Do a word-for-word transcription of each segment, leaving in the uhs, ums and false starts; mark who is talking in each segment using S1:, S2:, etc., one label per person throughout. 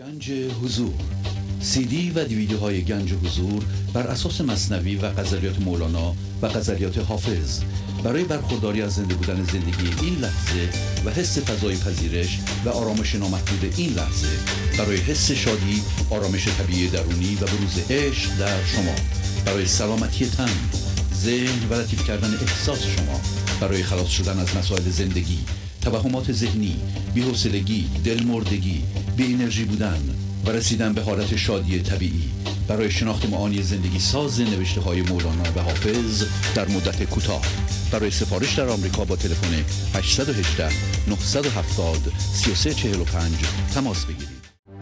S1: گنج حضور، سی دی و دیویدیوهای گنج حضور بر اساس مثنوی و غزلیات مولانا و غزلیات حافظ برای برخورداری از زنده بودن زندگی این لحظه و حس فضای پذیرش و آرامش نامحدود این لحظه، برای حس شادی، آرامش طبیعی درونی و بروز عشق در شما، برای سلامتی تن، ذهن و لطیف کردن احساس شما، برای خلاص شدن از مسائل زندگی، توهمات ذهنی، بی‌حوصلگی، دلمردگی، بی انرژی بودن و رسیدن به حالت شادی طبیعی، برای شناخت معانی زندگی ساز نوشته های مولانا و حافظ در مدت کوتاه. برای سفارش در آمریکا با تلفن هشت یک هشت، نه هفت صفر، سه سه چهار پنج تماس بگیرید.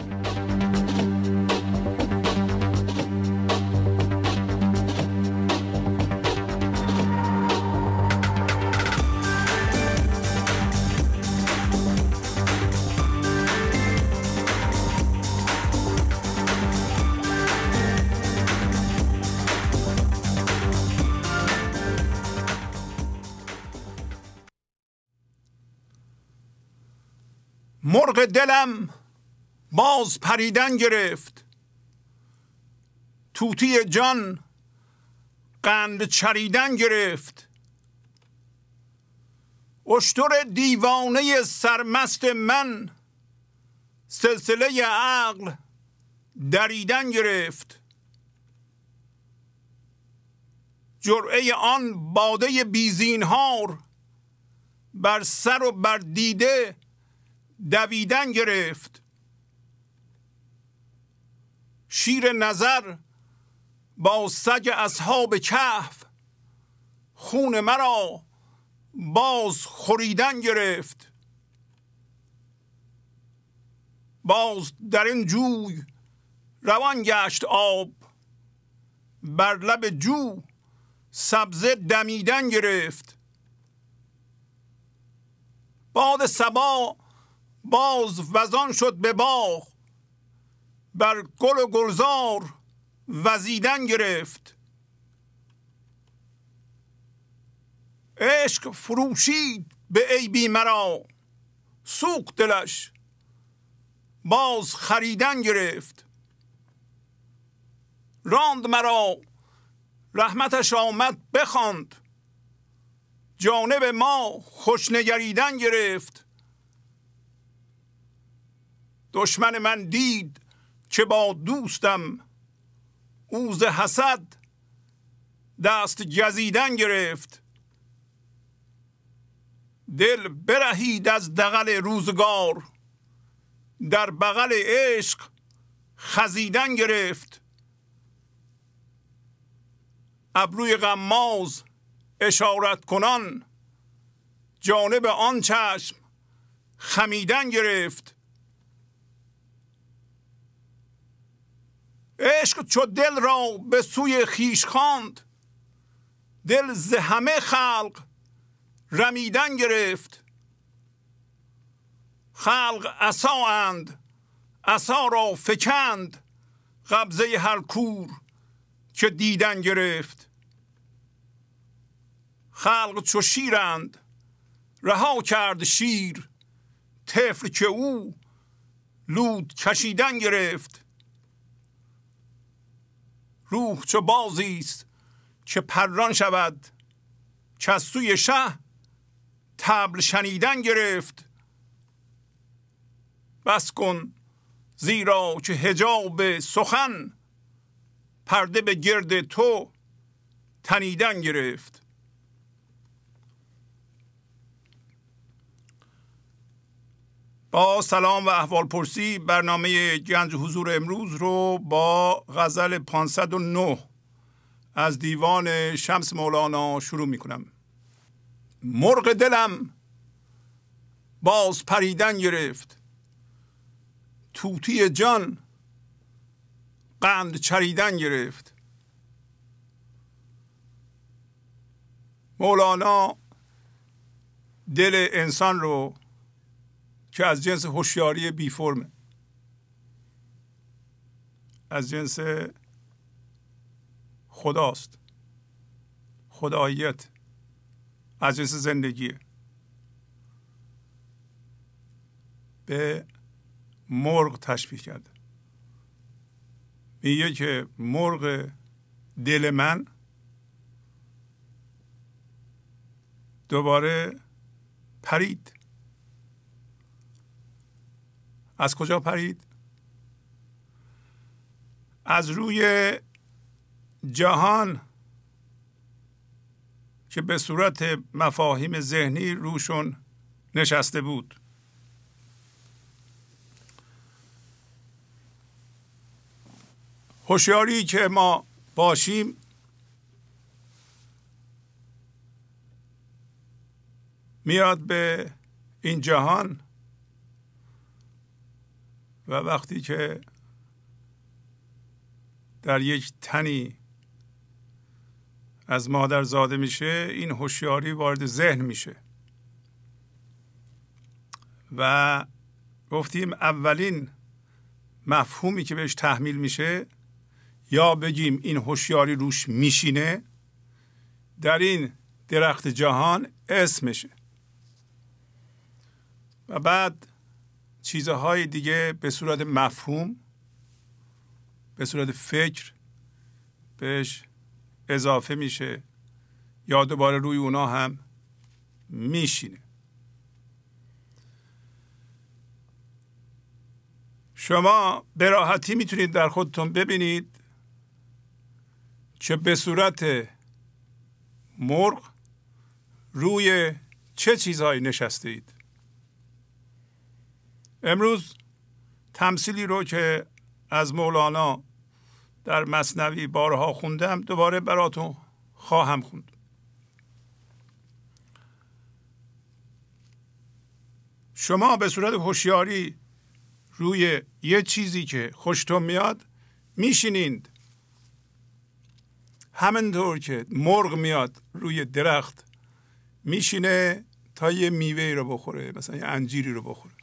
S2: مرغ دلم باز پریدن گرفت، طوطی جان قند چریدن گرفت. اشتر دیوانه سرمست من سلسله عقل دریدن گرفت. جرعه آن باده بیزینهار بر سر و بر دیده دویدن گرفت. شیر نظر با سگ اصحاب کهف خون مرا باز خوریدن گرفت. باز در این جوی روان گشت آب، بر لب جو سبزه دمیدن گرفت. باد صبا باز وزان شد به باغ، بر گل و گلزار وزیدن گرفت. عشق فروشید به عیبی مرا، سوخت دلش باز خریدن گرفت. راند مرا رحمتش آمد بخواند، جانب ما خوشنگریدن گرفت. دشمن من دید که با دوستم او ز حسد دست گزیدن گرفت. دل برهید از دغل روزگار، در بغل عشق خزیدن گرفت. ابروی غماز اشارت کنان جانب آن چشم خمیدن گرفت. عشق چو دل را به سوی خویش خواند، دل ز همه خلق رمیدن گرفت. خلق عصااند عصا را فکند، قبضه هر کور که دیدن گرفت. خلق چو شیرند رها کرد شیر، طفل که او لود کشیدن گرفت. روح چو بازیست که پران شود، که از سوی شه طبل شنیدن گرفت. بس کن زیرا که حجاب سخن، پرده به گرد تو تنیدن گرفت. با سلام و احوال پرسی برنامه گنج حضور امروز رو با غزل پانصد و نه از دیوان شمس مولانا شروع می کنم. مرغ دلم باز پریدن گرفت، طوطی جان قند چریدن گرفت. مولانا دل انسان رو که از جنس هوشیاری بی فرمه، از جنس خداست، خداییت، از جنس زندگیه، به مرغ تشبیه کرده. میگه که مرغ دل من دوباره پرید. از کجا پرید؟ از روی جهان که به صورت مفاهیم ذهنی روشون نشسته بود. هوشیاری که ما باشیم میاد به این جهان و وقتی که در یک تنی از مادر زاده میشه، این هوشیاری وارد ذهن میشه و گفتیم اولین مفهومی که بهش تحمیل میشه، یا بگیم این هوشیاری روش میشینه، در این درخت جهان اسمشه و بعد چیزهای دیگه به صورت مفهوم، به صورت فکر بهش اضافه میشه یا دوباره روی اونا هم میشینه. شما به راحتی میتونید در خودتون ببینید که به صورت مرغ روی چه چیزهایی نشسته اید. امروز تمثیلی رو که از مولانا در مثنوی بارها خوندم دوباره براتون خواهم خوند. شما به صورت هوشیاری روی یه چیزی که خوشتون میاد میشینید، همینطور که مرغ میاد روی درخت میشینه تا یه میوه رو بخوره، مثلا یه انجیری رو بخوره.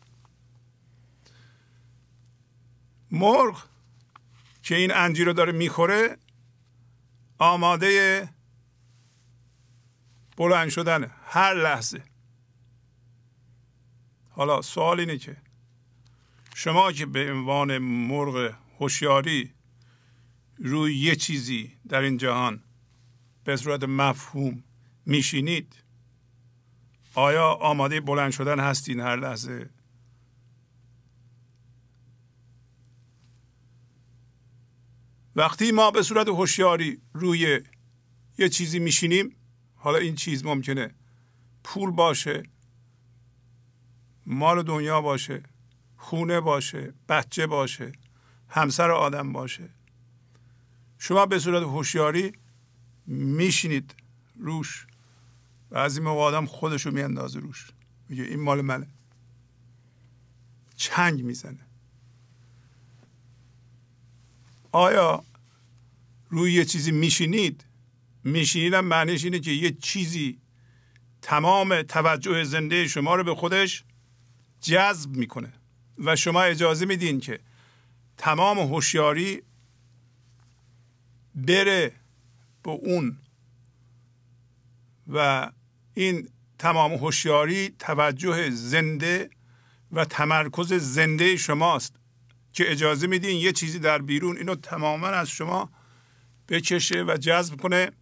S2: مرغ که این انجیر رو داره میخوره آماده بلند شدن هر لحظه. حالا سوال اینه که شما که به عنوان مرغ هوشیاری روی یه چیزی در این جهان به صورت مفهوم میشینید، آیا آماده بلند شدن هستین هر لحظه؟ وقتی ما به صورت هوشیاری روی یه چیزی میشینیم، حالا این چیز ممکنه پول باشه، مال دنیا باشه، خونه باشه، بچه باشه، همسر آدم باشه، شما به صورت هوشیاری میشینید روش و از این موقع آدم خودشو میاندازه روش، میگه این مال منه، چنگ میزنه. آیا روی یه چیزی میشینید؟ میشینید هم معنیش اینه که یه چیزی تمام توجه زنده شما رو به خودش جذب میکنه و شما اجازه میدین که تمام هوشیاری بره به اون و این تمام هوشیاری توجه زنده و تمرکز زنده شماست که اجازه میدین یه چیزی در بیرون اینو تماما از شما بکشه و جذب کنه.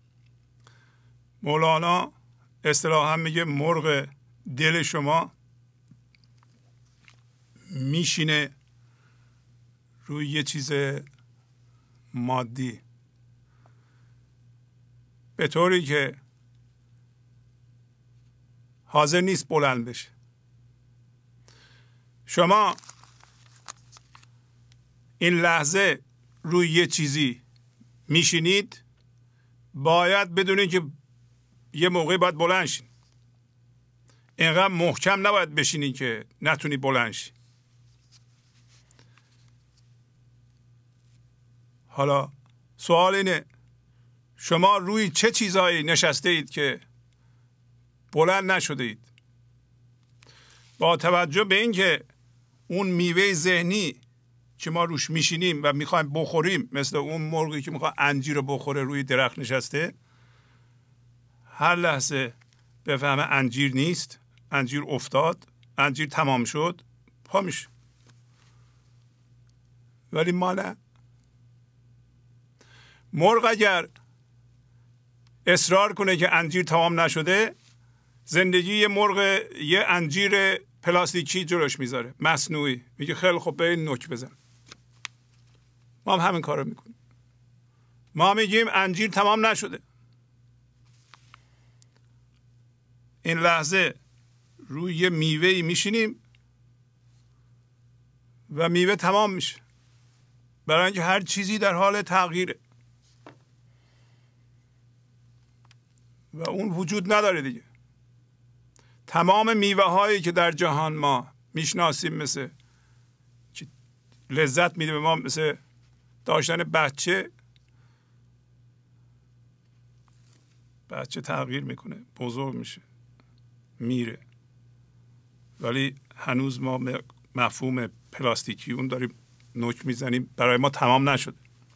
S2: مولانا اصطلاحاً میگه مرغ دل شما میشینه روی یه چیز مادی به طوری که حاضر نیست بلند بشه. شما این لحظه روی یه چیزی میشینید، باید بدونید که یه موقعی باید بلند شین. اینقدر محکم نباید بشینید که نتونی بلند شی. حالا سوال اینه شما روی چه چیزهایی نشسته اید که بلند نشده اید؟ با توجه به این که اون میوه ذهنی که ما روش میشینیم و میخوایم بخوریم، مثل اون مرغی که میخواد انجیر رو بخوره روی درخت نشسته، هر لحظه بفهمه انجیر نیست، انجیر افتاد، انجیر تمام شد، پا میشه. ولی ما نه. مرغ اگر اصرار کنه که انجیر تمام نشده، زندگی یه مرغ یه انجیر پلاستیکی جلوش میذاره، مصنوعی. میگه خیلی خوب به این نوک بزن. ما هم همین کارو میکنیم. ما میگیم انجیر تمام نشده. این لحظه روی یه میوه‌ای میشینیم و میوه تمام میشه، برای اینکه هر چیزی در حال تغییره و اون وجود نداره دیگه. تمام میوه هایی که در جهان ما میشناسیم، مثل لذت میده به ما، مثل داشتن بچه، بچه تغییر میکنه، بزرگ میشه، میره، ولی هنوز ما مفهوم پلاستیکی اون داریم نوک میزنیم، برای ما تمام نشده.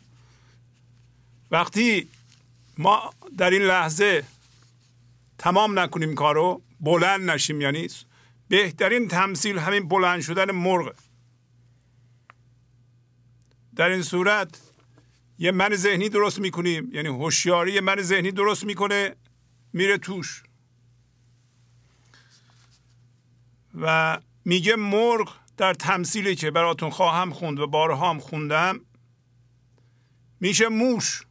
S2: وقتی ما در این لحظه تمام نکنیم کارو، بلند نشیم، یعنی بهترین تمثیل همین بلند شدن مرغ. در این صورت یه من ذهنی درست میکنیم، یعنی هوشیاری من ذهنی درست میکنه، میره توش و میگه مرغ در تمثیلی که براتون خواهم خوند و بارها هم خوندم میشه موش.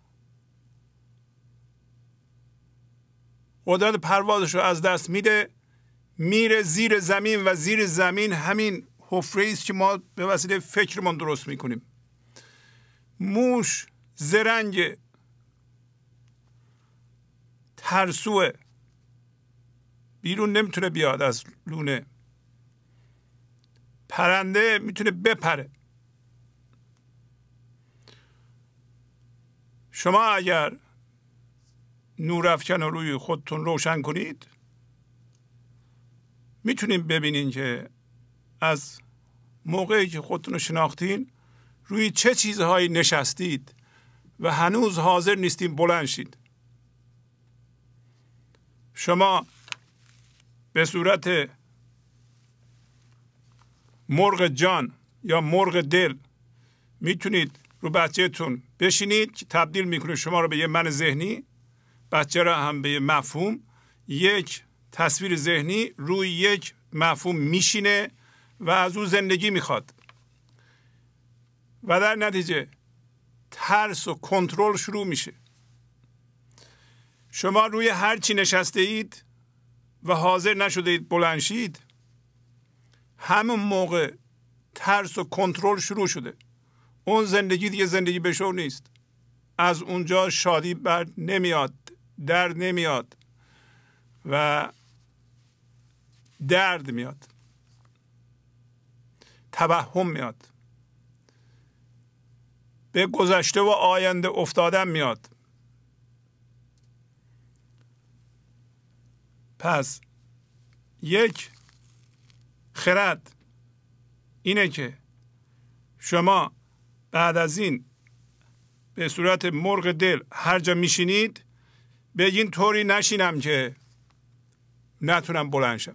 S2: قدرت پروازش رو از دست میده، میره زیر زمین و زیر زمین همین حفره است که ما به وسیله فکرمون درست میکنیم. موش زرنگ، ترسوه، بیرون نمیتونه بیاد از لونه. پرنده میتونه بپره. شما اگر نورافکن رو روی خودتون روشن کنید، میتونید ببینین که از موقعی که خودتون رو شناختین روی چه چیزهایی نشستید و هنوز حاضر نیستین بلند شید. شما به صورت مرغ جان یا مرغ دل میتونید رو بچه‌تون بشینید که تبدیل میکنه شما رو به یه من ذهنی، بچه را هم به یه مفهوم. یک تصویر ذهنی روی یک مفهوم میشینه و از اون زندگی میخواد و در نتیجه ترس و کنترل شروع میشه. شما روی هر چی نشسته اید و حاضر نشده اید بلند شید، همون موقع ترس و کنترل شروع شده. اون زندگی دیگه زندگی به شو نیست. از اونجا شادی بر نمیاد، درد نمیاد و درد میاد، توهم میاد، به گذشته و آینده افتادن میاد. پس یک خرد اینه که شما بعد از این به صورت مرغ دل هر جا میشینید بگین طوری نشینم که نتونم بلند شم.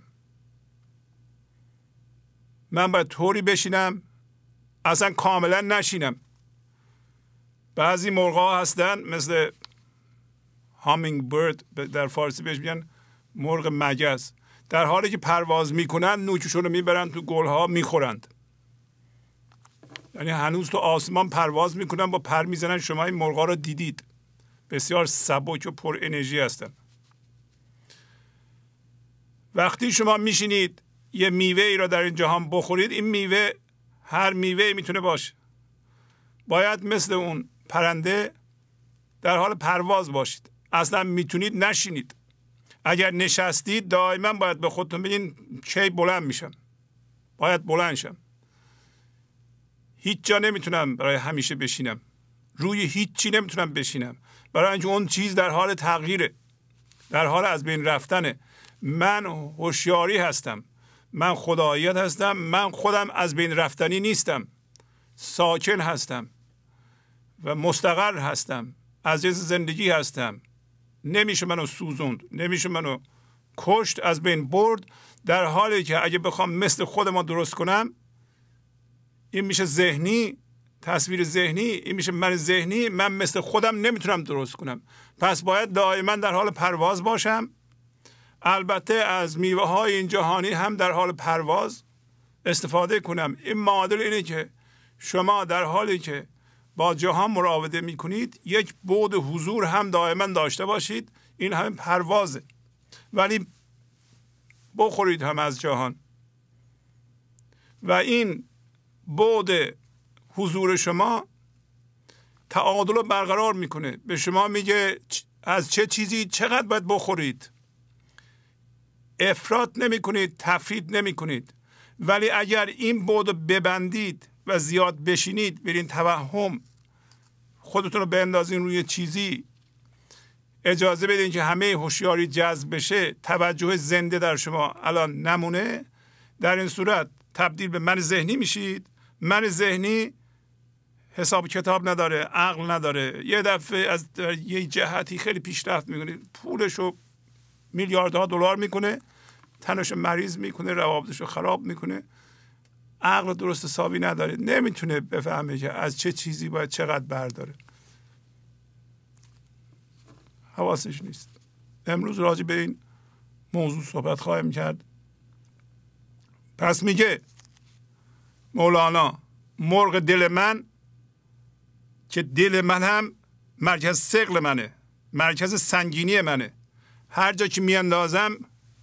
S2: من باید طوری بشینم اصلا کاملا نشینم. بعضی مرغا هستن مثل هامینگ برد، در فارسی بهش میگن مرغ مگس، در حالی که پرواز میکنن نوکشون رو میبرن تو گلها میخورند. یعنی هنوز تو آسمان پرواز میکنن، با پر میزنن. شما این مرغا رو دیدید، بسیار سبک و پر انرژی هستن. وقتی شما میشینید یه میوه ای را در این جهان بخورید، این میوه هر میوه میتونه باشه. باید مثل اون پرنده در حال پرواز باشید. اصلا میتونید نشینید. اگر نشستید دائما باید به خودتون بگین کی بلند میشم، باید بلند شم. هیچ جا نمیتونم برای همیشه بشینم، روی هیچ چی نمیتونم بشینم، برای اینکه اون چیز در حال تغییره، در حال از بین رفتنه. من هوشیاری هستم، من خداییت هستم، من خودم از بین رفتنی نیستم، ساکن هستم و مستقر هستم، عزیز زندگی هستم. نمیشه منو سوزوند، نمیشه منو کشت، از بین برد. در حالی که اگه بخوام مثل خودم درست کنم، این میشه ذهنی تصویر ذهنی این میشه من ذهنی، من مثل خودم نمیتونم درست کنم، پس باید دائما در حال پرواز باشم. البته از میوه های این جهانی هم در حال پرواز استفاده کنم. این معادل اینه که شما در حالی که با جهان مراوده میکنید یک بعد حضور هم دائما داشته باشید. این هم پروازه، ولی بخورید هم از جهان و این بعد حضور شما تعادل رو برقرار میکنه. به شما میگه از چه چیزی چقدر باید بخورید. افراط نمی کنید، تفرید نمی کنید. ولی اگر این بعد رو ببندید و زیاد بشینید، برین توهم خودتون رو بندازین روی چیزی، اجازه بدین که همه هوشیاری جذب بشه، توجه زنده در شما الان نمونه، در این صورت تبدیل به من ذهنی میشید. من ذهنی حساب کتاب نداره، عقل نداره، یه دفعه از یه جهتی خیلی پیشرفت میکنه، پولشو میلیاردها دلار میکنه، تنشو مریض میکنه، روابطشو خراب میکنه، عقل درست حسابی نداره، نمیتونه بفهمه که از چه چیزی باید چقدر برداره، حواسش نیست. امروز راجع به این موضوع صحبت خواهیم کرد. پس میگه مولانا مرغ دل من، که دل من هم مرکز ثقل منه، مرکز سنگینی منه، هر جا که میاندازم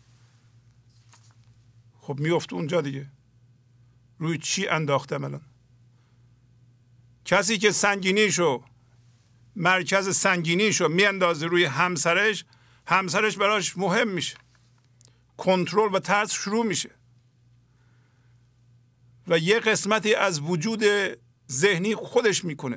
S2: خب میفته اونجا دیگه. روی چی انداختم الان؟ کسی که سنگینیشو، مرکز سنگینیشو میاندازه روی همسرش، همسرش براش مهم میشه، کنترل و ترس شروع میشه و یه قسمتی از وجود ذهنی خودش میکنه.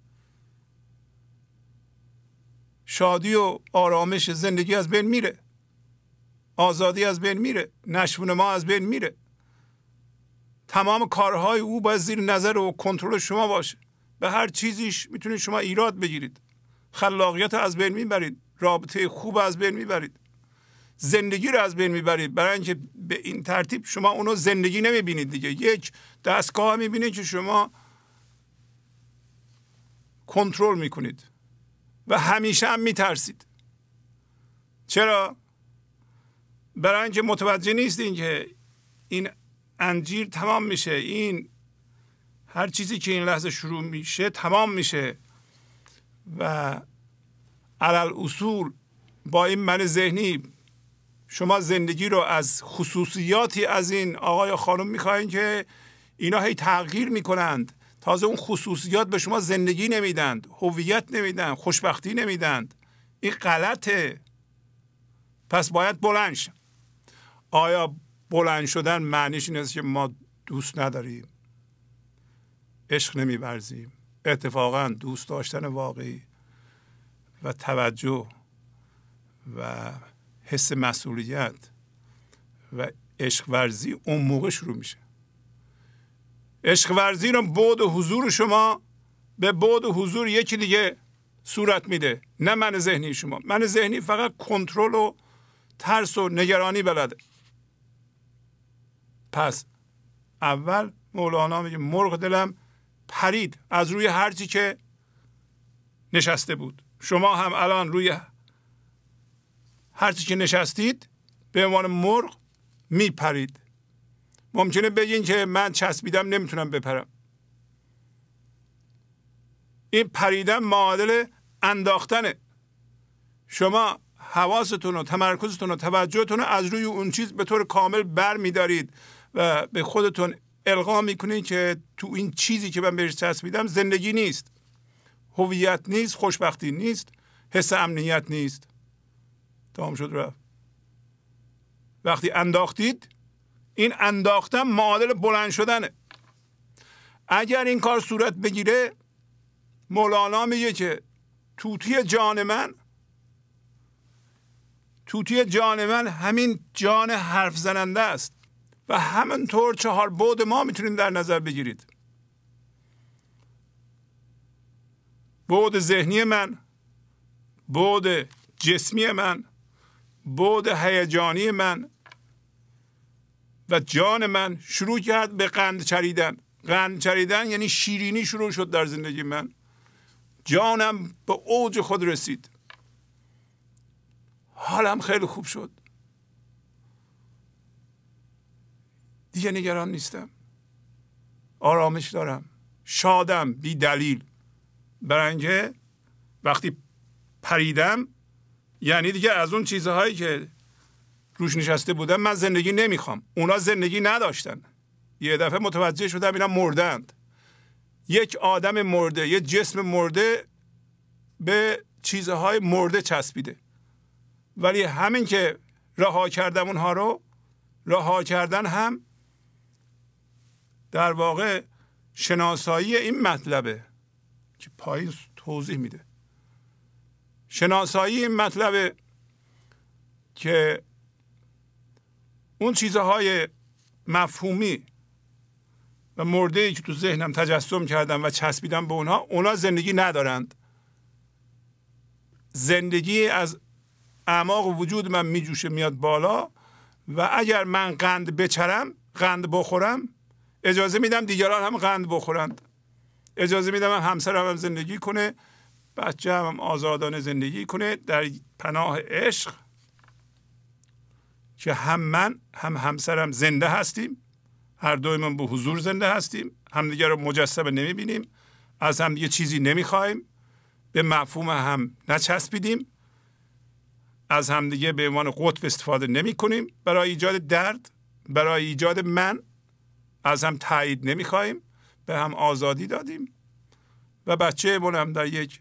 S2: شادی و آرامش زندگی از بین میره، آزادی از بین میره، نشو و نما از بین میره. تمام کارهای او باید زیر نظر و کنترل شما باشه. به هر چیزیش میتونید شما ایراد بگیرید، خلاقیت از بین میبرید، رابطه خوب از بین میبرید، زندگی رو از بین میبرید. برای اینکه به این ترتیب شما اونو زندگی نمیبینید دیگه، یک دستگاه میبینید که شما کنترل میکنید و همیشه هم میترسید. چرا؟ برای اینکه متوجه نیستین که این انجیر تمام میشه، این هر چیزی که این لحظه شروع میشه تمام میشه و علل اصول با این من ذهنی شما زندگی رو از خصوصیاتی از این آقای و خانم میخواین که اینا هی تغییر میکنند. تازه اون خصوصیات به شما زندگی نمیدند، هویت نمیدند، خوشبختی نمیدند. این غلطه. پس باید بلند شم. آیا بلند شدن معنیش این است که ما دوست نداریم، عشق نمی‌ورزیم؟ اتفاقا دوست داشتن واقعی و توجه و حس مسئولیت و عشق ورزی اون موقع شروع میشه. عشق ورزی رو بعد حضور شما به بعد حضور یکی دیگه صورت میده، نه من ذهنی شما. من ذهنی فقط کنترل و ترس و نگرانی بلده. پس اول مولانا میگه مرغ دلم پرید از روی هرچی که نشسته بود. شما هم الان روی هرچی که نشستید به عنوان مرغ میپرید. ممکنه بگین که من چسبیدم نمیتونم بپرم. این پریدن معادل انداختنه. شما حواستون و تمرکزتون و توجهتون رو از روی اون چیز به طور کامل بر میدارید و به خودتون القا میکنید که تو این چیزی که من بهش چسبیدم زندگی نیست، هویت نیست، خوشبختی نیست، حس امنیت نیست. تمام شد رفت. وقتی انداختید، این انداختن معادل بلند شدنه. اگر این کار صورت بگیره، مولانا میگه که توتی جان من، توتی جان من همین جان حرف زننده است و همینطور چهار بعد ما میتونید در نظر بگیرید. بعد ذهنی من، بعد جسمی من، بعد هیجانی من و جان من شروع کرد به قند چریدن. قند چریدن یعنی شیرینی شروع شد در زندگی من. جانم به اوج خود رسید، حالم خیلی خوب شد، دیگه نگران نیستم، آرامش دارم، شادم بی دلیل. برای اینکه وقتی پریدم یعنی دیگه از اون چیزهایی که روش نشسته بودم من زندگی نمیخوام. اونا زندگی نداشتن. یه دفعه متوجه شدم اینا مردند. یک آدم مرده، یک جسم مرده به چیزهای مرده چسبیده. ولی همین که رها کردم اونها رو، رها کردن هم در واقع شناسایی این مطلبه که پایین توضیح میده. شناسایی این مطلبه که اون چیزهای مفهومی و مرده‌ای که تو ذهنم تجسم کردم و چسبیدم به اونها، اونا زندگی ندارند. زندگی از اعماق وجود من میجوشه میاد بالا و اگر من قند بچرم، قند بخورم، اجازه میدم دیگران هم قند بخورند. اجازه میدم هم همسرم هم زندگی کنه، بچه هم, هم آزادانه زندگی کنه در پناه عشق که هم من هم همسرم زنده هستیم، هر دوی من به حضور زنده هستیم، همدیگه رو مجسمه نمیبینیم، از همدیگه چیزی نمیخوایم، به مفهوم هم نچسبیدیم، از همدیگه به عنوان قطب استفاده نمی کنیم برای ایجاد درد، برای ایجاد من، از هم تایید نمیخوایم، به هم آزادی دادیم و بچه من هم در یک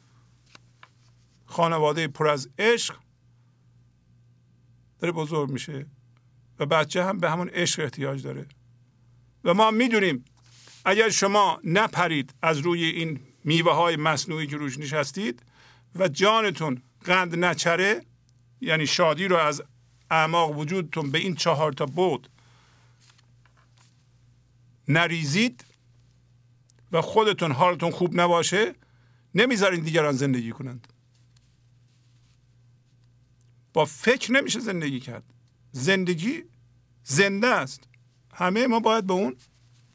S2: خانواده پر از عشق داره بزرگ میشه و بچه هم به همون عشق احتیاج داره. و ما میدونیم اگر شما نپرید از روی این میوه های مصنوعی که روش نشستید و جانتون قند نچره، یعنی شادی رو از اعماق وجودتون به این چهار تا بود نریزید و خودتون حالتون خوب نباشه، نمیذارین دیگران زندگی کنند. با فکر نمیشه زندگی کرد. زندگی زنده است. همه ما باید به اون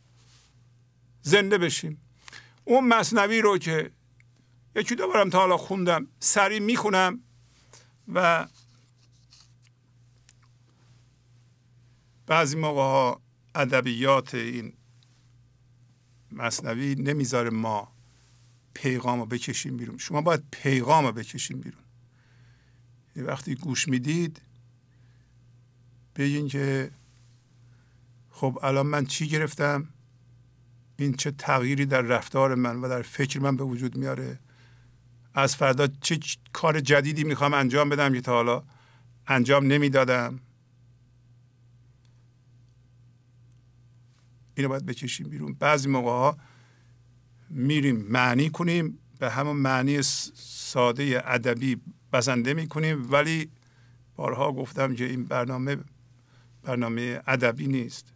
S2: زنده بشیم. اون مثنوی رو که یکی دو بارم تا حالا خوندم، سریع میخونم و بعضی موقع ها ادبیات این مثنوی نمیذاره ما پیغام رو بکشیم بیرون. شما باید پیغام رو بکشیم بیرون. وقتی گوش میدید بگین که خب الان من چی گرفتم، این چه تغییری در رفتار من و در فکر من به وجود میاره، از فردا چه کار جدیدی میخوام انجام بدم که تا حالا انجام نمیدادم. اینو باید بکشیم بیرون. بعضی موقع ها میریم معنی کنیم، به همون معنی ساده ادبی بسنده میکنیم، ولی بارها گفتم که این برنامه برنامه ادبی نیست.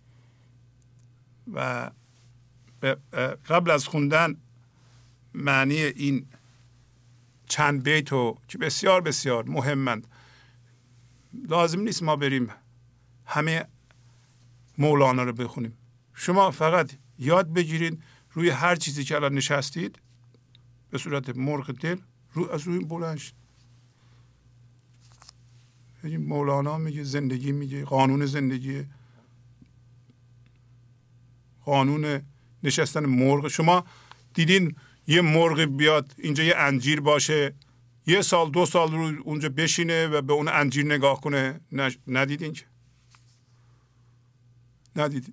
S2: و قبل از خوندن معنی این چند بیتو که بسیار بسیار مهمند، لازم نیست ما بریم همه مولانا رو بخونیم. شما فقط یاد بگیرید روی هر چیزی که الان نشستید به صورت مرغ دل رو از روی بلند شید. مولانا میگه زندگی، میگه قانون زندگی، قانون نشستن مرغ. شما دیدین یه مرغ بیاد اینجا یه انجیر باشه، یه سال دو سال رو اونجا بشینه و به اون انجیر نگاه کنه؟ ندیدین که؟ ندیدین.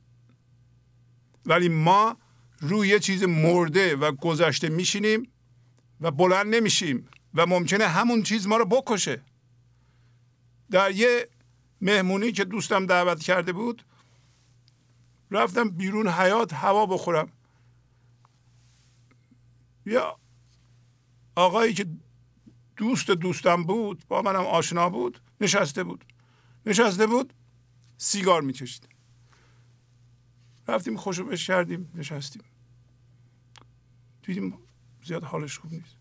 S2: ولی ما روی یه چیز مرده و گذشته میشینیم و بلند نمیشیم و ممکنه همون چیز ما رو بکشه. در یه مهمونی که دوستم دعوت کرده بود رفتم بیرون حیاط هوا بخورم. یا آقایی که دوست دوستم بود، با منم آشنا بود، نشسته بود نشسته بود سیگار میکشید. رفتیم خوشو بش کردیم، نشستیم، دیدیم زیاد حالش خوب نیست.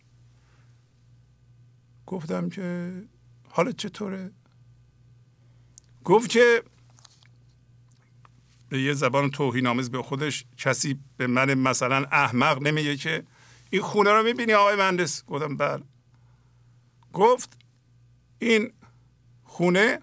S2: گفتم که حالت چطوره؟ گفت که به یه زبان توهین‌آمیز به خودش، کسی به من مثلا احمق نمیگه که این خونه رو میبینی آقای مهندس؟ گفتم بله. گفت این خونه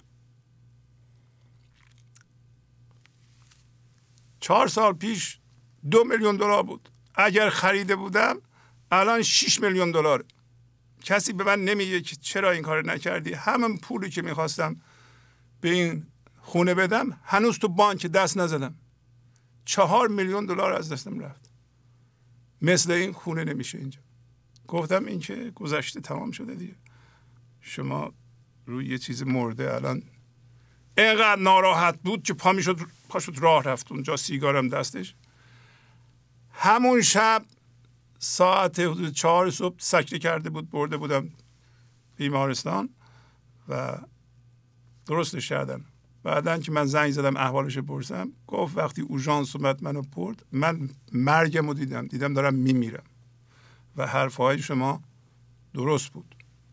S2: چهار سال پیش دو میلیون دلار بود، اگر خریده بودم الان شش میلیون دلاره. کسی به من نمیگه که چرا این کار نکردی. همون پولی که میخواستم به این خونه بدم هنوز تو بانک دست نزدم، چهار میلیون دلار از دستم رفت. مثل این خونه نمیشه اینجا. گفتم این که گذشته، تمام شده دیگه. شما روی یه چیز مرده. الان اینقدر ناراحت بود که پا میشد پاشد راه رفت اونجا، سیگارم دستش. همون شب ساعت حدود چهار صبح سکته کرده بود، برده بودم بیمارستان و درستش کردم. بعدن که من زنگ زدم احوالش پرسم، گفت وقتی اورژانس اومد منو برد، من مرگم رو دیدم دیدم دارم میمیرم و حرفهای شما درست بود.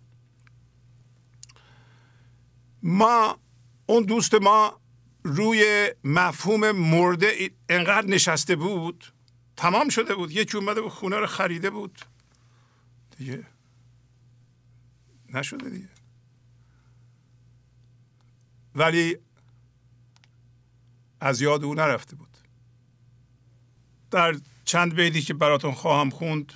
S2: ما اون دوست ما روی مفهوم مرده انقدر نشسته بود، تمام شده بود. یکی اومده بود خونه رو خریده بود دیگه، نشده دیگه. ولی از یاد او نرفته بود. در چند بیتی که براتون خواهم خوند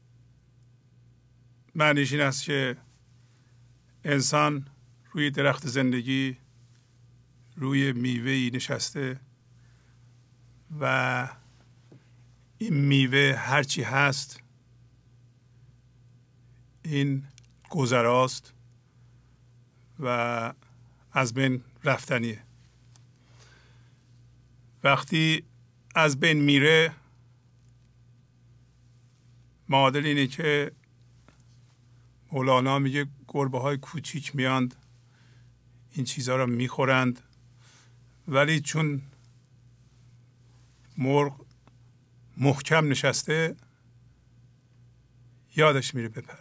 S2: معنیش این است که انسان روی درخت زندگی، روی میوه‌ای نشسته و این میوه هرچی هست این گذراست و از بین رفتنیه. وقتی از بین میره معادل اینه که مولانا میگه گربه های کوچیک میاند این چیزها رو میخورند، ولی چون مرغ محکم نشسته یادش میره بپره.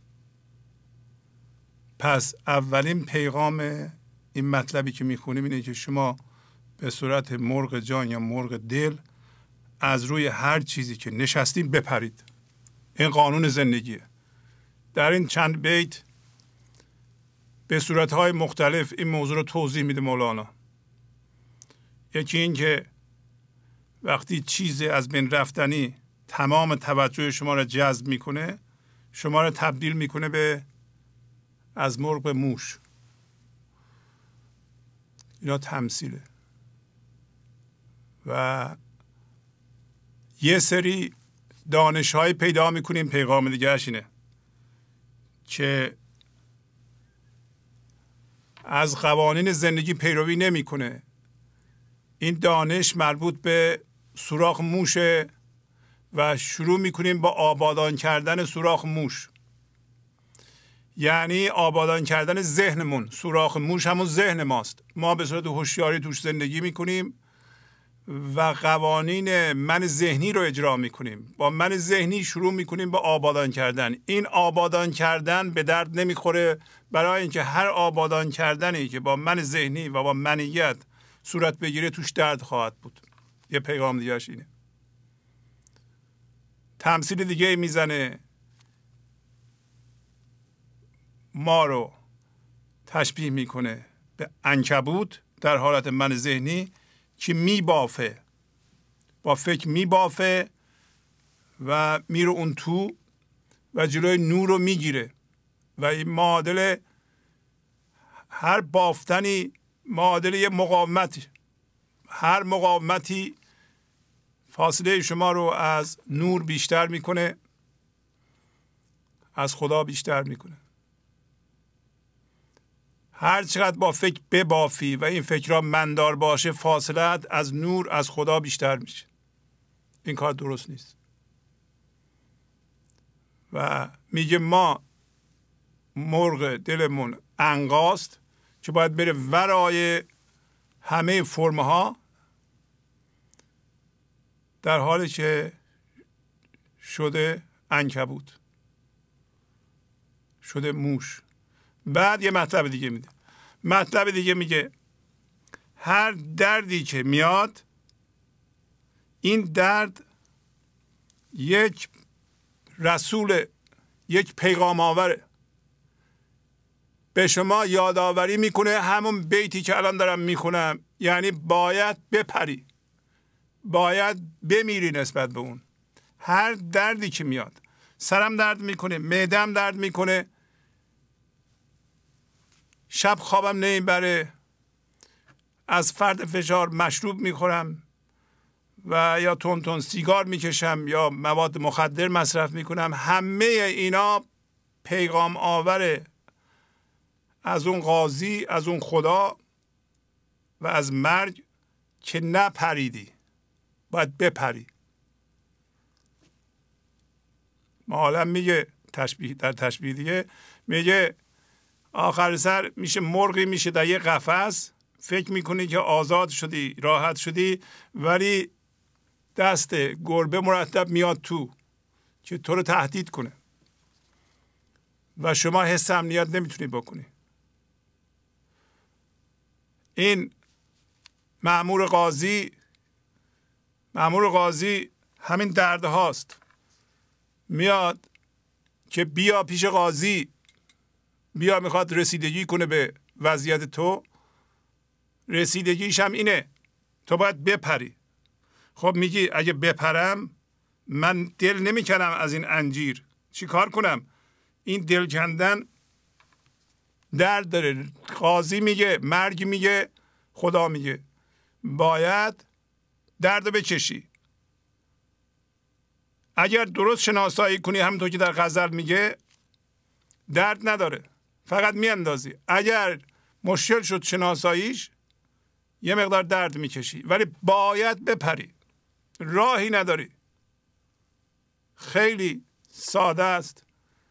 S2: پس اولین پیغام این مطلبی که میخونیم اینه که شما به صورت مرغ جان یا مرغ دل از روی هر چیزی که نشستیم بپرید. این قانون زندگیه. در این چند بیت به صورتهای مختلف این موضوع رو توضیح میده مولانا. یکی این که وقتی چیزی از بین رفتنی تمام توجه شما را جذب میکنه، شما را تبدیل میکنه به از مرغ به موش. اینا تمثیله. و یه سری دانش‌های پیدا میکنیم. پیغام دیگرش اینه که از قوانین زندگی پیروی نمیکنه. این دانش مربوط به سوراخ موشه و شروع میکنیم با آبادان کردن سوراخ موش. یعنی آبادان کردن ذهنمون. سوراخ موش همون ذهن ماست. ما به صورت هوشیاری توش زندگی میکنیم و قوانین من ذهنی رو اجرا میکنیم. با من ذهنی شروع میکنیم به آبادان کردن. این آبادان کردن به درد نمیخوره، برای اینکه هر آبادان کردنی که با من ذهنی و با منیت صورت بگیره توش درد خواهد بود. یه پیغام دیگه‌اش اینه. تمثیل دیگه میزنه، ما رو تشبیه میکنه به عنکبوت در حالت من ذهنی که میبافه، با فکر میبافه و میره اون تو و جلوی نور رو میگیره و این معادل هر بافتنی معادل یه مقاومتی. هر مقاومتی فاصله شما رو از نور بیشتر میکنه، از خدا بیشتر میکنه. هر چقدر با فکر ببافی و این فکر را مندار باشه، فاصله از نور از خدا بیشتر میشه. این کار درست نیست. و میگه ما مرغ دلمون عنقاست که باید بره ورای همه فرمها، در حالی که شده عنکبوت، شده موش. بعد یه مطلب دیگه میده. مطلب دیگه میگه هر دردی که میاد این درد یک رسول، یک پیغام آوره، به شما یادآوری میکنه همون بیتی که الان دارم میخونم، یعنی باید بپری، باید بمیری نسبت به اون. هر دردی که میاد، سرم درد میکنه، معدم درد میکنه، شب خوابم نمیبره، از فرد فشار مشروب میخورم و یا تون تون سیگار میکشم یا مواد مخدر مصرف میکنم، همه اینا پیغام آوره از اون قاضی، از اون خدا و از مرگ که نپریدی، باید بپری. معالم میگه تشبیه، در تشبیه دیگه میگه آخر سر میشه مرغی میشه در یه قفس، فکر میکنی که آزاد شدی، راحت شدی، ولی دست گربه مرتب میاد تو که تو رو تهدید کنه و شما حس امنیت نمیتونی بکنی. این مأمور قاضی، مأمور قاضی همین درد هاست، میاد که بیا پیش قاضی، بیا میخواد رسیدگی کنه به وضعیت تو، رسیدگیش هم اینه تو باید بپری. خب میگی اگه بپرم من دل نمیکنم از این انجیر، چی کار کنم؟ این دل کندن درد داره. قاضی میگه، مرگ میگه، خدا میگه باید درد بکشی. اگر درست شناسایی کنی همونطور که در غزل میگه درد نداره، فقط میاندازی. اگر مشکل شد شناساییش یه مقدار درد میکشی، ولی باید بپری، راهی نداری. خیلی ساده است،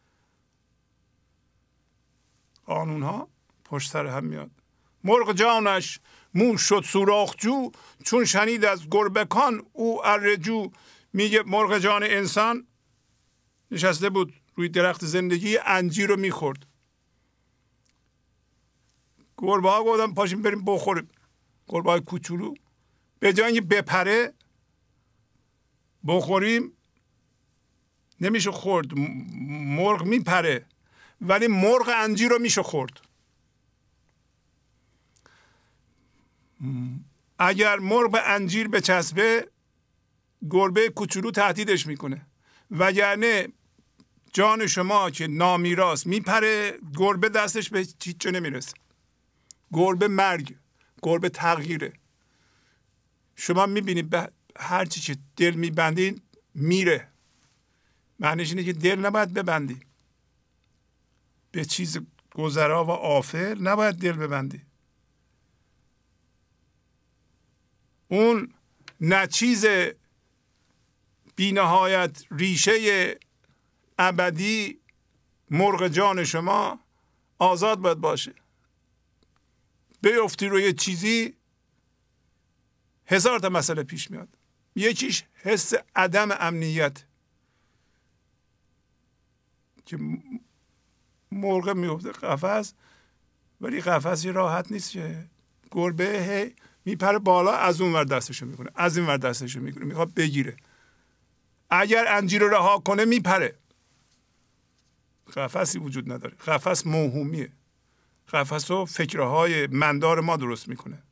S2: قانون ها پشت سر هم میاد. مرغ جانش مو شد سوراخجو، چون شنید از گربکان او ارجو. میگه مرغ جان انسان نشسته بود روی درخت زندگی، انجیر رو میخورد. گربه ها گفتن پاشیم بریم بخوریم. گربه های کوچولو به جای اینکه بپره بخوریم نمیشه خورد، مرغ میپره، ولی مرغ انجیر رو میشه خورد. اگر مرغ به انجیر بچسبه گربه کوچولو تهدیدش میکنه، وگرنه جان شما که نامیراست میپره، گربه دستش به هیچ جا نمیرسه. گربه مرگ، گربه تغییره. شما میبینید به هر چی که دل میبندین میره. معنیش اینه که دل نباید ببندی، به چیز گذرا و آفر نباید دل ببندی. اون نچیز بی نهایت ریشه ابدی مرغ جان شما آزاد باید باشه. بیفتی روی چیزی هزار تا مسئله پیش میاد. یکیش حس عدم امنیت که مرغ میفته قفس، ولی قفسی راحت نیست که گربه میپره بالا، از اون ور دستشو میکنه، از این ور دستشو میکنه، میخواد بگیره. اگر انجیر رو رها کنه میپره. قفسی وجود نداره. قفس موهومیه. قفس رو فکرهای مندار ما درست میکنه.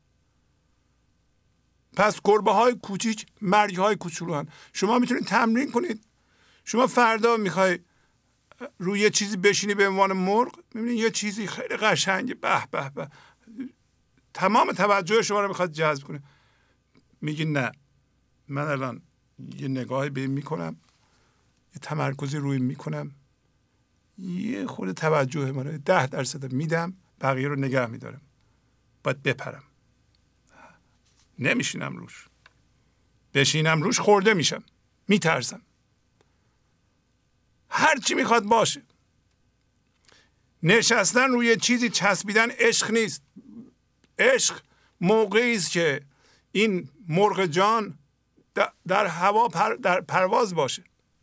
S2: پس گربه های کوچیک مرگ های کوچولو هن. شما میتونید تمرین کنید. شما فردا میخوای روی یه چیزی بشینی به عنوان مرغ، میبینید یه چیزی خیلی قشنگه، به به به، تمام توجه شما رو میخواد جذب کنه. میگی نه، من الان یه نگاهی به این میکنم، یه تمرکزی روی میکنم، یه خود توجه من ده درصد میدم، بقیه رو نگه میدارم. باید بپرم، نمیشینم روش. بشینم روش خورده میشم، میترسم. هر چی میخواد باشه. نشستن روی چیزی چسبیدن عشق نیست. عشق موقعی است که این مرغ جان در هوا پر در پرواز باشه.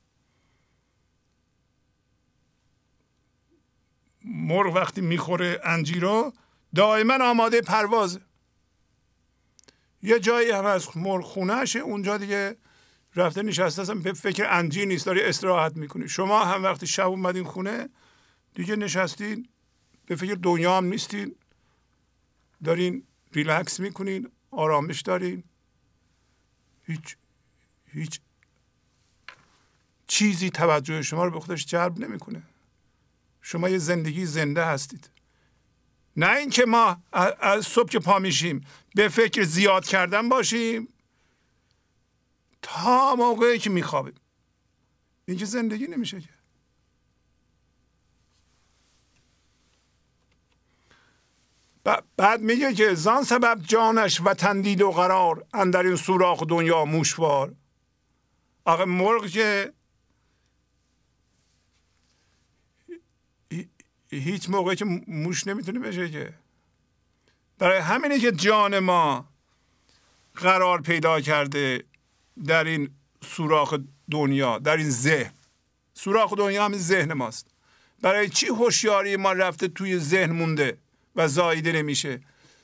S2: مرغ وقتی میخوره انجیرو دائما آماده پروازه. یه جایی هم از مرغ خونهشه، اونجا دیگه رفته نشسته اصلا به فکر انجی نیست، داری استراحت میکنی. شما هم وقتی شب اومدین خونه دیگه نشستین به فکر دنیا هم نیستین، دارین ریلکس میکنین، آرامش دارین، هیچ هیچ چیزی توجه شما رو به خودش جلب نمیکنه. شما یه زندگی زنده هستید. نه اینکه ما از صبح که پا میشیم به فکر زیاد کردن باشیم تا موقعی که میخوابیم. این که زندگی نمیشه که. بعد میگه که زان سبب جانش وطن دید و قرار، اندر این سوراخ دنیا موشوار. آقا مرغ که هیچ موقعی که موش نمیتونه بشه که. برای همینه که جان ما قرار پیدا کرده در این سوراخ دنیا، در این ذهن. سوراخ دنیا همین ذهن ماست. برای چی هوشیاری ما رفته توی ذهن مونده و زاییده نمیشه؟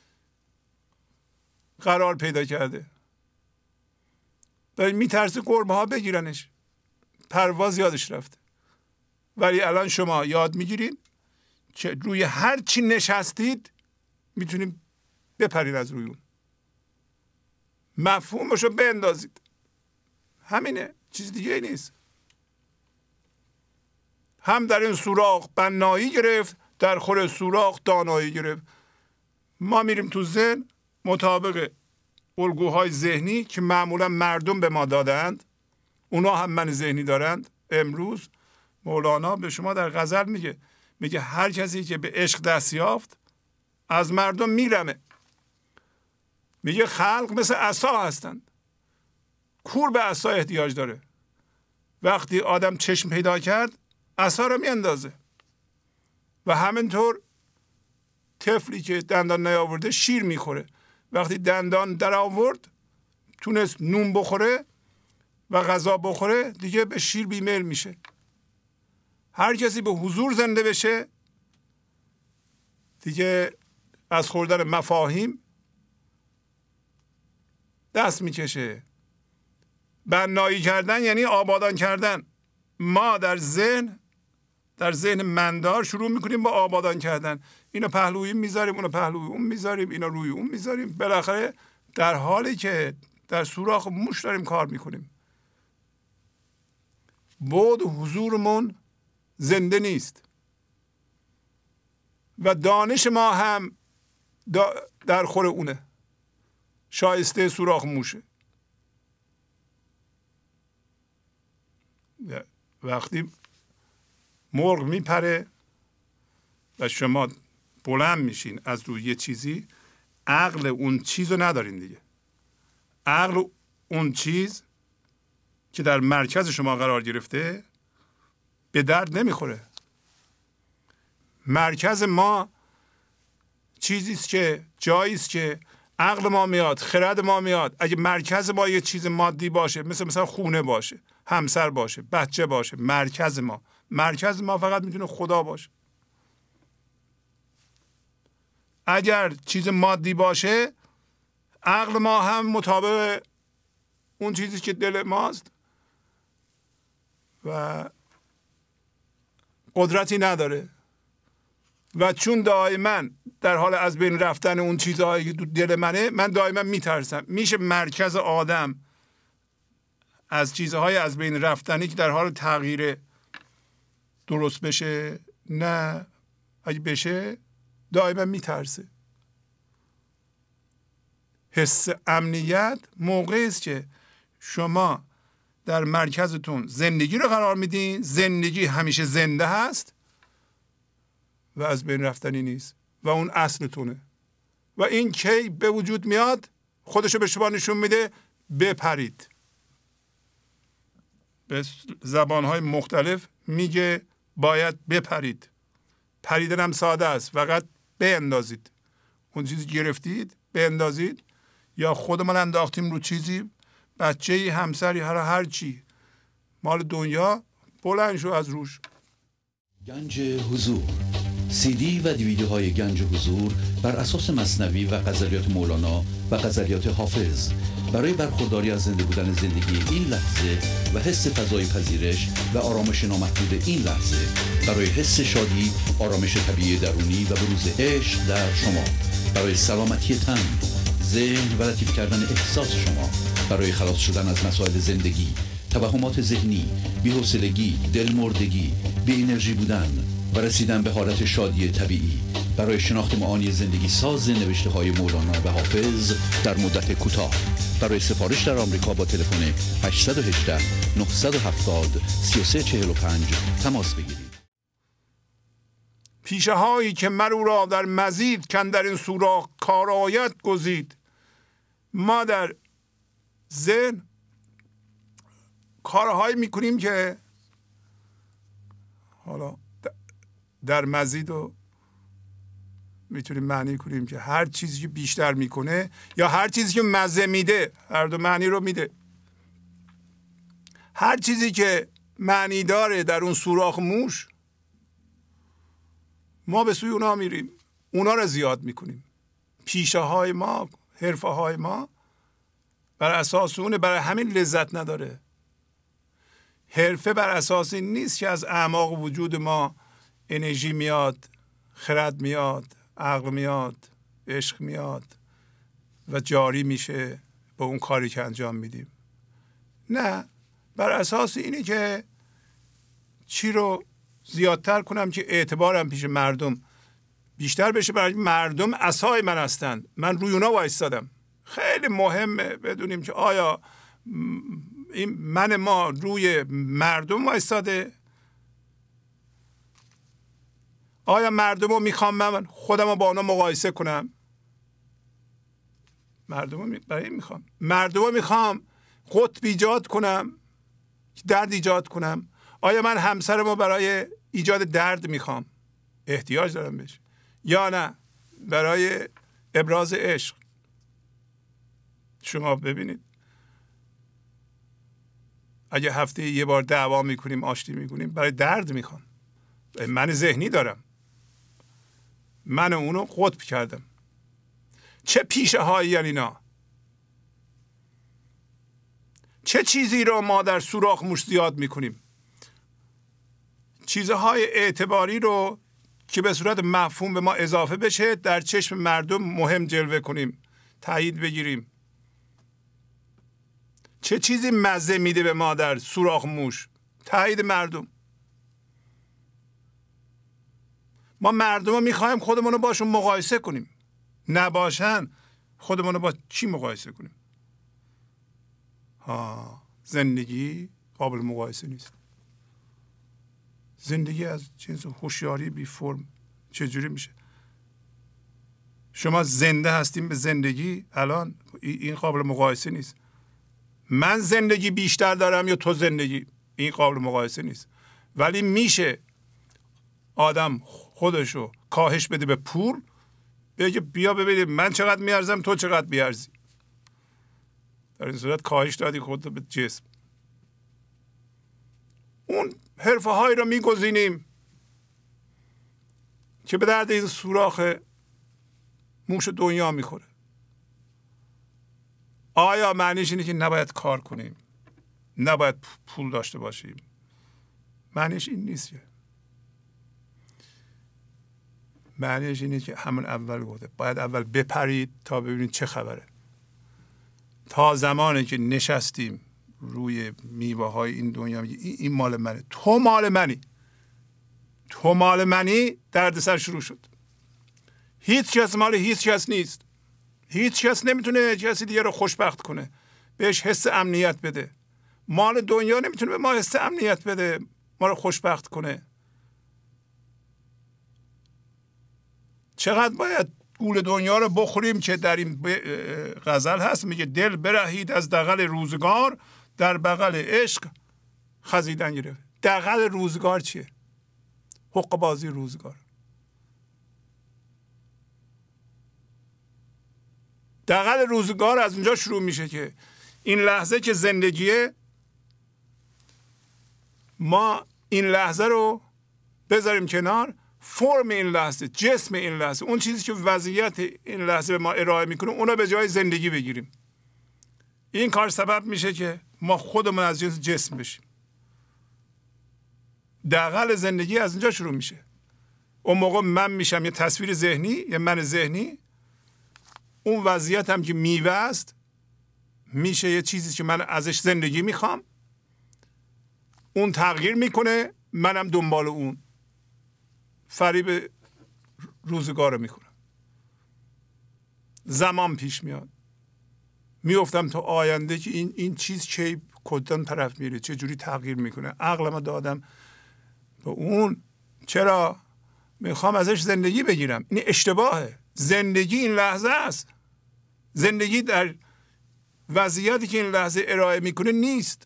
S2: قرار پیدا کرده. برای میترسه گربه ها بگیرنش، پرواز یادش رفته. ولی الان شما یاد میگیرین که روی هر چی نشستید میتونیم بپرید از روی اون. مفهومشو بندازید. همینه، چیز دیگه نیست. هم در این سوراخ بنایی گرفت، در خور سوراخ دانایی گرفت. ما میریم تو ذهن مطابق الگوهای ذهنی که معمولا مردم به ما دادند، اونا هم من ذهنی دارند. امروز مولانا به شما در غزل میگه میگه هر کسی که به عشق دست یافت از مردم میرمه. میگه خلق مثل عصا هستند، کور به عصا احتیاج داره. وقتی آدم چشم پیدا کرد عصا رو میاندازه. و همینطور طفلی که دندان نیاورده شیر میخوره. وقتی دندان در آورد تونست نون بخوره و غذا بخوره دیگه به شیر بیمیل میشه. هر کسی به حضور زنده بشه دیگه از خوردن مفاهیم دست میکشه. بنایی کردن یعنی آبادان کردن. ما در ذهن در ذهن مندار شروع میکنیم با آبادان کردن. اینو پهلوی میذاریم، اونو پهلوی اون میذاریم، اینو روی اون میذاریم. بالاخره در حالی که در سوراخ موش داریم کار میکنیم. بود حضورمون زنده نیست و دانش ما هم در خور اونه، شایسته سوراخ موشه. وقتی مرغ میپره و شما بلند میشین از روی یه چیزی، عقل اون چیز رو ندارین دیگه. عقل اون چیز که در مرکز شما قرار گرفته به درد نمیخوره. مرکز ما چیزیست که جاییست که عقل ما میاد، خرد ما میاد. اگه مرکز ما یه چیز مادی باشه، مثل مثلا خونه باشه، همسر باشه، بچه باشه، مرکز ما مرکز ما فقط میتونه خدا باشه. اگر چیز مادی باشه عقل ما هم مطابق اون چیزی که دل ماست و قدرتی نداره. و چون دائما در حال از بین رفتن اون چیزهایی که تو دل منه، من دائما میترسم. میشه مرکز آدم از چیزهای از بین رفتنی که در حال تغییر درست بشه؟ نه. اگه بشه دائما میترسه. حس امنیت موقعی است که شما در مرکزتون زندگی رو قرار میدین. زندگی همیشه زنده هست و از بین رفتنی نیست و اون اصلتونه. و این کی به وجود میاد؟ خودشو به شما نشون میده بپرید. به زبانهای مختلف میگه باید بپرید. پریدن هم ساده است، فقط بیندازید. اون چیزی گرفتید بیندازید، یا خودمان انداختیم رو چیزی، بچه‌ای، همسری، هر هر چی مال دنیا، بلند شو از روش.
S1: گنج حضور، سی دی و دیویدیوهای گنج حضور بر اساس مثنوی و غزلیات مولانا و غزلیات حافظ برای برخورداری از زنده بودن زندگی این لحظه و حس فضای پذیرش و آرامش نامحدود این لحظه، برای حس شادی، آرامش طبیعی درونی و بروز عشق در شما، برای سلامتی تن، ذهن و لطیف کردن احساس شما، برای خلاص شدن از مسائل زندگی، توهمات ذهنی، بی‌حوصلگی، دلمردگی، بی انرژی بودن و رسیدن به حالت شادی طبیعی، برای شناخت معانی زندگی ساز نوشته های مولانا و حافظ در مدت کوتاه. برای سفارش در آمریکا با تلفن هشت یک هشت نه هفت صفر سه سه چهار پنج تماس بگیرید.
S2: پیشه هایی که مرو را در مزید کن در این سوراخ کارایت گزید. ما در ذهن کارهایی میکنیم که حالا در مزید رو میتونیم معنی کنیم که هر چیزی که بیشتر میکنه یا هر چیزی که مزه میده، هر دو معنی رو میده. هر چیزی که معنی داره در اون سوراخ موش، ما به سوی اونا میریم، اونا رو زیاد میکنیم. پیشه های ما، حرفه های ما بر اساس اونه، برای همین لذت نداره. حرفه بر اساس این نیست که از اعماق وجود ما انرژی میاد، خرد میاد، عقل میاد، عشق میاد و جاری میشه با اون کاری که انجام میدیم. نه، بر اساس اینه که چی رو زیادتر کنم که اعتبارم پیش مردم بیشتر بشه. برای مردم عصای من هستند، من روی اونا وایستادم. خیلی مهمه بدونیم که آیا این من ما روی مردم وایستاده، آیا مردم رو میخوام من خودم رو با اونا مقایسه کنم؟ مردم رو برای این میخوام مردم رو میخوام قطب ایجاد کنم، درد ایجاد کنم؟ آیا من همسرم رو برای ایجاد درد میخوام، احتیاج دارم بهش، یا نه برای ابراز عشق؟ شما ببینید اگه هفته یه بار دعوا میکنیم، آشتی میکنیم، برای درد میخوام. من ذهنی دارم، من اونو قطب کردم. چه پیشه هایی یعنی اینا؟ چه چیزی رو ما در سوراخ موش زیاد میکنیم؟ چیزهای اعتباری رو که به صورت مفهوم به ما اضافه بشه، در چشم مردم مهم جلوه کنیم، تایید بگیریم. چه چیزی مزه میده به ما در سوراخ موش؟ تایید مردم. ما مردم رو میخوایم خودمون رو باشون مقایسه کنیم، نباشن خودمون رو با چی مقایسه کنیم؟ ها، زندگی قابل مقایسه نیست. زندگی از جنس هوشیاری بی فرم چجوری میشه؟ شما زنده هستیم به زندگی، الان این قابل مقایسه نیست. من زندگی بیشتر دارم یا تو زندگی، این قابل مقایسه نیست. ولی میشه آدم خودشو کاهش بده به پول، بگه بیا ببینیم من چقدر میارزم، تو چقدر میارزی. در این صورت کاهش دادی خودتو به جسم. اون حرفه هایی رو میگزینیم که به درد این سوراخ موش دنیا میخوره. آیا معنیش اینه که نباید کار کنیم، نباید پول داشته باشیم؟ معنیش این نیست. معنیش اینه که همون اول گفته باید اول بپرید تا ببینید چه خبره. تا زمانی که نشستیم روی میوه های این دنیا میگه این مال منه، تو مال منی، تو مال منی، دردسر شروع شد. هیچ کس مال هیچ کس نیست. هیچ کس نمیتونه کسی دیگه رو خوشبخت کنه، بهش حس امنیت بده. مال دنیا نمیتونه به ما حس امنیت بده، ما رو خوشبخت کنه. چقدر باید گول دنیا رو بخوریم که در این غزل هست، میگه دل برهید از دغل روزگار، در بغل عشق خزیدن گرفت. دغل روزگار چیه؟ حق بازی روزگار. دغل روزگار از اونجا شروع میشه که این لحظه که زندگیه، ما این لحظه رو بذاریم کنار، فرم این لحظه، جسم این لحظه، اون چیزی که وضعیت این لحظه به ما ارائه میکنه، اونو به جای زندگی بگیریم. این کار سبب میشه که ما خودمون از جنس جسم بشیم. دغل زندگی از اینجا شروع میشه. اون موقع من میشم یه تصویر ذهنی، یه من ذهنی. اون وضعیت هم که میوه است میشه یه چیزی که من ازش زندگی میخوام. اون تغییر میکنه، منم دنبال اون فریب روزگار میکنم. زمان پیش میاد، میافتم تو آینده که این این چیز چه کدام طرف میره، چه جوری تغییر میکنه. عقلمو دادم به اون. چرا؟ میخوام ازش زندگی بگیرم. این اشتباهه. زندگی این لحظه است. زندگی در وضعیتی که این لحظه ارائه میکنه نیست.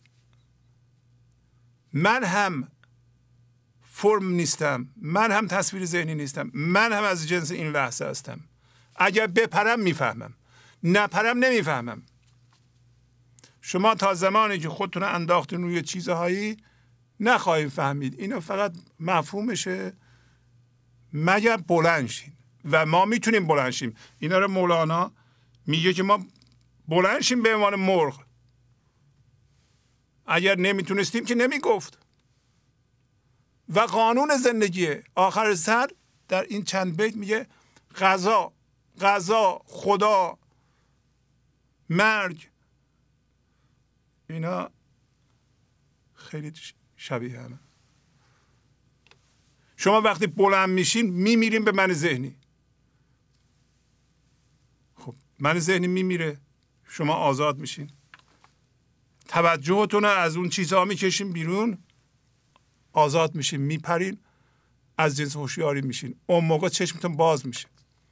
S2: من هم فرم نیستم، من هم تصویر ذهنی نیستم، من هم از جنس این لحظه هستم. اگر بپرم میفهمم، نپرم نمیفهمم. شما تا زمانی که خودتون انداختین روی چیزهایی نخواهید فهمید. اینو فقط مفهومشه مگر بلند شین. و ما میتونیم بلند شیم. اینا رو مولانا میگه که ما بلند شیم به عنوان مرغ. اگر نمیتونستیم که نمیگفت. و قانون زندگیه. آخر سر در این چند بیت میگه قضا، قضا، خدا، مرگ، اینا خیلی شبیه همه. شما وقتی بلند میشین میمیرین به من ذهنی. خب من ذهنی میمیره، شما آزاد میشین. توجهتون رو از اون چیزها میکشین بیرون، آزاد میشین، میپرین، از جنس هوشیاری میشین. اون موقع چشمتون باز میشه.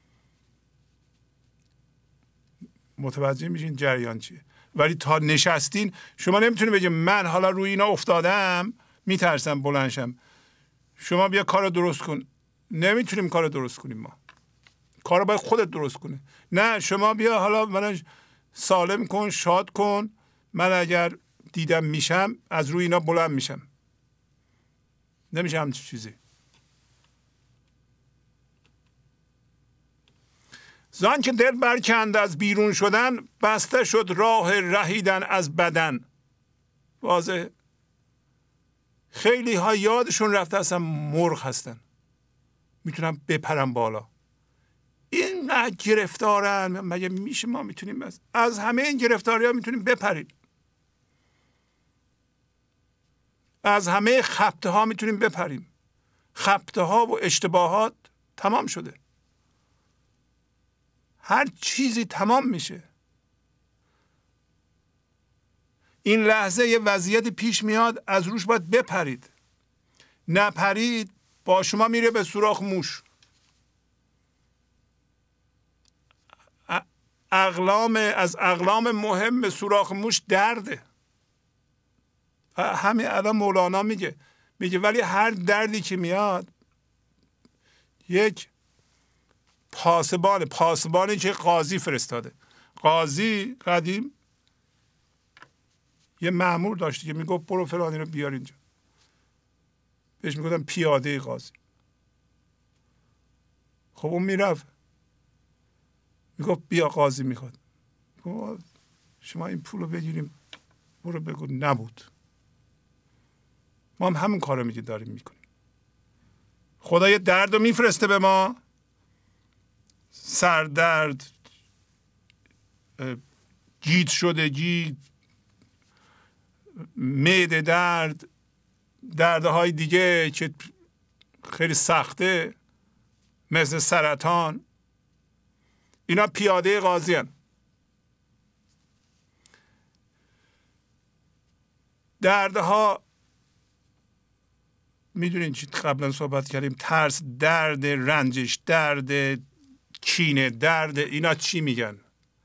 S2: متوجه میشین جریان چیه. ولی تا نشستین شما نمیتونید بگید من حالا روی اینا افتادم میترسم بلندشم. شما بیا کارو درست کن. نمیتونیم کارو درست کنیم. ما کارو باید خودت درست کنی. نه، شما بیا حالا من سالم کن، شاد کن. من اگر دیدم میشم از روی اینا بلند میشم. نمیشه همچین چیزی. زان که دل برکند از بیرون شدن، بسته شد راه رهیدن از بدن. واضح. خیلی ها یادشون رفته اصلا مرغ هستن، میتونن بپرن بالا. اینقدر گرفتارن. مگه میشه ما میتونیم از, از همه این گرفتاری ها میتونیم بپریم؟ از همه خبطه ها میتونیم بپریم. خبطه ها و اشتباهات تمام شده. هر چیزی تمام میشه. این لحظه یه وضعیت پیش میاد، از روش باید بپرید. نپرید با شما میره به سوراخ موش. اقلام از اقلام مهم سوراخ موش درده. همین الان مولانا میگه میگه ولی هر دردی که میاد یک پاسبان پاسبانی که قاضی فرستاده. قاضی قدیم یه مأمور داشته که میگفت برو فلانی رو بیار اینجا. بهش میگفتن پیاده قاضی. خب اون میرفت میگفت بیا قاضی میخواد. شما این پول رو بگیریم برو بگو نبود. ما هم همون کار رو میگه داریم میکنیم. خدا یه درد رو میفرسته به ما، سردرد، گیج شدگی، معده درد، دردهای دیگه که خیلی سخته مثل سرطان. اینا پیاده قاضی هن. دردها میدونین چی قبلا صحبت کردیم، ترس، درد، رنجش، درد، کینه، درد، اینا چی میگن؟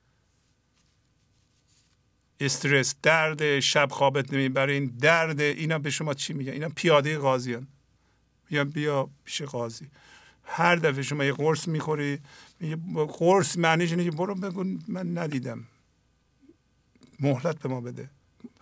S2: استرس، درد، شب خوابت نمیبرین، درد، اینا به شما چی میگن؟ اینا پیاده قاضی هن. میگن بیا پیش قاضی. هر دفعه شما یه قرص میخوری، میگه قرص معنیش اینه که برو بگو من ندیدم، مهلت به ما بده.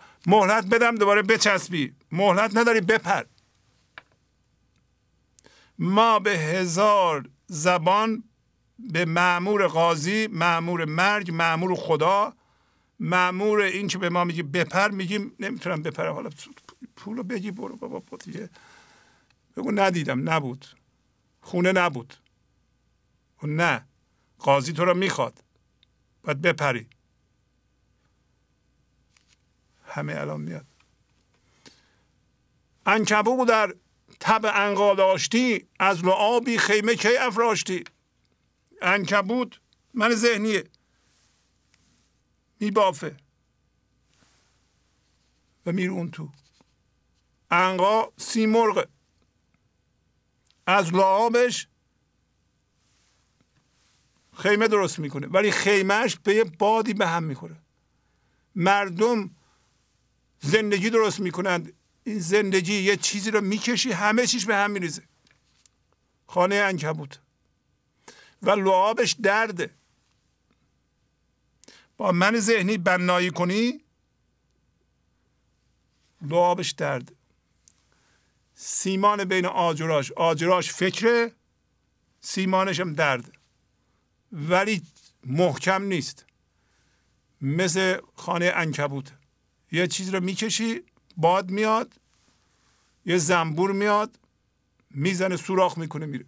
S2: مهلت بدم دوباره بچسبی، مهلت نداری بپر. ما به هزار زبان به مأمور قاضی، مأمور مرگ، مأمور خدا، مأمور این که به ما میگه بپر، میگیم نمیتونم بپرم. حالا پولو بگی برو بابا دیگه. بگو ندیدم، نبود، خونه نبود. و نه، قاضی تو رو میخواد، باید بپری. همه الان میاد. عنکبوت در تب عنقا داشتی، از لعابی خیمه کی افراشتی. عنکبوت من ذهنیه، میبافه و میره اون تو. عنقا سیمرغ، از لعابش خیمه درست میکنه، ولی خیمهش به یه بادی به هم میخوره. مردم زندگی درست میکنند، این زندگی یه چیزی رو میکشی همه چیز به هم میریزه. خانه عنکبوت و لعابش درده. با من ذهنی بنایی کنی، لعابش درده. سیمان بین آجراش، آجراش فکره، سیمانش هم درده، ولی محکم نیست. مثل خانه عنکبوت، یه چیز رو میکشی باد میاد، یه زنبور میاد میزنه سوراخ میکنه میره.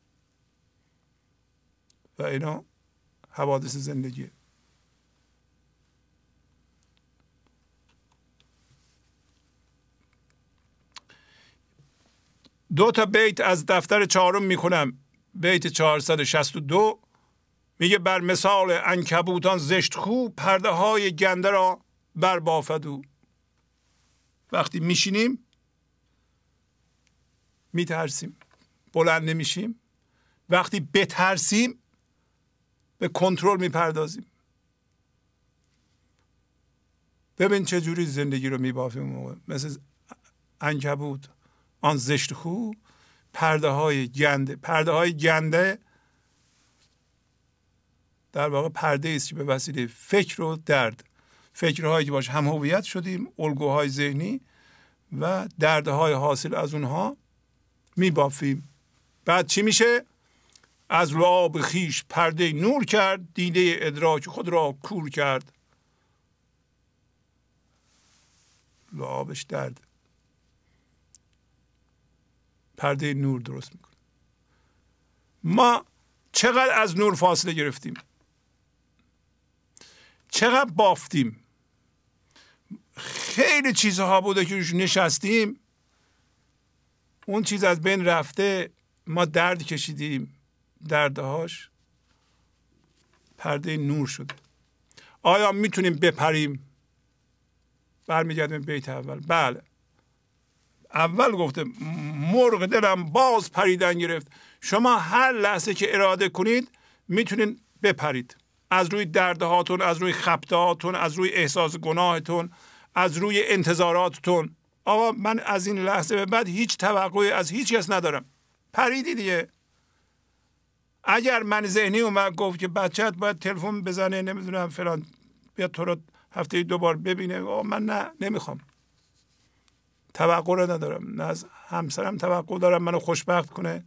S2: و اینا حوادث زندگیه. دو تا بیت از دفتر چهارم میخونم. بیت چهارصد و شصت و دو میگه بر مثال عنکبوتان زشت خو، پرده های گنده را بر بافدو. وقتی میشینیم میترسیم، بلند نمیشیم. وقتی بترسیم به کنترل میپردازیم. ببین چه جوری زندگی رو میبافیم موقع. مثل عنکبوت آن زشت خو، پرده های گنده. پرده های گنده در واقع پرده است که به وسیله فکر و درد، فکرهایی که باش هم هویت شدیم، الگوهای ذهنی و دردهای حاصل از اونها میبافیم. بعد چی میشه؟ از لعاب خیش پرده نور کرد، دیده ادراک خود را کور کرد. لعابش درد، پرده نور درست میکنه. ما چقدر از نور فاصله گرفتیم، چقدر بافتیم. خیلی چیزها بوده که روش نشستیم، اون چیز از بین رفته، ما درد کشیدیم، دردهاش پرده نور شده. آیا میتونیم بپریم؟ برمیگردیم بیت اول. بله، اول گفته مرغ دلم باز پریدن گرفت. شما هر لحظه که اراده کنید میتونید بپرید، از روی دردهاتون، از روی خبتهاتون، از روی احساس گناهتون، از روی انتظاراتتون. آقا من از این لحظه به بعد هیچ توقعی از هیچ کس ندارم. پریدی دیگه. اگر من ذهنی اومد گفت که بچه‌ت باید تلفن بزنه، نمیدونم فلان، بیاد تو رو هفته دو بار ببینه، آقا من نه، نمیخوام. توقع رو ندارم. نه از همسرم توقع دارم منو خوشبخت کنه،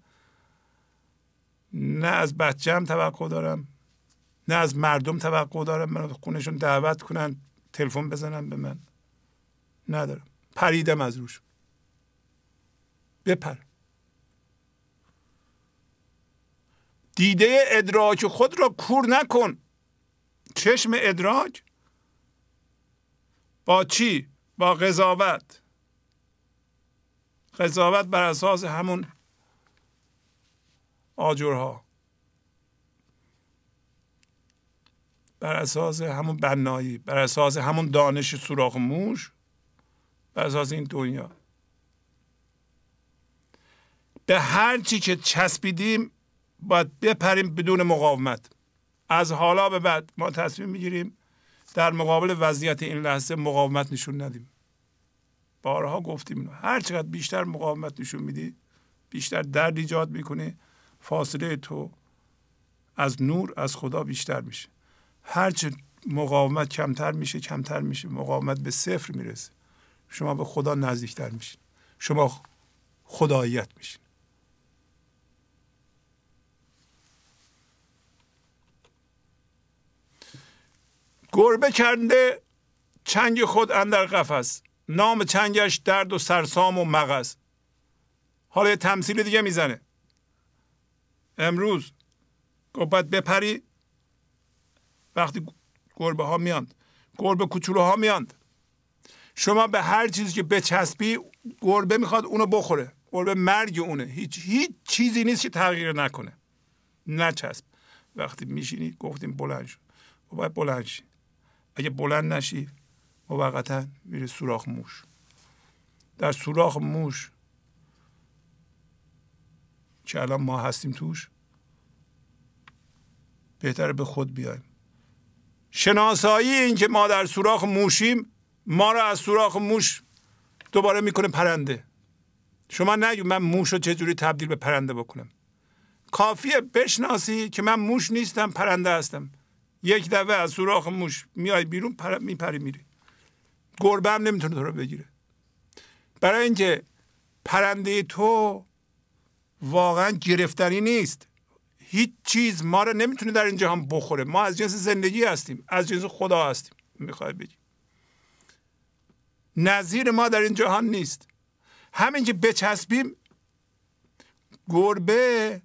S2: نه از بچه‌م توقع دارم، نه از مردم توقع دارم منو خونشون دعوت کنن، تلفن بزنن به من. ندارم. پریدم از روش. بپر. دیده ادراک خود را کور نکن. چشم ادراک با چی؟ با قضاوت. قضاوت بر اساس همون آجرها، بر اساس همون بنایی، بر اساس همون دانش سوراخ موش، بر اساس این دنیا. به هر چی که چسبیدیم باید بپریم بدون مقاومت. از حالا به بعد ما تصمیم میگیریم در مقابل وضعیت این لحظه مقاومت نشون ندیم. بارها گفتیم هر چقدر بیشتر مقاومت نشون میدی، بیشتر درد ایجاد میکنه، فاصله تو از نور، از خدا بیشتر میشه. هرچه مقاومت کمتر میشه کمتر میشه، مقاومت به صفر میرسه، شما به خدا نزدیکتر میشین، شما خداییت میشین. گربه کرده چنگ خود اندر قفس، نام چنگش درد و سرسام و مغز. حالا یه تمثیل دیگه میزنه. امروز باید بپری، وقتی گربه ها میاند، گربه کوچولو ها میاند، شما به هر چیزی که بچسبی گربه میخواد اونو بخوره. گربه مرگ اونه، هیچ هیچ چیزی نیست که تغییر نکنه. نچسب. وقتی میشینی گفتیم بلند شو، باید بلند شی. اگه بلند نشی موقتا میره سوراخ موش. در سوراخ موش که الان ما هستیم توش، بهتره به خود بیایم. شناسایی این که ما در سوراخ موشیم ما رو از سوراخ موش دوباره میکنه پرنده. شما نگید من موش رو چجوری تبدیل به پرنده بکنم. کافیه بشناسی که من موش نیستم، پرنده هستم. یک دفعه از سوراخ موش میای بیرون، پر... میپری میری. گربه هم نمیتونه تو رو بگیره. برای اینکه پرنده تو واقعا گرفتاری نیست. هیچ چیز ما رو نمیتونه در این جهان بخوره. ما از جنس زندگی هستیم، از جنس خدا هستیم. میخوای بگی نظیر ما در این جهان نیست. همین که بچسبیم، گربه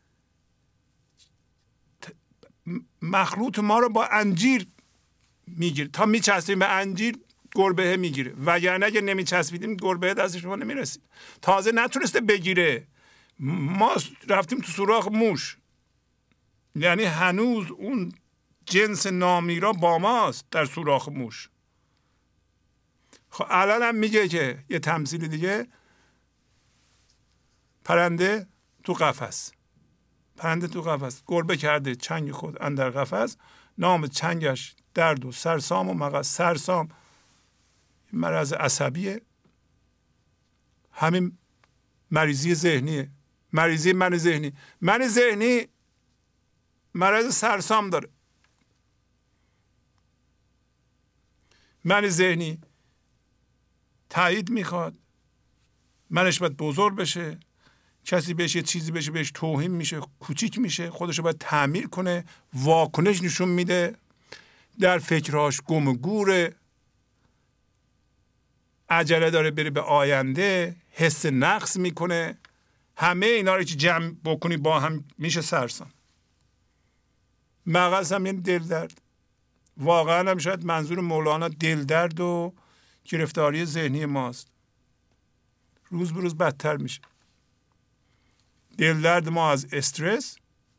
S2: مخلوط ما رو با انجیر میگیره. تا میچسبیم به انجیر گربه میگیره، وگرنه اگه نمیچسبیدیم گربه دست شما نمیرسید. تازه نتونسته بگیره، ما رفتیم تو سوراخ موش. یعنی هنوز اون جنس نامیرا با ماست در سوراخ موش. خب الان هم میگه که یه تمثیل دیگه، پرنده تو قفس. پرنده تو قفس، گربه کرده چنگ خود اندر قفس، نام چنگش درد و سرسام و مغز. سرسام مرض عصبیه، همین مریضی ذهنیه. مریضی من ذهنی. من ذهنی مرض سرسام داره. من ذهنی تایید میخواد، منش باید بزرگ بشه، کسی بهش یه چیزی بشه بهش توهین میشه، کوچیک میشه، خودشو باید تعمیر کنه، واکنش نشون میده، در فکرهاش گم و گوره، عجله داره بره به آینده، حس نقص میکنه. همه اینا رو که جمع بکنی با هم میشه سرسام. مغز هم یعنی دل درد. واقعا هم شاید منظور مولانا دل درد و گرفتاری ذهنی ماست. روز به روز بدتر میشه. دل درد ما از استرس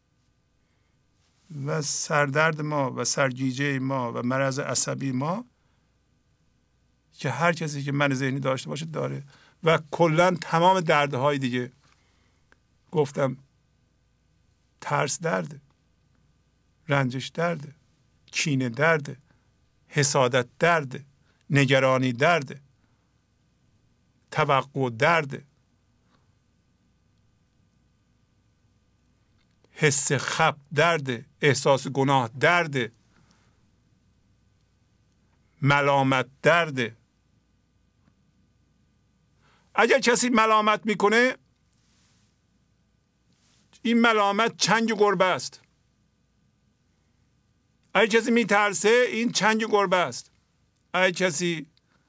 S2: و سردرد ما و سرگیجه ما و مرض عصبی ما که هر کسی که من ذهنی داشته باشه داره. و کلا تمام دردهای دیگه گفتم، ترس درده، رنجش درده، کینه درده، حسادت درده، نگرانی درده، توقع درده، حس خب درده، احساس گناه درده، ملامت درده. اگر کسی ملامت میکنه، این ملامت چنگ گربه است. اگر کسی میترسه، این چنگ گربه است. اگر کسی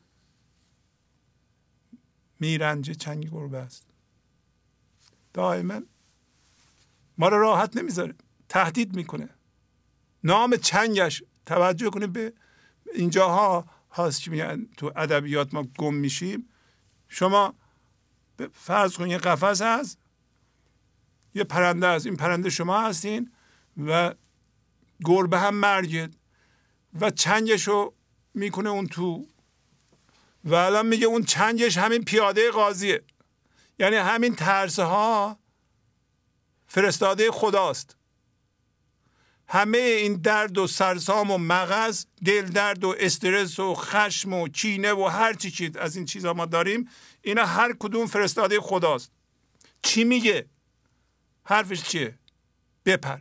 S2: میرنجه، چنگ گربه است. دائما ما رو راحت نمیذاره، تهدید میکنه. نام چنگش، توجه کنید به اینجاها هست که میگن تو ادبیات ما گم میشیم. شما فرض کنید یه قفس هست، یه پرنده هست، این پرنده شما هستین و گربه هم مرگه و چنگشو میکنه اون تو و الان میگه اون چنگش همین پیاده قاضیه. یعنی همین ترس ها فرستاده خداست. همه این درد و سرسام و مغز، دل درد و استرس و خشم و کینه و هر چی که از این چیزها ما داریم، اینا هر کدوم فرستاده خداست. چی میگه؟ حرفش چیه؟ بپر،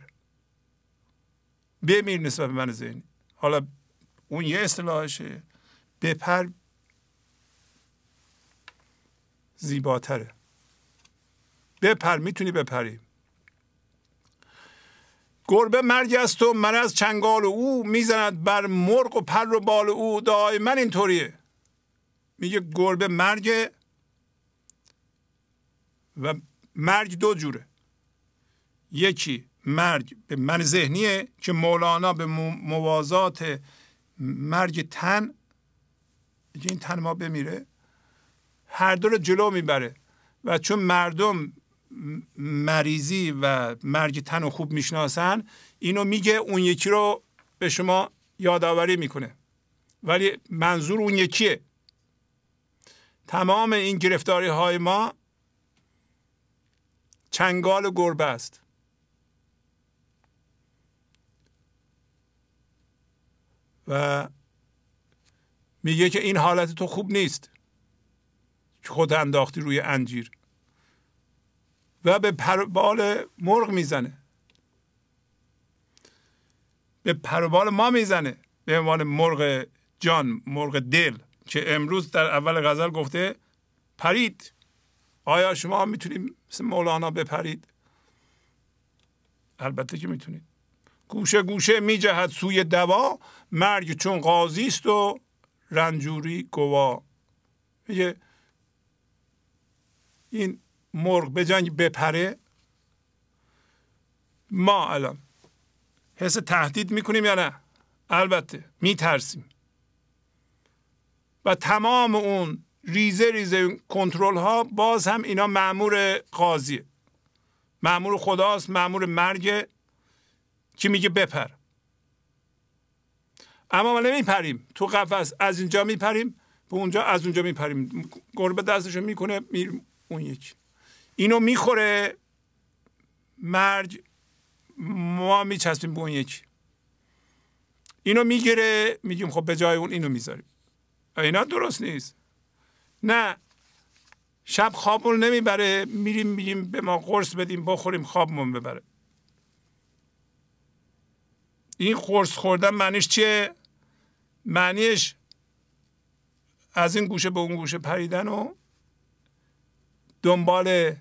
S2: بمیر نسبت به من ذهنی. حالا اون یه اصطلاحشه، بپر زیباتره. بپر، میتونی بپری. گربه مرگ است و من از چنگال او، میزند بر مرغ و پر و بال او. دائما اینطوریه. میگه گربه مرگ و مرگ دو جوره. یکی مرگ به من ذهنیه که مولانا به موازات مرگ تن، این تن ما بمیره، هر دو رو جلو میبره. و چون مردم مریضی و مرگ تن رو خوب میشناسن، اینو میگه، اون یکی رو به شما یادآوری میکنه، ولی منظور اون یکیه. تمام این گرفتاری های ما چنگال گربه است. و میگه که این حالت تو خوب نیست که خود انداختی روی انجیر، و به پروبال مرغ میزنه، به پروبال ما میزنه به عنوان مرغ جان، مرغ دل، که امروز در اول غزل گفته پرید. آیا شما میتونید مثل مولانا بپرید؟ البته که میتونید. گوشه گوشه میجهد سوی دوا، مرگ چون قاضی است و رنجوری گوا. میگه این مرغ به جای بپره، ما الان حس تهدید میکنیم یا نه؟ البته میترسیم. و تمام اون ریزه ریزه کنترل ها باز هم اینا مأمور قاضیه، مأمور خداست، مأمور مرگ که میگه بپر. اما ما نمیپریم. تو قفس از اینجا میپریم به اونجا، از اونجا میپریم. گربه دستشو میکنه میریم اون یکی، اینو میخوره مرگ، ما میچسبیم به اون یکی. اینو میگیره میگیم خب به جای اون اینو میذاریم. اینا درست نیست. نه، شب خوابمون نمیبره، میریم میگیم به ما قرص بدیم بخوریم خوابمون ببره. این قرص خوردن معنیش چیه؟ معنیش از این گوشه به اون گوشه پریدن و دنبال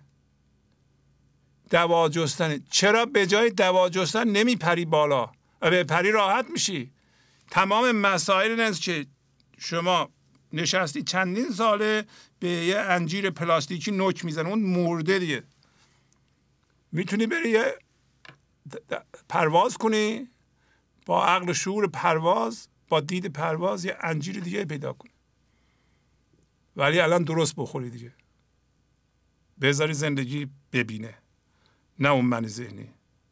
S2: دوا جستن. چرا به جای دوا جستن نمی پری بالا؟ به پری راحت میشی. تمام مسائل این است که شما نشستی چندین ساله به یه انجیر پلاستیکی نوک میزن، اون مرده دیگه. میتونی بری یه پرواز کنی با عقل شعور پرواز، با دید پرواز، یه انجیر دیگه پیدا کنی. ولی الان درست بخوری دیگه، بذاری زندگی ببینه، نه اون من ذهنی.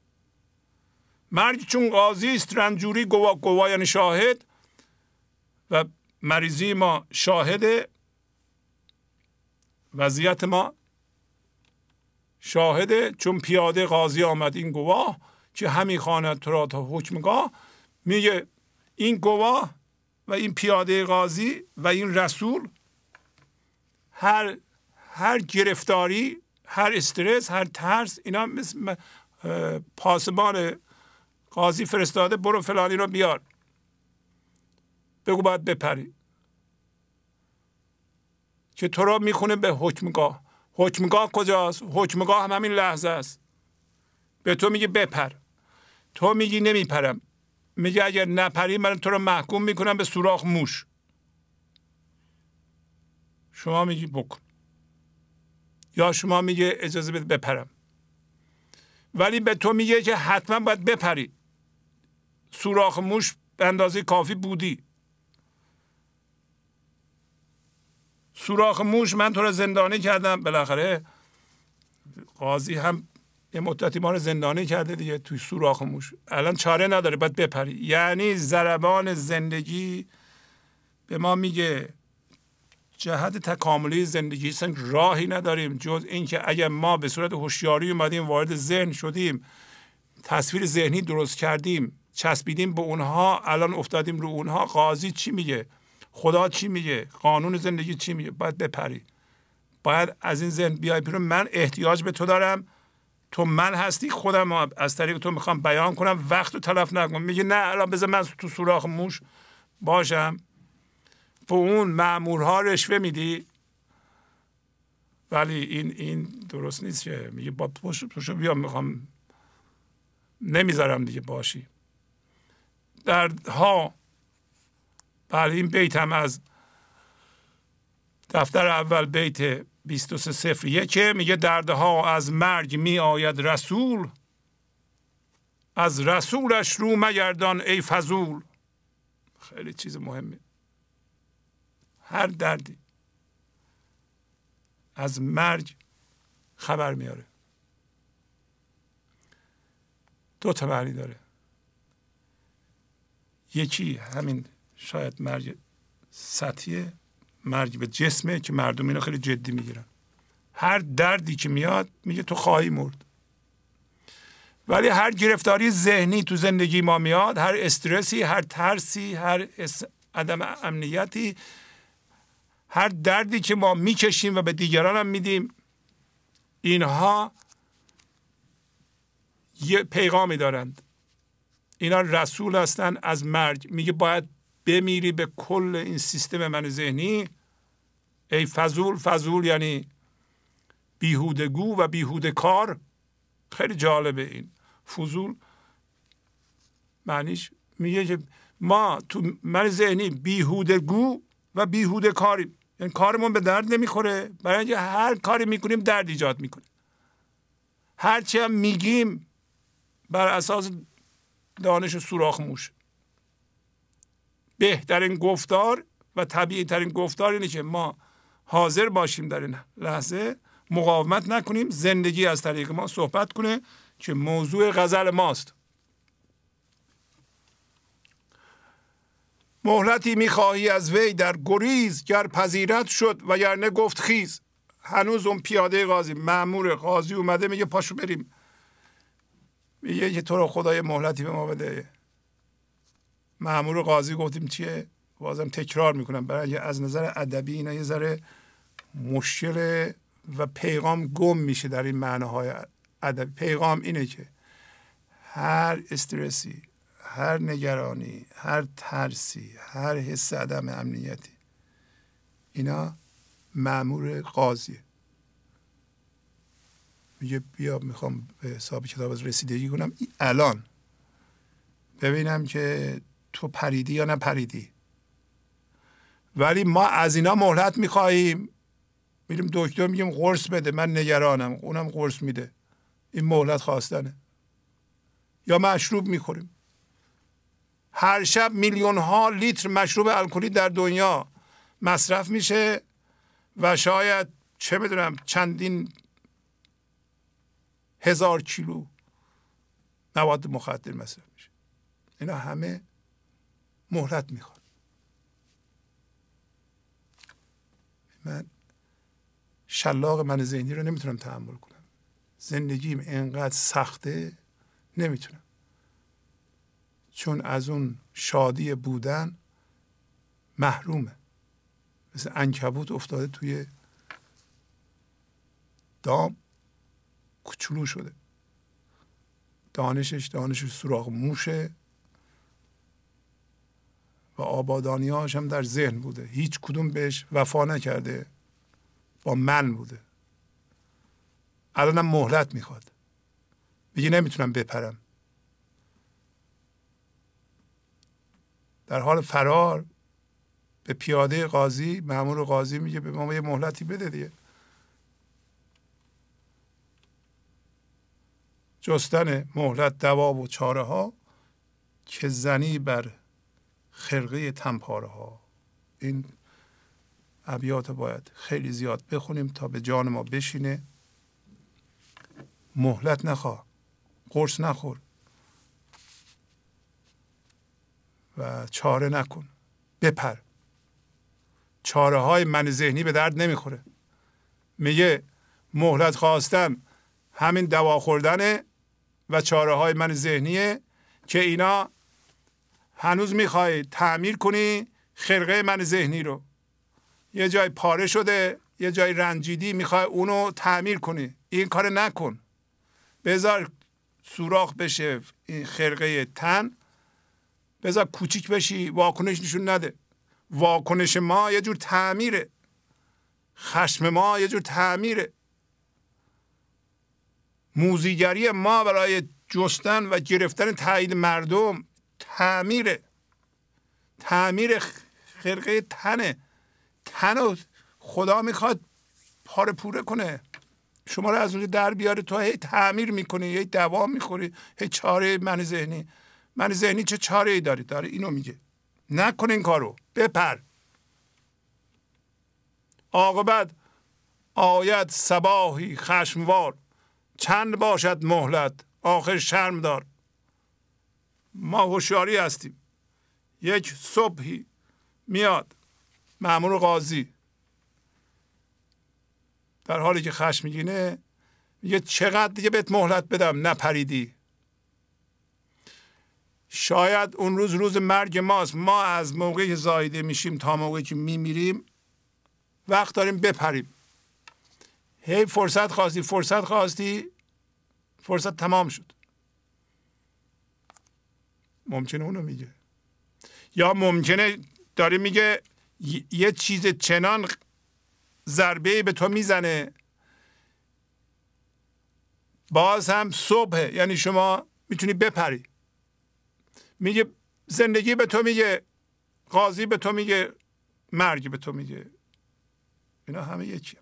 S2: مرگ چون قاضی است رنجوری گوا. گوا یعنی شاهد، و مریضی ما شاهده، وضعیت ما شاهده. چون پیاده قاضی آمد این گواه، که همی خواند تو را تا حکمگاه. میگه این گواه و این پیاده قاضی و این رسول، هر هر گرفتاری، هر استرس، هر ترس، اینا مثل پاسبان قاضی فرستاده برو فلانی رو بیار، بگو باید بپری، که تو را میخونه به حکمگاه. حکمگاه کجاست؟ حکمگاه هم همین لحظه است. به تو میگه بپر، تو میگی نمیپرم، میگه اگر نپری من تو رو محکوم میکنم به سوراخ موش. شما میگی بکن، یا شما میگه اجازه بده بپرم، ولی به تو میگه که حتما باید بپری. سوراخ موش به اندازه کافی بودی. سوراخ موش، من تو رو زندانی کردم، بالاخره قاضی هم یه مدتی ما رو زندانی کرده دیگه توی سوراخ موش، الان چاره نداره باید بپری. یعنی ضربان زندگی به ما میگه جهت تکاملی زندگی اصلا راهی نداریم جز اینکه اگر ما به صورت هوشیاری اومدیم وارد ذهن شدیم، تصویر ذهنی درست کردیم، چسبیدیم به اونها، الان افتادیم رو اونها. قاضی چی میگه؟ خدا چی میگه؟ قانون زندگی چی میگه؟ باید بپری، باید از این ذهن بیای بیرون. من احتیاج به تو دارم، تو من هستی، خودم از طریق تو میخوام بیان کنم، وقت رو تلف نکنم. میگه نه الان بذار من تو سوراخ موش باشم، به اون مأمورها رشوه میدی. ولی این این درست نیست که میگه با پشت پشت بیا میخوام نمیذارم دیگه باشی. دردها، بله این بیت هم از دفتر اول بیت بیست و سه صفر یک میگه دردها از مرگ می آید رسول، از رسولش رو مگردان ای فضول. خیلی چیز مهمه. هر دردی از مرگ خبر میاره. دو تا معنی داره. یکی همین شاید مرگ سطحیه، مرگ به جسمه که مردم اینو خیلی جدی میگیرن. هر دردی که میاد میگه تو خواهی مرد. ولی هر گرفتاری ذهنی تو زندگی ما میاد، هر استرسی، هر ترسی، هر عدم امنیتی، هر دردی که ما میکشیم و به دیگران هم میدیم، اینها یه پیغامی دارند. اینا رسول هستن از مرگ. میگه باید بمیری به کل این سیستم من ذهنی ای فضول. فضول یعنی بیهودگو و بیهوده کار. خیلی جالبه این فضول معنیش. میگه که ما تو من ذهنی بیهودگو و بیهوده کاریم، یعنی کارمون به درد نمیخوره، برای اینکه هر کاری میکنیم درد ایجاد میکنه. هرچی هم میگیم بر اساس دانش سوراخ موش. بهترین گفتار و طبیعی ترین گفتار اینه که ما حاضر باشیم در این لحظه، مقاومت نکنیم، زندگی از طریق ما صحبت کنه که موضوع غزل ماست. مهلتی میخواهی از وی در گریز، گر پذیرت شد و گر نه گفت خیز. هنوز اون پیاده قاضی، مأمور قاضی اومده میگه پاشو بریم. میگه که تو رو خدای مهلتی به ما بده. مأمور قاضی گفتیم چیه؟ بازم تکرار میکنم برای از نظر ادبی اینا یه ذره مشکل و پیغام گم میشه در این معناهای ادبی. پیغام اینه که هر استرسی، هر نگرانی، هر ترسی، هر حس عدم امنیتی، اینا مأمور قاضیه. میگه بیا میخوام به حساب کتاب رسیدگی کنم الان، ببینم که تو پریدی یا نه پریدی. ولی ما از اینا مهلت میخواییم، میریم دکتر میگیم قرص بده، من نگرانم، اونم قرص میده، این مهلت خواستنه. یا مشروب میخوریم. هر شب میلیون ها لیتر مشروب الکلی در دنیا مصرف میشه و شاید چه میدونم چندین هزار کیلو مواد مخدر مصرف میشه. اینا همه مهلت میخوان. من شلاق من ذهنی رو نمیتونم تحمل کنم. زندگیم اینقدر سخته، نمیتونم. چون از اون شادی بودن محرومه. مثل عنکبوت افتاده توی دام، کوچولو شده. دانشش دانش سوراخ موشه و آبادانیاش هم در ذهن بوده. هیچ کدوم بهش وفا نکرده، با من بوده. الانم مهلت میخواد، میگه نمیتونم بپرم. در حال فرار به پیاده قاضی، مأمور قاضی میگه به ما یه مهلتی بده دیگه. جستن مهلت دوا و چاره ها، که زنی بر خرقه تنپاره ها. این ابیات باید خیلی زیاد بخونیم تا به جان ما بشینه. مهلت نخواه، قرص نخور و چاره نکن، بپر. چاره های من ذهنی به درد نمیخوره. میگه مهلت خواستن همین دوا خوردنه و چاره های من ذهنیه که اینا هنوز میخوای تعمیر کنی خرقه من ذهنی رو. یه جای پاره شده، یه جای رنجیدی، میخوای اونو تعمیر کنی. این کار نکن. بذار سوراخ بشه این خرقه تن، بذار کوچیک بشی، واکنش نشون نده. واکنش ما یه جور تعمیره، خشم ما یه جور تعمیره، موذیگری ما برای جستن و گرفتن تایید مردم تعمیر تعمیر خرقه تنه. تن رو خدا میخواد پاره پوره کنه، شما رو از اونجا در بیاره، تو هی تعمیر میکنی، هی دوام میخوری، هی چاره من ذهنی. من ذهنی چه چاره ای داری؟ داره اینو میگه نکن این کارو، بپر. عاقبت آید صباحی خشموار، چند باشد مهلت آخر شرم دار. ما هوشیاری هستیم. یک صبحی میاد مأمور قاضی در حالی که خشمگینه میگه چقدر دیگه بهت مهلت بدم نپریدی. شاید اون روز روز مرگ ماست. ما از موقعی که زایده میشیم تا موقعی که میمیریم وقت داریم بپریم. هی فرصت خواستی فرصت خواستی فرصت تمام شد. ممکنه اونو میگه، یا ممکنه داره میگه یه چیز چنان ضربه به تو میزنه باز هم صبح، یعنی شما میتونی بپری. میگه زندگی به تو میگه، قاضی به تو میگه، مرگ به تو میگه. اینا همه یکیه.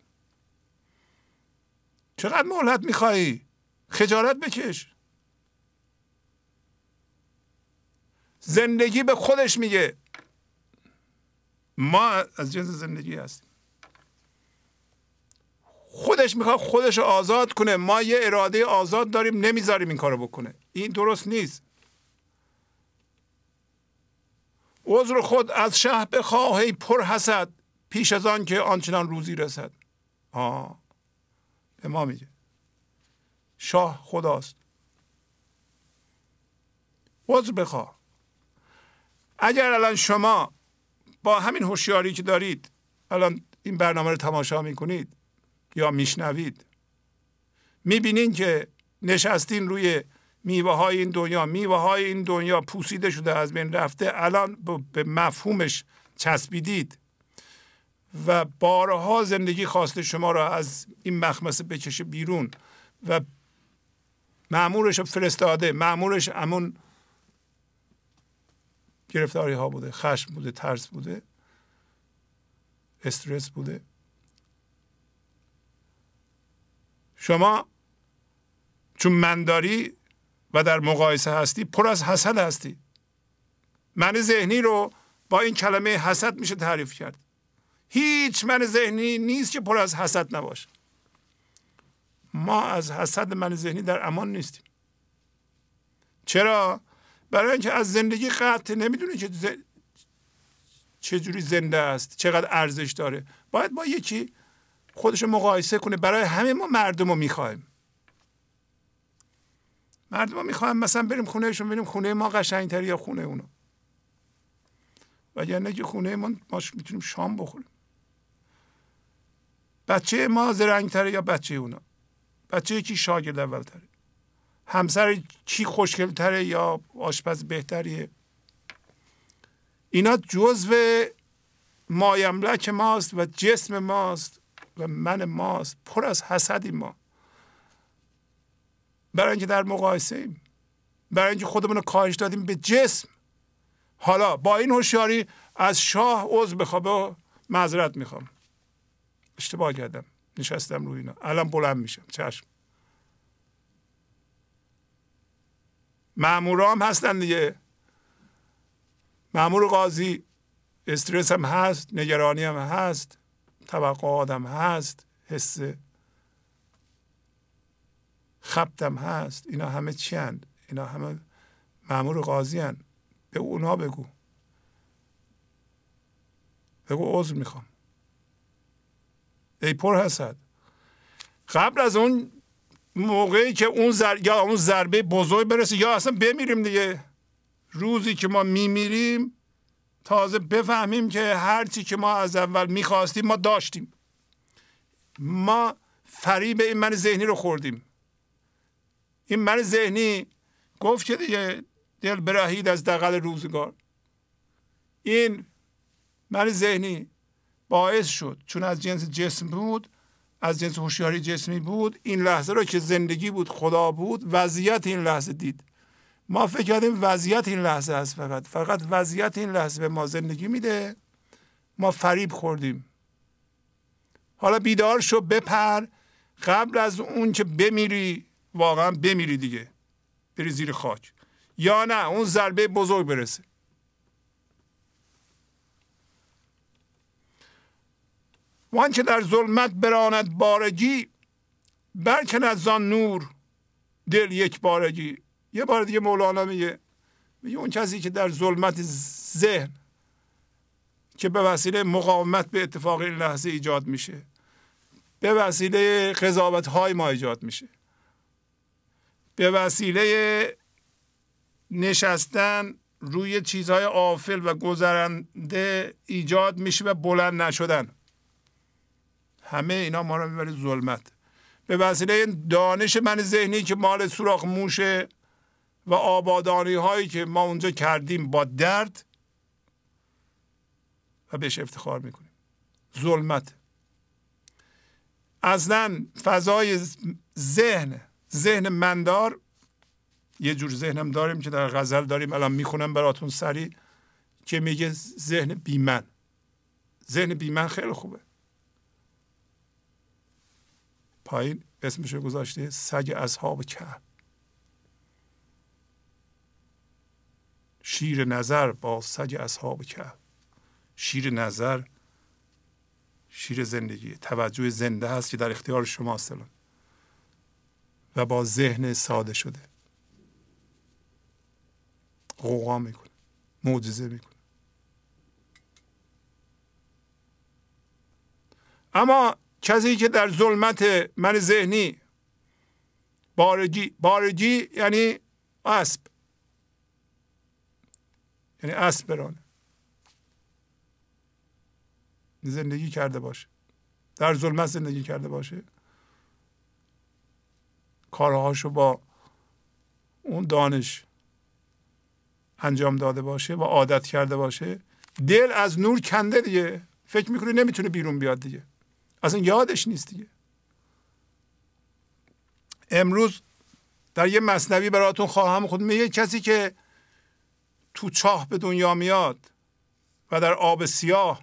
S2: چقدر مهلت میخوایی؟ خجالت بکش. زندگی به خودش میگه. ما از جنس زندگی هستیم. خودش میخواد خودش رو آزاد کنه. ما یه اراده آزاد داریم، نمیذاریم این کارو بکنه. این درست نیست. عذر خود از شه بخواهی پر حسد، پیش از آن که آنچنان روزی رسد. آه به ما میگه شاه خداست. عذر بخواه. اگر الان شما با همین هوشیاری که دارید الان این برنامه رو تماشا میکنید یا میشنوید، میبینین که نشستین روی میوه های این دنیا، میوه های این دنیا پوسیده شده، از بین رفته، الان به مفهومش چسبیدید و بارها زندگی خواسته شما را از این مخمسه بکشه بیرون و مأمورش رو فرستاده. مأمورش همون گرفتاری ها بوده، خشم بوده، ترس بوده، استرس بوده. شما چون من داری و در مقایسه هستی پر از حسد هستی. من ذهنی رو با این کلمه حسد میشه تعریف کرد. هیچ من ذهنی نیست که پر از حسد نباشه. ما از حسد من ذهنی در امان نیستیم. چرا؟ برای اینکه از زندگی قطع نمیدونه که ز... چجوری زنده است، چقدر ارزش داره. باید با یکی خودشو مقایسه کنه. برای همه ما مردم رو میخوایم. مردم رو میخوایم مثلا بریم خونهشون، ببینیم خونه ما قشنگتری یا خونه اونا. وگرنه که خونه ما ما میتونیم شام بخوریم. بچه ما زرنگتره یا بچه اونا. بچه کی شاگرد اولتره. همسر کی خوشگلتره یا آشپز بهتریه. اینا جزو مایملک ماست و جسم ماست و من ماست. پر از حسدیم ما. برای اینکه در مقایسه ایم. برای اینکه خودمون رو کاهش دادیم به جسم. حالا با این هوشیاری از شاه عذر بخوام و معذرت میخوام. اشتباه کردم. نشستم روی اینا. الان بلند میشم. چشم. مأمورا هم هستن دیگه. مأمور قاضی استرس هم هست، نگرانی هم هست، توقعات هم هست، حس خبت هم هست. اینا همه چی هست؟ اینا همه مأمور قاضی هست. به اونا بگو. بگو عذر میخوام. ای پر حسد. قبل از اون موقعی که اون زر... یا اون ضربه بزرگ برسه یا اصلا بمیریم دیگه، روزی که ما میمیریم تازه بفهمیم که هر چی که ما از اول میخواستیم ما داشتیم. ما فریب این من ذهنی رو خوردیم. این من ذهنی گفت که دیگه دل برهید از دغل روزگار. این من ذهنی باعث شد چون از جنس جسم بود از جنس هوشیاری جسمی بود، این لحظه رو که زندگی بود، خدا بود، وضعیت این لحظه دید. ما فکر کردیم وضعیت این لحظه است، فقط فقط وضعیت این لحظه به ما زندگی میده، ما فریب خوردیم. حالا بیدار شو، بپر، قبل از اون که بمیری، واقعا بمیری دیگه، بری زیر خاک، یا نه اون ضربه بزرگ برسه. وان که در ظلمت براند بارگی، برکند زان نور دل یک بارگی. یه بار دیگه مولانا میگه میگه اون کسی که در ظلمت ذهن که به وسیله مقاومت به اتفاق این لحظه ایجاد میشه، به وسیله قضاوت های ما ایجاد میشه، به وسیله نشستن روی چیزهای آفل و گذرنده ایجاد میشه و بلند نشدن، همه اینا ما رو میبره ظلمت. به وسیله دانش من ذهنی که مال سوراخ موشه و آبادانی هایی که ما اونجا کردیم با درد و بهش افتخار میکنیم، ظلمت. اصلا فضای ذهن، ذهن مندار، یه جور ذهنم داریم که در غزل داریم، الان میخونم براتون سریع، که میگه ذهن بیمن. ذهن بیمن خیلی خوبه. پایین اسمشو گذاشته سگ اصحاب کهف. شیر نظر با سگ اصحاب کهف. شیر نظر شیر زندگی، توجه زنده هست که در اختیار شماست الان و با ذهن ساده شده غوغا میکنه، معجزه میکنه. اما کسی که در ظلمت من ذهنی بارگی، بارگی یعنی اسب، یعنی اسب برانه، زندگی کرده باشه، در ظلمت زندگی کرده باشه، کارهاشو با اون دانش انجام داده باشه و عادت کرده باشه، دل از نور کنده دیگه، فکر میکنه نمیتونه بیرون بیاد دیگه، اصلا یادش نیست دیگه. امروز در یه مثنوی براتون خواهم خود میگه کسی که تو چاه به دنیا میاد و در آب سیاه،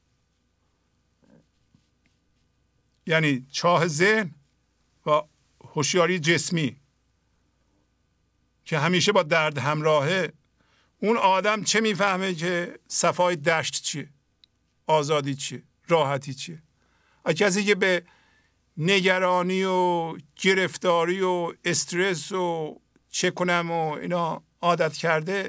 S2: یعنی چاه ذهن و هوشیاری جسمی که همیشه با درد همراهه، اون آدم چه میفهمه که صفای دشت چیه، آزادی چیه، راحتی چیه؟ کسی که به نگرانی و گرفتاری و استرس و چه کنم و اینا عادت کرده،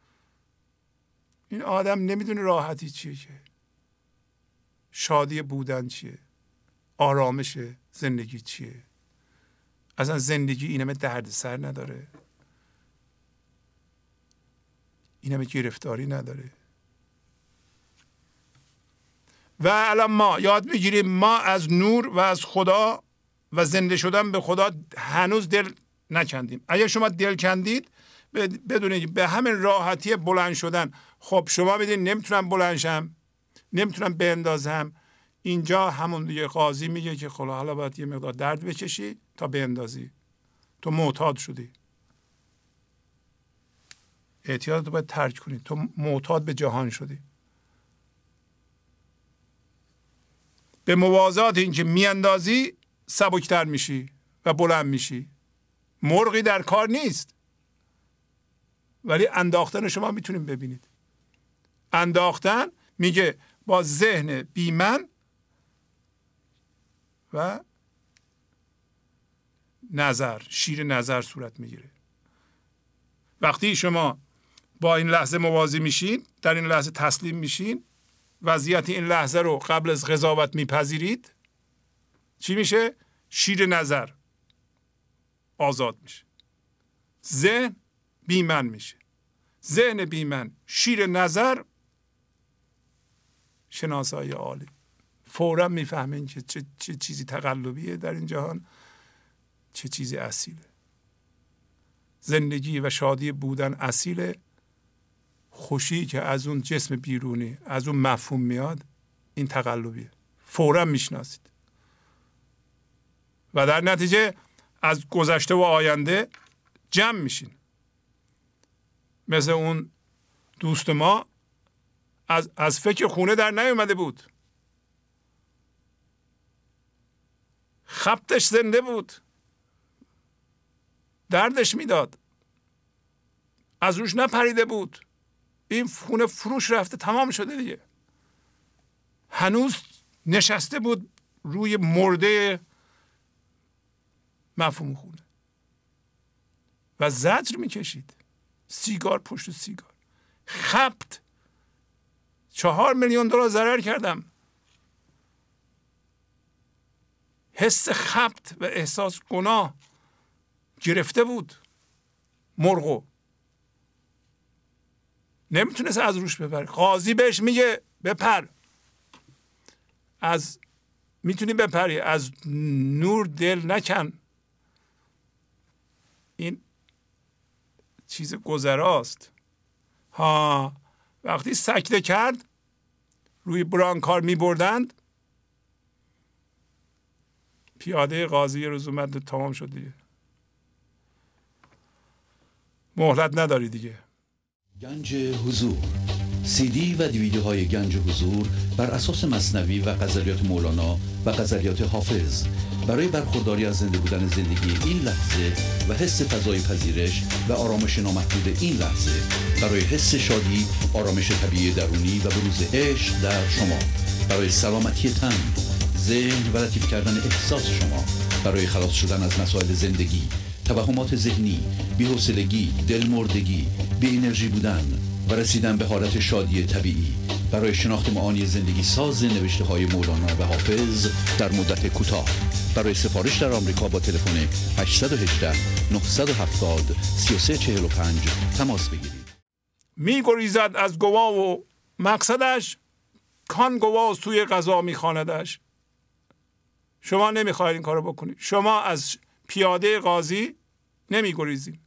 S2: این آدم نمیدونه راحتی چیه، که شادی بودن چیه، آرامش زندگی چیه. اصلا زندگی این همه درد سر نداره، این همه گرفتاری نداره. و الان ما یاد بگیریم ما از نور و از خدا و زنده شدن به خدا هنوز دل نکندیم. اگر شما دل کندید بدونید به همین راحتی بلند شدن، خب شما بدین نمیتونم بلند شم، نمیتونم بندازم، اینجا همون دیگه قاضی میگه که خب حالا باید یه مقدار درد بکشی تا بندازی، تو معتاد شدی، اعتیاد رو باید ترک کنی، تو معتاد به جهان شدی. به موازات این که میاندازی سبکتر میشی و بلند میشی. مرغی در کار نیست، ولی انداختن شما میتونیم ببینید. انداختن میگه با ذهن بیمن و نظر، شیر نظر صورت میگیره. وقتی شما با این لحظه موازی میشین، در این لحظه تسلیم میشین، وضعیت این لحظه رو قبل از قضاوت میپذیرید، چی میشه؟ شیر نظر آزاد میشه، ذهن بیمن میشه. ذهن بیمن، شیر نظر، شناسایی عالی. فوراً میفهمین که چه, چه چیزی تقلبیه در این جهان، چه چیزی اصیله. زندگی و شادی بودن اصیله. خوشی که از اون جسم بیرونی، از اون مفهوم میاد، این تقلبیه. فوراً میشناسید. و در نتیجه از گذشته و آینده جمع میشین. مثل اون دوست ما از, از فکر خونه در نیومده بود، خبتش زنده بود، دردش میداد، از روش نپریده بود. این خونه فروش رفته، تمام شده دیگه. هنوز نشسته بود روی مرده مفهوم خونه و زجر میکشید، سیگار پشت سیگار. خبت، چهار میلیون دلار ضرر کردم. حس خبت و احساس گناه گرفته بود مرغو، نمیتونست از روش بپره. قاضی بهش میگه بپر، از میتونی بپری، از نور دل نکن. این چیز گذراست. ها، وقتی سکته کرد روی برانکار میبردند، پیاده قاضی روز اومد تمام شد دیگه، مهلت نداری دیگه.
S1: گنج حضور، سی دی و دیویدیوهای گنج حضور بر اساس مثنوی و غزلیات مولانا و غزلیات حافظ برای برخورداری از زنده بودن زندگی این لحظه و حس فضای پذیرش و آرامش نامحدود این لحظه، برای حس شادی، آرامش طبیعی درونی و بروز عشق در شما، برای سلامتی تن، ذهن و لطیف کردن احساس شما، برای خلاص شدن از مسائل زندگی، توهمات ذهنی، بی‌حوصلگی، دلمردگی، بی انرژی بودن و رسیدن به حالت شادی طبیعی، برای شناخت معانی زندگی ساز نوشته های مولانا و حافظ در مدت کوتاه. برای سفارش در آمریکا با تلفن هشت یک هشت، نه هفت صفر، سه سه چهار پنج تماس بگیرید.
S2: می گریزد از گواه و مقصدش، کان گواه سوی قضا می خواندش. شما نمیخواید این کارو بکنید. شما از پیاده قاضی نمی گریزید.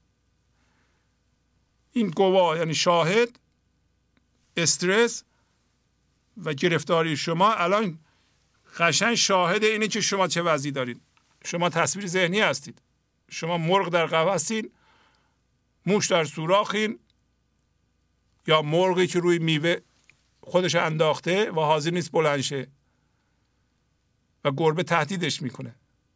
S2: این گواه یعنی شاهد، استرس و گرفتاری شما الان قشنگ شاهد اینه که شما چه وضعی دارید. شما تصویر ذهنی هستید. شما مرغ در قفسین، موش در سوراخین، یا مرغی که روی میوه خودش انداخته و حاضر نیست بلند شه و گربه تهدیدش میکنه.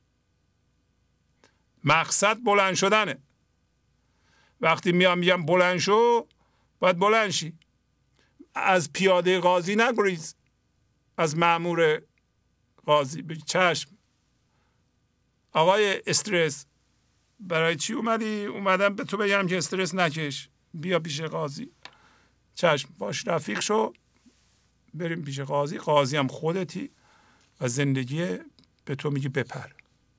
S2: مقصد بلند شدنه. وقتی میام میگم بلند شو، باید بلند شی. از پیاده قاضی نگریز، از مأمور قاضی. بگی چشم آقای استرس، برای چی اومدی؟ اومدم به تو بگم که استرس نکش، بیا پیش قاضی. چشم، باش رفیق شو، بریم پیش قاضی. قاضی هم خودتی و زندگی به تو میگی بپر.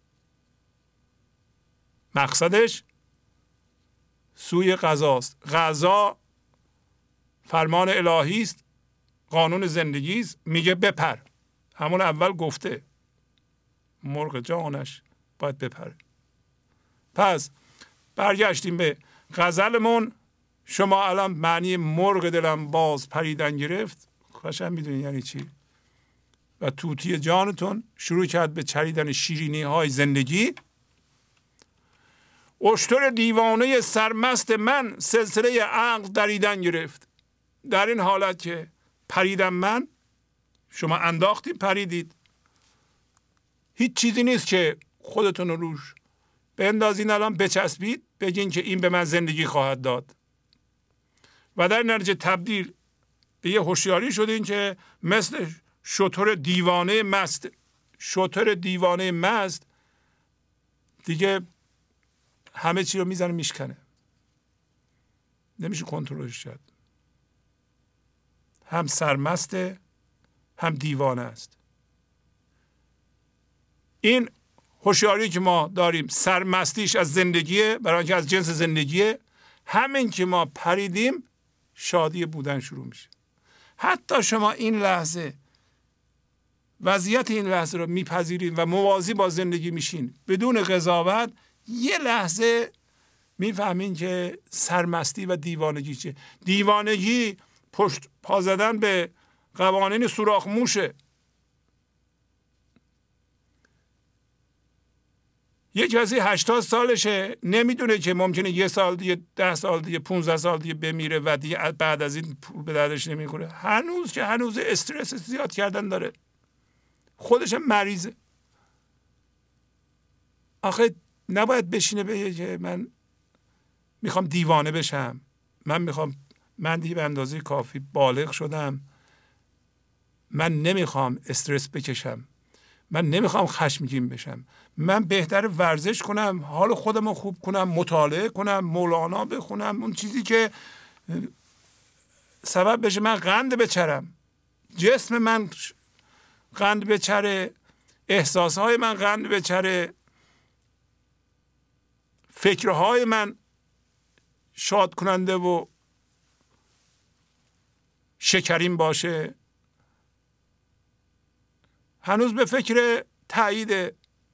S2: مقصدش سوی قضاست. قضا فرمان الهی است، قانون زندگی است، میگه بپر. همون اول گفته مرغ جانش باید بپره. پس برگشتیم به غزلمون. شما الان معنی مرغ دلم باز پریدن گرفت قشنگ میدونی یعنی چی. و طوطی جانتون شروع کرد به چریدن شیرینی های زندگی. اشتر دیوانه سرمست من سلسله عقل دریدن گرفت. در این حالت که پریدم من، شما انداختید پریدید، هیچ چیزی نیست که خودتون رو روش بندازین الان بچسبید بگین که این به من زندگی خواهد داد و در نتیجه تبدیل به یه هوشیاری شدین که مثل شتر دیوانه مست. شتر دیوانه مست دیگه همه چی رو میزنه میشکنه، نمیشه کنترلش کرد. هم سرمسته هم دیوانه است. این هوشیاری که ما داریم سرمستیش از زندگیه، برای اینکه از جنس زندگیه. همین که ما پریدیم شادی بودن شروع میشه. حتی شما این لحظه وضعیت این لحظه رو میپذیرین و موازی با زندگی میشین بدون قضاوت، یه لحظه میفهمین که سرمستی و دیوانگی چیه. دیوانگی پشت پا زدن به قوانین سوراخ موشه. یه کسی هشتاد سالشه نمیدونه که ممکنه یه سال دیگه، ده سال دیگه، پونزده سال دیگه بمیره و دیگه بعد از این پول به دردش نمیخوره. هنوز که هنوز استرس زیاد کردن داره، خودش مریضه. آخه نباید بشینه بگه که من میخوام دیوانه بشم، من میخوام، من دیگه به اندازه کافی بالغ شدم، من نمیخوام استرس بکشم، من نمیخوام خشمگین بشم، من بهتر ورزش کنم، حال خودم رو خوب کنم، مطالعه کنم، مولانا بخونم، اون چیزی که سبب بشه من قند بچرم، جسم من قند بچره، احساسهای من قند بچره، فکرهای من شاد کننده و شکرین باشه. هنوز به فکر تایید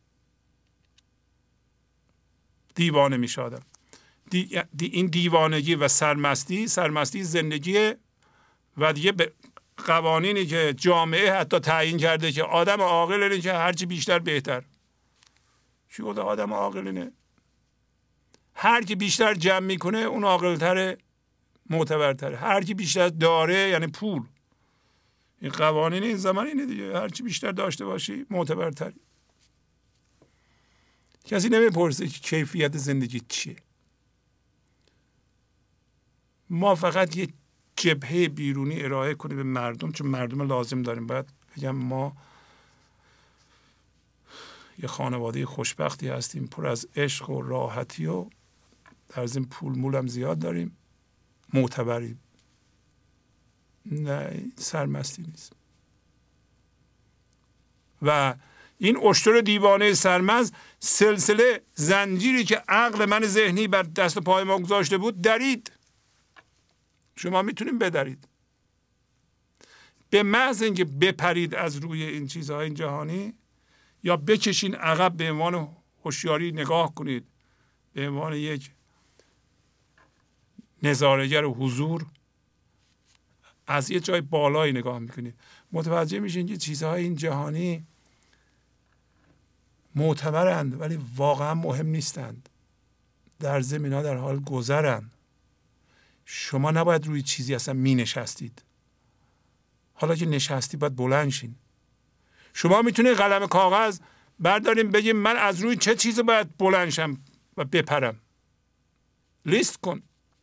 S2: دیوانه می شدم. دی، دی این دیوانگی و سرمستی، سرمستی زندگیه و دیگه به قوانینی که جامعه حتی تعیین کرده که آدم عاقل اینه که هرچی بیشتر بهتر. چی گفته آدم عاقل اینه؟ هر کی بیشتر جمع میکنه اون عاقل‌تره، معتبرتره. هر کی بیشتر داره یعنی پول. این قوانین این زمان اینه دیگه، هر چی بیشتر داشته باشی معتبرتری. کسی نمیپرسه که کیفیت زندگی چیه. ما فقط یه جبهه بیرونی ارائه کنیم به مردم چون مردم لازم داریم. باید بگم ما یه خانواده خوشبختی هستیم، پر از عشق و راحتی و در از این پول مول هم زیاد داریم، معتبریم. نه سرمستی نیست. و این اشتر دیوانه سرمست سلسله زنجیری که عقل من ذهنی بر دست و پای ما گذاشته بود درید. شما میتونید بدرید. به محض اینکه بپرید از روی این چیزهای این جهانی یا بکشین عقب، به عنوان هوشیاری نگاه کنید، به عنوان یک نظاره‌گر حضور از یه جای بالایی نگاه میکنید، متوجه میشین که چیزهای این جهانی معتبرند ولی واقعا مهم نیستند، در ضمن ها در حال گذرند. شما نباید روی چیزی اصلا می نشستید. حالا که نشستی باید بلند شین. شما میتونید قلم کاغذ برداریم بگیم من از روی چه چیزی باید بلند شم و بپرم. لیست کن.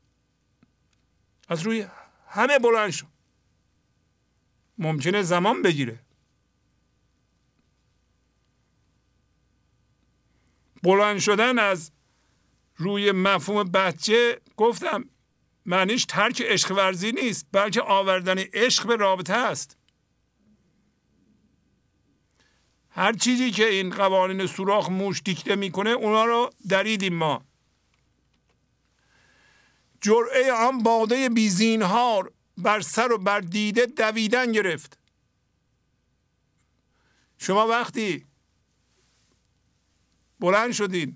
S2: از روی همه بلند شو. ممکنه زمان بگیره. بلند شدن از روی مفهوم بچه گفتم معنیش ترک عشق ورزی نیست، بلکه آوردن عشق به رابطه است. هر چیزی که این قوانین سوراخ موش دیکته میکنه اونا رو دریدیم ما. جرعه آن باده بیزینهار بر سر و بر دیده دویدن گرفت. شما وقتی بلند شدین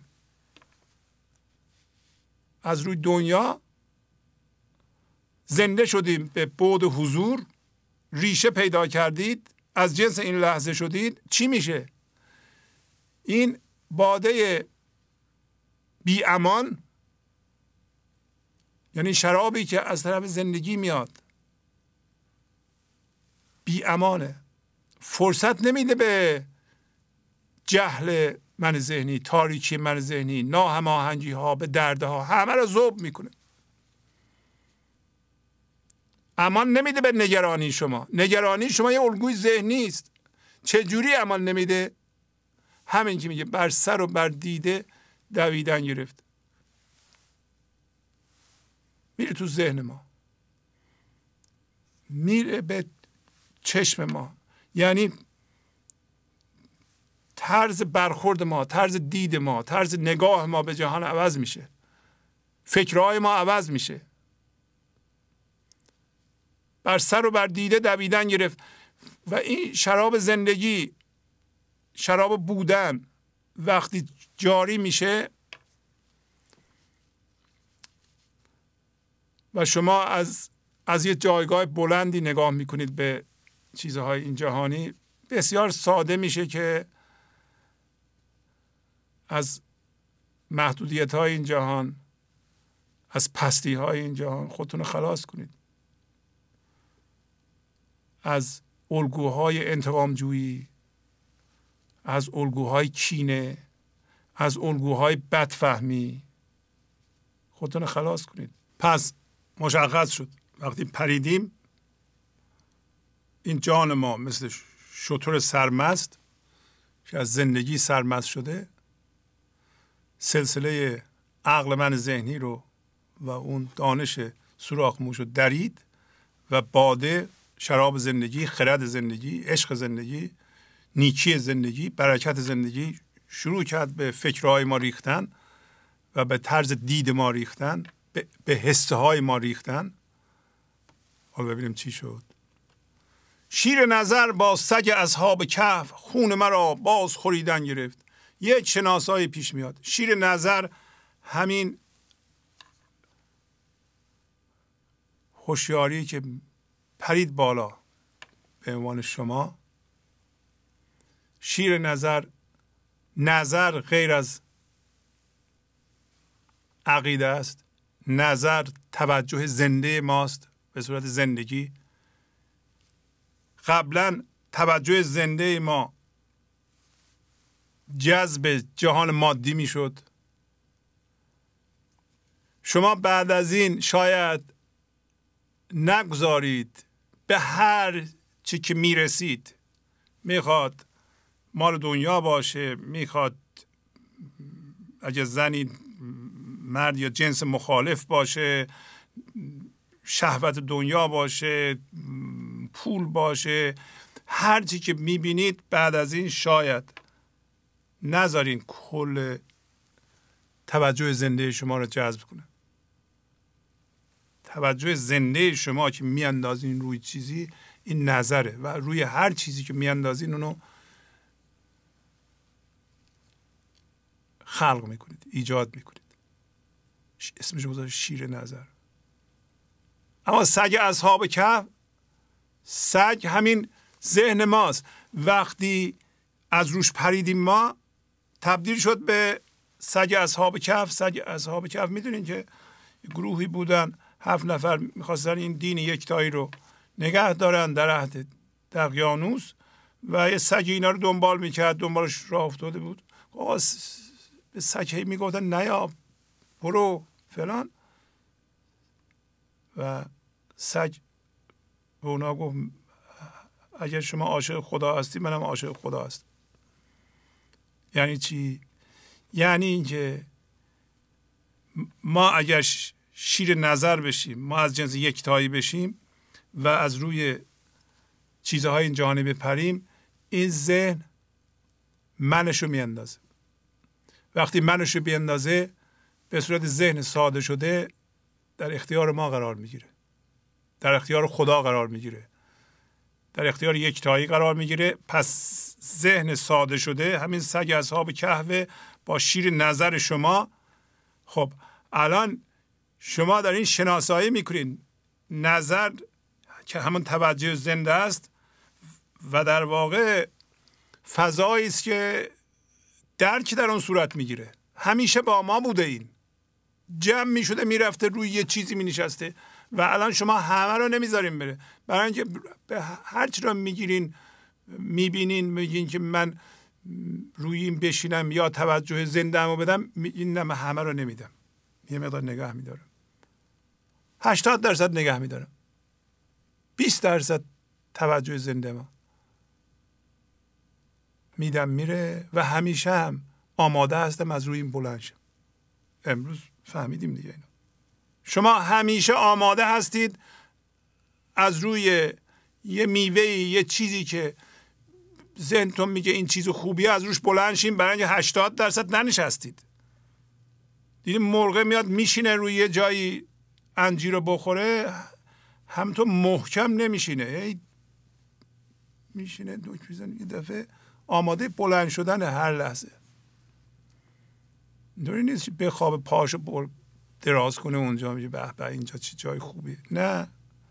S2: از روی دنیا، زنده شدیم به بعد حضور، ریشه پیدا کردید، از جنس این لحظه شدید، چی میشه؟ این باده بی امان، یعنی شرابی که از طرف زندگی میاد، بی امانه، فرصت نمیده به جهل من ذهنی، تاریکی من ذهنی، ناهماهنگی ها، به دردها، همه رو ذوب میکنه. امان نمیده به نگرانی شما. نگرانی شما یه الگوی ذهنی است. چجوری امان نمیده؟ همین که میگه بر سر و بر دیده دویدن گرفت. میره تو ذهن ما، میره به چشم ما، یعنی طرز برخورد ما، طرز دید ما، طرز نگاه ما به جهان عوض میشه، فکرهای ما عوض میشه. بر سر و بر دیده دویدن گرفت و این شراب زندگی، شراب بودن وقتی جاری میشه و شما از از یه جایگاه بلندی نگاه میکنید به چیزهای این جهانی، بسیار ساده میشه که از محدودیت های این جهان، از پستی های این جهان خودتون رو خلاص کنید. از الگوهای انتقام جویی، از الگوهای کینه، از الگوهای بدفهمی خودتون رو خلاص کنید. پس مشخص شد وقتی پریدیم این جان ما مثل شتر سرمست که از زندگی سرمست شده سلسله عقل من ذهنی رو و اون دانش سوراخ موش رو درید و باده، شراب زندگی، خرد زندگی، عشق زندگی، نیکی زندگی، برکت زندگی شروع کرد به فکرهای ما ریختن و به طرز دید ما ریختن، به, به حسه های ما ریختن. حالا ببینیم چی شد. شیر نظر با سگ اصحاب کهف خون مرا باز خوریدن گرفت. یک شناسایی پیش میاد. شیر نظر همین هوشیاری که پرید بالا به عنوان شما. شیر نظر، نظر غیر از عقیده است. نظر توجه زنده ماست به صورت زندگی. قبلا توجه زنده ما جذب جهان مادی می شد. شما بعد از این شاید نگذارید به هر چی که می رسید، میخواد مال دنیا باشه، میخواد اگه زنی مرد یا جنس مخالف باشه، شهوت دنیا باشه، پول باشه، هر چی که میبینید بعد از این شاید نذارین کل توجه زنده شما رو جذب کنه. توجه زنده شما که میاندازین روی چیزی این نظره و روی هر چیزی که میاندازین اونو خلق میکنید، ایجاد میکنید. اسمش گذاشت شیر نظر. اما سگ اصحاب کهف، سگ همین ذهن ماست. وقتی از روش پریدیم ما تبدیل شد به سگ اصحاب کهف. سگ اصحاب کهف میدونین که گروهی بودن، هفت نفر میخواستن این دین یکتایی رو نگه دارن در عهد دقیانوس و یه سگ اینا رو دنبال میکرد، دنبالش راه افتاده بود. آقا به سگ هی میگفتن نیا برو فلان و سگ به اونا گفت اگر شما عاشق خدا هستی منم عاشق خدا هستم. یعنی چی؟ یعنی اینکه ما اگر شیر نظر بشیم، ما از جنس یکتایی بشیم و از روی چیزهای این جهانی بپریم، این ذهن منشو میاندازه. وقتی منشو بیاندازه به صورت ذهن ساده شده در اختیار ما قرار میگیره، در اختیار خدا قرار میگیره، در اختیار یکتایی قرار میگیره. پس ذهن ساده شده همین سگ اصحاب کهف با شیر نظر شما. خب الان شما در این شناسایی میکنین نظر که همون توجه زنده است و در واقع فضایی است که درک در اون صورت میگیره. همیشه با ما بوده، این جمع میشده میرفته روی یه چیزی مینشسته و الان شما همه رو نمیذارین بره، برای اینکه به هر چی رو میگیرین میبینین میگین که من روی این بشینم یا توجه زنده‌مو بدم، این نه همه رو نمیدم، یه مقدار نگاه میدارم، هشتاد درصد نگاه میدارم، بیست درصد توجه زنده ما میدم میره و همیشه هم آماده هستم از روی این بلند شم. امروز فهمیدیم دیگه اینو. شما همیشه آماده هستید از روی یه میوه، یه چیزی که ذهنتون میگه این چیز خوبیه از روش بلند شیم، برای اینکه هشتاد درصد ننشستید. دیدیم مرغ میاد میشینه روی یه جایی انجیر رو بخوره، همونطور محکم نمیشینه، هی میشینه دوک میزنه، یه دفعه آماده بلند شدن هر لحظه. اینطوری نیست به خواب پاشو بر دراز کنه اونجا میگه به به اینجا چه جای خوبیه. نه،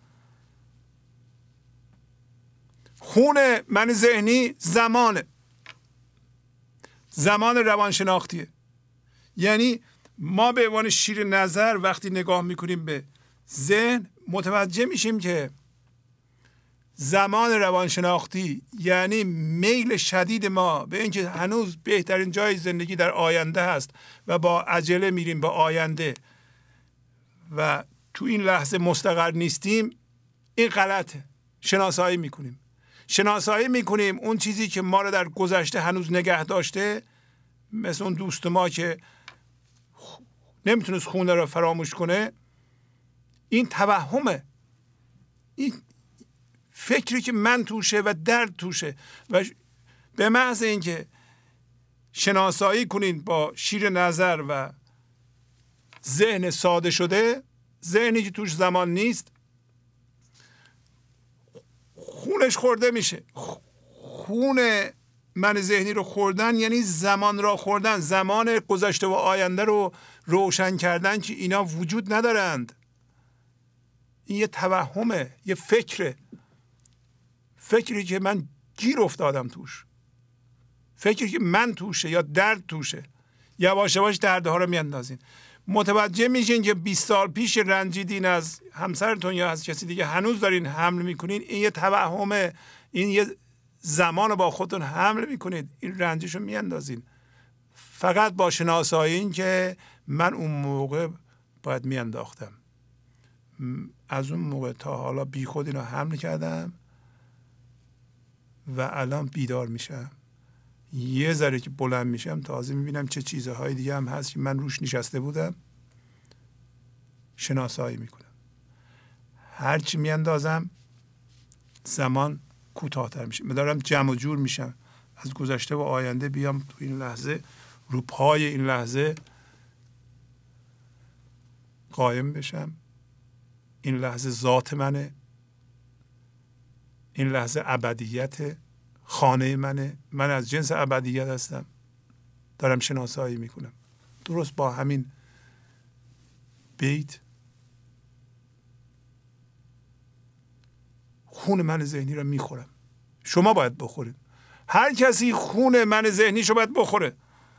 S2: خون من ذهنی زمانه، زمان روانشناختیه. یعنی ما به عنوان شیر نظر وقتی نگاه میکنیم به ذهن متوجه میشیم که زمان روانشناختی یعنی میل شدید ما به اینکه هنوز بهترین جای زندگی در آینده هست و با عجله میریم به آینده و تو این لحظه مستقر نیستیم، این غلطه. شناسایی میکنیم شناسایی میکنیم اون چیزی که ما رو در گذشته هنوز نگه داشته، مثل اون دوست ما که نمیتونست خونه رو فراموش کنه، این توهمه، این فکری که من توشه و درد توشه. و به محض اینکه شناسایی کنین با شیر نظر و ذهن ساده شده، ذهنی که توش زمان نیست، خونش خورده میشه. خون من ذهنی رو خوردن یعنی زمان را خوردن، زمان گذشته و آینده رو روشن کردن که اینا وجود ندارند. این یه توهمه، یه فکره، فکری که من گیر افتادم توش، فکری که من توشه یا درد توشه. یواش یواش دردها رو میاندازین. متوجه میشین که بیست سال پیش رنجیدین از همسرتون یا از کسی دیگه، هنوز دارین حمل میکنین. این یه توهمه، این یه زمان رو با خودتون حمل میکنید، این رنجش رو میاندازین. فقط با شناسایی این که من اون موقع باید میانداختم، از اون موقع تا حالا بی خود اینو حمل کردم و الان بیدار میشم. یه ذره که بلند میشم تازه میبینم چه چیزهای دیگه هم هست که من روش نشسته بودم. شناسایی میکنم. هرچی میاندازم زمان کوتاه‌تر میشه. من دارم جمع و جور میشم از گذشته و آینده، بیام تو این لحظه، رو پای این لحظه قایم بشم. این لحظه ذات منه، این لحظه ابدیت خانه منه، من از جنس ابدیت هستم. دارم شناسایی میکنم. درست با همین بیت خون من ذهنی رو میخورم. شما باید بخورید. هر کسی خون من ذهنی شو باید بخوره.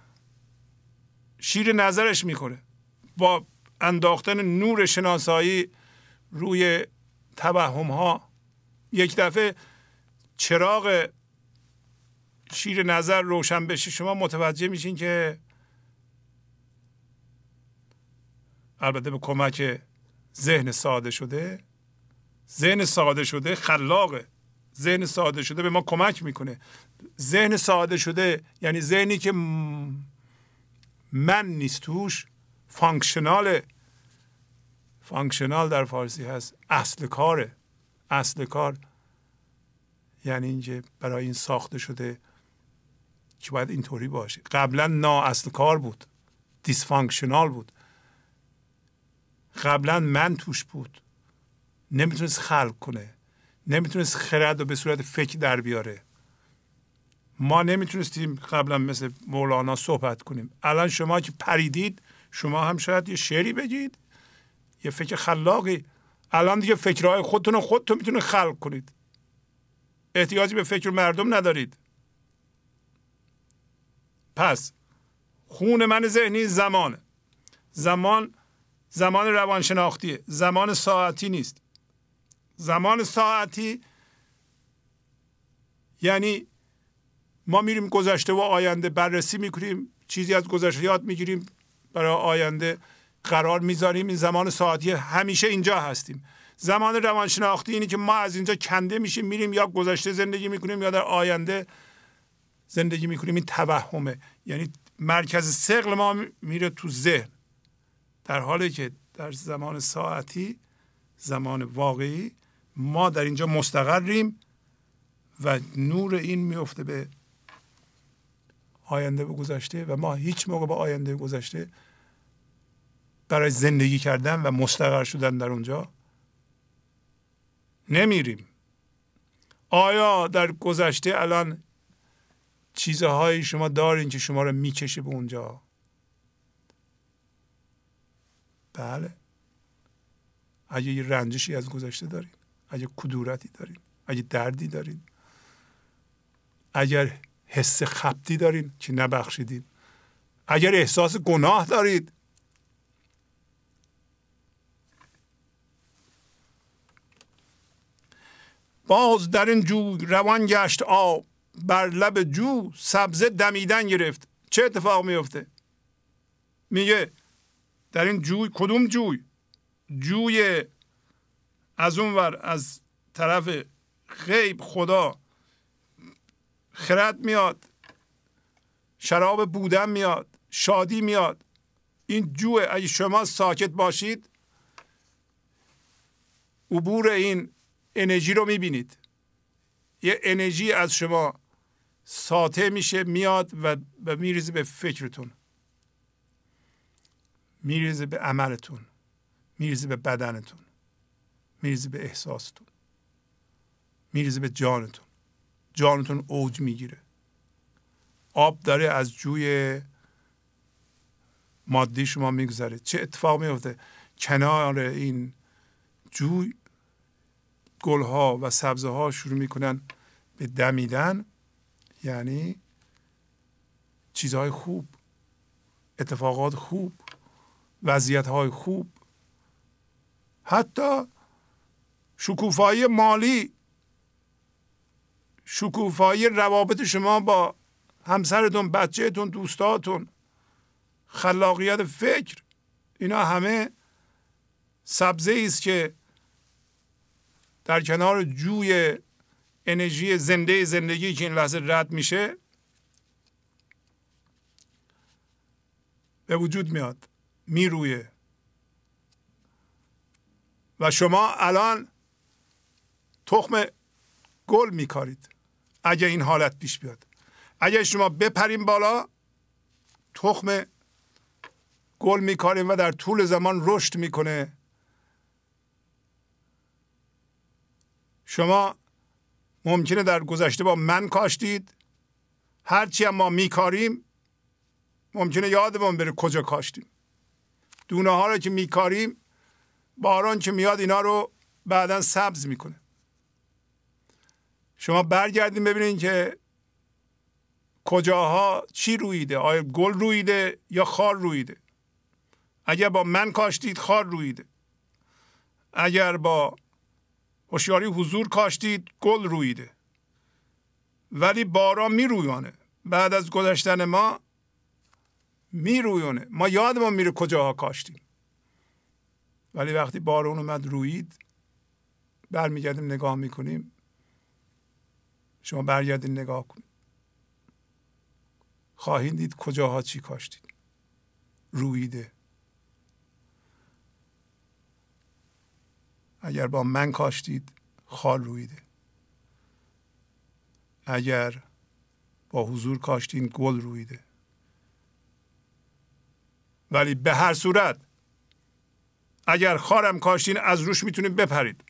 S2: شیر نظرش میخوره. با انداختن نور شناسایی روی توهم ها یک دفعه چراغ شیر نظر روشن بشه، شما متوجه میشین که البته به کمک ذهن ساده شده، ذهن ساده شده خلاقه، ذهن ساده شده به ما کمک میکنه. ذهن ساده شده یعنی ذهنی که من نیست توش، فانکشناله. فانکشنال در فارسی هست، اصل کاره. اصل کار یعنی اینکه برای این ساخته شده که باید اینطوری باشه. قبلا نا اصل کار بود، دیسفانکشنال بود. قبلا من توش بود، نمیتونست خلق کنه، نمیتونست خرد و به صورت فکر در بیاره. ما نمیتونستیم قبلا مثل مولانا صحبت کنیم. الان شما که پریدید، شما هم شاید یه شعری بگید، یه فکر خلاقی. الان دیگه فکرهای خودتون رو خودتون میتونید خلق کنید. احتیاجی به فکر مردم ندارید. پس خون من ذهنی زمانه. زمان زمان روانشناختیه، زمان ساعتی نیست. زمان ساعتی یعنی ما میریم گذشته و آینده بررسی میکنیم، چیزی از گذشته یاد میگیریم، برای آینده قرار میذاریم. این زمان ساعتی، همیشه اینجا هستیم. زمان روانشناختی اینه که ما از اینجا کنده میشیم، میریم یا گذشته زندگی میکنیم یا در آینده زندگی میکنیم. این توهمه، یعنی مرکز ثقل ما میره تو ذهن، در حالی که در زمان ساعتی، زمان واقعی، ما در اینجا مستقریم و نور این میفته به آینده و گذشته و ما هیچ موقع به آینده و گذشته برای زندگی کردن و مستقر شدن در اونجا نمیریم. آیا در گذشته الان چیزهایی شما دارین که شما رو میکشه به اونجا؟ بله. اگه یه رنجشی از گذشته دارین، اگه کدورتی دارین، اگه دردی دارین، اگر حس خبتی دارین که نبخشیدین، اگر احساس گناه دارید، باز در این جو روان گشت آب، بر لب جو سبزه دمیدن گرفت. چه اتفاق میفته؟ میگه در این جوی، کدوم جوی؟ جوی از اون ور، از طرف غیب خدا خرد میاد، شراب بودن میاد، شادی میاد. این جوه اگه شما ساکت باشید عبور این انرژی رو میبینید. یه انرژی از شما ساطع میشه، میاد و میریزه به فکرتون، میریزه به عملتون، میریزه به بدنتون، میریزه به احساستون، میریزه به جانتون. جانتون اوج میگیره. آب داره از جوی مادی شما میگذره. چه اتفاق میفته؟ کنار این جوی گلها و سبزه ها شروع میکنن به دمیدن، یعنی چیزهای خوب، اتفاقات خوب، وضعیت‌های خوب، حتی شکوفایی مالی، شکوفایی روابط شما با همسرتون، بچه‌تون، دوستاتون، خلاقیت فکر، اینا همه سبزه است که در کنار جوی انرژی زنده زندگی که این لحظه رد میشه به وجود میاد، میرویه. و شما الان تخم گل میکارید اگه این حالت پیش بیاد. اگه شما بپرین بالا، تخم گل میکاریم و در طول زمان رشد میکنه. شما ممکنه در گذشته با من کاشتید، هرچی هم ما میکاریم ممکنه یادمون بره کجا کاشتیم. دونه ها رو که میکاریم، باران که میاد اینا رو بعداً سبز میکنه. شما برگردین ببینین که کجاها چی رویده، آیا گل رویده یا خار رویده. اگر با من کاشتید خار رویده، اگر با هوشیاری حضور کاشتید گل رویده. ولی باران میرویانه، بعد از گذشتن ما میرویانه. ما یادمون میره کجاها کاشتیم، ولی وقتی باران اومد رویید برمیگردیم نگاه میکنیم. شما برگردین نگاه کنید، خواهید دید کجاها چی کاشتید، رویده. اگر با من کاشتید خار رویده، اگر با حضور کاشتین گل رویده. ولی به هر صورت اگر خارم کاشتین از روش میتونید بپرید.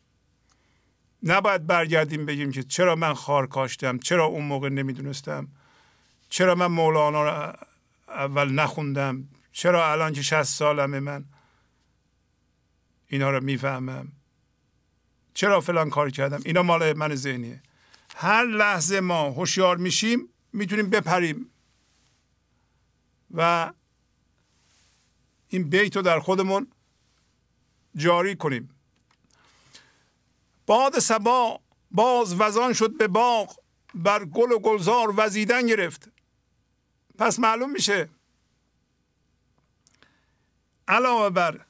S2: نباید برگردیم بگیم که چرا من خار کاشتم، چرا اون موقع نمیدونستم، چرا من مولانا رو اول نخوندم، چرا الان که شصت سالمه من اینا رو میفهمم، چرا فلان کار کردم. اینا مال من ذهنیه. هر لحظه ما هوشیار میشیم میتونیم بپریم و این بیت رو در خودمون جاری کنیم. باد صبا باز وزان شد به باغ، بر گل و گلزار وزیدن گرفت. پس معلوم میشه علاوه بر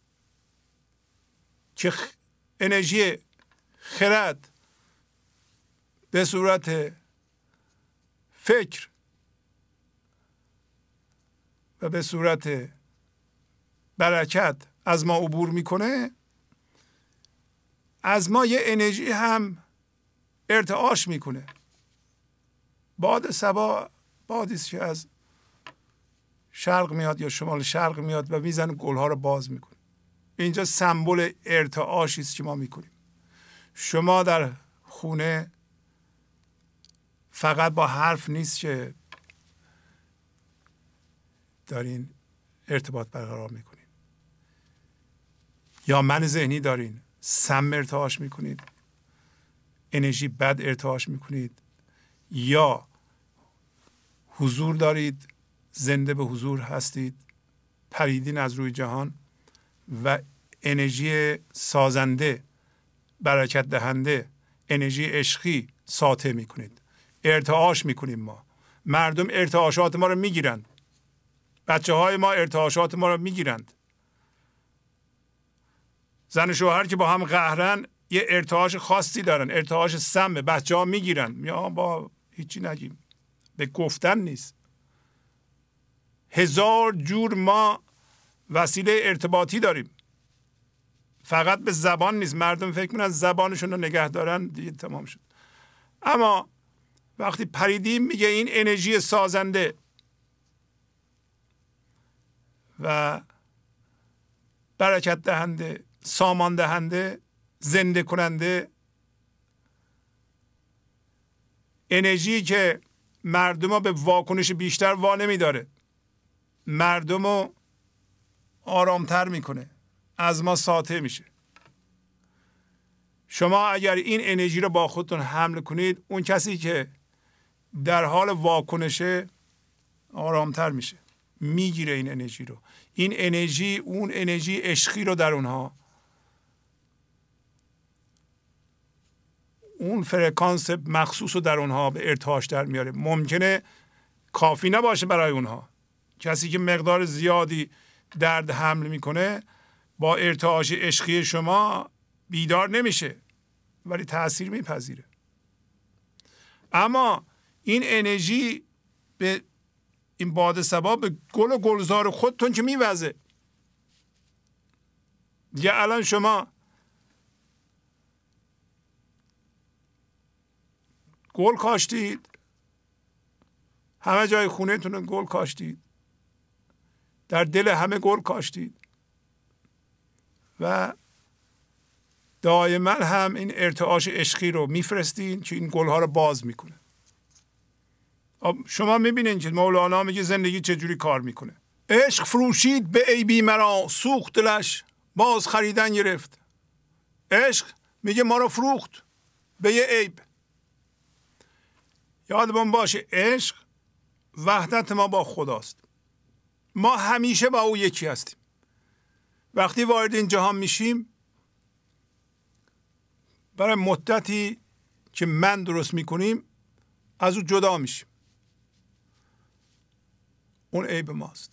S2: که انرژی خرد به صورت فکر و به صورت برکت از ما عبور میکنه، از ما یه انرژی هم ارتعاش میکنه. باد صبا بادی است که از شرق میاد یا شمال شرق میاد و میزنه گلها رو باز میکنه. اینجا سمبل ارتعاشی است که ما میکنیم. شما در خونه فقط با حرف نیست که دارین ارتباط برقرار میکنین، یا من ذهنی دارین، سم ارتعاش میکنید، انرژی بد ارتعاش میکنید، یا حضور دارید، زنده به حضور هستید، پریدین از روی جهان و انرژی سازنده، برکت دهنده، انرژی عشقی ساطع میکنید، ارتعاش میکنیم. ما مردم ارتعاشات ما رو میگیرند، بچه های ما ارتعاشات ما رو میگیرند. زن و شوهر که با هم قهرن یه ارتعاش خاصی دارن، ارتعاش سمه، بچه ها میگیرن. یا با هیچی نگیم، به گفتن نیست. هزار جور ما وسیله ارتباطی داریم، فقط به زبان نیست. مردم فکر میکنن زبانشون رو نگه دارن دیگه تمام شد. اما وقتی پریدیم میگه این انرژی سازنده و برکت دهنده، سامان دهنده، زنده کننده، انرژی که مردم رو به واکنش بیشتر وا نمیداره، مردم رو آرامتر میکنه، از ما ساطع میشه. شما اگر این انرژی رو با خودتون حمل کنید، اون کسی که در حال واکنشه آرامتر میشه، میگیره این انرژی رو. این انرژی اون انرژی عشقی رو در اونها، اون فرکانس مخصوص رو در اونها به ارتعاش در میاره. ممکنه کافی نباشه برای اونها. کسی که مقدار زیادی درد حمل میکنه با ارتعاش عشقی شما بیدار نمیشه، ولی تأثیر میپذیره. اما این انرژی به این باد صبا به گل و گلزار خودتون که میوزه. یا الان شما گل کاشتید، همه جای خونه‌تون گل کاشتید، در دل همه گل کاشتید و دائما هم این ارتعاش عشقی رو میفرستین که این گلها رو باز میکنه. شما میبینین که مولانا میگه زندگی چجوری کار میکنه. عشق فروشید به عیبی مرا، سوخت دلش باز خریدن گرفت. عشق میگه ما رو فروخت به یه عیب. یادمون باشه عشق وحدت ما با خداست. ما همیشه با او یکی هستیم. وقتی وارد این جهان میشیم، برای مدتی که من درست میکنیم از او جدا میشیم. اون عیب ماست.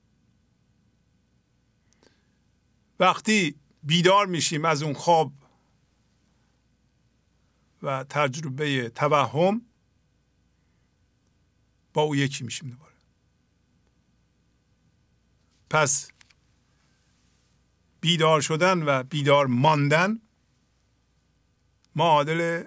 S2: وقتی بیدار میشیم از اون خواب و تجربه توهم، با او یکی میشیم دوباره. پس بیدار شدن و بیدار ماندن معادل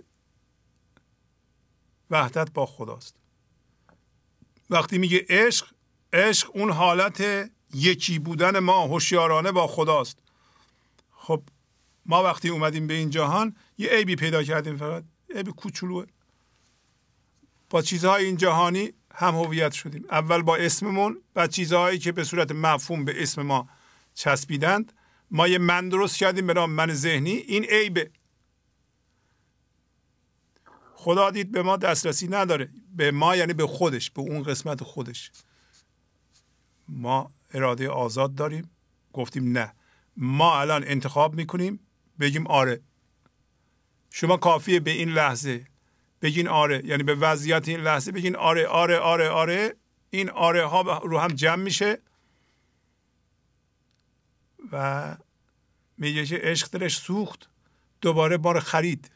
S2: وحدت با خداست. وقتی میگه عشق، عشق اون حالت یکی بودن ما هوشیارانه با خداست. خب ما وقتی اومدیم به این جهان یه عیبی پیدا کردیم، فقط عیب کوچولوه. با چیزهای این جهانی هم هویت شدیم. اول با اسممون، بعد چیزهایی که به صورت مفهوم به اسم ما چسبیدند. ما یه من درست کردیم به نام من ذهنی. این عیبه. خدا دید به ما دسترسی نداره. به ما یعنی به خودش، به اون قسمت خودش. ما اراده آزاد داریم. گفتیم نه. ما الان انتخاب میکنیم بگیم آره. شما کافیه به این لحظه بگین آره، یعنی به وضعیت این لحظه بگین آره آره آره آره. این آره ها رو هم جمع میشه و میگه که عشق دلش سوخت، دوباره ما رو خرید.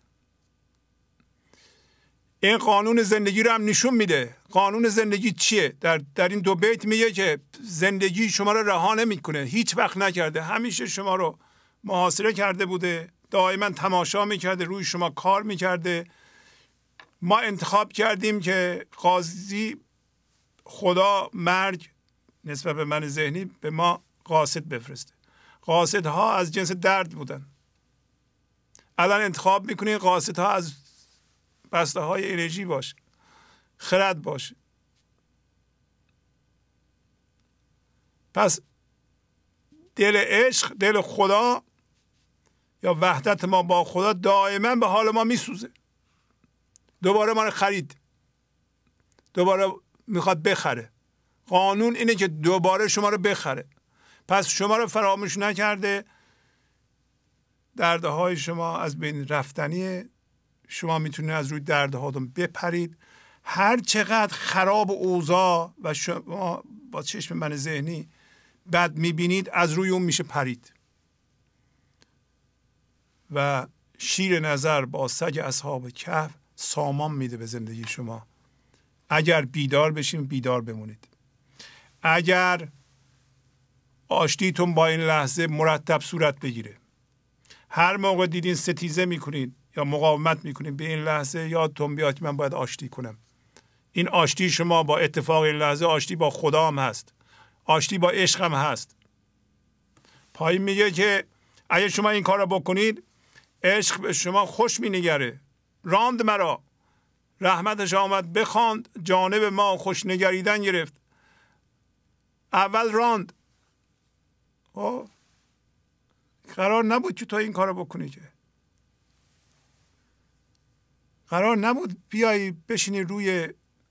S2: این قانون زندگی رو هم نشون میده. قانون زندگی چیه؟ در, در این دو بیت میگه که زندگی شما رو رها نمیکنه، هیچ وقت نکرده، همیشه شما رو محاصره کرده بوده، دائما تماشا میکرده، روی شما کار میکرده. ما انتخاب کردیم که قاضی خدا مرگ نسبت به من ذهنی به ما قاصد بفرسته. قاصدها از جنس درد بودن. الان انتخاب میکنین قاصدها از بسته های انرژی باشه، خرد باشه. پس دل عشق، دل خدا یا وحدت ما با خدا دائما به حال ما میسوزه. دوباره ما رو خرید، دوباره میخواد بخره. قانون اینه که دوباره شما رو بخره. پس شما رو فراموش نکرده، دردهای شما از بین رفتنیه، شما میتونید از روی دردهاتون بپرید. هر چقدر خراب اوضاع و شما با چشم من ذهنی بد میبینید، از روی اون میشه پرید. و شیر نظر با سگ اصحاب کهف سامان میده به زندگی شما. اگر بیدار بشین بیدار بمونید. اگر آشتیتون با این لحظه مرتب صورت بگیره، هر موقع دیدین ستیزه میکنید یا مقاومت میکنید به این لحظه، یادتون بیاد که من باید آشتی کنم. این آشتی شما با اتفاق این لحظه آشتی با خدا هم هست، آشتی با عشق هم هست. پایین میگه که اگه شما این کار را بکنید، عشق به شما خوش مینگره. راند مرا، رحمتش آمد بخواند، جانب ما خوش نگریدن گرفت. اول راند، او قرار نبود که تو این کار را بکنی، که قرار نبود بیایی بشینی روی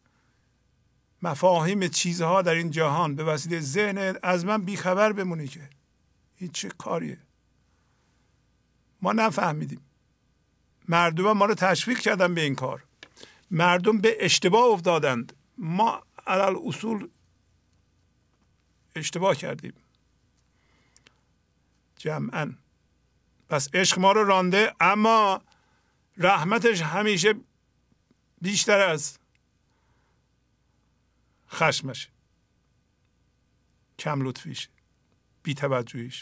S2: مفاهیم چیزها در این جهان به وسیله ذهنت از من بیخبر بمونی. که این چه کاریه؟ ما نفهمیدیم. مردم ما رو تشویق کردن به این کار. مردم به اشتباه افتادند. ما علل اصول اشتباه کردیم جمعاً. پس عشق ما رو رانده، اما رحمتش همیشه بیشتر از خشمش، کم لطفیش، بی توجهیش.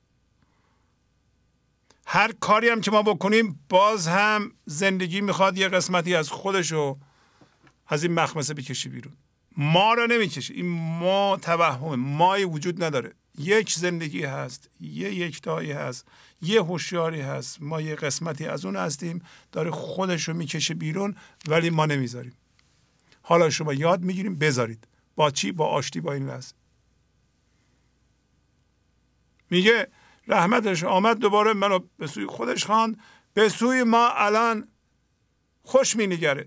S2: هر کاری هم که ما بکنیم باز هم زندگی میخواد یه قسمتی از خودشو از این مخمسه بکشی بیرون. ما رو نمیکشه. این ما توهم، مایی وجود نداره. یک زندگی هست، یه یکتایی هست، یه هوشیاری هست. ما یه قسمتی از اون هستیم، داره خودشو میکشه بیرون، ولی ما نمیذاریم. حالا شما یاد میگیریم بذارید. با چی؟ با آشتی با این لحظه. میگه رحمتش آمد دوباره منو به سوی خودش خواند، به سوی ما الان خوش می نگره.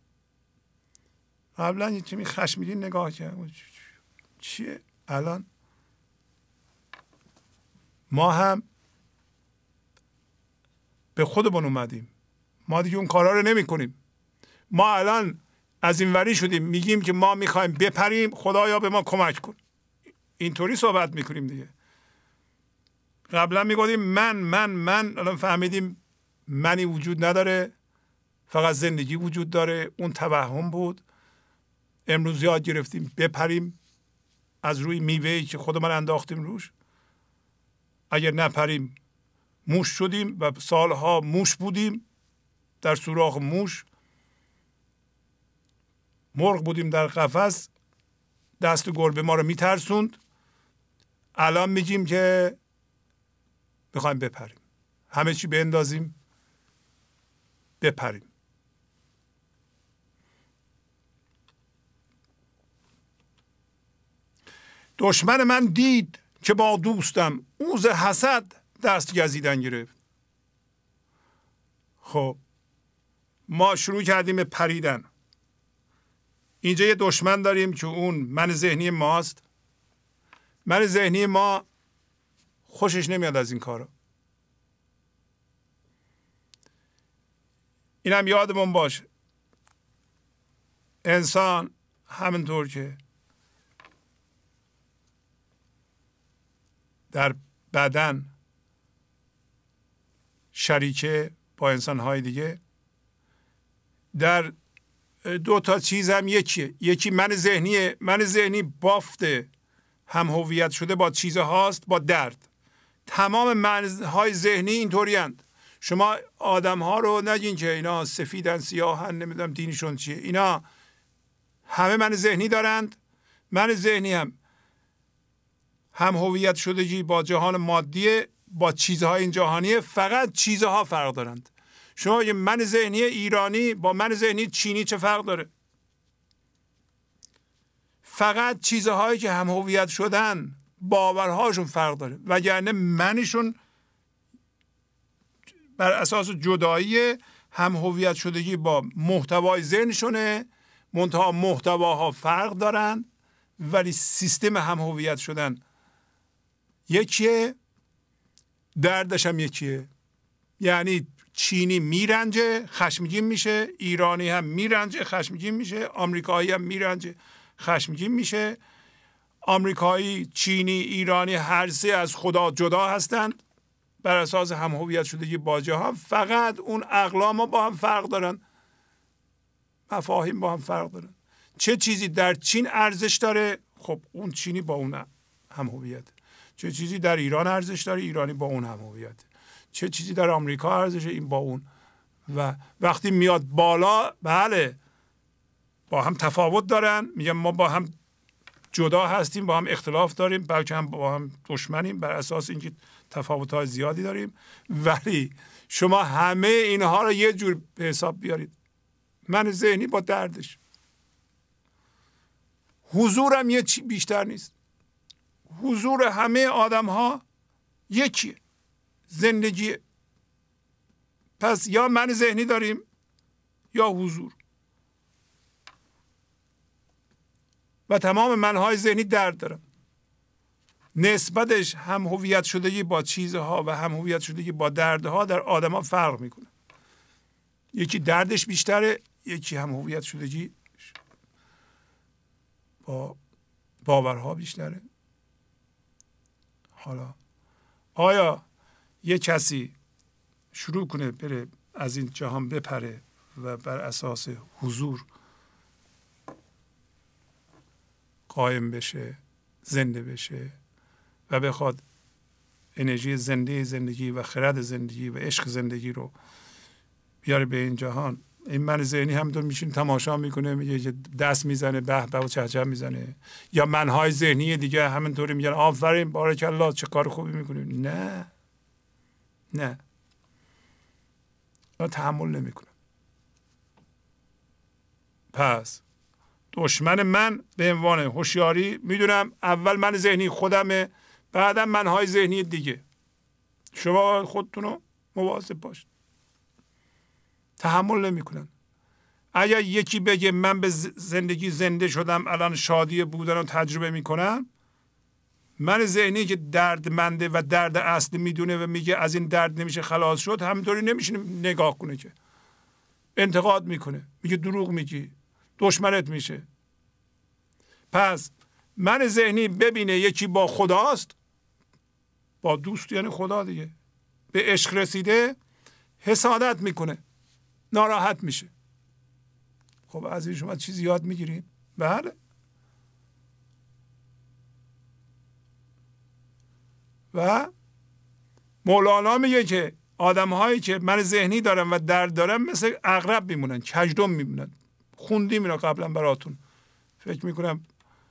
S2: قبلا یه چیزی خشمگین نگاه کرد. چیه الان؟ ما هم به خودمون اومدیم. ما دیگه اون کارا رو نمی کنیم. ما الان از این وری شدیم، میگیم که ما میخوایم بپریم، خدایا به ما کمک کن. اینطوری صحبت میکنیم دیگه. قبلا میگفتیم من من من الان فهمیدیم منی وجود نداره، فقط زندگی وجود داره. اون توهم بود. امروز یاد گرفتیم بپریم از روی میوه‌ای که خودمان انداختیم روش. اگر نپریم موش شدیم و سالها موش بودیم، در سوراخ موش مرغ بودیم در قفس، دست گربه ما رو میترسوند. الان میگیم که میخوایم بپریم، همه چی بندازیم بپریم. دشمن من دید که با دوستم اوز حسد دست گزیدن گرفت. خب ما شروع کردیم به پریدن. اینجا یه دشمن داریم که اون من ذهنی ماست. من ذهنی ما خوشش نمیاد از این کارا. اینم یادمون باشه، انسان همینطور که در بدن شریکه با انسان‌های دیگه، در دو تا چیز هم یکیه. یکی من ذهنیه. من ذهنی بافته، هم هویت شده با چیزهاست، با درد. تمام منهای ذهنی اینطوری هستند. شما آدم ها رو نگین که اینا سفیدن سیاهن نمیدونم دینشون چیه. اینا همه من ذهنی دارند. من ذهنی هم هم هویت شدگی با جهان مادیه، با چیزهای این جهانیه. فقط چیزها فرق دارند. شما یه من ذهنی ایرانی با من ذهنی چینی چه فرق داره؟ فقط چیزهایی که هم هویت شدن باورهاشون فرق داره، وگرنه منشون بر اساس جدایی هم هویت شدگی با محتوای ذهنشونه. منتها محتواها فرق دارن ولی سیستم هم هویت شدن یکیه، دردش هم یکیه. یعنی چینی میرنجه خشمگین میشه، ایرانی هم میرنجه خشمگین میشه، آمریکایی هم میرنجه خشمگین میشه. آمریکایی، چینی، ایرانی هر سه از خدا جدا هستند بر اساس هم هویت شدگی با جهان. فقط اون اقلام با هم فرق دارن، مفاهیم با هم فرق دارن. چه چیزی در چین ارزش داره، خب اون چینی با اون هم هویت. چه چیزی در ایران ارزش داره، ایرانی با اون هم هویت. چه چیزی در آمریکا ارزشه، این با اون. و وقتی میاد بالا، بله با هم تفاوت دارن، میگن ما با هم جدا هستیم، با هم اختلاف داریم، بلکه هم با هم دشمنیم بر اساس اینکه تفاوت‌های زیادی داریم. ولی شما همه اینها رو یه جور به حساب بیارید. من ذهنی با دردش، حضورم یه چی بیشتر نیست. حضور همه آدم ها یکیه، زندگی. پس یا من ذهنی داریم یا حضور، و تمام منهای ذهنی درد دارن. نسبتش هم هویت شدگی با چیزها و هم هویت شدگی با دردها در آدم ها فرق میکنه. یکی دردش بیشتره، یکی هم هویت شدگی با باورها بیشتره. حالا آیا یه کسی شروع کنه بره از این جهان بپره و بر اساس حضور قایم بشه، زنده بشه و بخواد انرژی زنده زندگی و خرد زندگی و عشق زندگی رو بیاره به این جهان، این من ذهنی همینطور میشین تماشا میکنه، میگه دست میزنه به به و چهچه میزنه، یا منهای ذهنی دیگه همینطوری میگن آفرین بارک الله چه کار خوبی میکنیم. نه نه، من تحمل نمیکنم. پس دشمن من به عنوان هوشیاری میدونم اول من ذهنی خودمه، بعدم منهای ذهنی دیگه. شما خودتون رو مواظب باشید. تحمل نمیکنن. اگر یکی بگه من به زندگی زنده شدم الان شادی بودن رو تجربه میکنم، من ذهنی که دردمنده و درد اصلی میدونه و میگه از این درد نمیشه خلاص شد، همینطوری نمیشه نگاه کنه، که انتقاد میکنه، میگه دروغ میگی، دشمنت میشه. پس من ذهنی ببینه یکی با خداست، با دوست یعنی خدا دیگه، به عشق رسیده، حسادت میکنه، ناراحت میشه. خب از این شما چیزی یاد میگیرین؟ بله. و مولانا میگه که آدم هایی که من ذهنی دارن و درد دارن مثل عقرب میمونن، کژدم میمونن. خوندیم اینا قبلا براتون، فکر میکنم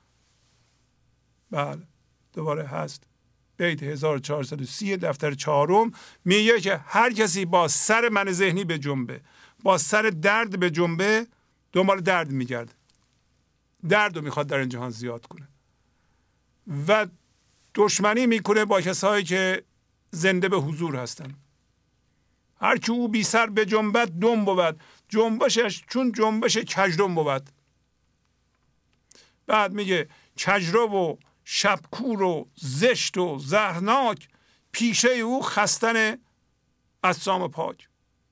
S2: بله دوباره هست. بیت هزار و چهارصد و سی دفتر چهارم میگه که هر کسی با سر من ذهنی به جنبه، با سر درد به جنبه، دنبال درد میگرده، درد رو میخواد در این جهان زیاد کنه و دشمنی میکنه با کسایی که زنده به حضور هستن. هر کی او بی سر به جنبت دم بود، جنبشش چون جنبش کژدم بود. بعد میگه کژرو و شبکور و زشت و زهرناک، پیشه او خستن اجسام پاک.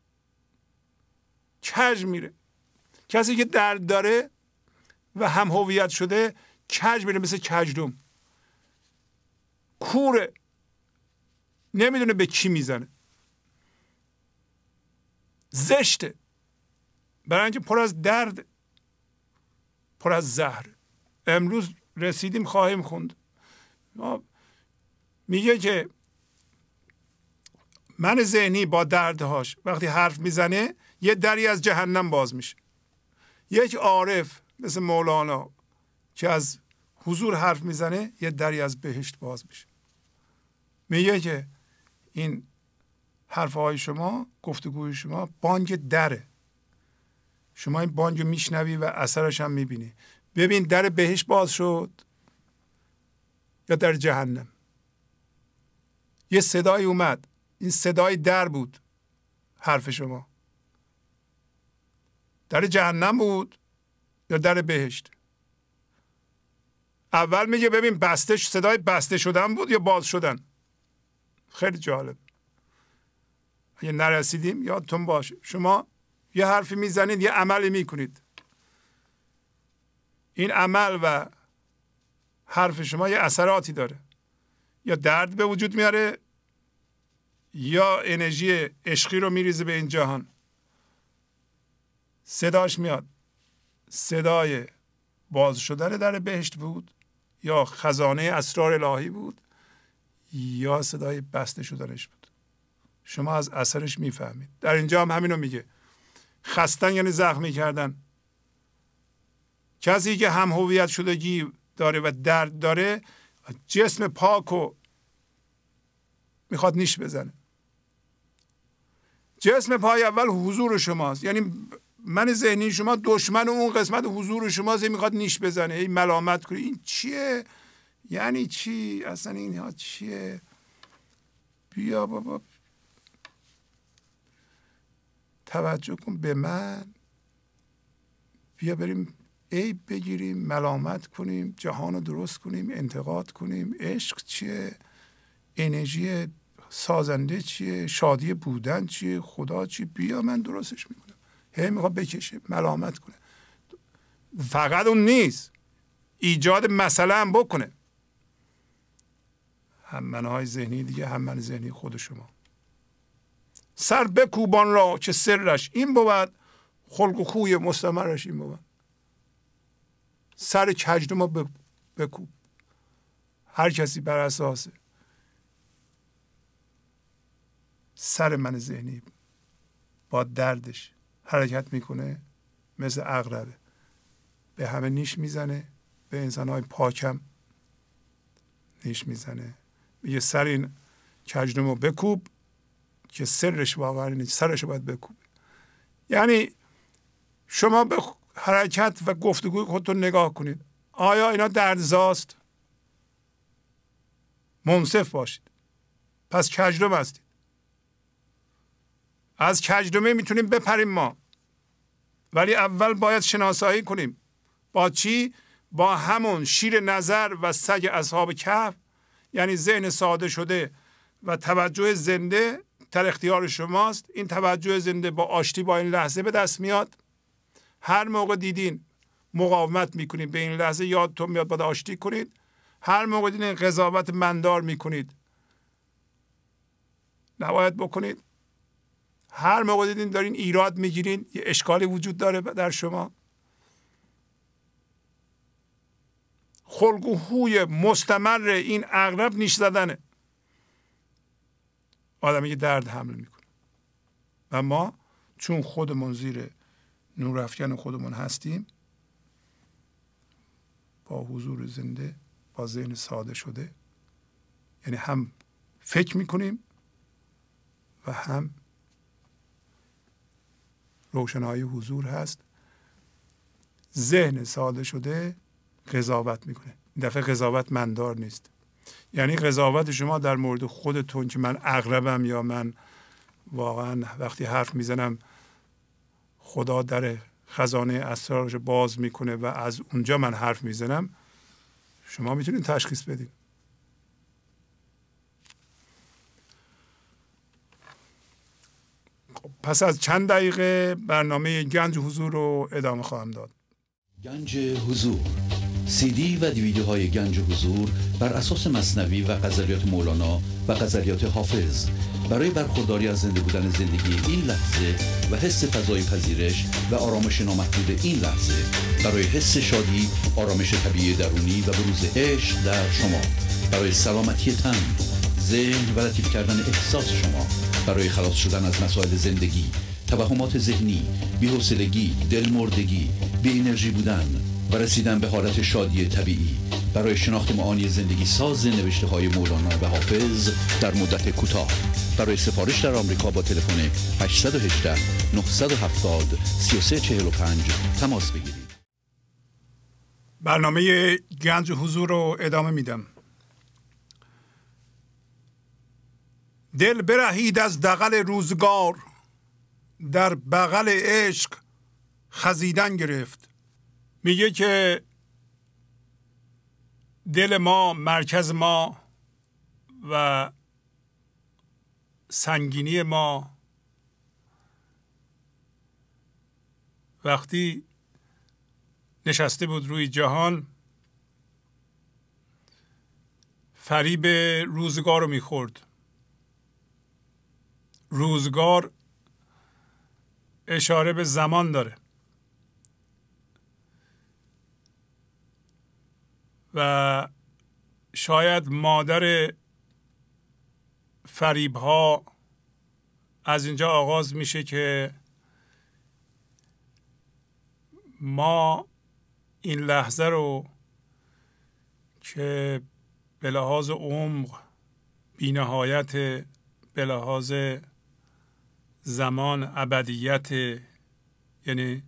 S2: کژ میره، کسی که درد داره و هم هویت شده کژ میره، مثل کژدم، کوره، نمیدونه به کی میزنه، زشته، برای اینکه پر از درد، پر از زهر. امروز رسیدیم خواهیم خوند. میگه که من ذهنی با دردهاش وقتی حرف میزنه یه دری از جهنم باز میشه. یک عارف مثل مولانا که از حضور حرف میزنه یه دری از بهشت باز میشه. میگه که این حرفهای شما، گفتگوی شما بانگ دره، شما این بانگ رو میشنوی و اثرش هم میبینی. ببین در بهشت باز شد یا در جهنم. یه صدای اومد، این صدای در بود، حرف شما در جهنم بود یا در بهشت. اول میگه ببین بسته، صدای بسته شدن بود یا باز شدن. خیلی جالب. اگه نرسیدیم یادتون باشه شما یه حرفی میزنید یه عملی میکنید، این عمل و حرف شما یه اثراتی داره، یا درد به وجود میاره یا انرژی عشقی رو میریزه به این جهان. صداش میاد، صدای باز شدن در بهشت بود یا خزانه اسرار الهی بود یا صدای بسته شدنش بود. شما از اثرش میفهمید. در اینجا هم همینو میگه. خستن یعنی زخمی کردن. کسی که هم هویت شدگی داره و درد داره جسم پاکو میخواد نیش بزنه. جسم پای اول حضور شماست، یعنی من ذهنی شما دشمن اون قسمت حضور شماست، میخواد نیش بزنه، این ملامت کنه. این چیه؟ یعنی چی؟ اصلا اینها چیه؟ بیا بابا توجه کن به من، بیا بریم عیب بگیریم، ملامت کنیم، جهان رو درست کنیم، انتقاد کنیم. عشق چیه؟ انرژی سازنده چیه؟ شادی بودن چیه؟ خدا چیه؟ بیا من درستش میکنم. هی میخواد بکشه، ملامت کنه. فقط اون نیست، ایجاد مسئله هم بکنه. هم منهای ذهنی دیگه، هم من ذهنی خود شما. سر بکوبان را که سرش این بود، خلق و خوی مستمرش این بود. سر کجدم رو بکوب. هر کسی بر اساس سر من ذهنی با دردش حرکت میکنه، مثل عقربه به همه نیش میزنه، به انسانهای پاکم نیش میزنه. میگه سر این کجدم رو بکوب که سرش واقعا نیست، سرش رو باید بکوب. یعنی شما به حرکت و گفتگوی خودتون نگاه کنید. آیا اینا دردزاست؟ منصف باشید. پس کجدم هستید. از کجدمه میتونیم بپریم ما، ولی اول باید شناسایی کنیم. با چی؟ با همون شیر نظر و سگ اصحاب کهف، یعنی ذهن ساده شده و توجه زنده در اختیار شماست. این توجه زنده با آشتی با این لحظه به دست میاد. هر موقع دیدین مقاومت میکنید به این لحظه، یادتون میاد باید آشتی کنید. هر موقع دیدین قضاوت مندار میکنید، نباید بکنید. هر موقع دیدین دارین ایراد میگیرین، یه اشکالی وجود داره در شما. خلق و خوی مستمر این عقرب نیش زدنه. آدمی که درد حمل میکنه و ما چون خودمون زیر نور افکن خودمون هستیم، با حضور زنده، با ذهن ساده شده، یعنی هم فکر میکنیم و هم روشنایی حضور هست. ذهن ساده شده قضاوت میکنه. این دفعه قضاوت مندار نیست. یعنی قضاوت شما در مورد خودتون که من عقربم یا من واقعا وقتی حرف میزنم خدا در خزانه اسرارش باز میکنه و از اونجا من حرف میزنم، شما میتونید تشخیص بدین. پس از چند دقیقه برنامه گنج حضور رو ادامه خواهم داد.
S1: گنج حضور، سی دی و دیویدیوهای گنج حضور بر اساس مثنوی و غزلیات مولانا و غزلیات حافظ برای برخورداری از زنده بودن زندگی این لحظه و حس فضای پذیرش و آرامش نامحدود این لحظه، برای حس شادی، آرامش طبیعی درونی و بروز عشق در شما، برای سلامتی تن، ذهن و لطیف کردن احساس شما، برای خلاص شدن از مسائل زندگی، توهمات ذهنی، بی‌حوصلگی، دلمردگی، بی انرژی بودن و رسیدن به حالت شادی طبیعی، برای شناخت معانی زندگی ساز نوشته های مولانا و حافظ در مدت کوتاه. برای سفارش در آمریکا با تلفن هشت یک هشت نه هفت صفر سه سه چهار پنج تماس بگیرید.
S2: برنامه گنج حضور رو ادامه میدم. دل برهید از دغل روزگار، در بغل عشق خزیدن گرفت. میگه که دل ما، مرکز ما و سنگینی ما وقتی نشسته بود روی جهان، فریب روزگار رو میخورد. روزگار اشاره به زمان داره و شاید مادر فریب ها از اینجا آغاز میشه که ما این لحظه رو که به لحاظ عمق بی نهایت، به لحاظ زمان ابدیت، یعنی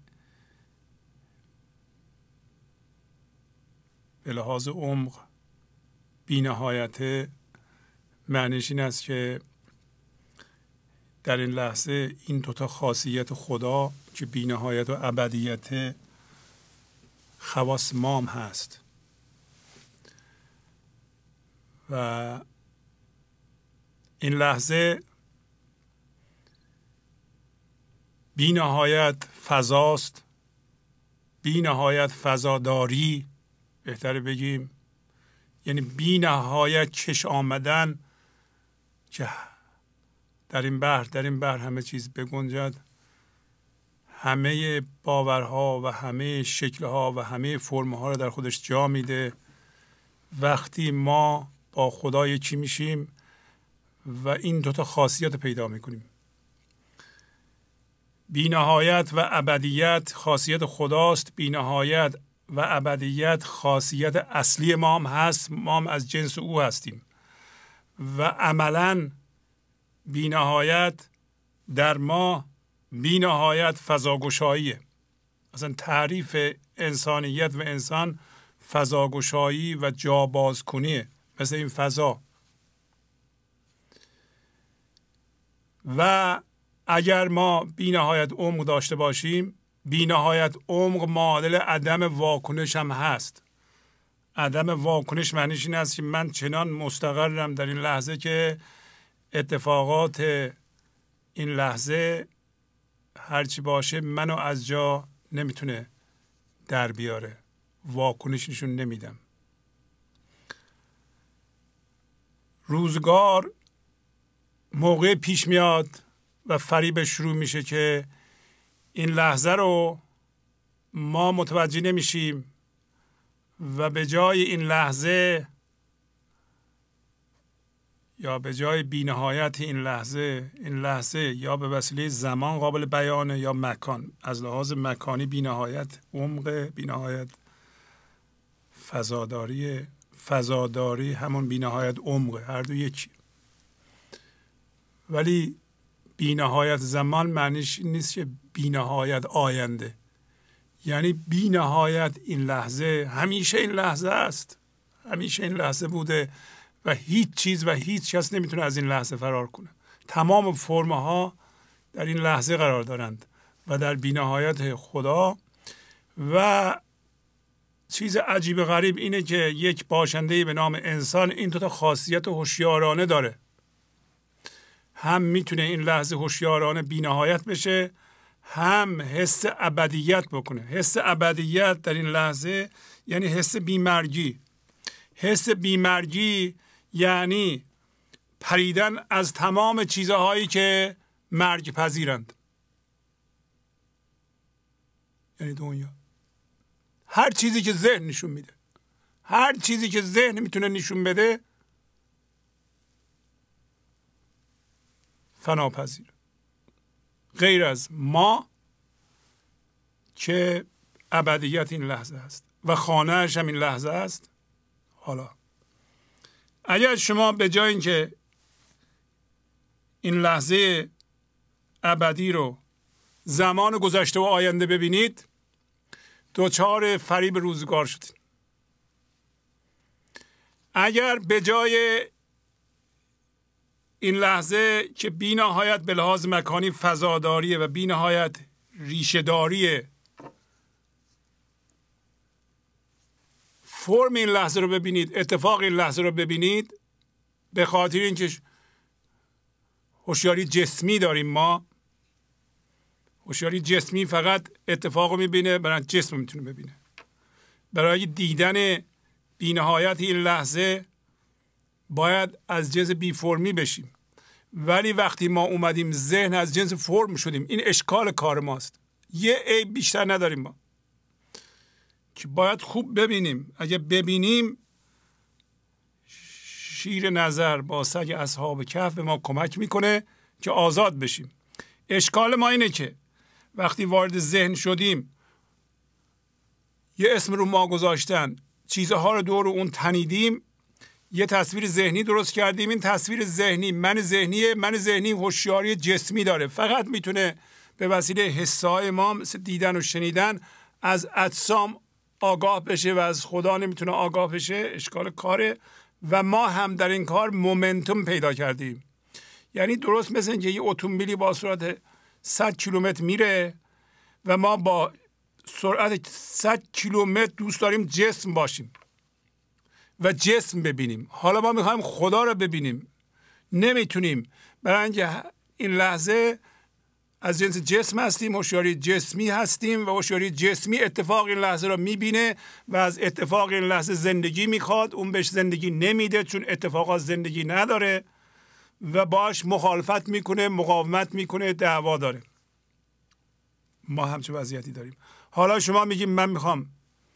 S2: به لحاظ عمق بی نهایت، معنیش این است که در این لحظه این دوتا خاصیت خدا که بی نهایت و ابدیت خواص مام هست و این لحظه بی نهایت فضاست، بی نهایت فضاداری بهتره بگیم، یعنی بی نهایت کش آمدن که در این بحر در این بحر همه چیز بگنجد، همه باورها و همه شکلها و همه فرمها رو در خودش جا میده. وقتی ما با خدا یکی میشیم و این دوتا خاصیت پیدا میکنیم، بی نهایت و ابدیت خاصیت خداست، بی نهایت و ابدیت خاصیت اصلی ما هم هست، ما هم از جنس او هستیم و عملاً بی نهایت در ما بی نهایت فضاگشاییه. اصلا تعریف انسانیت و انسان فضاگشایی و جابازکنیه، مثل این فضا. و اگر ما بی نهایت عمق داشته باشیم، بی نهایت عمق معادل عدم واکنش هم هست. عدم واکنش معنیش این است که من چنان مستقرم در این لحظه که اتفاقات این لحظه هرچی باشه منو از جا نمیتونه در بیاره، واکنش نشون نمیدم. روزگار موقع پیش میاد و فریب شروع میشه که این لحظه رو ما متوجه نمیشیم و به جای این لحظه یا به جای بی‌نهایت این لحظه این لحظه یا به وسیله زمان قابل بیانه یا مکان. از لحاظ مکانی بی‌نهایت عمق، بی‌نهایت فضاداری، فضاداری همون بی‌نهایت عمق، هر دو یکی. ولی بی‌نهایت زمان معنیش نیست که بی‌نهایت آینده، یعنی بی‌نهایت این لحظه همیشه این لحظه است، همیشه این لحظه بوده و هیچ چیز و هیچ کس نمیتونه از این لحظه فرار کنه. تمام فرمها در این لحظه قرار دارند و در بی‌نهایت خدا. و چیز عجیب غریب اینه که یک باشنده به نام انسان این دو تا خاصیت هوشیارانه داره. هم میتونه این لحظه هوشیارانه بی‌نهایت بشه، هم حس ابدیت بکنه. حس ابدیت در این لحظه یعنی حس بیمرگی. حس بیمرگی یعنی پریدن از تمام چیزهایی که مرگ پذیرند، یعنی دنیا. هر چیزی که ذهن نشون میده، هر چیزی که ذهن میتونه نشون بده فناپذیر، غیر از ما که ابدیت این لحظه است و خانه‌اش هم این لحظه است. حالا اگر شما به جای اینکه این لحظه ابدی رو زمان گذشته و آینده ببینید، دوچار فریب روزگار شدید. اگر به جای این لحظه که بی نهایت به لحاظ مکانی فضاداریه و بی نهایت ریشه داریه، فرم این لحظه رو ببینید، اتفاق این لحظه رو ببینید. به خاطر اینکه هوشیاری جسمی داریم ما، هوشیاری جسمی فقط اتفاق رو میبینه، برای جسم میتونه ببینه. برای دیدن بی‌نهایت این لحظه باید از جنس بی فرمی بشیم. ولی وقتی ما اومدیم ذهن از جنس فرم شدیم، این اشکال کار ماست. یه عیب بیشتر نداریم ما که باید خوب ببینیم. اگه ببینیم، شیر نظر با سگ اصحاب کهف به ما کمک میکنه که آزاد بشیم. اشکال ما اینه که وقتی وارد ذهن شدیم، یه اسم رو ما گذاشتن، چیزها رو دور اون تنیدیم، یه تصویر ذهنی درست کردیم. این تصویر ذهنی من ذهنیه. من ذهنی هوشیاری جسمی داره، فقط میتونه به وسیله حسای ما مثل دیدن و شنیدن از اجسام آگاه بشه و از خدا نمیتونه آگاه بشه. اشکال کاره و ما هم در این کار مومنتوم پیدا کردیم. یعنی درست مثل اینکه یه اتومبیلی با سرعت صد کیلومتر میره و ما با سرعت صد کیلومتر دوست داریم جسم باشیم و جسم ببینیم. حالا ما میخوایم خدا رو ببینیم، نمیتونیم، برای اینکه این لحظه از جنس جسم هستیم، هوشیاری جسمی هستیم و هوشیاری جسمی اتفاق این لحظه رو میبینه و از اتفاق این لحظه زندگی میخواد. اون بهش زندگی نمیده چون اتفاقات زندگی نداره و باش مخالفت میکنه، مقاومت میکنه، دعوا داره. ما همچون وضعیتی داریم. حالا شما میگیم من میخوام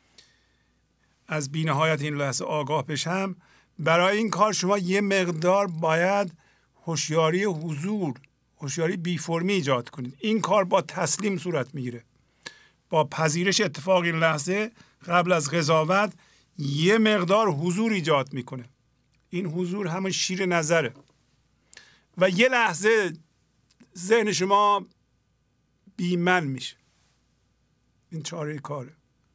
S2: از بی‌نهایت این لحظه آگاه بشم. برای این کار شما یه مقدار باید هوشیاری حضور، هوشیاری بی فرمی ایجاد کنید. این کار با تسلیم صورت میگیره، با پذیرش اتفاق این لحظه قبل از قضاوت یه مقدار حضور ایجاد میکنه. این حضور همون شیر نظره و یه لحظه ذهن شما بی‌من میشه. این چاره کاره.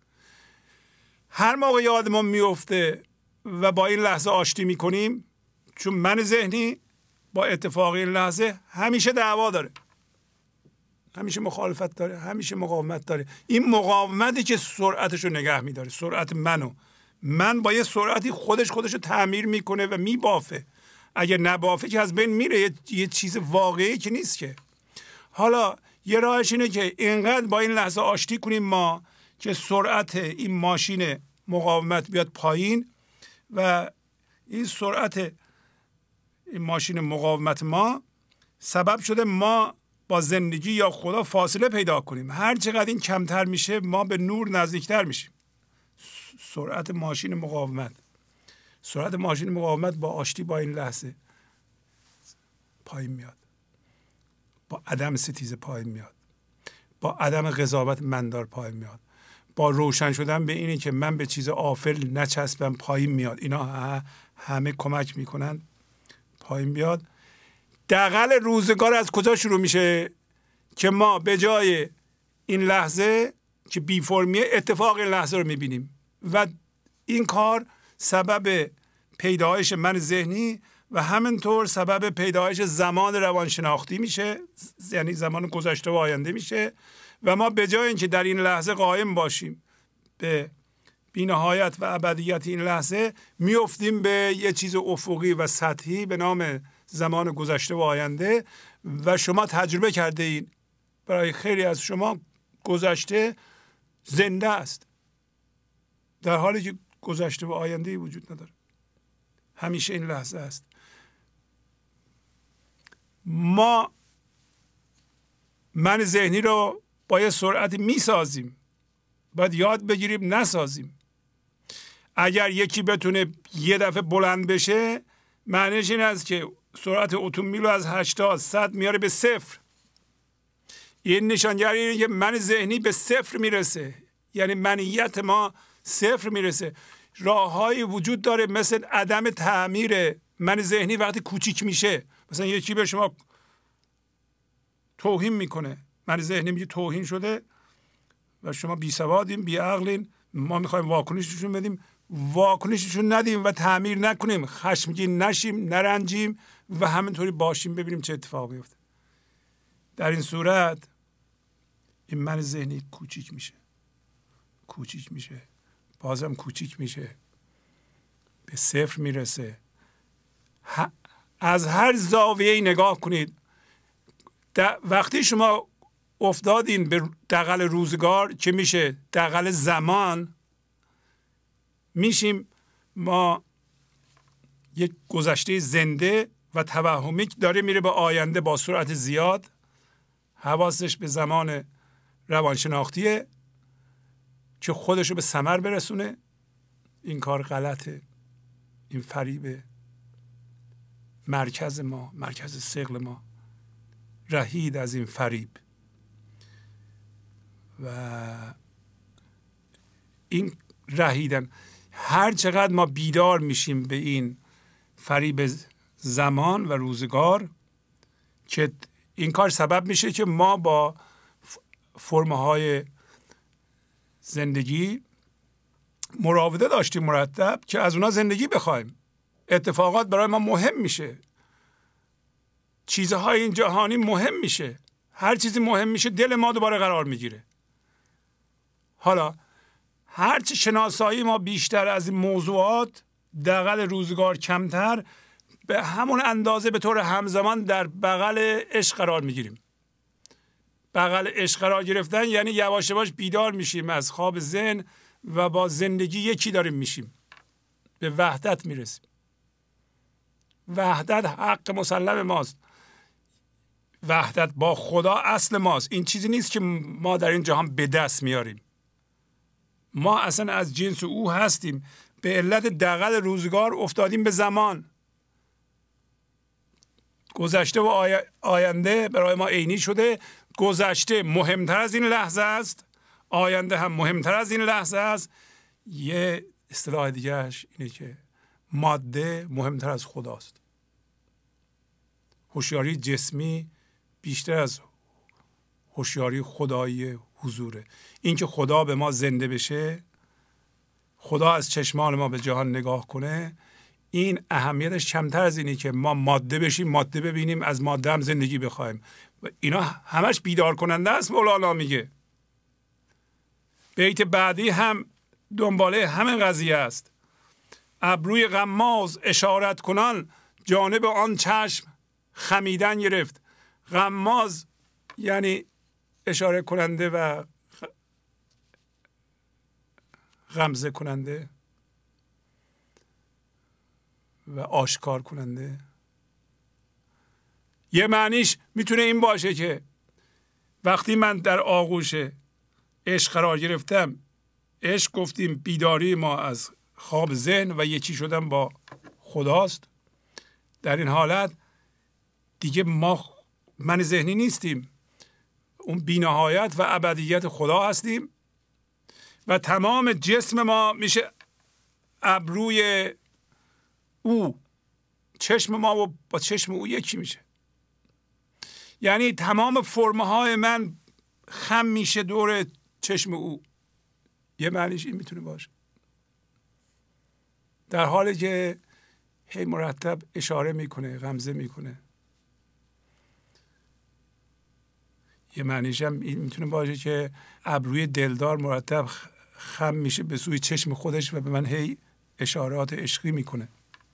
S2: هر موقع یادمون میفته و با این لحظه آشتی میکنیم، چون من ذهنی با اتفاق این لحظه همیشه دعوا داره، همیشه مخالفت داره، همیشه مقاومت داره. این مقاومتی که سرعتش رو نگه میداره، سرعت منو من با یه سرعتی خودش خودش رو تعمیر میکنه و میبافه. اگر نبافه که از بین میره، یه, یه چیز واقعی که نیست که. حالا یه راهش اینه که اینقدر با این لحظه آشتی کنیم ما که سرعت این ماشین مقاومت بیاد پایین و این سرعت این ماشین مقاومت ما سبب شده ما با زندگی یا خدا فاصله پیدا کنیم. هر چقدر این کمتر میشه ما به نور نزدیکتر میشیم. سرعت ماشین مقاومت سرعت ماشین مقاومت با آشتی با این لحظه پایین میاد، با عدم ستیزه پایین میاد، با عدم قضاوت مندار پایین میاد، با روشن شدن به اینی که من به چیز آفل نچسبم پایین میاد. اینا همه کمک میکنن پایین بیاد. دغل روزگار از کجا شروع میشه؟ که ما به جای این لحظه که بی فرمیه، اتفاق این لحظه رو میبینیم و این کار سبب پیدایش من ذهنی و همینطور سبب پیدایش زمان روانشناختی میشه، یعنی زمان گذشته و آینده میشه و ما به جای اینکه در این لحظه قائم باشیم به بی‌نهایت و ابدیت این لحظه، میافتیم به یه چیز افقی و سطحی به نام زمان گذشته و آینده. و شما تجربه کرده این، برای خیلی از شما گذشته زنده است، در حالی که گذشته و آینده وجود نداره، همیشه این لحظه است. ما من ذهنی رو با یه سرعت میسازیم، باید یاد بگیریم نسازیم. اگر یکی بتونه یه دفعه بلند بشه، معنیش این است که سرعت اتومبیل رو از هشتاد صد میاره به صفر. این نشانگری اینه که من ذهنی به صفر میرسه، یعنی منیت ما صفر میرسه. راههایی وجود داره مثل عدم تعمیر من ذهنی وقتی کوچیک میشه. مثلا یکی به شما توهین میکنه، من ذهنی میگه توهین شده و شما بی سوادین، بی عقلین، ما میخوایم واکنششون بدیم، واکنششون ندیم و تعمیر نکنیم، خشمگین نشیم، نرنجیم و همینطوری باشیم، ببینیم چه اتفاقی میفته. در این صورت این من ذهنی کوچیک میشه، کوچیک میشه، بازم کوچیک میشه به صفر میرسه. از هر زاویه‌ای نگاه کنید، وقتی شما افتادین به دغل روزگار که میشه دغل زمان، میشیم ما یک گذشته زنده و توهمی که داره میره به آینده با سرعت زیاد، حواسش به زمان روانشناختیه که خودش رو به ثمر برسونه. این کار غلطه، این فریبه. مرکز ما، مرکز ثقل ما رهید از این فریب و این رهیدن. هر چقدر ما بیدار میشیم به این فریب زمان و روزگار که این کار سبب میشه که ما با فرم‌های زندگی مراوده داشتیم مرتب که از اونا زندگی بخوایم. اتفاقات برای ما مهم میشه، چیزهای این جهانی مهم میشه، هر چیزی مهم میشه دل ما دوباره قرار میگیره. حالا هرچی شناسایی ما بیشتر از این موضوعات، دغل روزگار کمتر، به همون اندازه به طور همزمان در بغل عشق قرار میگیریم. بغل عشق قرار گرفتن یعنی یواش یواش بیدار میشیم از خواب ذهن و با زندگی یکی داریم میشیم، به وحدت میرسیم. وحدت حق مسلم ماست، وحدت با خدا اصل ماست. این چیزی نیست که ما در این جهان به دست میاریم. ما اصلا از جنس او هستیم. به علت دغل روزگار افتادیم به زمان. گذشته و آینده برای ما عینی شده. گذشته مهمتر از این لحظه است، آینده هم مهمتر از این لحظه است. یه اصطلاح دیگهش اینه که ماده مهمتر از خداست. هوشیاری جسمی بیشتر از هوشیاری خدایی حضوره. این که خدا به ما زنده بشه، خدا از چشمان ما به جهان نگاه کنه، این اهمیتش کمتر از اینه که ما ماده بشیم، ماده ببینیم، از ماده هم زندگی بخوایم. و اینا همش بیدار کننده است. مولانا میگه بیت بعدی هم دنباله همین قضیه است. ابروی غماز اشارت کنان، جانب آن چشم خمیدن گرفت. غماز یعنی اشاره کننده و غمزه کننده و آشکار کننده. یه معنیش میتونه این باشه که وقتی من در آغوش عشق قرار گرفتم، عشق گفتیم بیداری ما از خواب ذهن و یکی شدن با خداست. در این حالت دیگه ما من ذهنی نیستیم، اون بی‌نهایت و ابدیت خدا هستیم و تمام جسم ما میشه ابروی او. چشم ما و با چشم او یکی میشه. یعنی تمام فرمهای من خم میشه دور چشم او. یه معنیش این میتونه باشه. در حالی که هی مرتب اشاره میکنه، غمزه میکنه. یه معنیش هم این میتونه باشه که ابروی دلدار مرتب خم میشه به سوی چشم خودش و به من هی اشارات عشقی میکنه.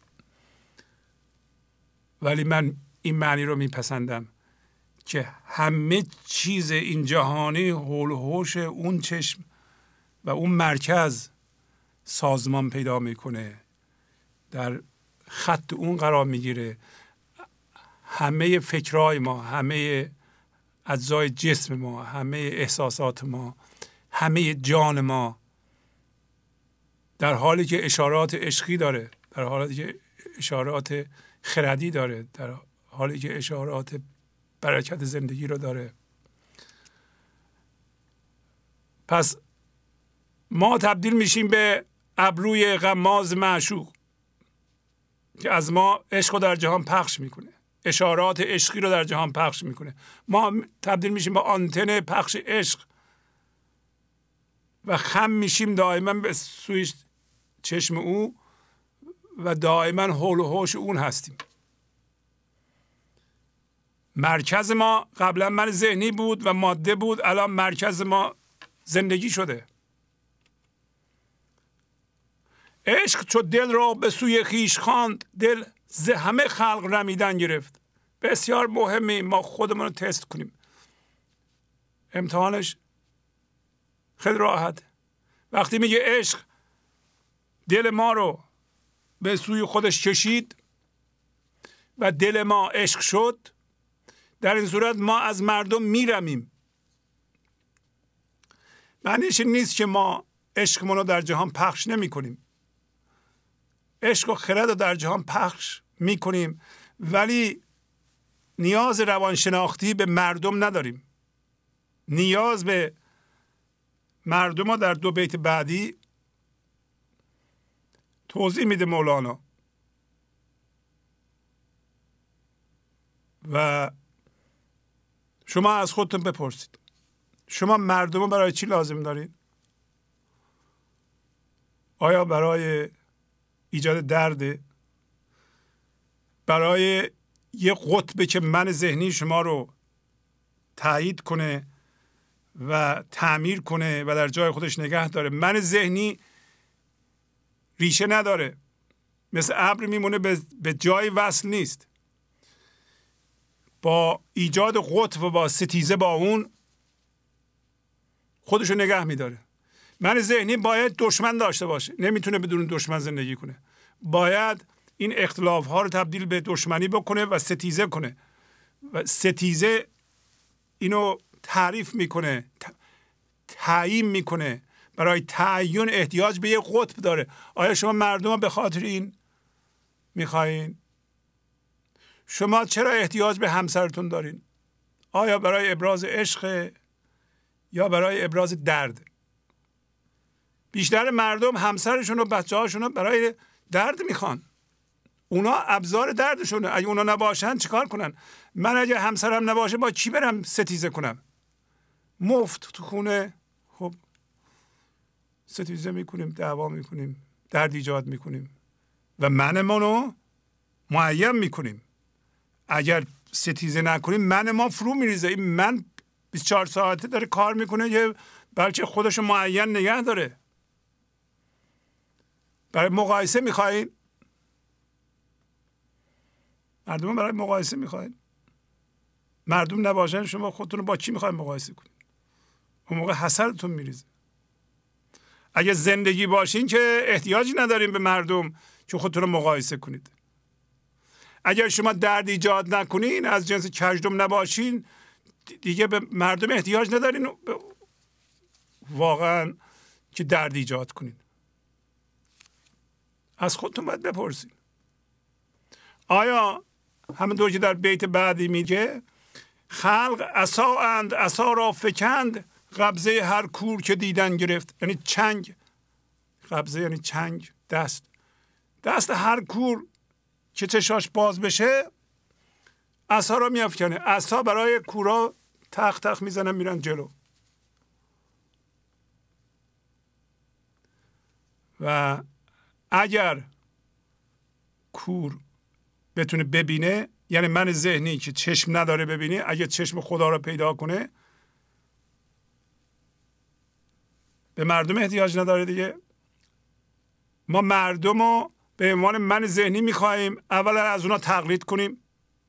S2: ولی من این معنی رو میپسندم که همه چیز این جهانی حول و حوش اون چشم و اون مرکز سازمان پیدا میکنه، در خط اون قرار میگیره. همه فکرهای ما، همه اجزای جسم ما، همه احساسات ما، همه جان ما در حالی که اشارات عشقی داره، در حالی که اشارات خردی داره، در حالی که اشارات برکت زندگی رو داره. پس ما تبدیل میشیم به ابروی غماز معشوق که از ما عشق رو در جهان پخش میکنه، اشارات عشقی رو در جهان پخش میکنه. ما تبدیل میشیم به آنتن پخش عشق و خم میشیم دائما به سوی چشم او و دائما حول و حوش اون هستیم. مرکز ما قبلا من ذهنی بود و ماده بود، الان مرکز ما زندگی شده. عشق چو دل را به سوی خویش خواند، دل ز همه خلق رمیدن گرفت. بسیار مهمه ما خودمون رو تست کنیم. امتحانش خیلی راحت. وقتی میگه عشق دل ما رو به سوی خودش کشید و دل ما عشق شد، در این صورت ما از مردم میرمیم. معنیش نیست که ما عشقمون رو در جهان پخش نمی کنیم. عشق و خرد رو در جهان پخش می کنیم، ولی نیاز روانشناختی به مردم نداریم. نیاز به مردم رو در دو بیت بعدی توضیح میده مولانا و شما از خودتون بپرسید شما مردم رو برای چی لازم دارید؟ آیا برای ایجاد درد؟ برای یه قطبه که من ذهنی شما رو تایید کنه و تعمیر کنه و در جای خودش نگه داره؟ من ذهنی ریشه نداره، مثل ابر میمونه، به جای وصل نیست. با ایجاد قطب و با ستیزه با اون خودشو نگه میداره. من ذهنی باید دشمن داشته باشه، نمیتونه بدون دشمن زندگی کنه. باید این اختلاف ها رو تبدیل به دشمنی بکنه و ستیزه کنه و ستیزه اینو تعریف میکنه، تعیین میکنه. برای تعیین احتیاج به یک قطب داره. آیا شما مردم به خاطر این میخواین؟ شما چرا احتیاج به همسرتون دارین؟ آیا برای ابراز عشق یا برای ابراز درد؟ بیشتر مردم همسرشون و بچه هاشون برای درد میخوان. اونا ابزار دردشونه. اگه اونا نباشن چیکار کنن؟ من اگه همسرم نباشه با چی برم ستیزه کنم؟ مفت تو خونه خب ستیزه میکنیم، دعوا میکنیم، درد ایجاد میکنیم و من منو معین میکنیم. اگر ستیزه نکنیم من ما فرو میریزه. این من بیست و چهار ساعته داره کار میکنه که بلکه خودشو معین نگه داره. برای مقایسه میخواین؟ مردم برای مقایسه میخواین؟ مردم نباشن شما خودتون رو با چی میخواین مقایسه کنید؟ اون موقع حسرتون میریزه. اگه زندگی باشین که احتیاجی ندارین به مردم که خودتون رو مقایسه کنید. اگر شما درد ایجاد نکنین، از جنس کژدم نباشین، دیگه به مردم احتیاج ندارین واقعا که درد ایجاد کنین. از خودتون باید بپرسین آیا همونطور که در بیت بعدی میگه خلق عصا اند عصا را فکند، قبضه هر کور که دیدن گرفت. یعنی چنگ، قبضه یعنی چنگ، دست دست هر کور که چشاش باز بشه عصا را میافکنه. عصا برای کورا تخ تخ میزنن میرن جلو. و اگر کور بتونه ببینه، یعنی من ذهنی که چشم نداره ببینه، اگر چشم خدا را پیدا کنه به مردم احتیاج نداره دیگه. ما مردم رو به عنوان من ذهنی میخواییم اولا از اونا تقلید کنیم.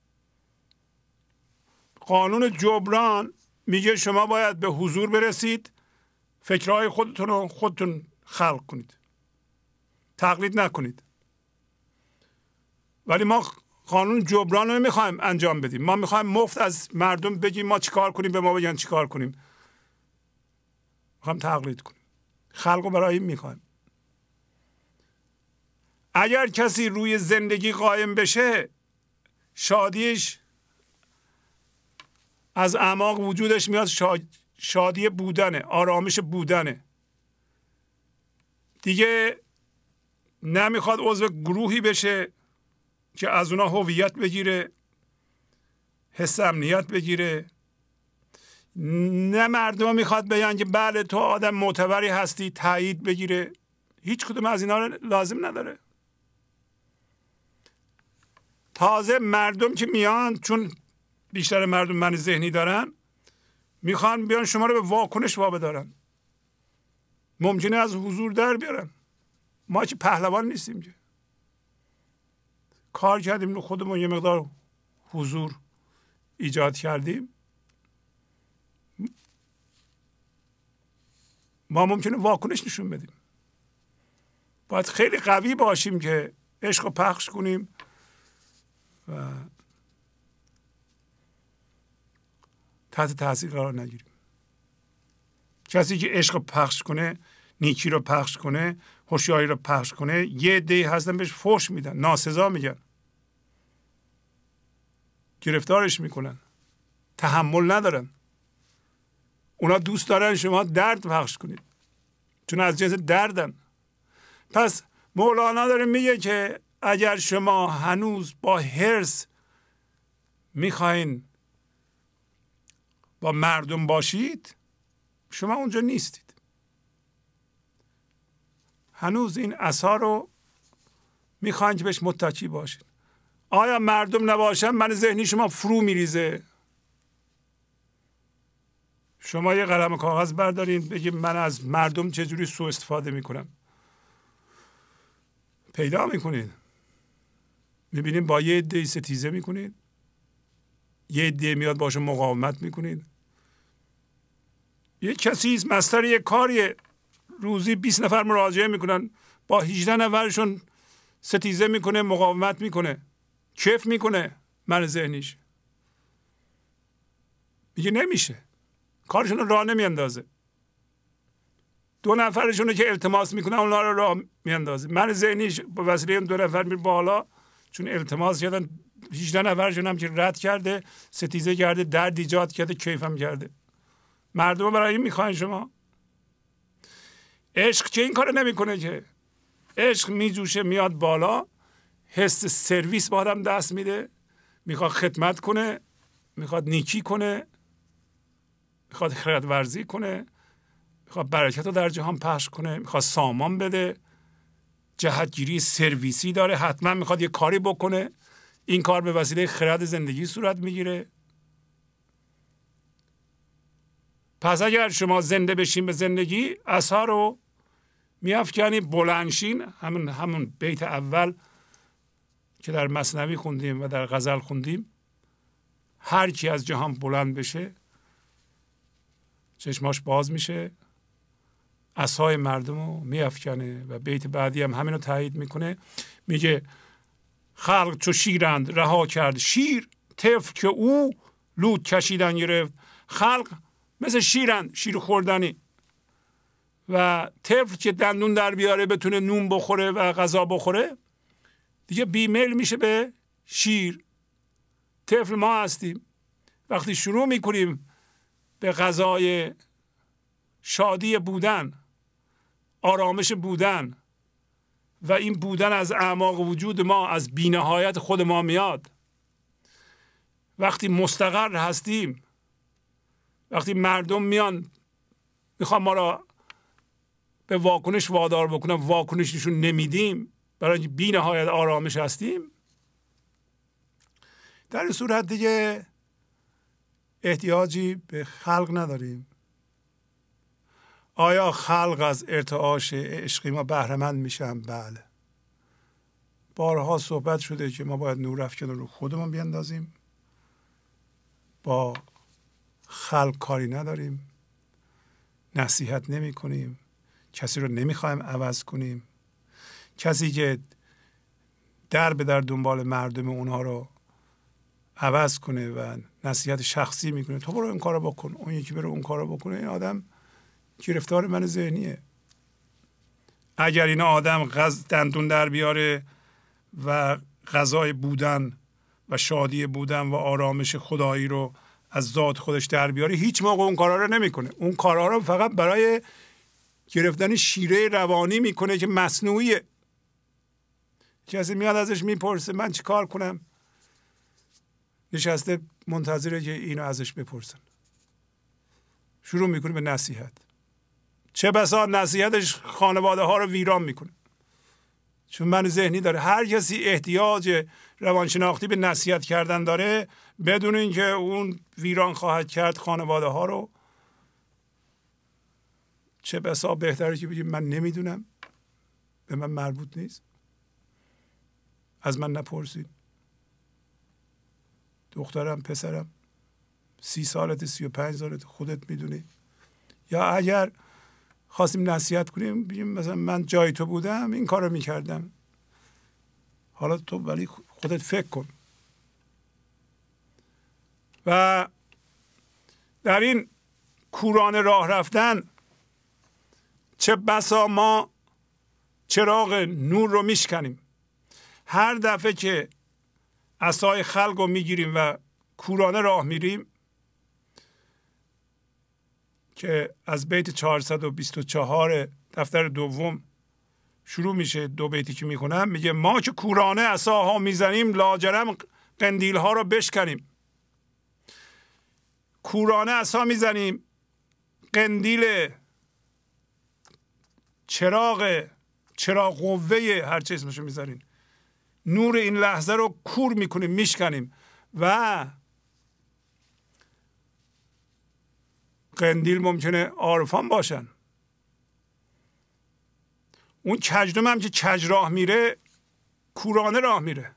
S2: قانون جبران میگه شما باید به حضور برسید، فکرهای خودتون رو خودتون خلق کنید، تقلید نکنید. ولی ما قانون جبران رو نمیخوایم انجام بدیم. ما میخوایم مفت از مردم بگیم ما چیکار کنیم، به ما بگن چیکار کنیم. میخوایم تقلید کنیم. خلق رو برای این میخوایم. اگر کسی روی زندگی قائم بشه، شادیش از اعماق وجودش میاد، شادی بودنه، آرامش بودنه. دیگه نمیخواد عضو گروهی بشه که از اونا هویت بگیره، حس امنیت بگیره. نه مردم میخواد بگن که بله تو آدم معتبری هستی، تایید بگیره. هیچ کدوم از اینا رو لازم نداره. تازه مردم که میان، چون بیشتر مردم من ذهنی دارن، میخوان بیان شما رو به واکنش وابدارن. ممکنه از حضور در بیارن، ما که پهلوان نیستیم که. کار کردیم رو خودمون یه مقدار حضور ایجاد کردیم. ما ممکنه واکنش نشون بدیم. باید خیلی قوی باشیم که عشق رو پخش کنیم و تحت تاثیر قرار نگیریم. کسی که عشق رو پخش کنه، نیکی رو پخش کنه، هوشیاری رو پخش کنه، یه عده‌ای هستن بهش فحش میدن، ناسزا میگن، گرفتارش میکنن، تحمل ندارن. اونا دوست دارن شما درد پخش کنید چون از جنس دردن. پس مولانا داره میگه که اگر شما هنوز با حرص میخواین با مردم باشید، شما اونجا نیستید. هنوز این عصا رو میخواین که بهش متکی باشید. آیا مردم نباشن من ذهنی شما فرو میریزه. شما یه قلم کاغذ بردارین بگید من از مردم چجوری سوء استفاده میکنم. پیدا میکنید، میبینید با یه عده ستیزه میکنید، یه عده میاد باشه مقاومت میکنید. یه کسی مستر یه کاری روزی بیست نفر مراجعه میکنن، با هجده نفرشون ستیزه میکنه، مقاومت میکنه، کیف میکنه، من ذهنیش میگه نمیشه، کارشون رو راه نمیاندازه. دو نفرشون که التماس میکنن اونا رو راه میاندازه. من ذهنیش با وسیله دو نفر میره بالا، چون التماس کردن هجده نفرشون هم که رد کرده، ستیزه کرده، درد ایجاد کرده، کیف هم کرده. مردم برای این میخواین شما. عشق که این کارو نمیکنه که. عشق میجوشه میاد بالا، حس سرویس با آدم دست میده، میخواد خدمت کنه، میخواد نیکی کنه، میخواد خرد ورزی کنه، میخواد برکت رو در جهان پخش کنه، میخواد سامان بده، جهتگیری سرویسی داره، حتما میخواد یه کاری بکنه. این کار به وسیله خرد زندگی صورت میگیره. پس اگر شما زنده بشین به زندگی، عصا رو میافکنی، بلندشین. همون همون بیت اول که در مثنوی خوندیم و در غزل خوندیم، هر کی از جهان بلند بشه چشماش باز میشه، عصای مردم رو میافکنه. و بیت بعدی هم همین رو تایید میکنه، میگه خلق چو شیرند رها کرد شیر، طفل که او لوت کشیدن گرفت. خلق مثل شیرند، شیر خوردنی، و طفل که دندون در بیاره بتونه نون بخوره و غذا بخوره دیگه بیمیل میشه به شیر. طفل ما هستیم. وقتی شروع میکنیم به غذای شادی بودن، آرامش بودن، و این بودن از اعماق وجود ما، از بی‌نهایت خود ما میاد، وقتی مستقر هستیم، وقتی مردم میان میخوان ما را به واکنش وادار بکنن، واکنششون نمیدیم، برای اینکه بی‌نهایت آرامش هستیم، در این صورت دیگه احتیاجی به خلق نداریم. آیا خلق از ارتعاش عشقی ما بهره مند میشن؟ بله. بارها صحبت شده که ما باید نور افکن رو خودمون بیندازیم. با خلق کاری نداریم، نصیحت نمی کنیم، کسی رو نمیخوایم عوض کنیم. کسی که در به در دنبال مردم اونها رو عوض کنه و نصیحت شخصی میکنه، تو برو این کارو بکن، اون یکی برو اون کارو بکنه، این آدم گرفتار من ذهنیه. اگر این آدم غز دندون در بیاره و غذای بودن و شادی بودن و آرامش خدایی رو از ذات خودش در بیاره، هیچ موقع اون کارا رو نمیکنه. اون کارا رو فقط برای گرفتن شیره روانی میکنه که مصنوعیه. کسی میاد ازش میپرسه من چی کار کنم، نشسته منتظره که اینو ازش بپرسن. شروع میکنه به نصیحت. چه بسا نصیحتش خانواده ها رو ویران میکنه، چون من ذهنی داره. هر کسی احتیاج روانشناختی به نصیحت کردن داره، بدون اینکه اون ویران خواهد کرد خانواده ها رو. چه بسا بهتره که بگیم من نمیدونم، به من مربوط نیست. از من نپرسید. دخترم پسرم سی سالت سی و پنج سالت خودت میدونی. یا اگر خواستیم نصیحت کنیم بگیم مثلا من جای تو بودم این کار رو میکردم، حالا تو ولی خودت فکر کن. و در این کورانه راه رفتن چه بسا ما چراغ نور رو میشکنیم. هر دفعه که عصای خلق رو میگیریم و کورانه راه میریم، که از بیت چهارصد و بیست و چهار دفتر دوم شروع میشه، دو بیتی که میخونم میگه ما که کورانه عصاها میزنیم لاجرم قندیل ها رو بشکنیم. کورانه عصا میزنیم، قندیل چراغ چراغ قوه هر چه اسمشو میذارین، نور این لحظه رو کور میکنیم، میشکنیم. و قندیل ممکنه عارفان باشن. اون کجدم هم که کج راه میره کورانه راه میره.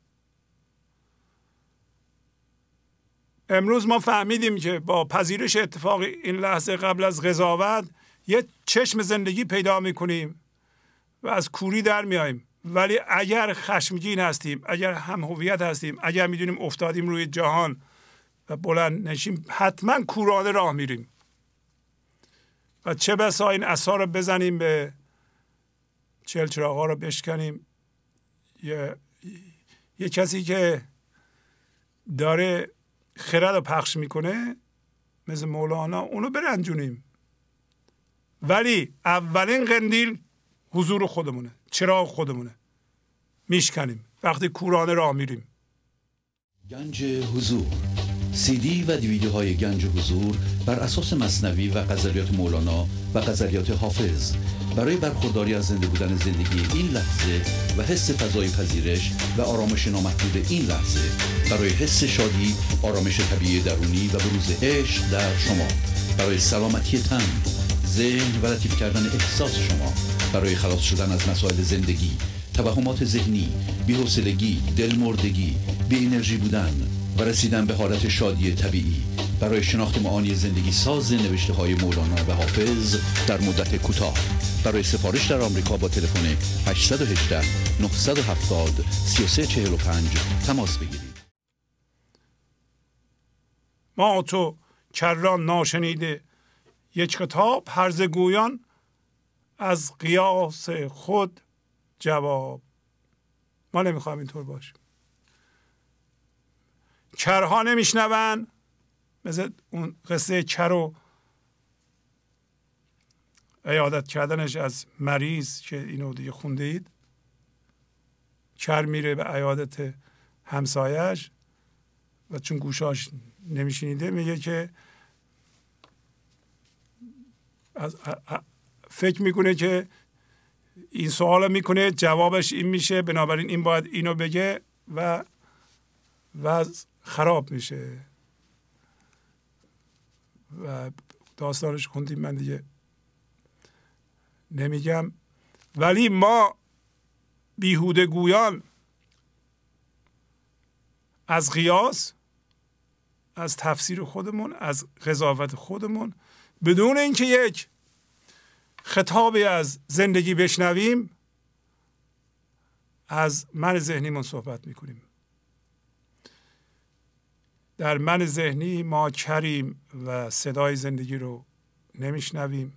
S2: امروز ما فهمیدیم که با پذیرش اتفاق این لحظه قبل از قضاوت یه چشم زندگی پیدا میکنیم و از کوری در میاییم. ولی اگر خشمگین هستیم، اگر هم هویت هستیم، اگر میدونیم افتادیم روی جهان و بلند نشیم، حتما کورانه راه میریم. و چه بسا این عصا رو بزنیم، به چهل چراغا رو بشکنیم. یه, یه کسی که داره خرد رو پخش میکنه مثل مولانا، اونو برنجونیم. ولی اولین قندیل حضور خودمونه، چراغ خودمونه، میشکنیم وقتی کورانه راه میریم.
S1: گنج حضور، سی دی و دیویدیوهای گنج حضور بر اساس مثنوی و غزلیات مولانا و غزلیات حافظ برای برخورداری از زنده بودن زندگی این لحظه و حس فضای پذیرش و آرامش نامحدود این لحظه، برای حس شادی، آرامش طبیعی درونی و بروز عشق در شما، برای سلامتی تن، ذهن و لطیف کردن احساس شما، برای خلاص شدن از مسائل زندگی، توهمات ذهنی، بی‌حوصلگی، دلمردگی، بی انرژی بودن و رسیدن به حالت شادی طبیعی، برای شناخت معانی زندگی ساز نوشته های مولانا و حافظ در مدت کوتاه. برای سفارش در آمریکا با تلفن هشت یک هشت نه هفت صفر سه سه چهار پنج تماس بگیرید.
S2: ما تو کران ناشنیده یک کتاب، هرزه گویان از قیاس خود جواب. ما نمیخوایم اینطور باشیم. کرها نمیشنون، مثل اون قصه کر و عیادت کردنش از مریض که اینو دیگه خونده اید. کر میره به عیادت همسایش و چون گوشاش نمیشنیده میگه که از فکر میکنه که این سوال میکنه جوابش این میشه، بنابراین این باید اینو بگه و وضع خراب میشه. و داستانش خوندیم، من دیگه نمیگم. ولی ما بیهوده گویان از قیاس، از تفسیر خودمون، از قضاوت خودمون، بدون اینکه یک خطابی از زندگی بشنویم، از من ذهنیمون صحبت میکنیم. در من ذهنی ما کریم و صدای زندگی رو نمیشنویم،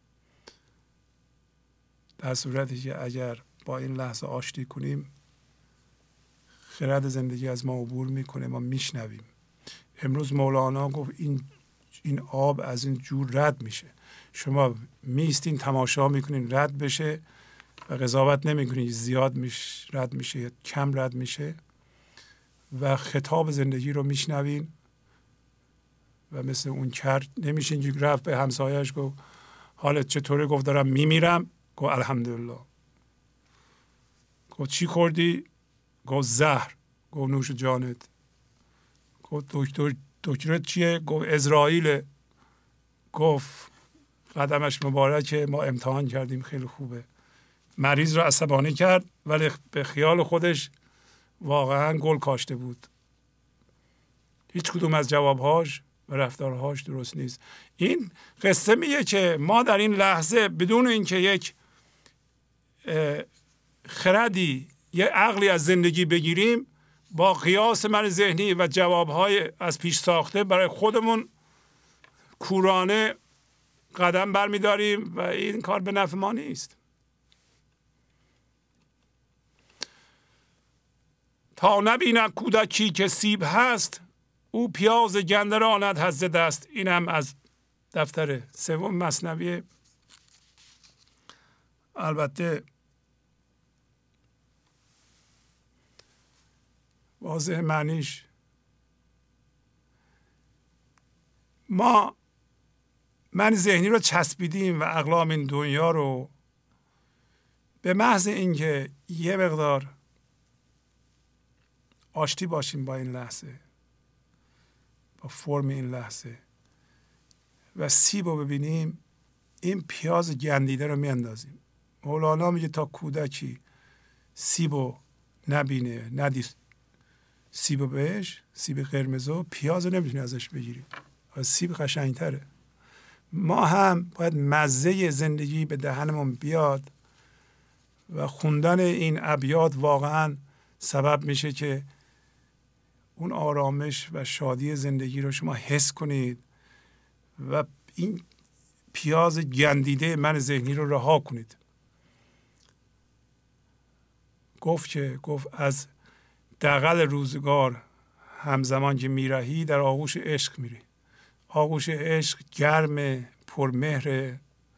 S2: در صورتی که اگر با این لحظه آشتی کنیم خرد زندگی از ما عبور میکنه، ما میشنویم. امروز مولانا گفت این این آب از این جور رد میشه. شما میستین تماشا میکنین رد بشه و قضاوت نمیکنین زیاد میشه رد میشه یا کم رد میشه و خطاب زندگی رو میشنوین. و مثل اون کرد نمیشه اینجوری رفت به همسایه‌اش گفت حالت چطوره؟ گفت دارم میمیرم. گفت الحمدلله. گفت چی خوردی؟ گفت زهر. گفت نوش جانت. گفت دکتر دکترت چیه؟ گفت اسرائیل. گفت قدمش مبارکه، ما امتحان کردیم خیلی خوبه. مریض را عصبانی کرد، ولی به خیال خودش واقعا گل کاشته بود. هیچ کدوم از جوابهاش و رفتارهاش درست نیست. این قصه میگه که ما در این لحظه بدون اینکه یک خردی، یک عقلی از زندگی بگیریم، با قیاس من ذهنی و جوابهای از پیش ساخته برای خودمون کورانه قدم برمیداریم و این کار به نفع ما نیست. تا نبیند کودکی که سیب هست، او پیاز گنده را آند هز دست. این هم از دفتر سوم مثنوی. البته واضح معنیش ما من ذهنی رو چسبیدیم و اقلام این دنیا رو به محض اینکه یه مقدار آشتی باشیم با این لحظه، با فرم این لحظه و سیب رو ببینیم، این پیاز گندیده رو میاندازیم. مولانا میگه تا کودکی سیب رو نبینه، ندی سیب رو بهش، سیب قرمزو، پیاز رو نمیتونی ازش بگیری. سیب قشنگتره. ما هم باید مزه زندگی به دهنمون بیاد و خوندن این ابیات واقعا سبب میشه که اون آرامش و شادی زندگی رو شما حس کنید و این پیاز گندیده من ذهنی رو رها کنید. گفت که گفت از دغل روزگار همزمان که میرهی در آغوش عشق میری. آغوش عشق گرم، پرمهر،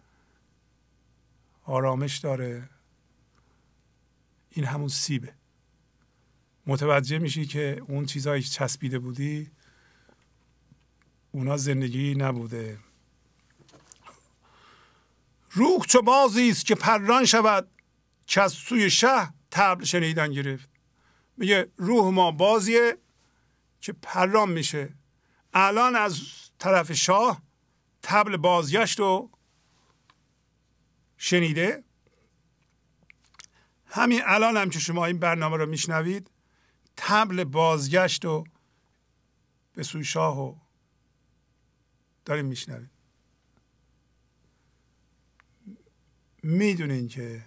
S2: آرامش داره. این همون سیبه. متوجه میشی که اون چیزایی که چسبیده بودی اونا زندگی نبوده. روح چو بازی است که پران شود، که از سوی شه طبل شنیدن گرفت. میگه روح ما بازیه که پران میشه. الان از طرف شاه طبل بازگشت رو شنیده. همین الان هم که شما این برنامه رو میشنوید، طبل بازگشت رو به سوی شاه رو داریم میشنوید. میدونین که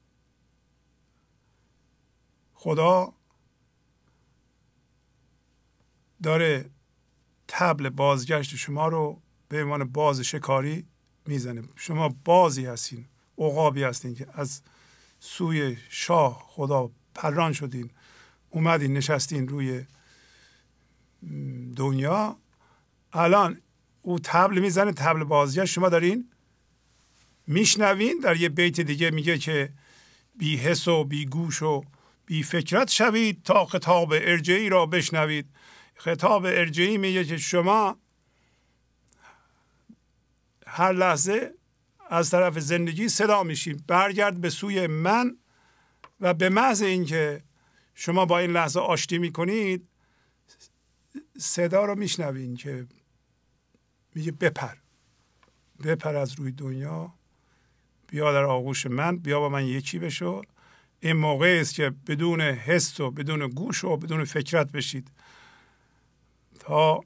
S2: خدا داره طبل بازگشت شما رو به عنوان باز شکاری میزنه. شما بازی هستین، عقابی هستین که از سوی شاه خدا پران شدین، اومدین نشستین روی دنیا. الان او طبل میزنه، طبل بازگشت شما دارین میشنوین. در یه بیت دیگه میگه که بی حس و بی گوش و بی فکرت شوید تا خطاب ارجعی را بشنوید. خطاب ارجعی میگه که شما هر لحظه از طرف زندگی صدا میشین، برگرد به سوی من. و به محض اینکه شما با این لحظه آشتی میکنید، صدا رو میشنوین که میگه بپر، بپر از روی دنیا، بیا در آغوش من، بیا با من یکی بشو. این موقع است که بدون حس و بدون گوش و بدون فکرت بشید تا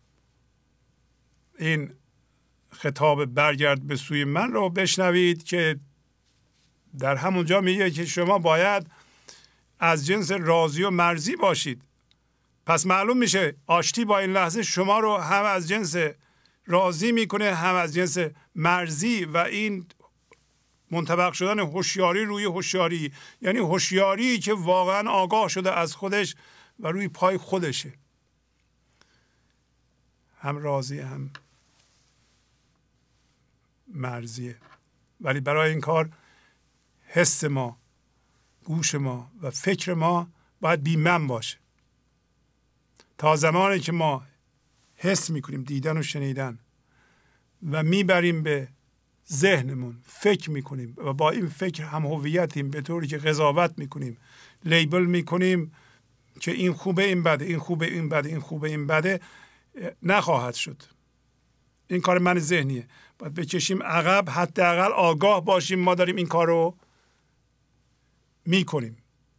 S2: این خطاب برگرد به سوی من رو بشنوید، که در همونجا میگه که شما باید از جنس راضی و مرضی باشید. پس معلوم میشه آشتی با این لحظه شما رو هم از جنس راضی میکنه، هم از جنس مرضی، و این منطبق شدن هوشیاری روی هوشیاری، یعنی هوشیاری که واقعا آگاه شده از خودش و روی پای خودشه، هم راضی هم مرضیه. ولی برای این کار حس ما، گوش ما و فکر ما باید بی‌من باشه. تا زمانی که ما حس میکنیم، دیدن و شنیدن، و میبریم به ذهنمون، فکر میکنیم و با این فکر هم هویتیم، به طوری که قضاوت میکنیم، لیبل میکنیم که این خوبه این بده، این خوبه این بده، این خوبه این بده، نخواهد شد. این کار من ذهنیه. باید بکشیم عقب، حداقل آگاه باشیم ما داریم این کار رو میکنیم.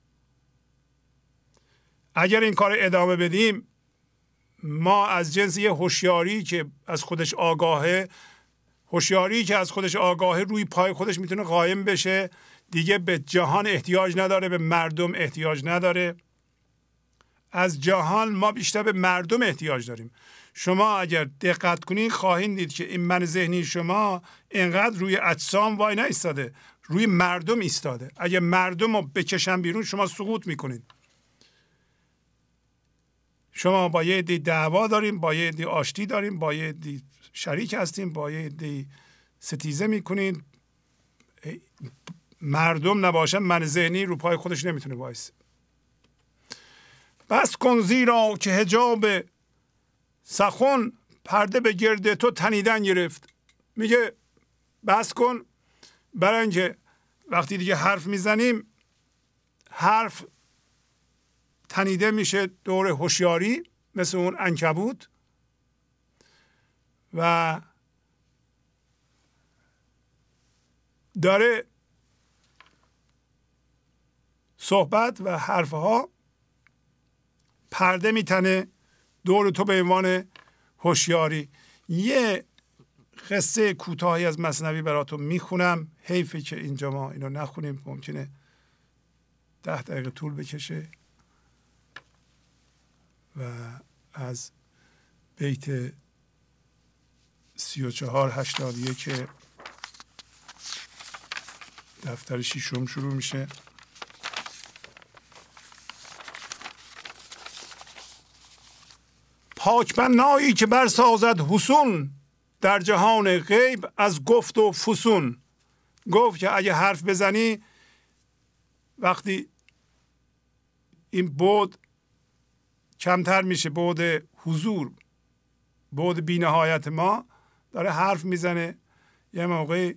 S2: اگر این کار ادامه بدیم، ما از جنس یه هوشیاری که از خودش آگاهه، هوشیاری که از خودش آگاهه روی پای خودش میتونه قایم بشه، دیگه به جهان احتیاج نداره، به مردم احتیاج نداره. از جهان ما بیشتر به مردم احتیاج داریم. شما اگر دقت کنید خواهید دید که این من ذهنی شما اینقدر روی اجسام وای نایستاده، روی مردم ایستاده. اگر مردم رو بکشن بیرون شما سقوط میکنید. شما با یه عده دعوا داریم، با یه عده آشتی داریم، با یه عده شریک هستیم، با یه عده ستیزه میکنید. مردم نباشن من ذهنی رو پای خودش نمیتونه وایسه. بس کن زیرا که حجاب سخن پرده به گرد تو تنیدن گرفت. میگه بس کن، برای اینکه وقتی دیگه حرف میزنیم حرف تنیده میشه دور هوشیاری مثل اون عنکبوت و داره صحبت و حرفها پرده میتنه دور تو به عنوان هوشیاری. یه قصه کوتاهی از مثنوی براتون میخونم. حیفه که اینجا ما اینو نخونیم، ممکنه ده دقیقه طول بکشه. و از بیت سی و چهار هشتاد یک دفتر شیشم شروع میشه. پاکبنایی که برسازد حصون در جهان غیب از گفت و فسون. گفت که اگه حرف بزنی وقتی این بعد کمتر میشه، بعد حضور، بعد بی‌نهایت ما داره حرف میزنه، یه موقعی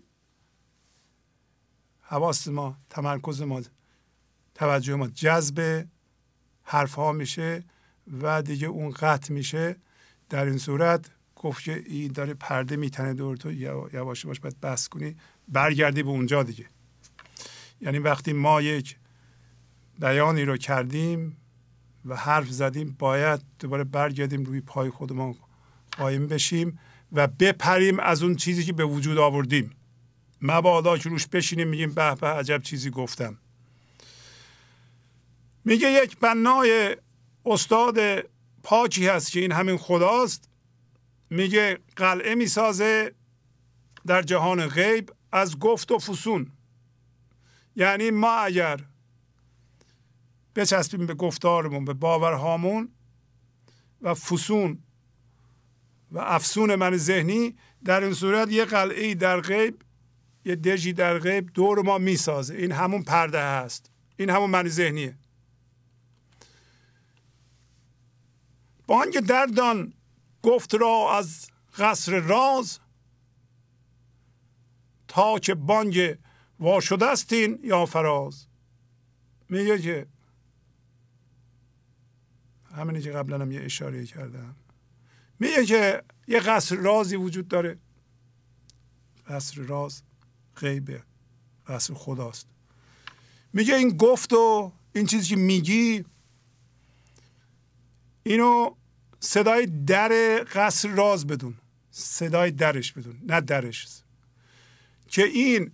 S2: حواس ما، تمرکز ما، توجه ما جذب حرف ها میشه و دیگه اون قطع میشه. در این صورت گفت که این داره پرده میتنه دور تو، یواش یواش باید بس کنی برگردی به اونجا دیگه. یعنی وقتی ما یک بیانی رو کردیم و حرف زدیم باید دوباره برگردیم روی پای خودمون قایم بشیم و بپریم از اون چیزی که به وجود آوردیم. مبادا که روش بشینیم میگیم به به عجب چیزی گفتم. میگه یک بنای استاد پاکی هست که این همین خداست. میگه قلعه میسازه در جهان غیب از گفت و فسون. یعنی ما اگر بچسبیم به گفتارمون، به باورهامون و فسون و افسون من ذهنی، در این صورت یه قلعه در غیب، یه دژی در غیب دور ما میسازه. این همون پرده هست، این همون من ذهنیه. بانگ دردان گفت را از قصر راز، تا که بانگ وا شده استین یا فراز. میگه که همینی که قبلا هم یه اشاره کردم، میگه که یه قصر رازی وجود داره. قصر راز غیبه، قصر خداست. میگه این گفت و این چیزی که میگی اینو صدای در قصر راز بدون، صدای درش بدون، نه درش. که این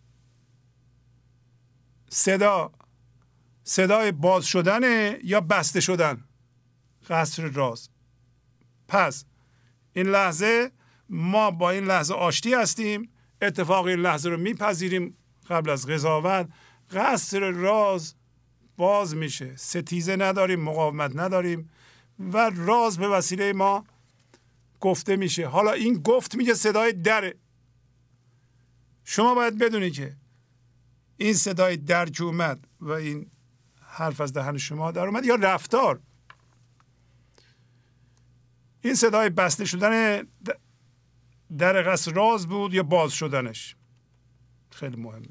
S2: صدا صدای باز شدن یا بسته شدن قصر راز. پس این لحظه ما با این لحظه آشتی هستیم، اتفاق این لحظه رو میپذیریم قبل از قضاوت. قصر راز باز میشه، ستیزه نداریم، مقاومت نداریم و راز به وسیله ما گفته میشه. حالا این گفت میگه صدای دره. شما باید بدونی که این صدای در که اومد و این حرف از دهن شما در اومد یا رفتار، این صدای بسته شدن در قصر راز بود یا باز شدنش. خیلی مهمه.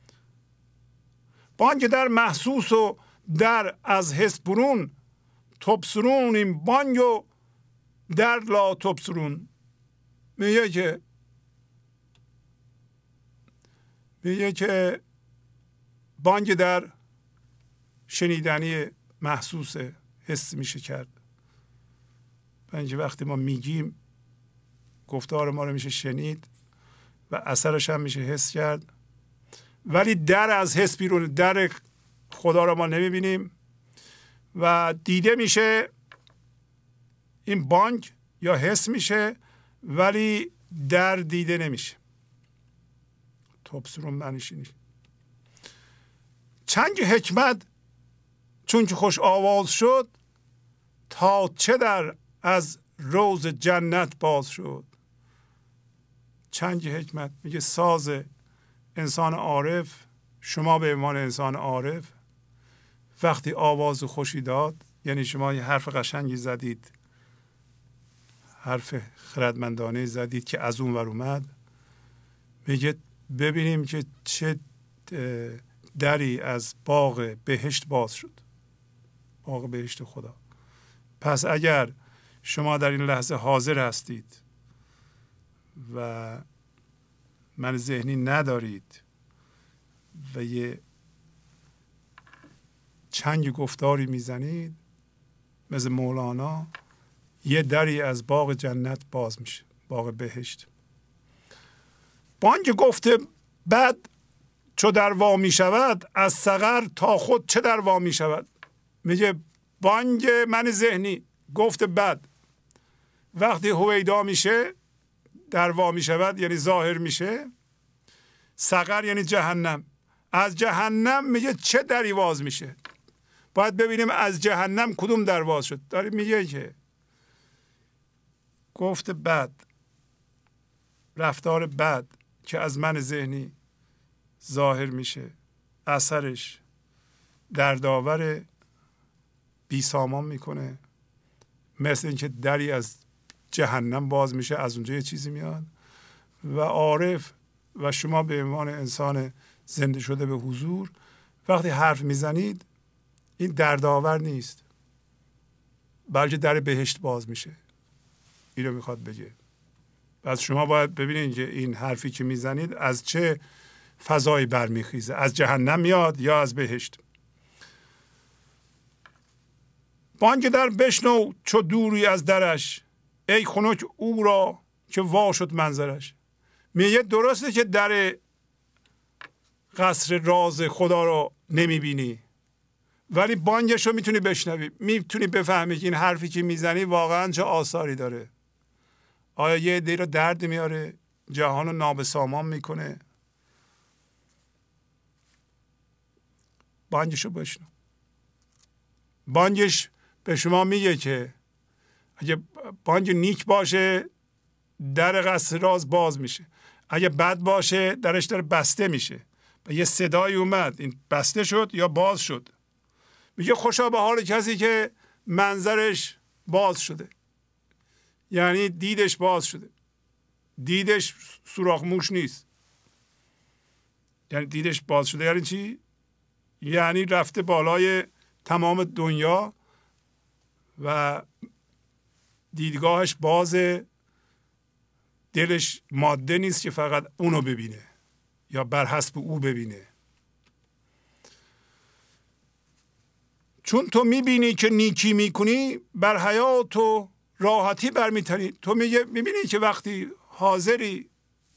S2: بانگ در محسوس و در از حس برون، تبصرون این بانگ و در لا تبصرون. میگه که میگه که بانگ در شنیدنی محسوس حس میشه کرد. اینکه وقتی ما میگیم گفتار ما رو میشه شنید و اثرش هم میشه حس کرد، ولی در از حس بیرون، در خدا رو ما نمیبینیم و دیده میشه این بانگ یا حس میشه ولی در دیده نمیشه. توبسرون معنیش اینه. چنگ حکمت چون که خوش آواز شد، تا چه در از روز جنت باز شد. چنگ حکمت میگه ساز انسان عارف، شما به عنوان انسان عارف وقتی آواز خوشی داد، یعنی شما یه حرف قشنگی زدید، حرف خردمندانه زدید که از اون ور اومد، میگه ببینیم که چه دری از باغ بهشت باز شد، باغ بهشت خدا. پس اگر شما در این لحظه حاضر هستید و من ذهنی ندارید و یه چنگ گفتاری میزنید مثل مولانا، یه دری از باغ جنت باز میشه، باغ بهشت. بانگ گفته بد چو در وا می شود، از سقر تا خود چه در وا می شود. میگه بانگ من ذهنی گفت بد وقتی هویدا میشه، در وا می شود یعنی ظاهر میشه، سقر یعنی جهنم. از جهنم میگه چه دری باز میشه. باید ببینیم از جهنم کدوم در باز شد. داره میگه که گفت بد، رفتار بد که از من ذهنی ظاهر میشه، اثرش دردآور، بی سامان میکنه، مثل اینکه دری از جهنم باز میشه، از اونجا یه چیزی میاد. و عارف و شما به عنوان انسان زنده شده به حضور وقتی حرف میزنید این دردآور نیست، بلکه در بهشت باز میشه. اینو میخواد بگه. پس شما باید ببینید که این حرفی که میزنید از چه فضایی برمیخیزه، از جهنم میاد یا از بهشت. بانگ در بشنو چو دوری از درش، ای خنک او را که وا شد منظرش. میگه درسته که در قصر راز خدا رو نمیبینی، ولی بانگش رو میتونی بشنوی، میتونی بفهمی که این حرفی که میزنی واقعا چه آثاری داره. آیا یه عده‌ای رو درد میاره، جهان رو نابسامان میکنه؟ بانگش رو بشنو. بانگش به شما میگه که اگه بانگ نیک باشه در قصر راز باز میشه، اگه بد باشه درش داره بسته میشه. و یه صدای اومد، این بسته شد یا باز شد. میگه خوشا به حال کسی که منظرش باز شده، یعنی دیدش باز شده. دیدش سوراخ موش نیست. یعنی دیدش باز شده یعنی چی؟ یعنی رفته بالای تمام دنیا و دیدگاهش بازه، دلش ماده نیست که فقط اونو ببینه یا بر حسب او ببینه. چون تو میبینی که نیکی میکنی، بر حیات و راحتی برمیتنی. تو میبینی که وقتی حاضری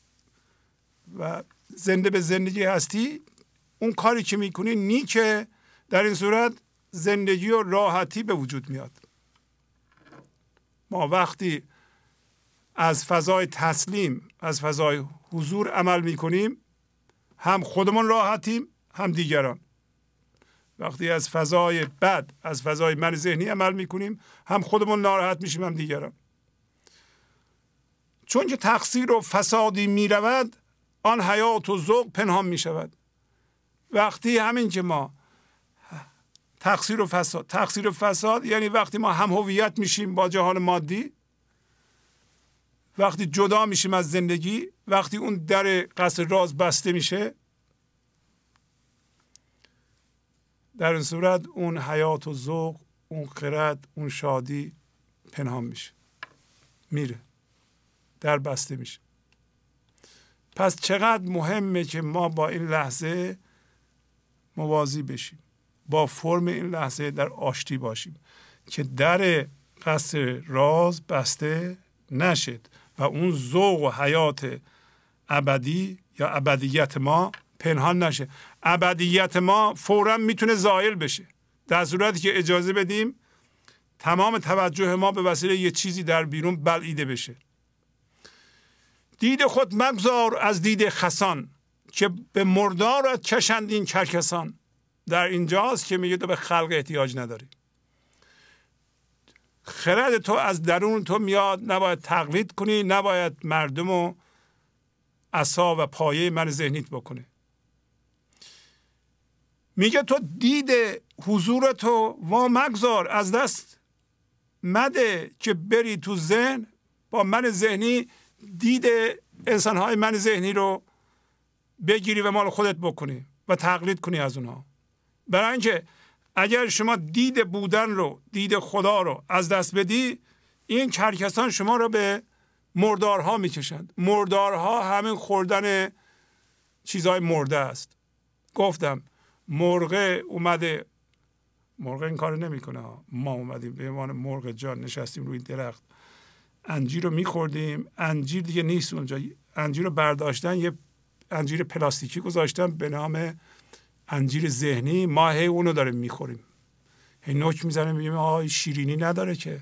S2: و زنده به زندگی هستی، اون کاری که میکنی نیکه، در این صورت زندگی و راحتی به وجود میاد. ما وقتی از فضای تسلیم، از فضای حضور عمل میکنیم، هم خودمون راحتیم هم دیگران. وقتی از فضای بد، از فضای من ذهنی عمل میکنیم، هم خودمون ناراحت میشیم هم دیگران. چون که تقصیر و فسادی میرود، آن حیات و ذوق پنهان میشود. وقتی همین که ما تقصیر و فساد، تقصیر و فساد یعنی وقتی ما هم هویت میشیم با جهان مادی، وقتی جدا میشیم از زندگی، وقتی اون در قصر راز بسته میشه، در این صورت اون حیات و ذوق، اون خرد، اون شادی پنهان میشه، میره، در بسته میشه. پس چقدر مهمه که ما با این لحظه موازی بشیم. با فرم این لحظه در آشتی باشیم که در قصر راز بسته نشد و اون ذوق و حیات ابدی یا ابدیت ما پنهان نشه. ابدیت ما فوراً میتونه زائل بشه در صورتی که اجازه بدیم تمام توجه ما به وسیله یه چیزی در بیرون بلعیده بشه. دید خود مگذار از دید خسان که به مردارت کشند این کرکسان. در اینجاست که میگه تو به خلق احتیاج نداری. خرد تو از درون تو میاد، نباید تقلید کنی، نباید مردم و عصا و پایه من ذهنیت بکنه. میگه تو دید حضور تو وا مگذار، از دست مده که بری تو ذهن با من ذهنی دید انسانهای من ذهنی رو بگیری و مال خودت بکنی و تقلید کنی از اونها. برای اینکه اگر شما دید بودن رو، دید خدا رو از دست بدی، این کرکسان شما رو به مردارها میکشند. مردارها همین خوردن چیزهای مرده است. گفتم مرغ اومده، مرغ این کار نمیکنه ها، ما اومدیم به عنوان مرغ جان نشستیم روی درخت، انجیر رو میخوردیم، انجیر دیگه نیست اونجا، انجیر رو برداشتن یه انجیر پلاستیکی گذاشتن به نام انجیر ذهنی، ما هی اونو داریم میخوریم، هی نوک میزنیم میگیم آه شیرینی نداره که،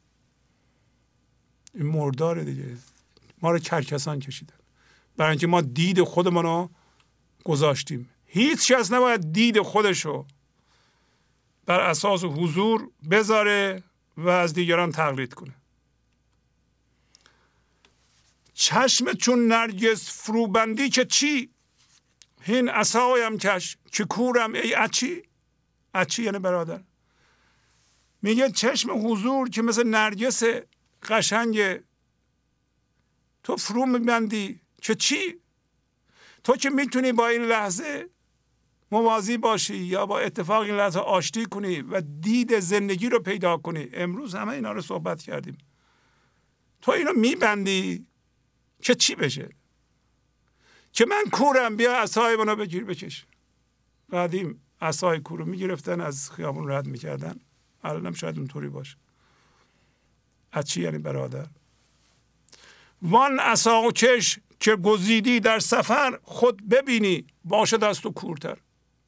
S2: این مرداره دیگه. ما رو کرکسان کشیدن برای اینکه ما دید خودمون رو گذاشتیم. هیچ کس نباید دید خودشو بر اساس حضور بذاره و از دیگران تقلید کنه. چشم چون نرگس فروبندی که چی، هین عصایم کش که کورم ای اچی. اچی یعنی برادر. میگه چشم حضور که مثل نرگس قشنگ تو فرو میبندی که چی، تو که میتونی با این لحظه موازی باشی یا با اتفاق این لحظه آشتی کنی و دید زندگی رو پیدا کنی. امروز همه اینا رو صحبت کردیم. تو اینو میبندی که چی بشه، که من کورم، بیا عصای منو بگیر بکش. قدیم عصای کور رو میگرفتن از خیابون رد میکردن، الانم شاید اونطوری باشه. اچی یعنی برادر. وان عصا کش که گزیدی در سفر، خود ببینی باشد از تو کورتر.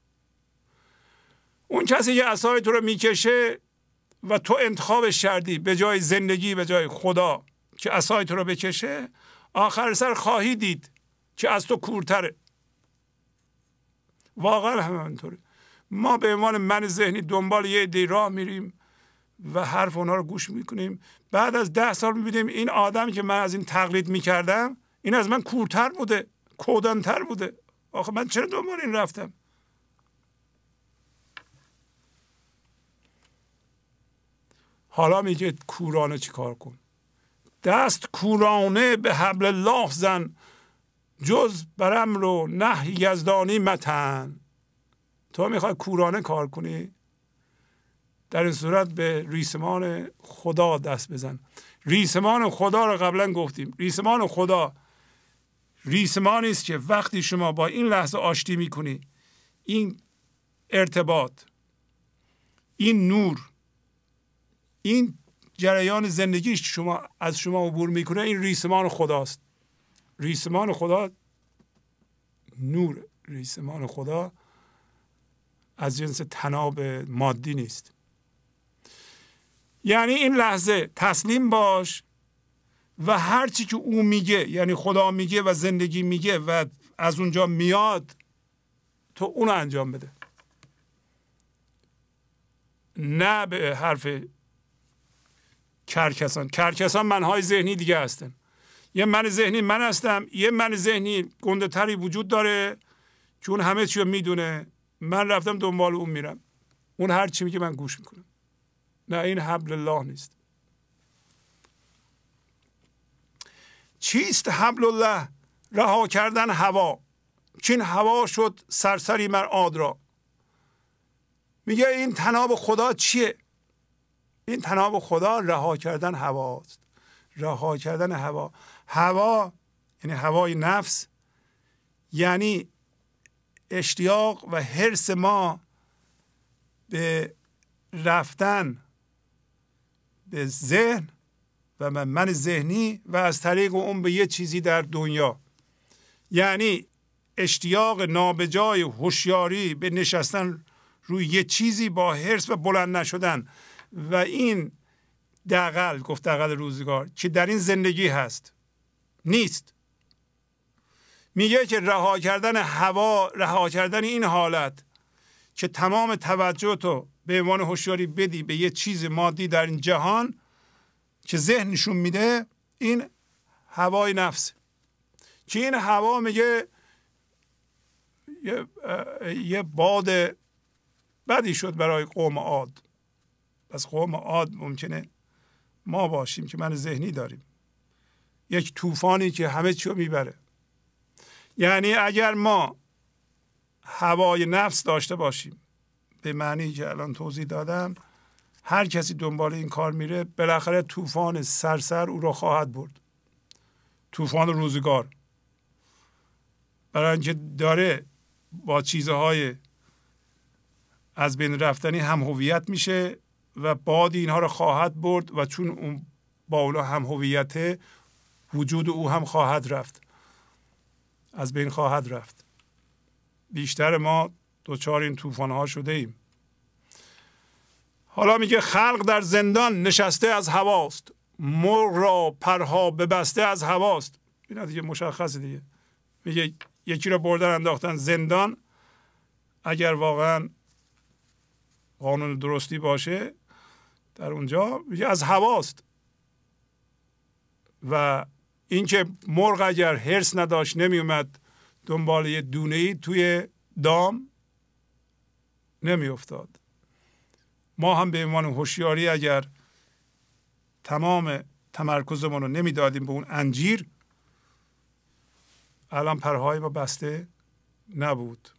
S2: اون کسی که عصای تو رو میکشه و تو انتخابش کردی به جای زندگی، به جای خدا که عصای تو رو بکشه، آخر سر خواهی دید که از تو کورتره. واقعا همینطوره. ما به عنوان من ذهنی دنبال یه عده راه میریم و حرف اونا رو گوش میکنیم، بعد از ده سال میبینیم این آدم که من از این تقلید میکردم این از من کورتر بوده، کودانتر بوده. آخه من چرا دنبال این رفتم؟ حالا میگه کورانه چی کار کن؟ دست کورانه به حبل الله زن، جز بر امر و نهی یزدانی متن. تو میخوای کورانه کار کنی؟ در این صورت به ریسمان خدا دست بزن. ریسمان خدا رو قبلا گفتیم. ریسمان خدا ریسمانی است که وقتی شما با این لحظه آشتی میکنی، این ارتباط، این نور، این جریان زندگیش شما از شما عبور میکنه، این ریسمان خداست. ریسمان خدا نور، ریسمان خدا از جنس تناب مادی نیست. یعنی این لحظه تسلیم باش و هر چی که او میگه، یعنی خدا میگه و زندگی میگه و از اونجا میاد، تو اونو انجام بده، نه به حرف کرکسان. کرکسان منهای ذهنی دیگه هستن. یه من ذهنی من هستم، یه من ذهنی گنده تری وجود داره که اون همه چی رو میدونه. من رفتم دنبال اون میرم، اون هر چی میگه من گوش میکنم. نه، این حبل الله نیست. چیست حبل الله؟ رها کردن هوا، چین هوا شد سرسری مر عاد را. میگه این طناب خدا چیه؟ این طناب خدا رها کردن هواست. رها کردن هوا، هوا یعنی هوای نفس، یعنی اشتیاق و حرص ما به رفتن به ذهن و من ذهنی و از طریق اون به یه چیزی در دنیا. یعنی اشتیاق نابجای هوشیاری به نشستن روی یه چیزی با حرص و بلند نشدن و این دغل، گفت دغل روزگار که در این زندگی هست نیست. میگه که رها کردن هوا، رها کردن این حالت که تمام توجه تو به عنوان هوشیاری بدی به یه چیز مادی در این جهان که ذهن نشون میده، این هوای نفس. که این هوا میگه یه, یه باد بدی شد برای قوم عاد. پس قوم عاد ممکنه ما باشیم که من ذهنی داریم، یک طوفانی که همه چیو میبره. یعنی اگر ما هوای نفس داشته باشیم به معنی که الان توضیح دادم، هر کسی دنبال این کار میره بالاخره طوفان سرسر او را خواهد برد، طوفان روزگار، برای اینکه داره با چیزهای از بین رفتنی هم هویت میشه و باد اینها را خواهد برد و چون اون با اونا هم هویته، وجود او هم خواهد رفت، از بین خواهد رفت. بیشتر ما دوچار این طوفان ها شده ایم. حالا میگه خلق در زندان نشسته از هواست، مرغ را پرها ببسته از هواست. اینا دیگه مشخصه دیگه. میگه یکی را بردن انداختن زندان، اگر واقعا قانون درستی باشه در اونجا، میگه از هواست. و اینکه مرغ اگر حرص نداشت نمی اومد دنبال یه دونه‌ای توی دام نمی افتاد. ما هم به عنوان هوشیاری اگر تمام تمرکزمون رو نمی دادیم به اون انجیر، الان پرهای ما بسته نبود.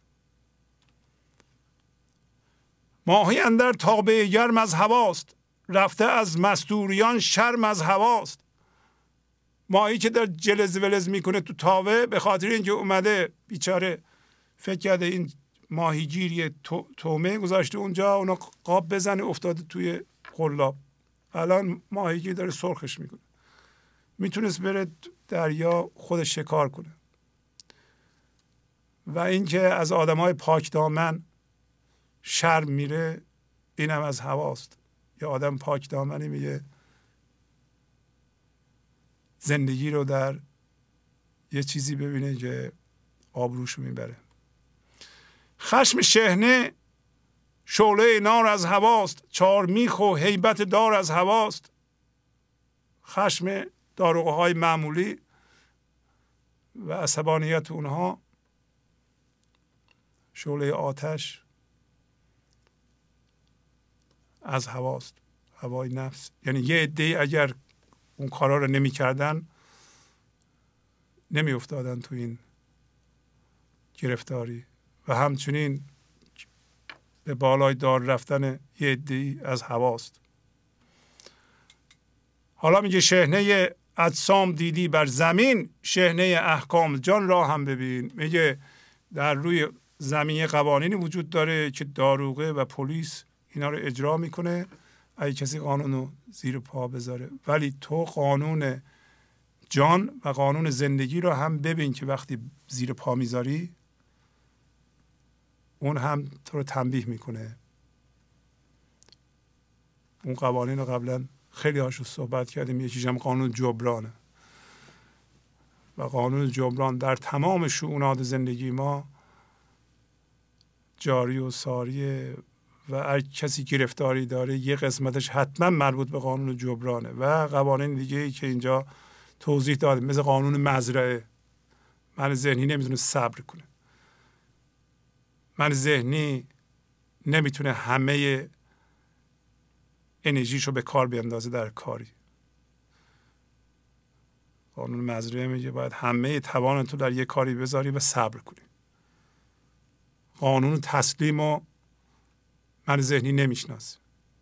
S2: ماهی اندر تابه گرم از هواست، رفته از مستوریان شرم از هواست. ماهی که در جلز ولز میکنه تو تاوه، به خاطر اینکه اومده بیچاره فکر کرده این ماهیگیری تومه گذاشته اونجا، اونا قاب بزنه افتاده توی قلاب. الان ماهیگیر داره سرخش میکنه. میتونست بره دریا خودش شکار کنه. و اینکه از آدمای پاک دامن شرم میره، اینم از هواست. یه آدم پاک دامنی میگه زندگی رو در یه چیزی ببینه که آبروشو میبره. خشم شحنه شعله نار از هواست، چار میخ و هیبت دار از هواست. خشم داروغه های معمولی و عصبانیت اونها شعله آتش از هواست، هوای نفس. یعنی یه عده اگر اون کارا رو نمی کردن نمی افتادن تو این گرفتاری. و همچنین به بالای دار رفتن یه عده از هواست. حالا میگه شحنه اجسام دیدی بر زمین، شحنه احکام جان را هم ببین. میگه در روی زمین قوانینی وجود داره که داروغه و پلیس اینا رو اجرا میکنه اگه کسی قانون رو زیر پا بذاره. ولی تو قانون جان و قانون زندگی رو هم ببین که وقتی زیر پا میذاری اون هم تو رو تنبیه میکنه. اون قوانین رو قبلا خیلی هاشو صحبت کردیم. یکیش هم قانون جبرانه و قانون جبران در تمام شؤونات زندگی ما جاری و ساریه و هر کسی گرفتاری داره یه قسمتش حتما مربوط به قانون جبرانه و قوانین دیگه ای که اینجا توضیح دادیم، مثل قانون مزرعه. من ذهنی نمیتونه صبر کنه. من ذهنی نمیتونه همه انرژیشو به کار بیندازه در کاری. قانون مزرعه میگه باید همه توان تو در یه کاری بذاری و صبر کنی. قانون تسلیم و من ذهنی نمیشناسه.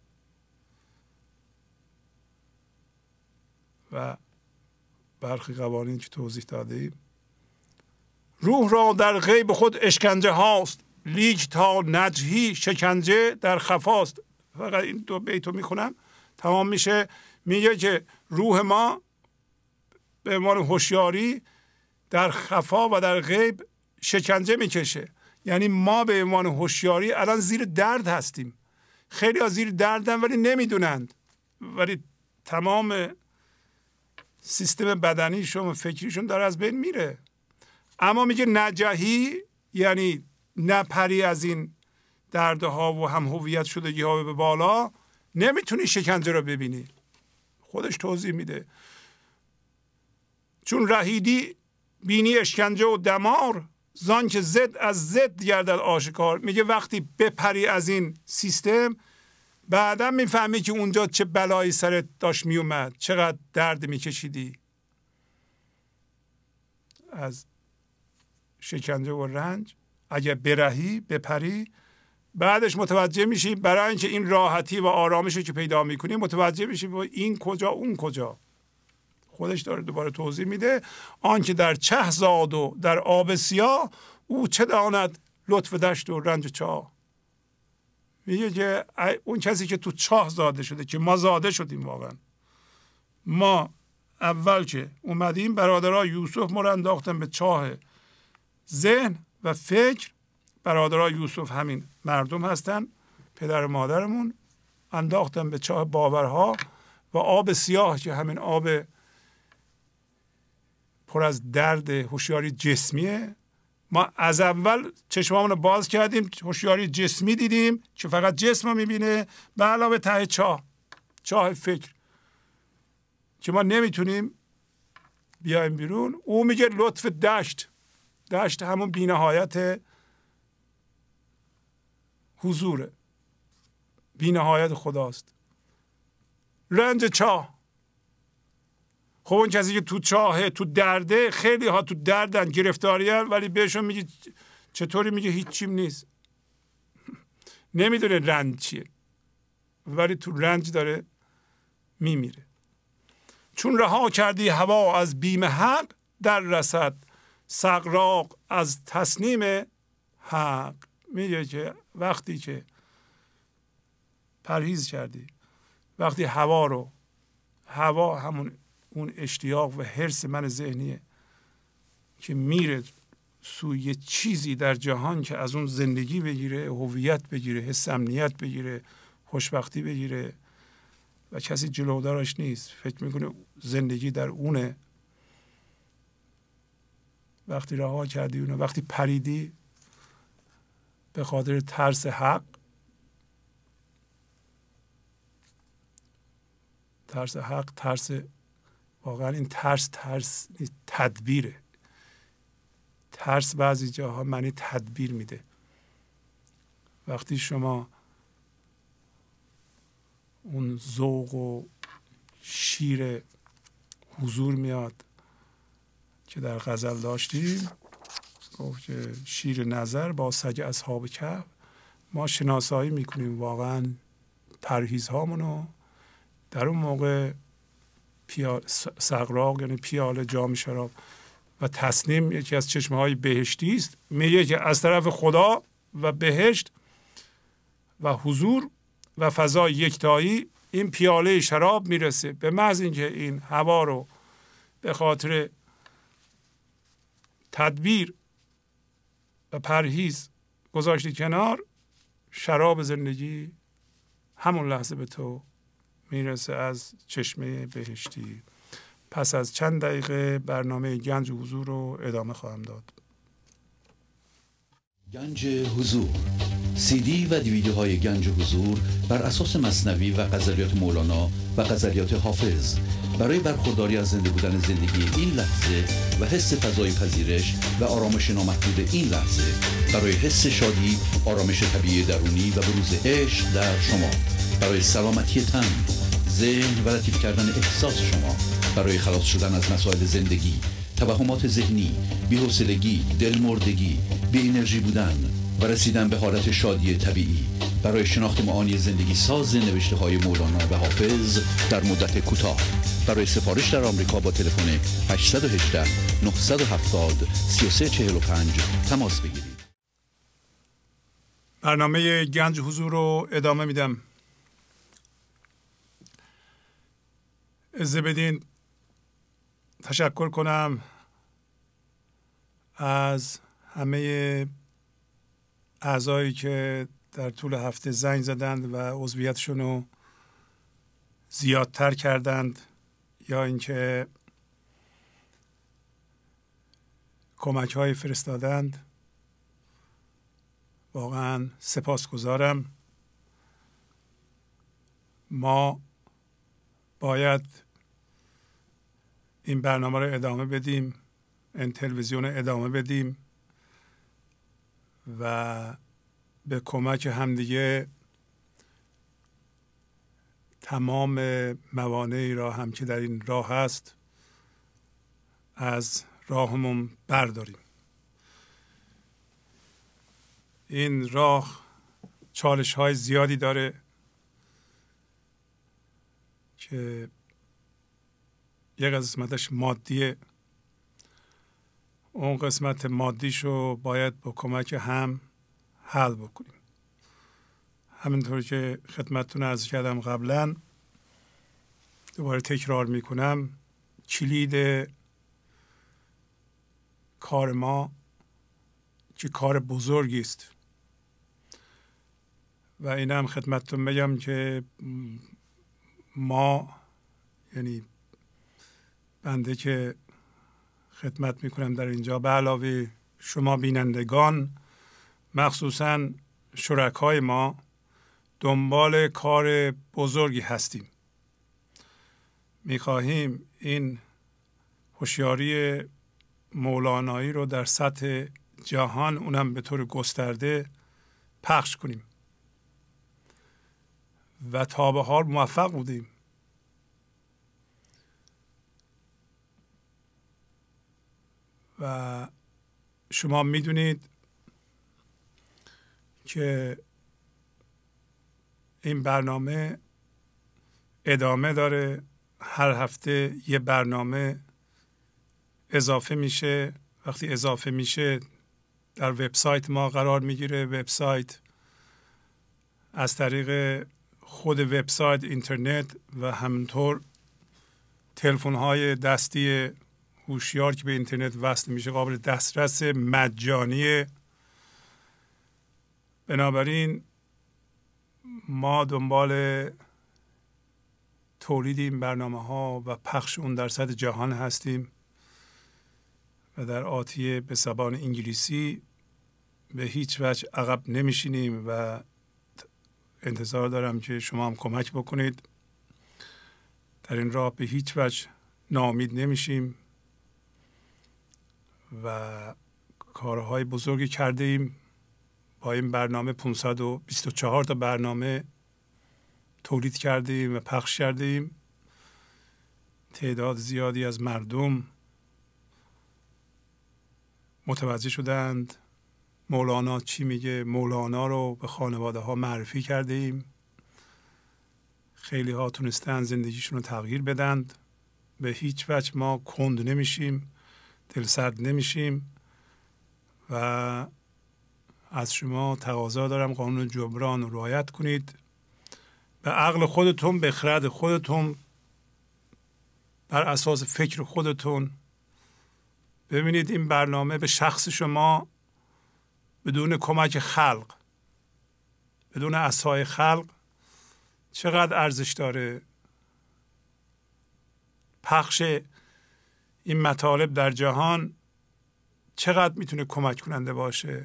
S2: و برخی قوانین که توضیح داده ایم، روح را در غیب خود اشکنجه هاست، لیک تا نجهی شکنجه در خفاست. فقط این دو بیتو میخونم تمام میشه. میگه که روح ما به عنوان هوشیاری در خفا و در غیب شکنجه میکشه. یعنی ما به عنوان هوشیاری الان زیر درد هستیم. خیلی ها زیر دردن ولی نمیدونند، ولی تمام سیستم بدنیشون و فکریشون داره از بین میره. اما میگه نجهی یعنی نپری از این دردها و هم هویت شدگی ها به بالا، نمیتونی شکنجه رو ببینی. خودش توضیح میده. چون رهیدی بینی اشکنجه و دمار، زان که زد از زد گردد آشکار. میگه وقتی بپری از این سیستم بعدا میفهمی که اونجا چه بلایی سرت داشت میومد، چقدر درد میکشیدی از شکنجه و رنج. اگر برهی بپری بعدش متوجه میشی برای اینکه این راحتی و آرامشی که پیدا میکنی متوجه میشی این کجا اون کجا. خودش داره دوباره توضیح میده. آن که در چه زاد و در آب سیاه، او چه داند لطف دشت و رنج چاه. میگه که اون کسی که تو چاه زاده شده، که ما زاده شدیم واقعا. ما اول که اومدیم برادرای یوسف ما رو انداختن به چاه ذهن و فکر. برادرای یوسف همین مردم هستن، پدر و مادرمون، انداختن به چاه باورها و آب سیاه که همین آب پر از درد هوشیاری جسمیه. ما از اول چشمامون رو باز کردیم، هوشیاری جسمی دیدیم که فقط جسم رو میبینه، به علاوه ته چاه، چاه فکر که ما نمیتونیم بیایم بیرون. او میگه لطف دشت. دشت همون بی‌نهایت حضوره، بی‌نهایت خداست. رنج چاه، خب اون کسی که تو چاهه، تو درده، خیلی ها تو دردن، گرفتاری هن، ولی بهشون میگه چطوری؟ میگه هیچیم نیست، نمیدونه رنج چیه، ولی تو رنج داره میمیره. چون رها کردی هوا از بیم حق، در رسد سغراق از تصنیم حق. میگه که وقتی که پرهیز کردی، وقتی هوا رو، هوا همون اون اشتیاق و حرص من ذهنیه که میره سوی چیزی در جهان که از اون زندگی بگیره، هویت بگیره، حس امنیت بگیره، خوشبختی بگیره و کسی جلودارش نیست، فکر میکنه زندگی در اونه. وقتی رها کردی اونه، وقتی پریدی به خاطر ترس حق، ترس حق، ترس واقعا این ترس ترس تدبیره. ترس بعضی جاها معنی تدبیر میده. وقتی شما اون ذوق و شیر حضور میاد که در غزل داشتیم، گفت که شیر نظر با سگ اصحاب کهف، ما شناسایی میکنیم واقعا پرهیزهامونو در اون موقع. سغراق یعنی پیاله جام شراب و تسنیم یکی از چشمه های بهشتی است. میگه که از طرف خدا و بهشت و حضور و فضای یکتایی این پیاله شراب میرسه. به محض اینکه این هوا رو به خاطر تدبیر و پرهیز گذاشتی کنار، شراب زندگی همون لحظه به تو میرسه از چشمه بهشتی. پس از چند دقیقه برنامه گنج حضور رو ادامه خواهم داد.
S1: گنج حضور، سی دی و دیویدیو های گنج حضور بر اساس مثنوی و غزلیات مولانا و غزلیات حافظ برای برخورداری از زنده بودن زندگی این لحظه و حس فضای پذیرش و آرامش نامحدود این لحظه، برای حس شادی، آرامش طبیعی درونی و بروز عشق در شما، برای سلامتی تن، ذهن و لطیف کردن احساس شما، برای خلاص شدن از مسائل زندگی، توهمات ذهنی، بی‌حوصلگی، دلمردگی، بی انرژی بودن و رسیدن به حالت شادی طبیعی، برای شناخت معانی زندگی ساز نوشته های مولانا و حافظ در مدت کوتاه. برای سفارش در آمریکا با تلفن هشت یک هشت نه هفت صفر سه سه چهار پنج تماس بگیرید.
S2: برنامه گنج حضور رو ادامه میدم. اجازه بدین تشکر کنم از همه اعضایی که در طول هفته زنگ زدند و عضویتشون رو زیادتر کردند یا اینکه کمک های فرستادند. واقعا سپاسگزارم. ما باید این برنامه رو ادامه بدیم، این تلویزیون رو ادامه بدیم و به کمک همدیگه تمام موانعی را هم که در این راه هست از راهمون برداریم. این راه چالش های زیادی داره که یک قسمتش مادیه. اون قسمت مادیشو باید با کمک هم حل بکنیم. همینطور که خدمتتون عرض کردم قبلا، دوباره تکرار میکنم، کلید کار ما که کار بزرگی است و این هم خدمتتون بگم که ما، یعنی بنده که خدمت میکنم در اینجا، به علاوه شما بینندگان، مخصوصا شرکای ما، دنبال کار بزرگی هستیم. میخواهیم این هوشیاری مولانایی رو در سطح جهان، اونم به طور گسترده، پخش کنیم و تا به حال موفق بودیم. و شما میدونید که این برنامه ادامه داره. هر هفته یه برنامه اضافه میشه. وقتی اضافه میشه در وبسایت ما قرار میگیره. وبسایت از طریق خود وبسایت، اینترنت و همینطور تلفن‌های دستی هوشیار که به اینترنت وصل میشه قابل دسترس مجانیه. بنابراین ما دنبال تولید این برنامه ها و پخش اون در سطح جهان هستیم و در آتیه به زبان انگلیسی به هیچ وجه عقب نمیشینیم و انتظار دارم که شما هم کمک بکنید. در این راه به هیچ وجه ناامید نمیشیم و کارهای بزرگی کرده ایم. با این برنامه پانصد و بیست و چهار تا برنامه تولید کرده ایم و پخش کرده ایم. تعداد زیادی از مردم متوجه شدند مولانا چی میگه. مولانا رو به خانواده ها معرفی کرده ایم. خیلی ها تونستن زندگیشون رو تغییر بدند. به هیچ وجه ما کند نمیشیم، دلسرد نمیشیم و از شما تقاضا دارم قانون جبران رو رعایت کنید. به عقل خودتون، به خرد خودتون، بر اساس فکر خودتون ببینید این برنامه به شخص شما بدون کمک خلق، بدون عصای خلق چقدر ارزش داره. پخش این مطالب در جهان چقدر میتونه کمک کننده باشه.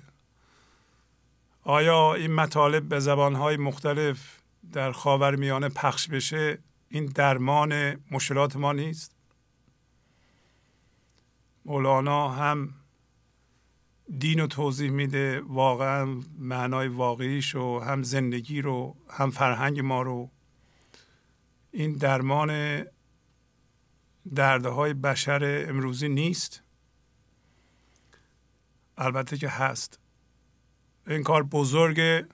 S2: آیا این مطالب به زبانهای مختلف در خاورمیانه پخش بشه این درمان مشکلات ما نیست؟ مولانا هم دین رو توضیح میده، واقعا معنای واقعیش رو، هم زندگی رو، هم فرهنگ ما رو. این درمان دردهای بشر امروزی نیست؟ البته که هست. این کار بزرگه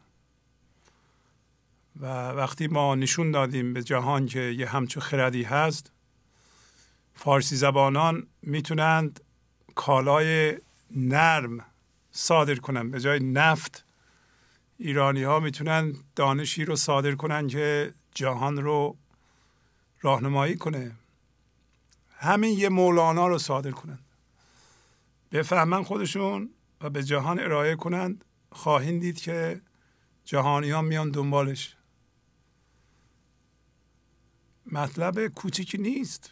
S2: و وقتی ما نشون دادیم به جهان که یه همچون خردی هست، فارسی زبانان میتونند کالای نرم صادر کنند. به جای نفت ایرانی ها میتونن دانشی رو صادر کنن که جهان رو راهنمایی کنه. همین یه مولانا رو صادر کنن، بفهمن خودشون و به جهان ارائه کنند، خواهید دید که جهانی ها میان دنبالش. مطلب کوچیکی نیست.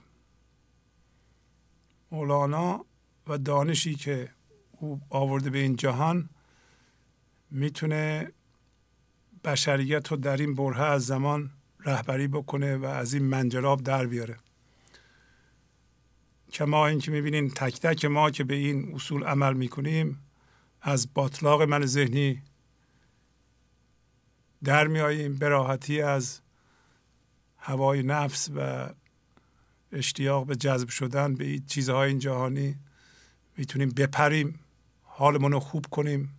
S2: مولانا و دانشی که او آورده به این جهان میتونه بشریت رو در این بره از زمان رهبری بکنه و از این منجلاب در بیاره. که ما این که میبینین تک تک ما که به این اصول عمل میکنیم از باطلاق من ذهنی در میاییم، به راحتی از هوای نفس و اشتیاق به جذب شدن به این چیزهای این جهانی میتونیم بپریم، حالمون رو خوب کنیم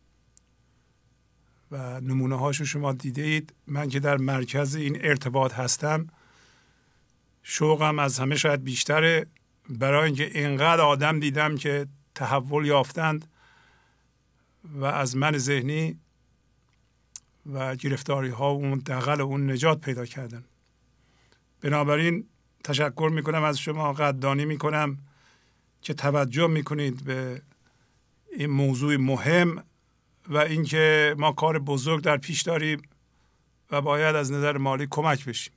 S2: و نمونه هاشو شما دیده اید. من که در مرکز این ارتباط هستم شوقم از همه شاید بیشتره، برای اینکه اینقدر آدم دیدم که تحول یافتند و از من ذهنی و گرفتاری ها و اون دغل اون نجات پیدا کردن. بنابراین تشکر میکنم از شما، قدردانی میکنم که توجه میکنید به این موضوع مهم و اینکه ما کار بزرگ در پیش داریم و باید از نظر مالی کمک بشیم.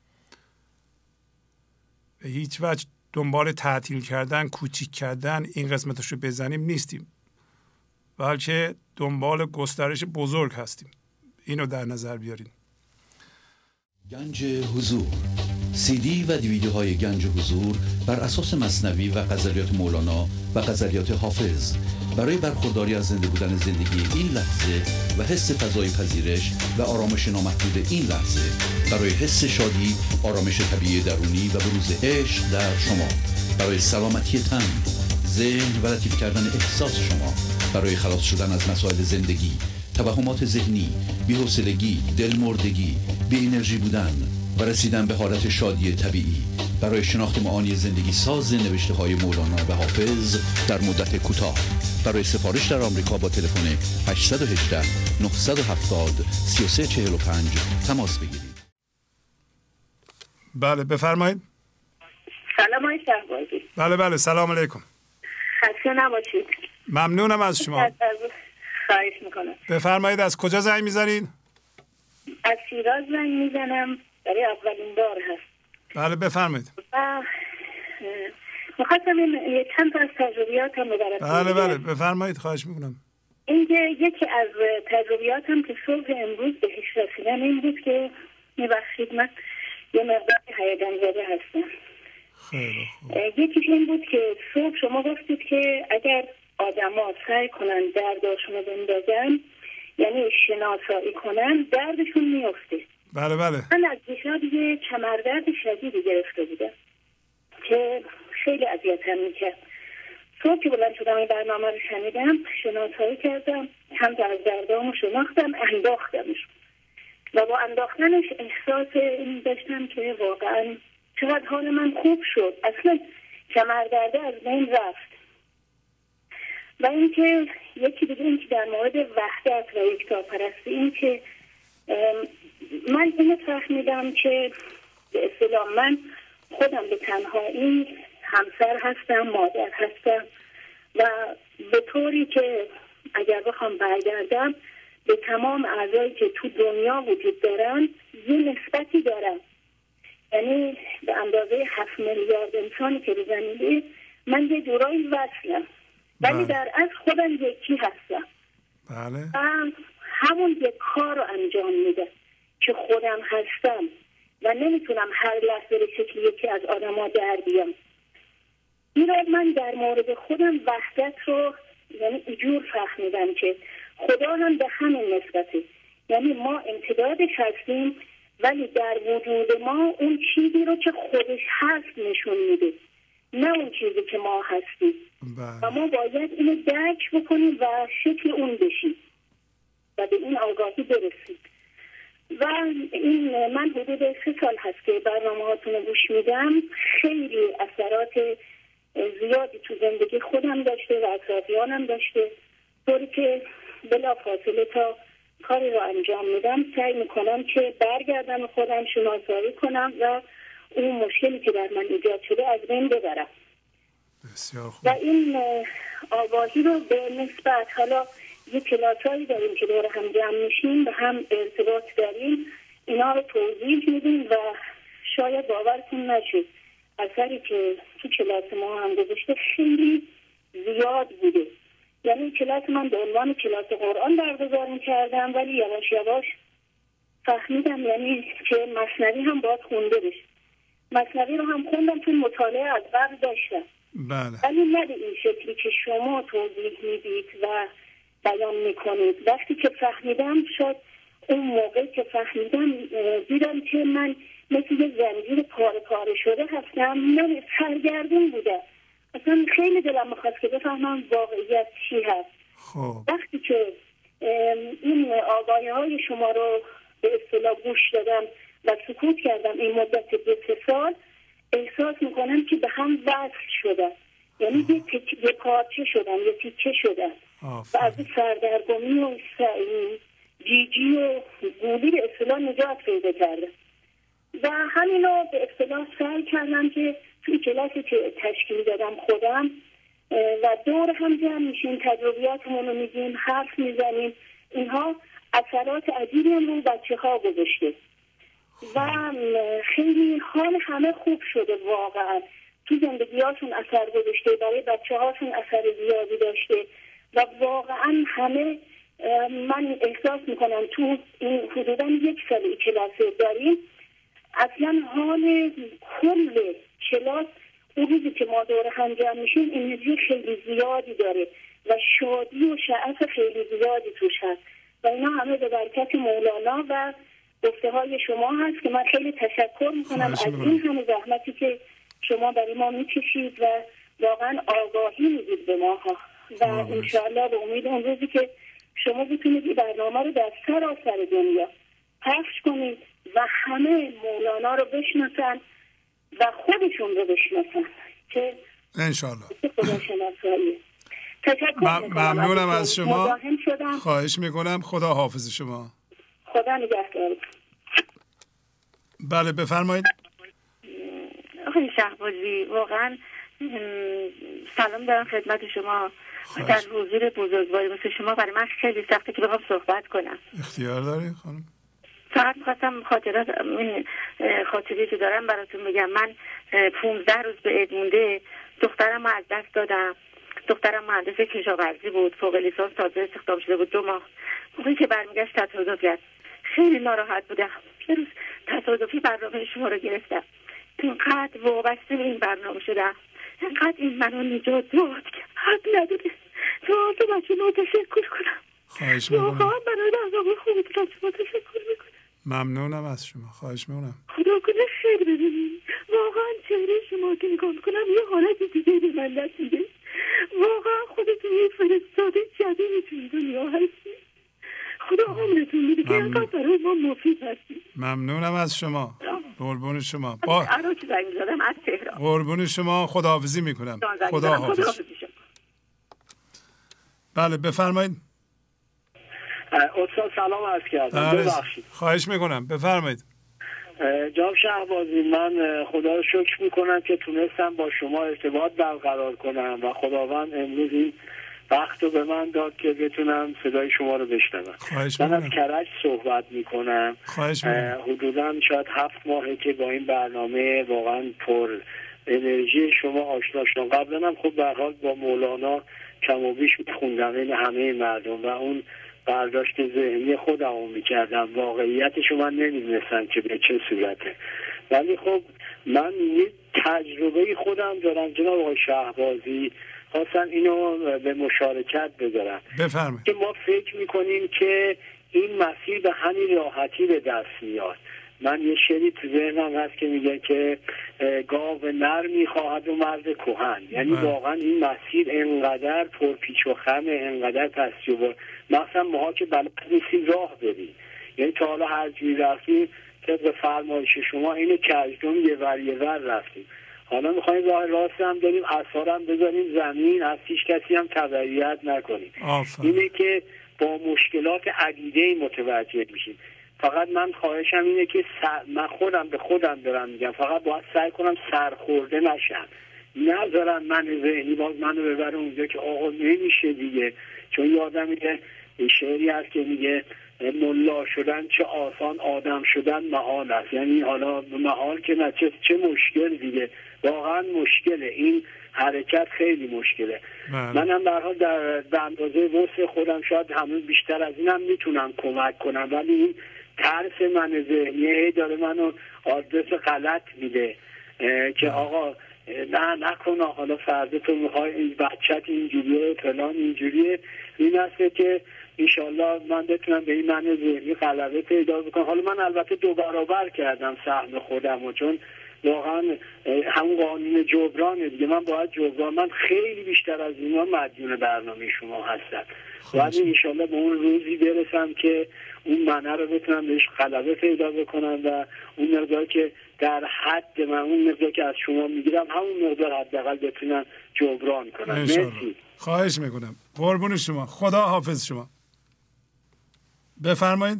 S2: به هیچ وجه دنبال تعطیل کردن، کوچیک کردن این قسمتش رو بزنیم نیستیم، بلکه دنبال گسترش بزرگ هستیم. اینو در نظر بیارین.
S1: گنج حضور، سی دی و دیویدیوهای گنج حضور بر اساس مثنوی و غزلیات مولانا و غزلیات حافظ برای برخورداری از زنده بودن زندگی این لحظه و حس فضای پذیرش و آرامش نامحدود این لحظه، برای حس شادی، آرامش طبیعی درونی و بروز عشق در شما، برای سلامتی تن، ذهن و لطیف کردن احساس شما، برای خلاص شدن از مسائل زندگی، توهمات ذهنی، بی‌حوصلگی، دلمردگی، بی انرژی بودن و رسیدن به حالت شادی طبیعی، برای شناخت معانی زندگی ساز نوشته های مولانا و حافظ در مدت کوتاه. برای سفارش در آمریکا با تلفن هشت یک هشت نه هفت صفر سه سه چهار پنج تماس بگیرید.
S2: بله بفرمایید.
S3: سلام آقای شهبازی.
S2: بله بله سلام علیکم.
S3: خسته نباشید.
S2: ممنونم از شما.
S3: خواهش میکنم.
S2: بفرمایید از کجا زنگ میزنید؟
S3: از شیراز زنگ میزنم، برای اولین بار هست.
S2: بله بفرمایید.
S3: میخواستم این چند تا از تجربیاتم رو براتون
S2: بله بله بفرمایید، خواهش میکنم.
S3: اینکه یکی از تجربیاتم که صبح امروز بهش رسیدم این بود که میبخشید من یه مقدار هیجان زده هستم.
S2: خیلی خوب.
S3: یکیش این بود که صبح شما گفتید که اگر آدما سعی کنن دردشون رو بندازن، یعنی شناسایی کنن، دردشون میفته.
S2: بله بله.
S3: من از دیشب یه کمردرد شدیدی گرفته بودم که خیلی اذیتم میکرد. صبح که بلند شدم این برنامه رو شنیدم، شناسایی کردم، هم از دردامو شناختم، انداختمش و با انداختنش احساس این داشتم که واقعا چقدر حال من خوب شد، اصلا کمردرده از بین رفت. و اینکه یکی دیگه این که در مورد وحدت و یکتاپرستی، این که من اینو فهمیدم که به اصطلاح من خودم به تنهایی همسر هستم، مادر هستم و به طوری که اگر بخوام برگردم به تمام اعضایی که تو دنیا وجود دارن یه نسبتی دارم. یعنی به اندازه هفت میلیارد انسانی که رو زمینه من یه جورایی وصلم، ولی در از خودم یکی هستم.
S2: بله.
S3: همون یک کار رو انجام میده که خودم هستم و نمیتونم هر لحظه به شکل یکی از آدم ها در بیام. این من در مورد خودم وحدت رو یعنی اینجور فهمیدم که خدا هم به همین نسبته، یعنی ما امتدادش هستیم ولی در وجود ما اون چیزی رو که خودش هست نشون میده، نه اون چیزی که ما هستیم. و ما باید اینو درک بکنیم و شکل اون بشیم و به این آگاهی برسیم. و این من حدود سه سال هست که برنامه هاتون رو گوش میدم، خیلی اثرات زیادی تو زندگی خودم داشته و اطرافیانم داشته، طوری که بلا فاصله تا کاری رو انجام میدم سعی میکنم که برگردم خودم شناسایی کنم و اون مشکلی که در من ایجاد شده از بین ببرم.
S2: بسیار خوب.
S3: و این آگاهی رو به نسبت حالا یه کلاسایی داریم که دور هم جمع میشیم و هم ارتباط داریم، اینا رو توضیح میدیم و شاید باورتون نشه اثری که تو کلاس ما هم گذاشته خیلی زیاد بوده. یعنی کلاس من به عنوان کلاس قرآن برگزار میکردم ولی یواش یواش فهمیدم یعنی که مثنوی هم باید خونده بشه. مثنوی رو هم خوندم چون مطالعه از قبل داشتم.
S2: بله.
S3: ولی نه به این شکلی که شما توضیح میدید و بیان میکنید. وقتی که فهمیدم شد اون موقع که فهمیدم دیدم که من مثل یه زنجیر پاره پاره شده هستم، من سرگردون بودم. اصلا خیلی دلم میخواست که بفهمم واقعیت چی هست.
S2: خب.
S3: وقتی که این آگاهی های شما رو به اصطلاح گوش دادم و سکوت کردم این مدت دو سه سال، احساس میکنم که به هم وصل شدم. یعنی یه, تک... یه پارچه شدم، یه تیکه شدم و از سردرگمی و جیجی و گولی به اصطلاح نجات پیدا کردم. و همینو به اصطلاح سعی کردم که توی کلاسی که تشکیل دادم خودم و دور هم جمع میشیم، تجربیاتمون رو میگیم، حرف میزنیم، اینها اثرات عجیبی هم رو بچه ها گذاشته و خیلی حال همه خوب شده. واقعا تو زندگی هاشون اثر گذاشته، برای بچه هاشون اثر زیادی داشته و واقعا همه من احساس میکنم تو این حدودا یک سال این کلاس داریم، اصلا حال کل کلاس اون روزی که ما دور هم جمع میشیم انرژی خیلی زیادی داره و شادی و شعف خیلی زیادی توش هست و اینا همه به برکت مولانا و گفته های شما هست که من خیلی تشکر میکنم از این همه زحمتی که شما برای ما میکشید و واقعا آگاهی میدید به ما ها و انشاءالله به امید اون روزی که شما بتونید این برنامه رو در سراسر دنیا پخش کنید و همه مولانا رو بشناسن و خودشون رو بشناسن که
S2: انشاءالله
S3: خدا شناسایی. تشکر
S2: م-
S3: میکنم.
S2: ممنونم از شما.
S3: مزاحم شدم.
S2: خواهش میکنم. خدا حافظ شما.
S3: خدا نگهدار.
S2: بله بفرمایید.
S4: آقای شهبازی واقعا سلام دارم خدمت شما. در حضور بزرگواری مثل شما برای من خیلی سخته که بخوام صحبت کنم.
S2: اختیار داری خانم.
S4: فقط می‌خواستم خاطرات این خاطری که دارم براتون بگم. من پونزده روز به عید مونده دخترم رو از دست دادم. دخترم مهندس کشاورزی بود، فوق لیسانس تازه استخدام شده بود، دو ماه. موقعی که برمیگشت تصادف کرد. خیلی ناراحت بودم. یه روز تصادفی برنامه شما رو گرفتم. اینقدر وابسته به این برنامه شدم، اینقدر این منو نجات داد که حد نداره. تو تو بچه ما تشکر کنم.
S2: خواهش میکنم.
S4: واقعا برای برنامه خوبتون از شما تشکر میکنم.
S2: ممنونم از شما. خواهش میکنم.
S4: خدا کنه خیر ببینید. واقعا چهره شما که نگاه میکنم یه حالت دیگه به من دست میده. واقعا خودتون یه فرستاده جدیدتون دنیا هستید. خدا عمرتون میده که اینقدر برای ما مفید هستید.
S2: ممنونم از شما. قربون شما. با
S4: عراق زنگ زدم از تهران.
S2: قربون شما. خداحافظی میکنم. خدا حافظ. بله بفرمایید.
S5: استاد سلام عرض کردم. ببخشید.
S2: خواهش میکنم. بفرمایید.
S5: جناب شهبازی، من خدا رو شکر میکنم که تونستم با شما ارتباط برقرار کنم و خداوند امروز این وقت رو به من داد که بتونم صدای شما رو بشنوم. من از کرج صحبت میکنم. حدودا شاید هفت ماهه که با این برنامه واقعا پر انرژی شما آشنا شدم. قبلا هم خب به هر حال با مولانا کم و بیش میخوندم این همه مردم و اون برداشت ذهنی خودم رو میکردم. واقعیتش رو من نمیدونستم که به چه صورته، ولی خب من یه تجربه خودم دارم جناب آقای شهبازی، خواستم اینو به مشارکت بذارم.
S2: بفرمایید.
S5: که ما فکر میکنیم که این مسیر به همین راحتی به دست میاد. من یه شعری تو ذهنم هست که میگه که گاو نر میخواهد و مرد کهن. یعنی واقعا این مسیر انقدر پرپیچ و خمه، انقدر پستی و مثلا ماها که بلد نیستیم راه بریم. یعنی تا حالا هر جوری رفتیم طبق فرمایش شما اینو کجدم یه ور یه ور رفتیم، حالا میخوایم راه راست هم داریم، اثار هم بذاریم زمین، از هیچ کسی هم تبعیت نکنیم.
S2: آفرین.
S5: اینه که با مشکلات عدیده متوجه میشیم. فقط من خواهشم اینه که سر... من خودم به خودم دارم میگم، فقط باید سعی کنم سرخورده نشم، نذارم من ذهنی باز منو ببره اونجا که آقا نمیشه دیگه. چون یادم میگه شعری هست که میگه ملا شدن چه آسان، آدم شدن محال است. یعنی حالا محال که نه، چه, چه مشکل دیگه، واقعا مشکله، این حرکت خیلی مشکله.
S2: بله.
S5: منم به هر حال در به اندازه وسع خودم شاید همون بیشتر از اینم میتونم کمک کنم، ولی این ترس من ذهنیه داره منو آدرس غلط میده که آقا نه نکنه حالا فردا تو میخوای این بچت اینجوریه فلان اینجوریه. این هسته که انشالله من بتونم به این معنی ذهنی غلبه پیدا بکنم. حالا من البته دو برابر کردم سهم خودم و چون واقعا همون قانون جبرانه دیگه، من باید جبران، من خیلی بیشتر از اینا مدیون برنامه شما هستم. ولی انشالله به اون روزی برسم که اون معنی رو بتونم بهش غلبه پیدا بکنم و اون مقدار که در حد من، اون مقدار که از شما میگیرم همون مقدار حداقل بتونم جبران کنم. مرسی.
S2: خواهش میکنم. قربون شما. خدا حافظ شما. بفرمایید.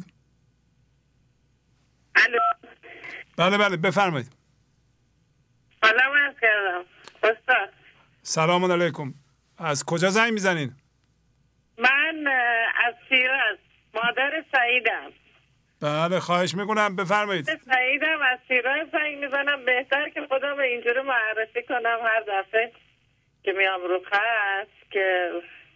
S4: الو.
S2: بله بله بفرمایید.
S4: سلام عرض کردم استاد.
S2: سلام علیکم. از کجا زنگ میزنین؟
S4: من از شیراز، مادر سعیدم.
S2: بله خواهش میکنم بفرمایید.
S4: سعیدم از شیراز زنگ میزنم. بهتر که خودم به اینجوری معرفی کنم هر دفعه که میام رو خط، که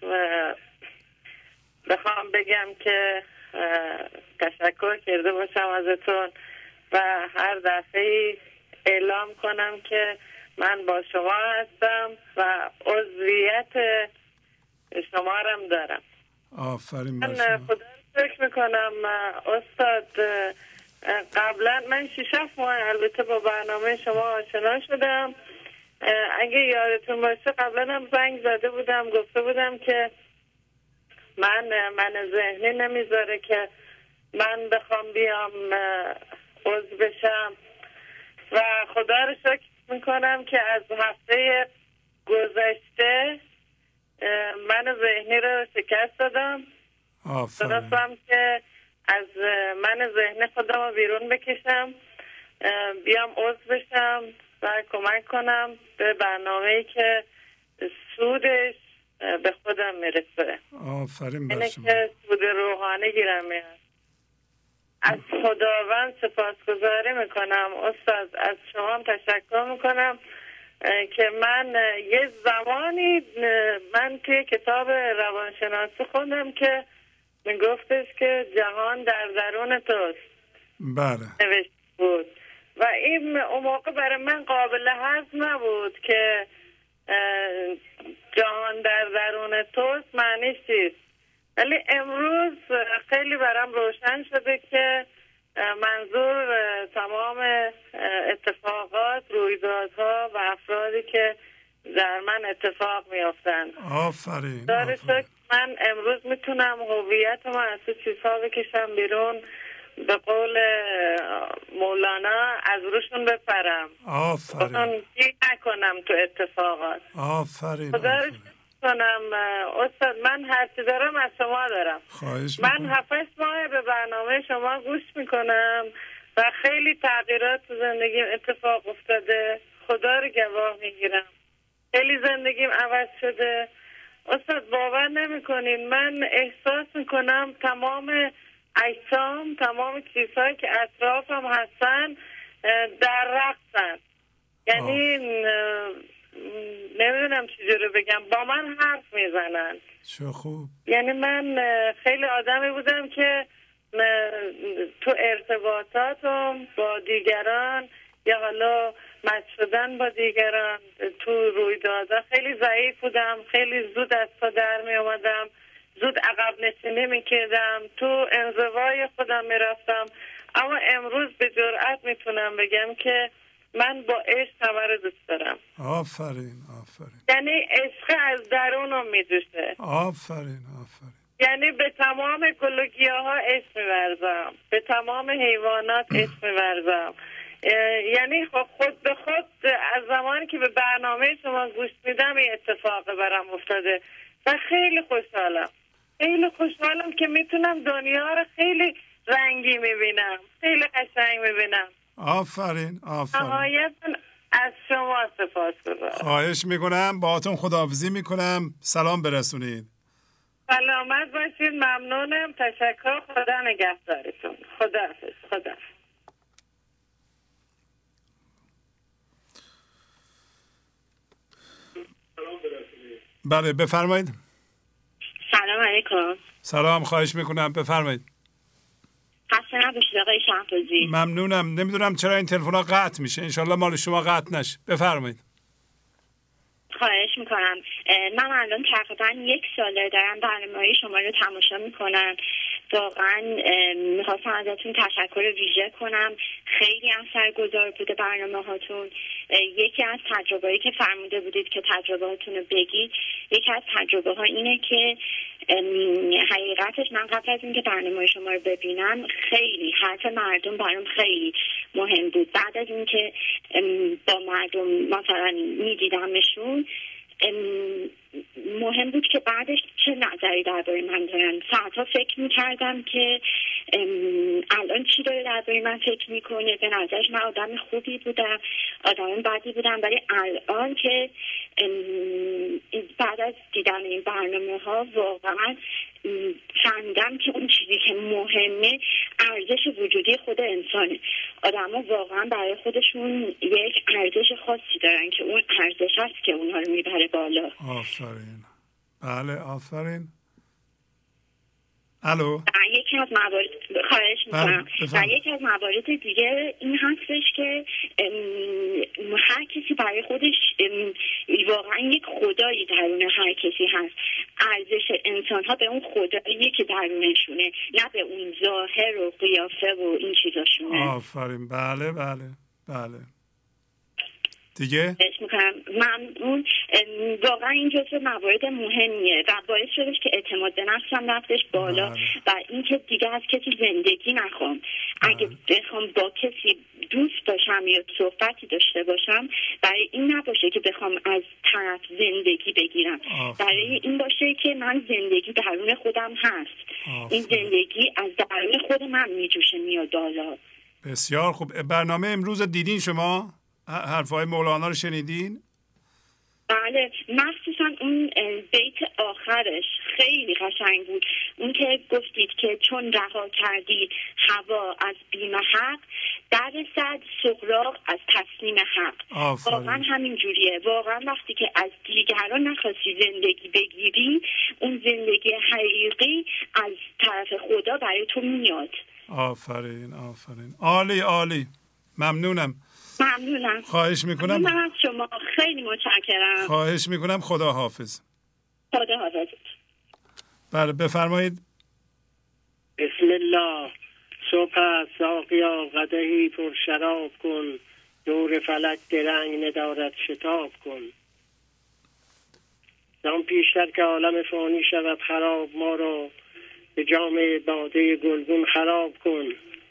S4: بخوام بگم که تشکر کرده باشم ازتون و هر دفعه اعلام کنم که من با شما هستم و عضویت شمارم دارم.
S2: آفرین.
S4: من خدا رو شکر میکنم استاد. قبلا من شش هفت ماه البته با برنامه شما آشنا شدم. اگه یادتون باشه قبلا هم زنگ زده بودم، گفته بودم که من من ذهنی نمیذاره که من بخوام بیام عضو بشم و خدا رو شکر میکنم که از هفته گذشته من ذهنی رو شکست دادم. تونستم که از من ذهنی خودم رو بیرون بکشم، بیام عضو بشم و کمک کنم به برنامه‌ای که سودش به خودم میرسه.
S2: آفرین بر شما.
S4: اینه که سود روحانی گیرم میاد. از خداوند سپاسگزاری میکنم استاد. از شما هم تشکر میکنم که من یه زمانی من توی کتاب روانشناسی خوندم که میگفتش که جهان در درون توست.
S2: بله.
S4: نوشته بود و این اون موقع برای من قابل هضم نبود که جهان در درون توست معنیش چیست. ولی امروز خیلی برام روشن شده که منظور تمام اتفاقات، رویدادها و افرادی که در من اتفاق میافتن.
S2: آفرین.
S4: دارش من امروز میتونم هویتم از تو چیزها بکشم بیرون، به قول مولانا از روشون بپرم.
S2: آفرین.
S4: اون گیر نکنم تو اتفاقات.
S2: آفرین.
S4: خدا رو کنم استاد. من هرچی دارم از شما دارم.
S2: خواهش
S4: من هفت ماه به برنامه شما گوش میکنم و خیلی تغییرات تو زندگیم اتفاق افتاده. خدا رو گواه میگیرم، خیلی زندگیم عوض شده. استاد باور نمیکنین، من احساس میکنم تمام اجسام، تمام چیزهایی که اطرافم هستن در رقصن. یعنی نمیدونم چجوری بگم، با من حرف میزنن.
S2: چه خوب.
S4: یعنی من خیلی آدمی بودم که تو ارتباطاتم با دیگران یا حالا مچ شدن با دیگران، تو رویدادها خیلی ضعیف بودم، خیلی زود از پا در می اومدم، زود عقب نشینی میکردم، تو انزوای خودم میرفتم. اما امروز به جرئت میتونم بگم که من با عشق همه رو دوست دارم.
S2: آفرین آفرین.
S4: یعنی عشق از درونم میجوشه.
S2: آفرین آفرین.
S4: یعنی به تمام گل و گیاها عشق میورزم، به تمام حیوانات عشق میورزم. یعنی خود به خود از زمانی که به برنامه شما گوش میدم این اتفاق برام افتاده و خیلی خوشحالم.
S6: خیلی خوشحالم که میتونم دنیا رو خیلی رنگی میبینم، خیلی قشنگ میبینم.
S2: آفرین آفرین.
S6: نهایتاً از شما سپاسگزارم.
S2: خواهش میکنم، باهاتون خداحافظی میکنم، سلام برسونید.
S6: سلامت باشید، ممنونم، تشکر، خدا نگهدارتون. خداحافظ. خدا.
S2: بله بفرمایید.
S7: سلام علیکم.
S2: سلام، خواهش میکنم بفرمایید.
S7: خسته نباشید آقای شهبازی.
S2: ممنونم. نمیدونم چرا این تلفن ها قطع میشه، انشالله مال شما قطع نشه. بفرمایید.
S7: خواهش میکنم. من الان تقریبا یک ساله دارم برنامه‌های شما رو تماشا میکنم. واقعا میخواستم ازتون تشکر ویژه کنم، خیلی اثرگذار بوده برنامه هاتون. یکی از تجربه‌ای که فرموده بودید که تجربه هاتون رو بگید، یکی از تجربه ها اینه که حقیقتش من قبل از اینکه برنامه شما رو ببینم خیلی حرف مردم برام خیلی مهم بود. بعد از اینکه با مردم مثلا میدیدمشون مهم بود که بعدش چه نظری درباره من دارن. ساعتها فکر میکردم که الان چی داره درباره من فکر میکنه. به نظرش من آدم خوبی بودم، آدم بدی بودم، ولی الان که بعد از دیدن این برنامه ها واقعا فهمیدم که اون چیزی که مهمه ارزش وجودی خود انسانه. آدم ها واقعا برای خودشون یک ارزش خاصی دارن که اون ارزش هست که اونها رو میبره بالا.
S2: آفرین. بله آفرین. الو.
S7: یکی از موارد خواهش میکنم و یکی از موارد دیگه این هستش که هر کسی برای خودش واقعا یک خدایی درون هر کسی هست. ارزش انسان ها به اون خدایی که درونشونه، نه به اون ظاهر و قیافه و این چیزاشونه.
S2: آفرین. بله بله بله. دیگه
S7: میکنم ممنون. واقعا این جزو موارد مهمیه و باعث شدش که اعتماد به نفسم رفتش بالا. بله. و اینکه دیگه از کسی زندگی نخوام. بله. اگه بخوام با کسی دوست باشم یا صحبتی داشته باشم، برای این نباشه که بخوام از طرف زندگی بگیرم. آفرین. برای این باشه که من زندگی درون خودم هست. آفرین. این زندگی از درون خود من میجوشه میاد بالا.
S2: بسیار خوب. برنامه امروز دیدین شما؟ حرفای مولانا رو شنیدین؟
S7: بله، مخصوصا اون بیت آخرش خیلی قشنگ بود. اون که گفتید که چون رها کردید هوا از بیم حق، دررسد سغراق از تسلیم حق. آفرین. واقعا همین جوریه. واقعا وقتی که از دیگران نخواستی زندگی بگیری، اون زندگی حقیقی از طرف خدا برای تو میاد.
S2: آفرین آفرین. عالی عالی. ممنونم.
S7: ممنونم.
S2: خواهش میکنم.
S7: من از شما خیلی متشکرم.
S2: خواهش میکنم. خدا حافظ.
S7: خدا حافظ.
S2: بله بفرمایید.
S5: بسم الله. صبح ساقیا قدحی پر شراب کن، دور فلک درنگ ندارد شتاب کن. زان پیشتر که عالم فانی شود خراب، ما را به جام باده گلگون خراب کن.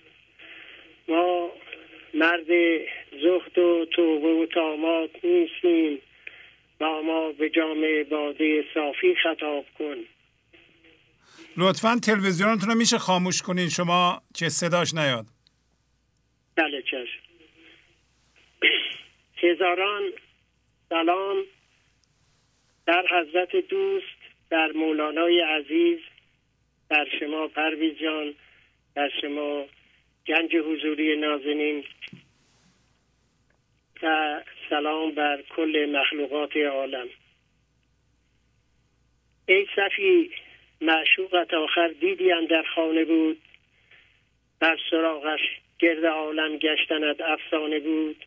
S5: ما مرد زهد و توبه و طامات نیستیم، با ما به جام باده صافی خطاب کن.
S2: لطفاً تلویزیونتون رو میشه خاموش کنین شما که صداش نیاد؟
S5: بله چشم. هزاران سلام در حضرت دوست، در مولانای عزیز، در شما پرویز جان، در شما گنج حضوری نازنین و سلام بر کل مخلوقات عالم. ای صفی معشوقت آخر دیدی اندر خانه بود، بر سراغش گرد عالم گشتند افسانه بود.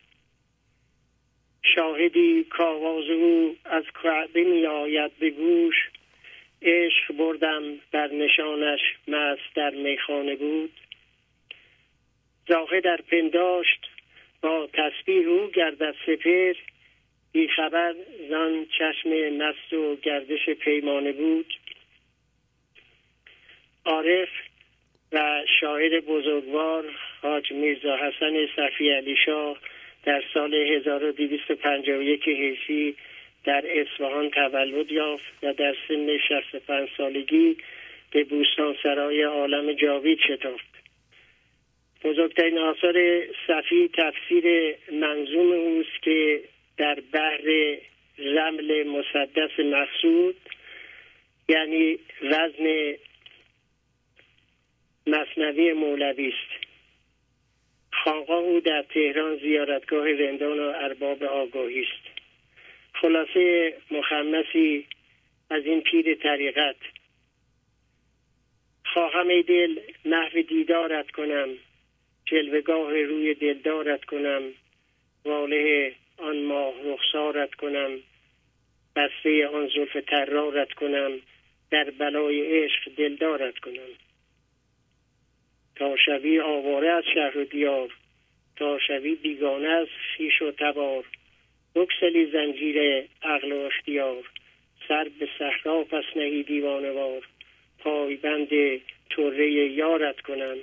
S5: شاهدی کاواز او از کعبه می آید به گوش، عشق بردم در نشانش مست در میخانه بود. زاهد در پنداشت با تسبیح او گردد سپر، بی خبر زان چشم مست و گردش پیمانه بود. عارف و شاعر بزرگوار حاج میرزا حسن صفی علی شاه در سال هزار و دویست و پنجاه و یک هجری در اصفهان تولد یافت و در سن شصت و پنج سالگی
S8: به بوستانسرای عالم جاوید شتافت. بزرگترین آثار صفی تفسیر منظوم اوست که در بحر رمل مسدس مقصود، یعنی وزن مثنوی مولوی است. خانقاه او در تهران زیارتگاه رندان و ارباب آگاهی است. خلاصه مخمسی از این پیر طریقت. خواهم ای دل محو دیدارت کنم، جلوگاه روی دلدارت کنم، واله آن ماه رخسارت کنم، بسته آن زلف طرارت کنم، در بلای عشق دلدارت کنم. تا شوی آواره از شهر و دیار، تا شوی بیگانه از خویش و تبار، بگسلی زنجیر عقل و اختیار، سر به صحرا پس نهی دیوانوار، پایبند طره یارت کنم.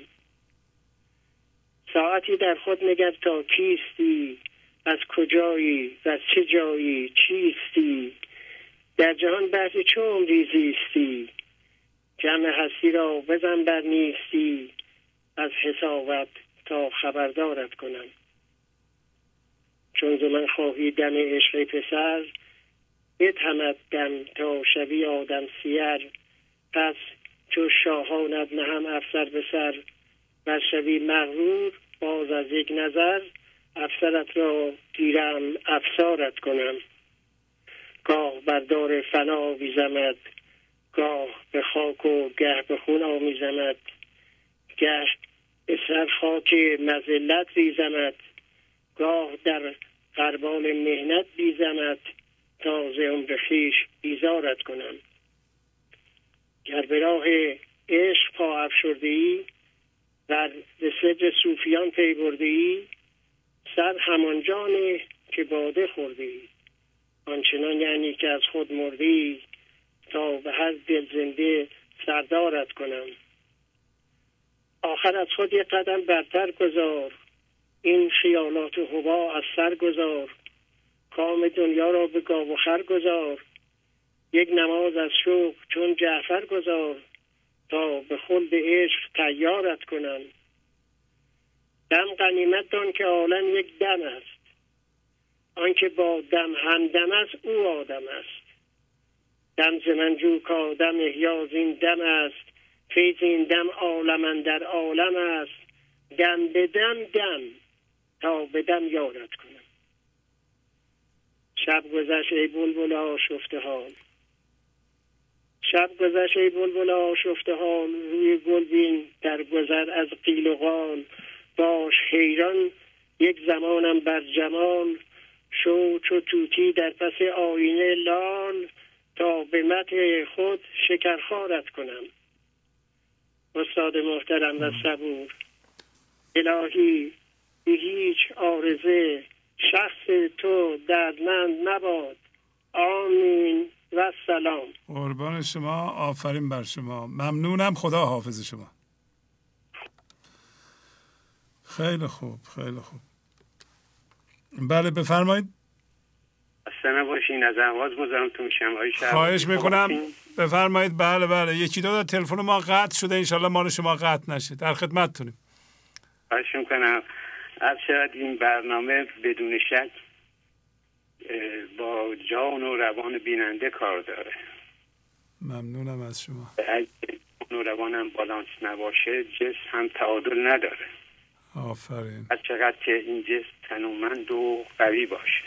S8: ساعتی در خود نگر تا کیستی، از کجایی و از چه جایی چیستی، در جهان بعد چه عمری زیستی، جمع هستی را بزن بر نیستی، از حسابت تا خبردارت کنم. چون ز من خواهی دم عشق پسر، بتهمت دم تا شوی آدم سیر، پس چو شاهانت نهم افسر به سر، و شوی مغرور باز از یک نظر، افسرت را گیرم افسارت کنم. گاه بردار فنا آویزمت، گاه به خاک و گه به خون آمیزمت، گه به سر خاک مذلت ریزمت، گاه در غربال مهنت بیزمت، تا ز عمر خویش بیزارت کنم. گر به راه عشق پا افشرده‌ای، ور به صدر صوفیان پی برده‌ای، سر همانجا نه که باده خورده‌ای، آنچنان یعنی که از خود مرده‌ای، تا به هر دل زنده سردارت کنم. آخر از خود یک قدم برتر گذار، این خیالات هوا از سر گذار، کام دنیا را به گاو و خر گذار، یک نماز از شوق چون جعفر گذار، تا به خلد عشق تیارت کنم. دم غنیمت دان که عالم یک دم است، آنکه با دم همدم است او آدم است. دم ز من جو کآدم احیا زین دم است، فیض این دم عالم اندر عالم است. دم به دم دم تا به دم یارت کنم. شب گذشت ای بلبل آشفته حال، شب گذشت ای بلبل آشفته حال، روی گل بین در گذر از قیل و قال. باش حیران یک زمانم بر جمال، شو چو طوطی در پس آینه لال، تا به مدح خود شکرخوارت کنم. استاد محترم و صبور، الهی به هیچ عارضه شخص تو دردمند مباد. آمین و سلام.
S2: قربان شما، آفرین بر شما، ممنونم، خدا حافظ شما. خیلی خوب، خیلی خوب. بله بفرمایید.
S9: اصلا باشین، از آواز مزاحمتون میشم.
S2: خواهش میکنم بفرمایید. بله بله یکی دو تا تلفن ما قطع شده، انشالله مال شما قطع نشه. در خدمتتونیم.
S9: خواهش میکنم. از شاید این برنامه بدون شک با جان و روان بیننده کار داره.
S2: ممنونم از شما.
S9: اگه جان و روانم بالانس نباشه جسم هم تعادل نداره.
S2: آفرین.
S9: از چقدر که این جسم تنومند و قوی باشه،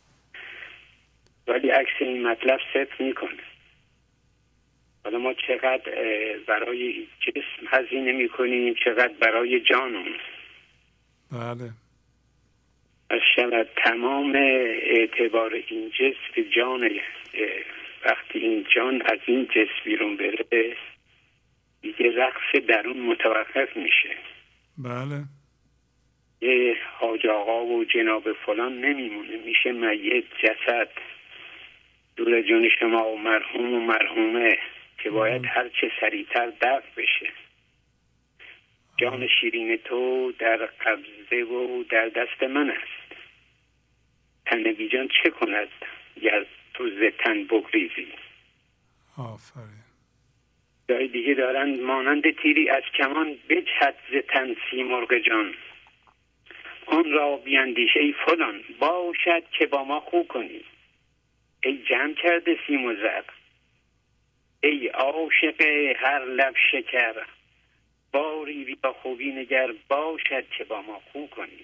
S9: ولی عکس این مطلب صدق میکنه. حالا ما چقدر برای جسم هزینه میکنیم، چقدر برای جانمون.
S2: بله.
S9: از شود تمام اعتبار این جسم جان. وقتی این جان از این جسم بیرون بره دیگه رقص درون متوقف میشه.
S2: بله.
S9: یه حاج آقا و جناب فلان نمیمونه، میشه میت جسد. دور جون شما و مرحوم و مرحومه که باید هر چه سریعتر دفع بشه. جان شیرین تو در قبضه و در دست من است. تن بی جان چه کند گر تو ز تن بگریزی.
S2: آفرین.
S9: جای دیگه دارن مانند تیری از کمان بجهد ز تن سیمرغ جان. آن را بیندیشه ای فلان باشد که با ما خو کنی. ای جمع کرده سیم و زر، ای عاشق هر لب شکر، باری بیا خوبی نگر باشد که با ما خو کنی.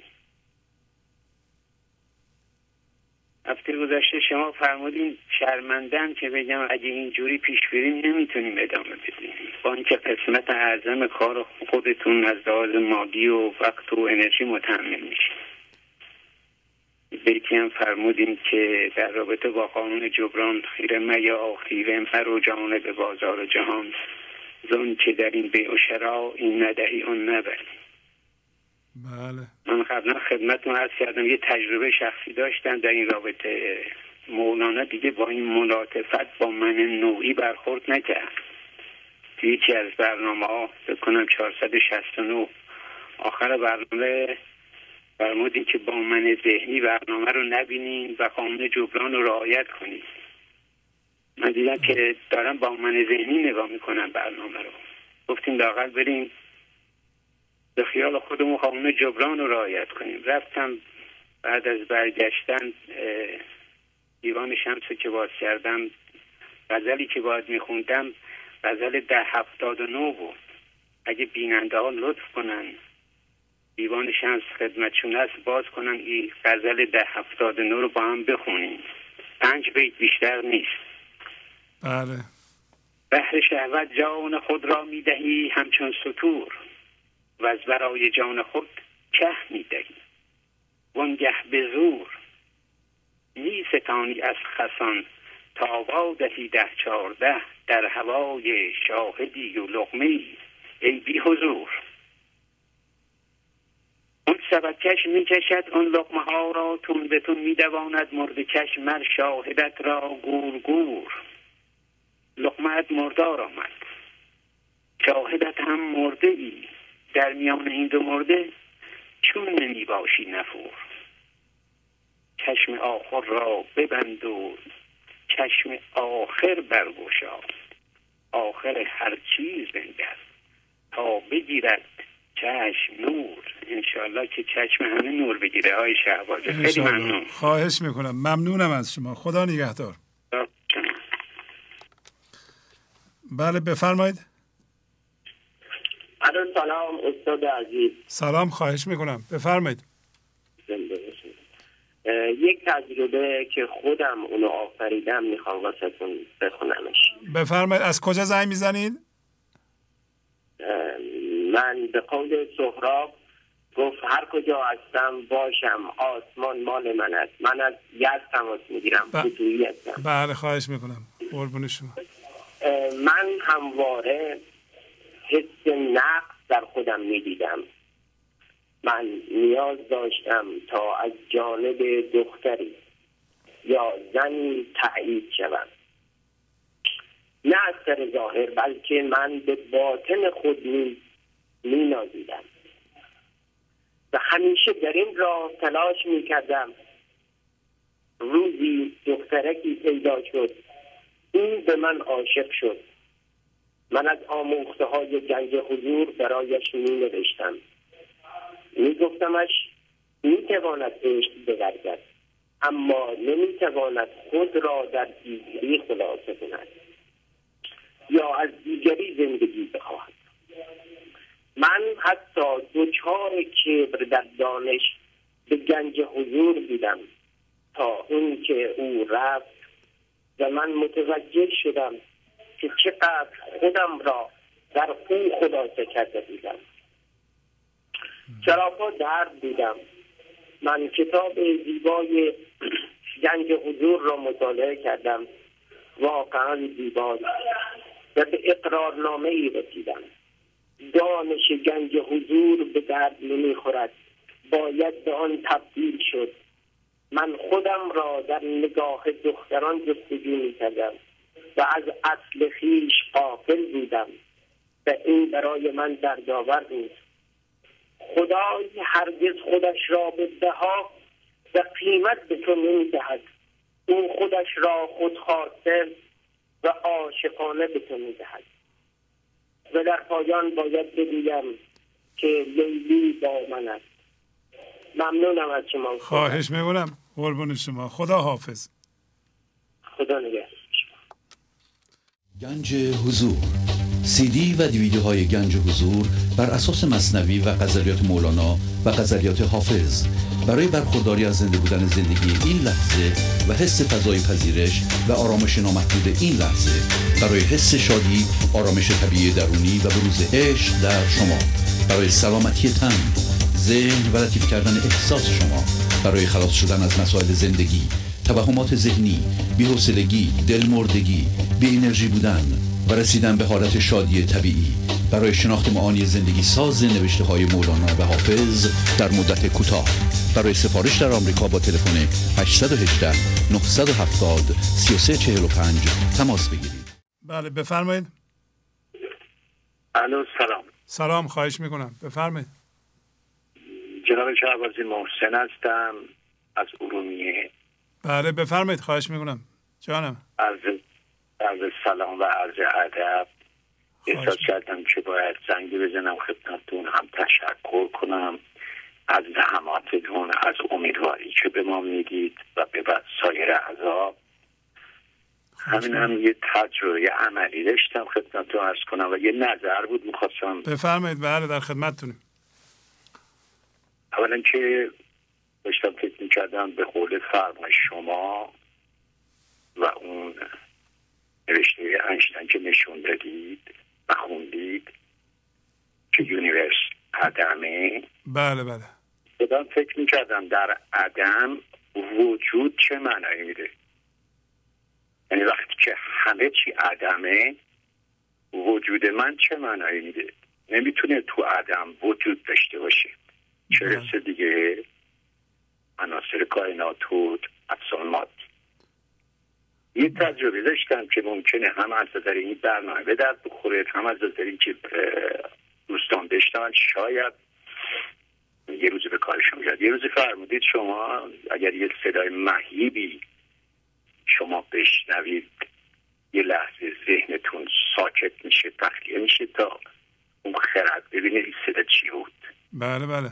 S9: هفته گذشته شما فرمودین شرمندم که بگم اگه اینجوری پیش بریم نمیتونیم ادامه بدیم، با اینکه قسمت اعظم کار خودتون از لحاظ مادی و وقت و انرژی متحمل میشه. بیتی هم فرمودین که در رابطه با قانون جبران خیره میا خیره مرو جانه به بازار جهان، زن که در این بیع و شرا این ندهی اون نبری.
S2: بله.
S9: من قبلا خدمتتون عرض کردم یه تجربه شخصی داشتم در این رابطه. مولانا دیگه با این ملاطفت با من نوعی برخورد نکرد. توی یکی از برنامه ها بکنم چهارصد و شصت و نه آخر برنامه فرمودین که با من ذهنی برنامه رو نبینین و قانون جبران رو رعایت کنین. من دیدم که دارم با من ذهنی نگاه میکنم برنامه رو. گفتیم لااقل بریم به خیال خودمون قانون جبران رو رعایت کنیم. رفتم بعد از برگشتن دیوان شمس که باز کردم، غزلی که باید میخوندم غزل ده هفتاد و نه بود. اگه بیننده ها لطف کنن دیوان شمس خدمتشون هست باز کنن این غزل ده هفتاد و نه رو با هم بخونیم. پنج بیت بیشتر نیست.
S2: بله.
S9: بهر شهوت جان خود را میدهی همچون ستور، و از برای جان خود که میدهی. وانگه به زور می ستانی از خسان، تا وادهی ده چارده در هوای شاهدی و لقمه‌ای ای بی حضور. اون سبکش می کشد اون لقمه ها را، تون به تون می دواند مردکش مر شاهدت را گور گور. لقمه‌ات مردار آمد شاهدت هم مرده ای، در میان این دو مرده چون نمی باشی نفور. چشم آخر را ببند و چشم آخر برگشا، آخر هر چیز بنگر تا بگیرد چشم نور. انشالله که چشم همه نور بگیره. های شهبازه خیلی ممنون.
S2: خواهش میکنم. ممنونم از شما. خدا نگهدار. بله بفرمایید.
S10: الو سلام استاد عزیز.
S2: سلام، خواهش میکنم بفرمایید.
S10: زنده باشید. یک تجربه که خودم اونو آفریدم میخوام واسهتون بخونمش.
S2: بفرمایید. از کجا زنگ میزنید؟
S10: من به قول سهراب گفت هر کجا هستم باشم آسمان مال من است. من از یزد تماس میگیرم.
S2: ب...
S10: فتویی هستم.
S2: بله خواهش میکنم. قربون شما.
S10: من همواره حس نقص در خودم میدیدم. من نیاز داشتم تا از جانب دختری یا زنی تایید شوم، نه از سر ظاهر بلکه من به باطن خود می می نازیدم و همیشه در این راه تلاش می کردم. روزی دخترکی پیدا شد، این به من عاشق شد. من از آموخته های گنج حضور برایش می نوشتم، می گفتمش می تواند عشق بورزد اما نمی تواند خود را در دیگری خلاصه کند یا از دیگری زندگی بخواهد. من حتی دوچار کبر در دانش به گنج حضور دیدم تا اون که او رفت و من متوجه شدم که چقدر خودم را در او خلاصه کرده بودم. چراپا درد دیدم. من کتاب زیبای گنج حضور را مطالعه کردم. واقعا زیباست و به اقرارنامه ای رسیدم. دانش گنج حضور به درد نمیخورد، باید به آن تبدیل شد. من خودم را در نگاه دختران جستجو می‌کردم و از اصل خویش غافل بودم و این برای من دردآور بود. خدای هرگز خودش را به بها و قیمت به تو نمی‌دهد. او خودش را خودخواسته و عاشقانه به تو می‌دهد. و در پایان باید بگویم که لیلی با من است. ممنونم از شما.
S2: خواهش میکنم. قربون شما. خدا حافظ.
S10: خدا نگهدار.
S1: گنج حضور، سی دی و دیویدیوهای گنج حضور بر اساس مثنوی و غزلیات مولانا و غزلیات حافظ برای برخورداری از زنده بودن زندگی این لحظه و حس فضای پذیرش و آرامش نامحدود این لحظه، برای حس شادی، آرامش طبیعی درونی و بروز عشق در شما، برای سلامتی تن، ذهن و لطیف کردن احساس شما، برای خلاص شدن از مسائل زندگی، توهمات ذهنی، بی‌حوصلگی، دلمردگی، بی انرژی بودن و رسیدن به حالت شادی طبیعی، برای شناخت معانی زندگی ساز نوشته های مولانا و حافظ در مدت کوتاه. برای سفارش در آمریکا با تلفن هشت یک هشت نه هفت صفر سه سه چهار پنج تماس بگیرید.
S2: بله بفرمایید.
S9: الو سلام.
S2: سلام، خواهش میکنم بفرمایید.
S9: جناب شهبازی محسن هستم از ارومیه.
S2: بله بفرمایید، خواهش میکنم جانم.
S9: عرض عرض سلام و عرض ادب. احساس کردم که باید زنگی بزنم خدمتتون، هم تشکر کنم از زحماتتون، از امیدواری که به ما میدید و به سایر اعضا. همین هم یه تجربه عملی داشتم خدمتتون عرض کنم و یه نظر بود میخواستم.
S2: بفرمایید. بله در خدمتتونیم.
S9: اولا که داشتم فکر میکردم به قول فرمای شما و اون نوشته اینشتین که نشون دادید و خوندید که یونیورس عدمه.
S2: بله بله.
S9: داشتم فکر میکردم در عدم وجود چه معنایی میده. یعنی وقتی که همه چی عدمه، وجود من چه معنایی میده. نمیتونه تو عدم وجود داشته باشه، چه رسه دیگه عناصر کائنات و اجسام مادی. یه تجربه داشتم که ممکنه هم از نظر این برنامه به درد بخوره، هم از نظر این که دوستان داشتن شاید یه روز به کارشون بیاد. یه روز فرمودید شما اگر یه صدای مهیبی شما بشنوید، یه لحظه ذهنتون ساکت میشه، تخلیه میشه تا اون خرد ببینه این صدا چی بود.
S2: بله بله.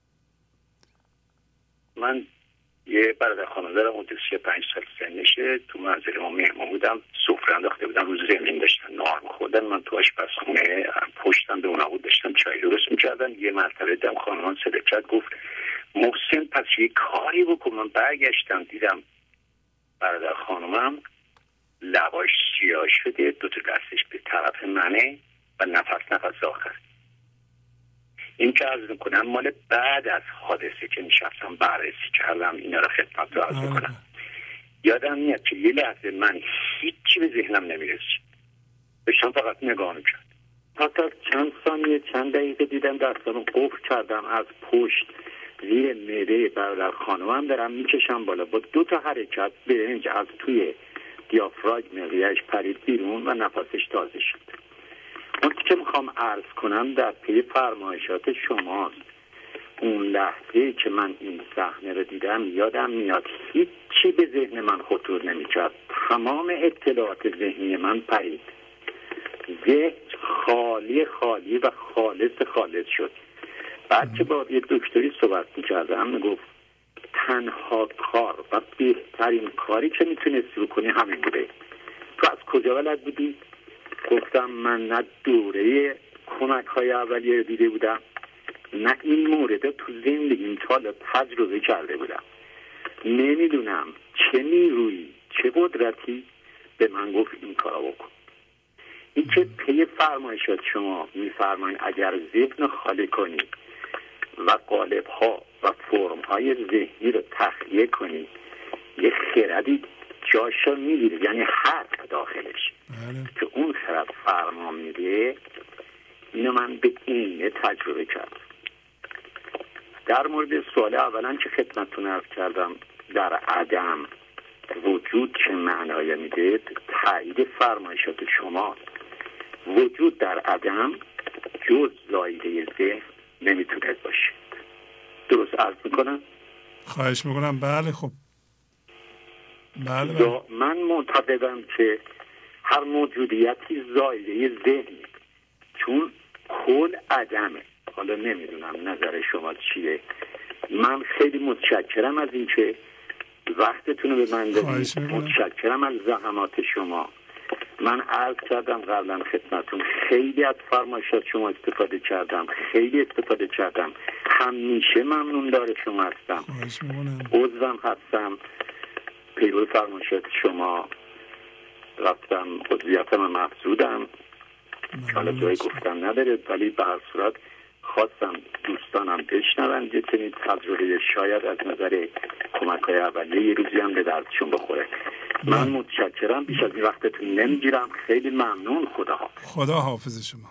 S9: من یه برادر خانم دارم، حدود سی و پنج سال سنشه. تو منزل ما مهمون بودم، سفره انداخته بودم، روز زمین داشتن نهار می‌خوردن. من تو آشپزخونه پشتم به اونا بود داشتم چای درست می‌کردن. یه مرتبه دیدم خانمان صدا کرد، گفت محسن پس یه کاری بکن. من برگشتم دیدم برادر خانمم لباش سیاه شده، دو تا دستش به طرف منه و نفس نفس آخر. این که عرض میکنم مال بعد از حادثه که نشستم بررسی کردم اینا رو خدمت رو عرض میکنم. یادم میاد که یه لحظه من هیچی به ذهنم نمیرسید، بشم فقط نگاه میکرد.
S11: حتی چند ثانیه چند دقیقه دیدم دستانو قفل کردم، از پشت زیر معده برادر خانوام دارم میکشم بالا، با دو تا حرکت برنج از توی دیافراگم ریهش پرید بیرون و نفسش تازه شد. اون که میخوام عرض کنم در پی فرمایشات شماست. اون لحظه که من این صحنه رو دیدم یادم میاد هیچی به ذهن من خطور نمیکرد، تمام اطلاعات ذهنی من پرید، ذهن خالی خالی و خالص خالص شد. بعد که با یه دکتری صحبت میکردم میگفت تنها کار و بهترین کاری که میتونستی بکنی همین بوده. تو از کجا بلد بودی؟ گفتم من نه دوره کمک های اولیه دیده بودم، نه این مورد تو زندگیم تا حالا تجربه کرده بودم. نمیدونم چه نیرویی چه قدرتی به من گفت این کارا بکن. این که پی فرمایشات شما میفرمایید اگر ذهن خالی کنی و قالب ها و فرم های ذهنی رو تخلیه کنی، یه خردی جاشو میگیره، یعنی حق داخلش که اون خرد فرما میده. اینو من به اینه تجربه کردم. در مورد سوال اولا که خدمتتون عرض کردم در عدم وجود چه معنایی میده، تایید فرمایشات شما. وجود در عدم جز زایده ذهن نمیتونه باشه. درست عرض میکنم؟
S2: خواهش میکنم. بله خب بله, بله.
S11: من معتقدم که هر موجودیتی زایده ذهنی، چون کل عدمه. حالا نمیدونم نظر شما چیه. من خیلی متشکرم از اینکه وقتتون رو به من دادید. متشکرم از زحمات شما. من عرض کردم قبلا خدمتون خیلی از فرمایشات شما استفاده کردم، خیلی استفاده کردم. همیشه ممنون دار شما هستم، عضوم هستم، پیرو فرمایشات شما رفتم، عضویتم محسودم. حالا جایی گفتم نداره، ولی به هر صورت خواستم دوستانم بشنون یه چنین تجربه شاید از نظر کمک های اولیه یه روزی هم به دردشون بخوره. من متشکرم، بیش از این وقتتون نمیگیرم. خیلی ممنون. خدا حافظ.
S2: خدا حافظ شما.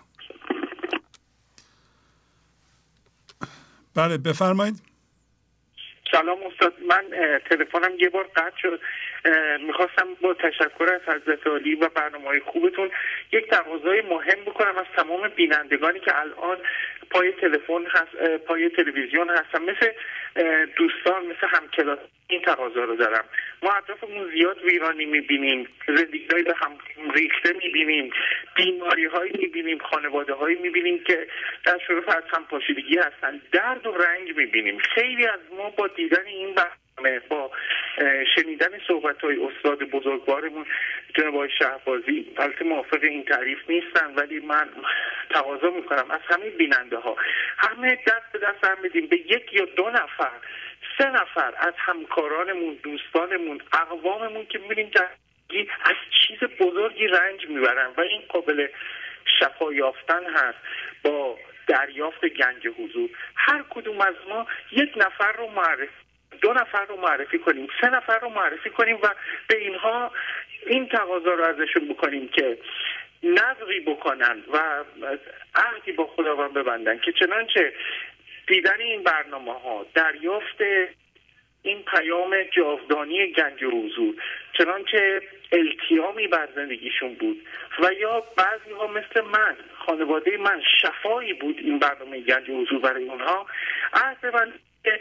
S2: بله بفرمایید.
S12: سلام استاد، من تلفنم یه بار قطع شد. میخواستم با تشکر از حضرت عالی و برنامه‌های خوبتون یک تقاضای مهم بکنم از تمام بینندگانی که الان پای تلفن هست، پای تلویزیون هستن، مثل دوستان، مثل همکلاس این تقاضا رو دارم. ما اطرافمون زیاد ویرانی میبینیم، زندگی‌های به هم ریخته میبینیم، بیماری‌هایی میبینیم، خانواده‌هایی میبینیم که در شرف از هم پاشیدگی هستن، درد و رنج میبینیم. خیلی از ما با دیدن این برنامه، با شنیدن صحبت‌های استاد بزرگوارمون جناب آقای شهبازی، البته موافق این تعریف نیستن، ولی من تقاضا میکنم از همه بیننده ها همه دست به دست هم بدیم به یک یا دو نفر، سه نفر از همکارانمون، دوستانمون، اقواممون که میبینیم که از چیز بزرگی رنج میبرن و این قابل شفا یافتن هست با دریافت گنج حضور. هر کدوم از ما یک نفر رو معرفی، دو نفر رو معرفی کنیم، سه نفر رو معرفی کنیم و به اینها این تقاضا رو ازشون بکنیم که نذری بکنن و عهدی با خداوند ببندن که چنانچه دیدن این برنامه ها، دریافت این پیام جاودانی گنج و حضور، چنانچه التیامی بر زندگیشون بود و یا بعضی ها مثل من، خانواده من، شفایی بود این برنامه گنج و حضور برای اونها، عهد ببندن که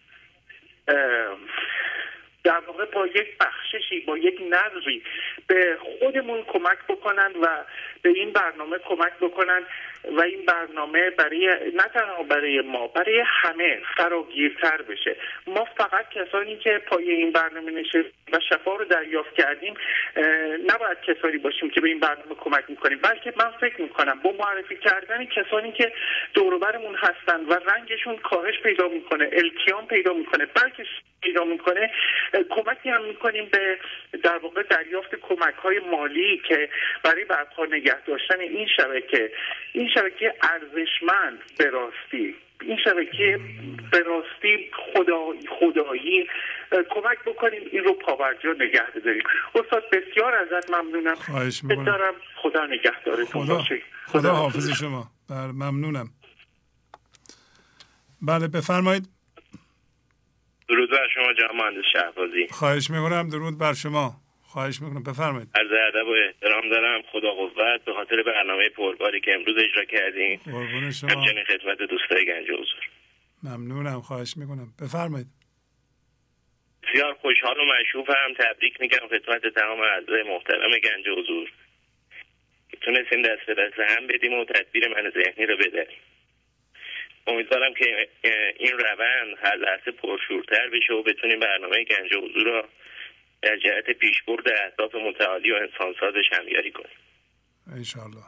S12: در واقع با یک بخششی، با یک نظری به خودمون کمک بکنن و به این برنامه کمک بکنن و این برنامه برای نه تنها برای ما، برای همه فراگیرتر بشه. ما فقط کسانی که پای این برنامه نشستیم و شفا رو دریافت کردیم نباید کسانی باشیم که به این برنامه کمک میکنیم، بلکه من فکر میکنم با معرفی کردن کسانی که دور و برمون هستن و رنجشون کاهش پیدا میکنه، التیام پیدا میکنه، بلکه پیدا میکنه، کمکی هم میکنیم به در واقع دریافت کمک های مالی که برای برپا نگه داشتن این شبکه، این شبکه ارزشمند به راستی، این شبکه به راستی خدایی خدایی کمک بکنیم این رو پابرجا نگه داریم. استاد بسیار ازت ممنونم.
S2: خواهش می‌کنم.
S12: خدا نگهدارتون باشه.
S2: خدا, خدا حافظ شما. بله ممنونم. بله بفرمایید.
S13: درود بر شما جناب مهندس شهبازی.
S2: خواهش می‌کنم. درود بر شما. خواهش می‌کنم بفرمایید.
S13: عرض ادب و احترام دارم. خدا قوت به خاطر برنامه پرباری که امروز اجرا کردین.
S2: قربون شما.
S13: همچنین خدمت دوستای گنج حضور.
S2: ممنونم. خواهش می‌کنم. بفرمایید.
S13: بسیار خوشحال و مشروفم. تبریک میگم خدمت تمام اعضای محترم گنج حضور که تونستیم دست به دست هم بدیم و تدبیر من ذهنی رو بداریم. امیدوارم که این روند هر لحظه پرشورتر بشه و بتونیم برنامه گنج حضور رو در جهت پیشبرد اهداف متعالی و انسانسازش همیاری کنیم
S2: انشاءالله.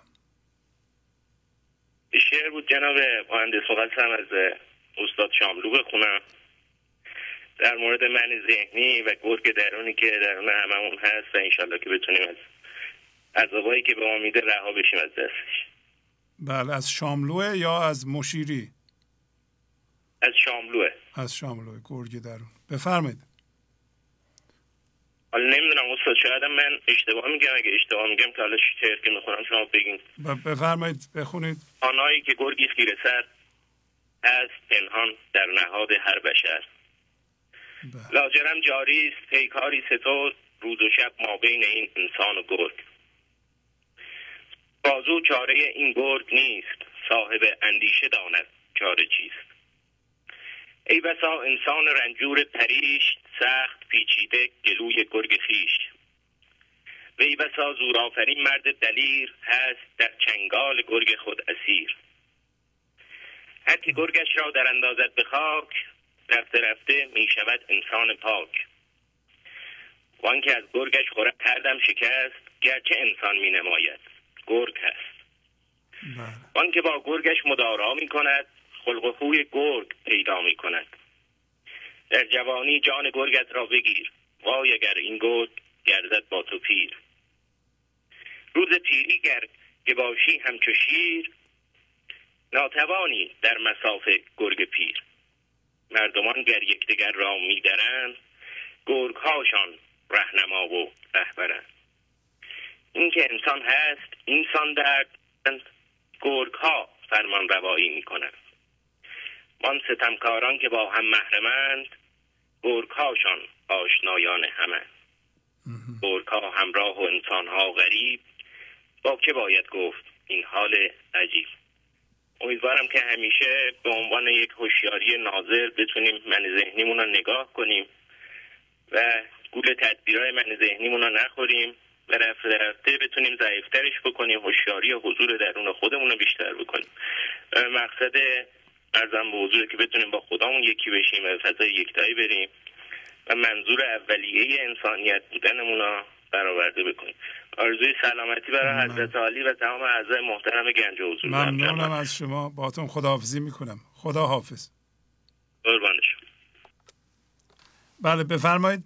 S13: شعر بود جناب مهندس مقدسم از استاد شاملو بخونم در مورد من ذهنی و گرگ درونی که درون هممون هست و انشاءالله که بتونیم از عذابایی که به ما میده رها بشیم از دستش.
S2: بله از شاملوه یا از مشیری؟
S13: از شاملوه.
S2: از شاملوه گرگ درون. بفرمایید.
S13: حالا نمیدونم استاد شاید من اشتباه میگم، اگه اشتباه میگم که حالا شعر که میخونم شما بگین.
S2: بفرمایید بخونید.
S13: آنهایی که گرگی خیره سر از پنهان در نهاد هر بشر بله. لاجرم جاری است پیکاری ستاد روز و شب ما بین این انسان و گرگ. بازو چاره این گرگ نیست صاحب اندیشه داند چاره چیست. ای بسا انسان رنجور پریش سخت پیچیده گلوی گرگ خیش. وی بسا زورآفرین مرد دلیر، هست در چنگال گرگ خود اسیر. هر که گرگش را در اندازد به خاک، رفته رفته می شود انسان پاک. وان که از گرگش خورد هر دم شکست، گرچه انسان می نماید گرگ هست. وان که با گرگش مدارا می کند، خلق و خوی گرگ پیدا می کند. در جوانی جان گرگت را بگیر، وای اگر این گرگ گردد با تو پیر. روز پیری گر که باشی همچو شیر، ناتوانی در مسافه گرگ پیر. مردمان گر یکدیگر را می درند، گرگ هاشان رهنما و رهبرند. این که انسان هست اینسان درد، گرگ ها فرمان روایی می کنند. من ستمکاران که با هم محرمند، گرگ هاشان آشنایان همند. گرگ ها همراه و انسان ها غریب، با که باید گفت این حال عجیب. امیدوارم که همیشه به عنوان یک هوشیاری ناظر بتونیم من ذهنیمون رو نگاه کنیم و گول تدبیرهای من ذهنیمون رو نخوریم و رفته رفته بتونیم ضعیفترش بکنیم، هوشیاری و حضور درون خودمون رو بیشتر بکنیم. مقصد ارزم به حضور که بتونیم با خدامون یکی بشیم و فضای یکتایی بریم و منظور اولیه انسانیت بودنمون رو برآورده بکنیم. آرزوی سلامتی برای حضرت عالی و تمام اعضای محترم گنج حضور.
S2: ممنونم از شما. باهاتون خداحافظی میکنم. خدا حافظ.
S13: قربان شما.
S2: بله بفرمایید.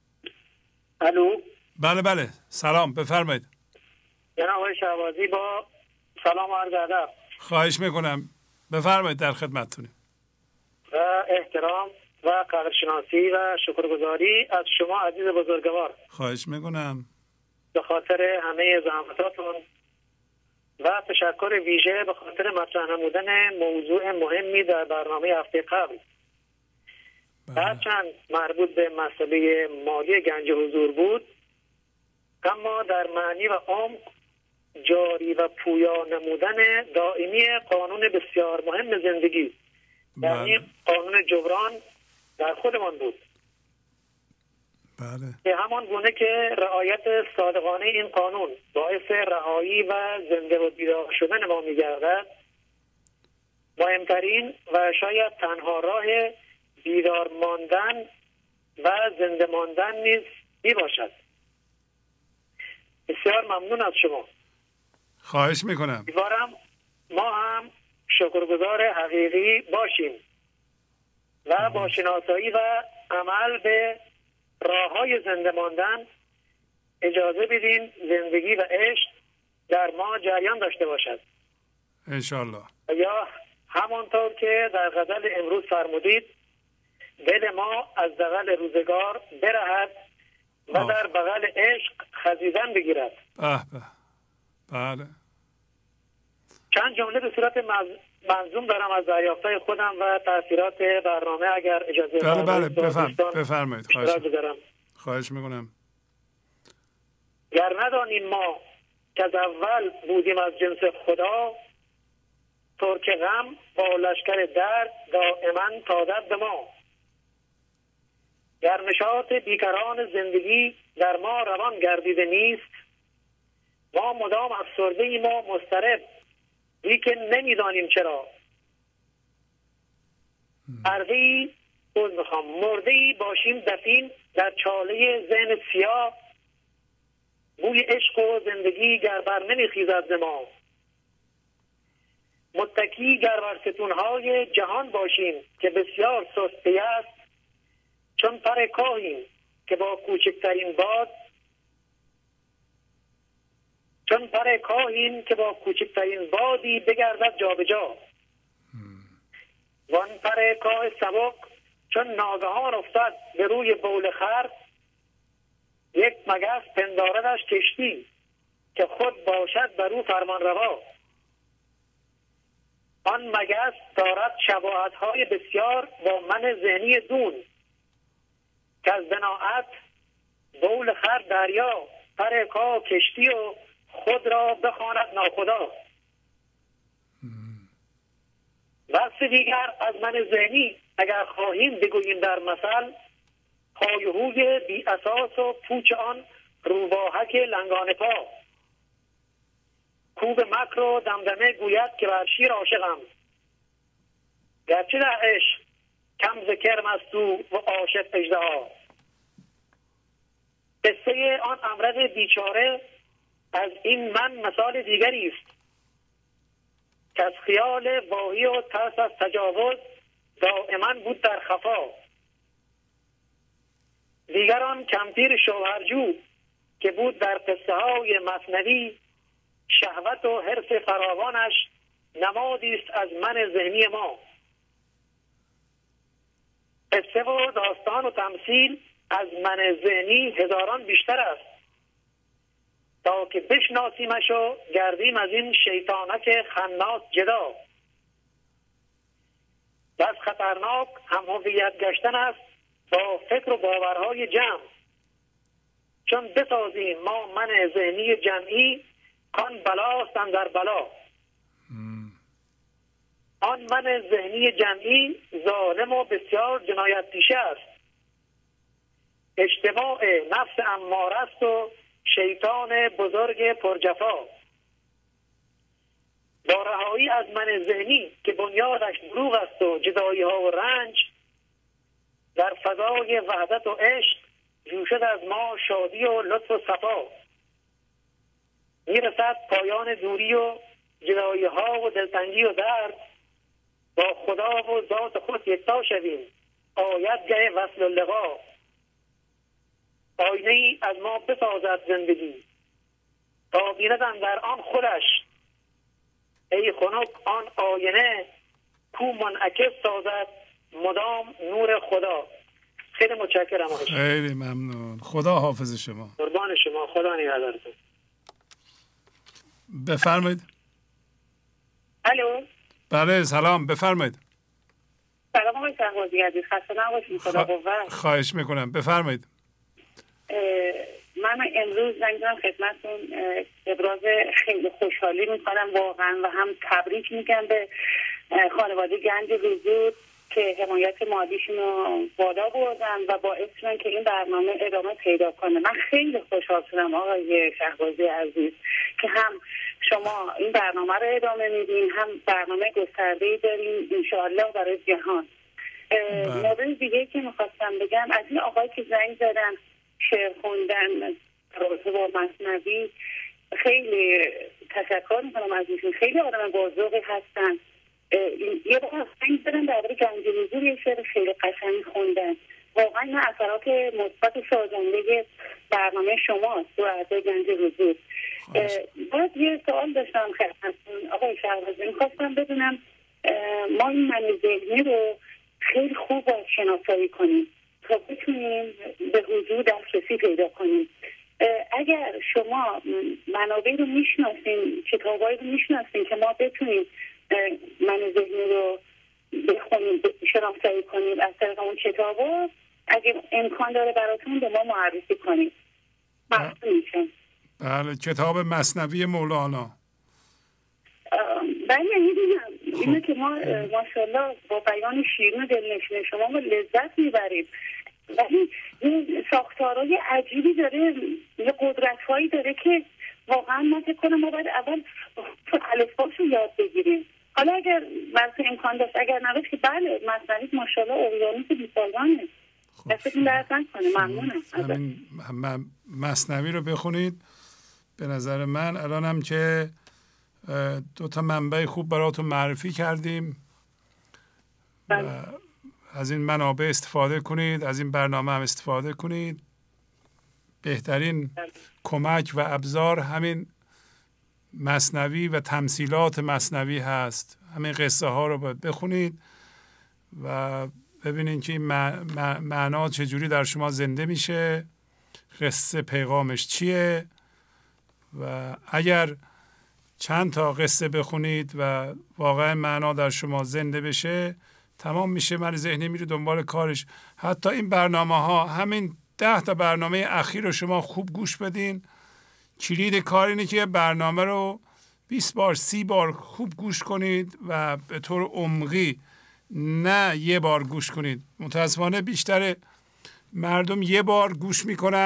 S14: الو.
S2: بله بله سلام بفرمایید.
S14: جناب آقای شهبازی با سلام و عرض ادب.
S2: خواهش میکنم بفرمایید، در خدمتتونیم.
S14: و احترام و قدرشناسی و شکرگزاری از شما عزیز بزرگوار.
S2: خواهش میکنم.
S14: به خاطر همه زحمتاتون و تشکر ویژه به خاطر مطرح نمودن موضوع مهمی در برنامه هفته قبل. هرچند مربوط به مسئله مالی گنج حضور بود، اما در معنی و عمق جاری و پویا نمودن دائمی قانون بسیار مهم زندگی، یعنی قانون جبران در خودمان بود.
S2: بله.
S14: که همان گونه که رعایت صادقانه این قانون باعث رهایی و زنده و بیدار شدن ما می‌گردد، مهمترین و شاید تنها راه بیدار ماندن و زنده ماندن نیز میباشد. بسیار ممنون از شما.
S2: خواهش میکنم.
S14: امیدوارم ما هم شکرگزار حقیقی باشیم و با شناسایی و عمل به راه‌های زنده ماندن اجازه بدین زندگی و عشق در ما جریان داشته باشد.
S2: انشالله.
S14: یا همانطور که در غزل امروز فرمودید، دل ما از دغل روزگار برهد و آه. در بغل عشق خزیدن بگیرد.
S2: به به. بله.
S14: چند جمله به صورت منظوم دارم از دریافت‌های خودم و تاثیرات برنامه اگر اجازه
S2: بله بله بفرم. بفرمایید. خواهش
S14: می‌کنم.
S2: خواهش می‌کنم.
S14: گر ندانیم ما که از اول بودیم از جنس خدا، ترک غم با لشکر درد دائما تازد به ما. گر نشاط بیکران زندگی در ما روان گردیده نیست، ما مدام افسرده ایم و مضطرب، لیکن نمیدانیم چرا. اردهی باز میخوام مردهی باشیم دفین در چاله ذهن سیاه، بوی عشق و زندگی گر بر نمیخیزد ز ما. متکی گر بر ستونهای جهان باشیم که بسیار سستی است، چون پر کاهیم که با کوچکترین باد چون پر کاهیم که با کوچکترین بادی بگردد جا به جا. وان پر کاه سبک چون ناگهان افتد به روی بول خر، یک مگس پنداردش کشتی که خود باشد بر او فرمان روا. آن مگس دارد شباهت‌های بسیار با من ذهنی دون، که از دناعت بول خر دریا، پر کاه کشتی و خود را بخواند ناخدا. وصف دیگر از من ذهنی اگر خواهیم بگوییم در مثل، های و هوی بی اساس و پوچ آن روباهک لنگان پا. کوب مکر و دمدمه گوید که بر شیر عاشقم، گرچه در عشق کم ز کرم است او و عاشق اژدها. قصه آن امرد بیچاره از این من مثال دیگری است که از خیال واهی و ترس از تجاوز دائما بود در خفا. دیگران کمپیر شوهرجو که بود در قصه های مثنوی، شهوت و حرص فراوانش نمادی است از من ذهنی ما. قصه و داستان و تمثیل از من ذهنی هزاران بیشتر است، تا که بشناسیمش و گردیم از این شیطانک خناس جدا. بس خطرناک هم هویت گشتن است با فکر و باورهای جمع، چون بسازیم ما من ذهنی جمعی کان بلاستن در بلا. آن من ذهنی جمعی ظالم و بسیار جنایت پیشه است، اجتماع نفس اماره است و شیطان بزرگ پرجفا. با رهایی از من ذهنی که بنیادش دروغ است و جدایی ها و رنج، در فضای وحدت و عشق جوشد از ما شادی و لطف و صفا. میرسد پایان دوری و جدایی ها و دلتنگی و درد، با خدا و ذات خود یکتا شویم آید گه وصل و لقا. آینه ای از ما بسازد زندگی تا بیندن در آن خودش، ای خنک آن آینه کو منعکس سازد مدام نور خدا. خیلی متشکرم.
S2: خیلی ممنون. خدا حافظ شما.
S14: قربان شما. خدا نگهدارتون.
S2: بفرمایید.
S6: الو.
S2: بله سلام، بفرمایید.
S6: سلام آقای شهبازی عزیز، خسته نباشید. خدا قوت.
S2: خواهش میکنم، بفرمایید.
S6: من امروز زنگ زدم خدمتتون، ابراز خیلی خوشحالی میکنم واقعا و هم تبریک میگم به خانواده گنج حضور که حمایت مادیشون رو بالا بردن و باعث شدن که این برنامه ادامه پیدا کنه. من خیلی خوشحال شدم آقای شهبازی عزیز که هم شما این برنامه رو ادامه میدین، هم برنامه گسترده‌ای دارین انشاءالله برای جهان. مورد دیگه که میخواستم بگم، از این آقای که زنگ زدن شعر خوندن رازه با مثنوی، خیلی تشکر میکنم از ایشون. خیلی آدم بازوقی هستن. یه بار زنگ زدن درباره گنج حضور یه شعر خیلی قشنگ خوندن. واقعا این اثرات مثبت سازنده برنامه شماست تو اعضای گنج حضور. باز یه سوال داشتم خدمتتون آقای شهبازی، میخواستم بدونم ما این من ذهنی رو خیلی خوب باید شناسایی کنیم تا بتونیم به حضور دسترسی پیدا کنیم. اگر شما منابع رو میشناسین، کتابایی رو میشناسین که ما بتونیم من ذهنی رو بخونیم، شناسایی کنیم از طریق اون کتابا، اگه امکان داره براتون به ما معرفی کنیم. ممنون میشم.
S2: بله، کتاب مثنوی مولانا.
S6: بله میدونم اینه که ما ماشاءالله با بیان شیرین و دلنشین شما ما لذت میبریم، ولی این ساختارهای عجیبی داره، یه قدرتهایی داره که واقعا من فکر کنم ما باید اول الفباش رو یاد بگیریم. حالا اگر براتون امکان داشت، اگر نباشت که بله مثنوی ماشاءالله اقیانوس بی‌پایانه. دستتون درد نکنه. ممنونم.
S2: همین مثنوی رو بخونید. به نظر من الانم که دو تا منبع خوب براتون معرفی کردیم و از این منابع استفاده کنید، از این برنامه هم استفاده کنید. بهترین کمک و ابزار همین مثنوی و تمثیلات مثنوی هست. همین قصه ها رو باید بخونید و ببینید که این معنا چجوری در شما زنده میشه، قصه پیغامش چیه. و اگر چند تا قصه بخونید و واقعا معنا در شما زنده بشه، تمام میشه. من ذهنی میره دنبال کارش. حتی این برنامه ها، همین ده تا برنامه اخیر رو شما خوب گوش بدین. کلید کار اینه که برنامه رو بیست بار سی بار خوب گوش کنید و به طور عمقی، نه یه بار گوش کنید. متاسفانه بیشتر مردم یه بار گوش میکنند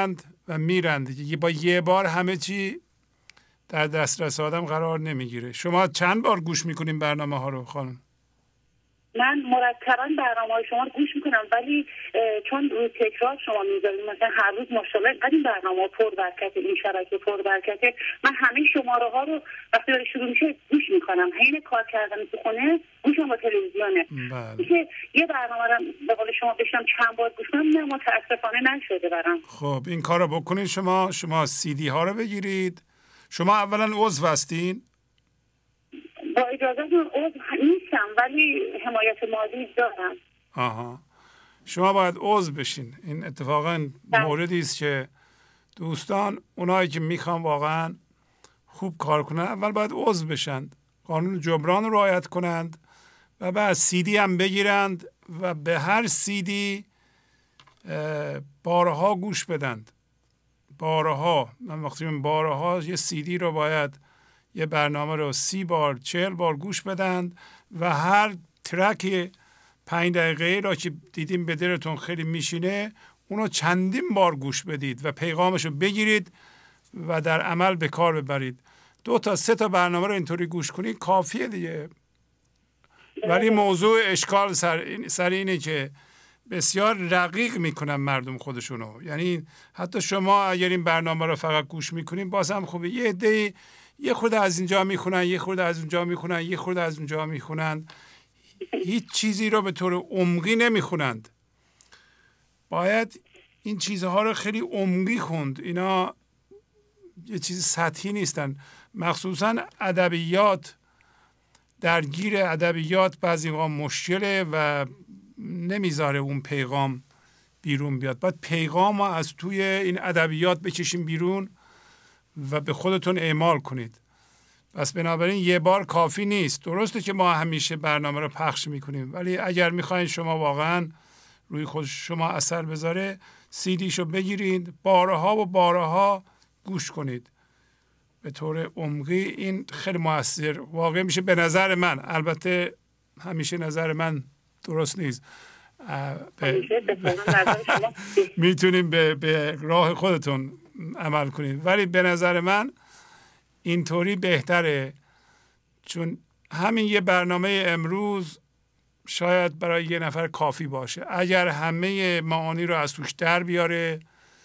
S2: و میرن دیگه. با یه بار همه چی در دسترس آدم قرار نمیگیره. شما چند بار گوش میکنین برنامه ها رو خانم؟
S3: من مرتبا برنامه های شما رو گوش میکنم، ولی چون روی تکرار شما میذارید، مثلا هر روز ماشاءالله اینقدر این برنامه پر برکت، این شبکه پر برکته، من همه شماره ها رو وقتی داره شروع میشه گوش میکنم. حین کار کردن تو خونه گوشم با تلویزیونه.
S2: بله.
S3: که یه برنامه رو به قول شما بشم چند بار گوش کنم، نه متاسفانه نشده برام.
S2: خب این کارو بکنید. شما شما سی دی ها رو بگیرید. شما اولا عضو هستین؟
S3: با اجازهتون عضو نیستم، ولی حمایت مالی دارم.
S2: آها، شما باید عضو بشین. این اتفاقا موردی است که دوستان اونایی که میخوان واقعا خوب کار کنن اول باید عضو بشند، قانون جبران رو رعایت کنند و بعد سی دی هم بگیرند و به هر سی دی بارها گوش بدند. بارها، من وقتی من بارها یه سی دی رو باید یه برنامه رو سی بار چهل بار گوش بدند و هر ترک پنج دقیقه را که دیدیم به دلتون خیلی میشینه اونو چندین بار گوش بدید و پیغامشو بگیرید و در عمل به کار ببرید. دو تا سه تا برنامه رو اینطوری گوش کنید کافیه دیگه. ولی موضوع اشکال سر, سر اینه که بسیار رقیق میکنن مردم خودشونو. یعنی حتی شما اگر این برنامه رو فقط گوش میکنین باز هم خوبه. یه عده یه خورده از اینجا میخونن، یه خورده از اونجا میخونن، یه خورده از اونجا میخونن، هیچ چیزی رو به طور عمقی نمیخونند. باید این چیزها رو خیلی عمقی خوند. اینا یه چیز سطحی نیستن. مخصوصا ادبیات، درگیر ادبیات بعضی وقتا مشکله و نمیذاره اون پیغام بیرون بیاد. باید پیغام رو از توی این ادبیات بکشیم بیرون و به خودتون اعمال کنید. پس بنابراین یه بار کافی نیست. درسته که ما همیشه برنامه رو پخش میکنیم، ولی اگر میخواین شما واقعا روی خود شما اثر بذاره سیدیشو بگیرید، بارها و بارها گوش کنید به طور عمقی. این خیلی موثر واقع میشه به نظر من. البته همیشه نظر من درست نیست. میتونیم به, به راه خودتون عمل کنید، ولی به نظر من اینطوری بهتره، چون همین یه برنامه امروز شاید برای یه نفر کافی باشه. اگر همه معانی رو از توش در بیاره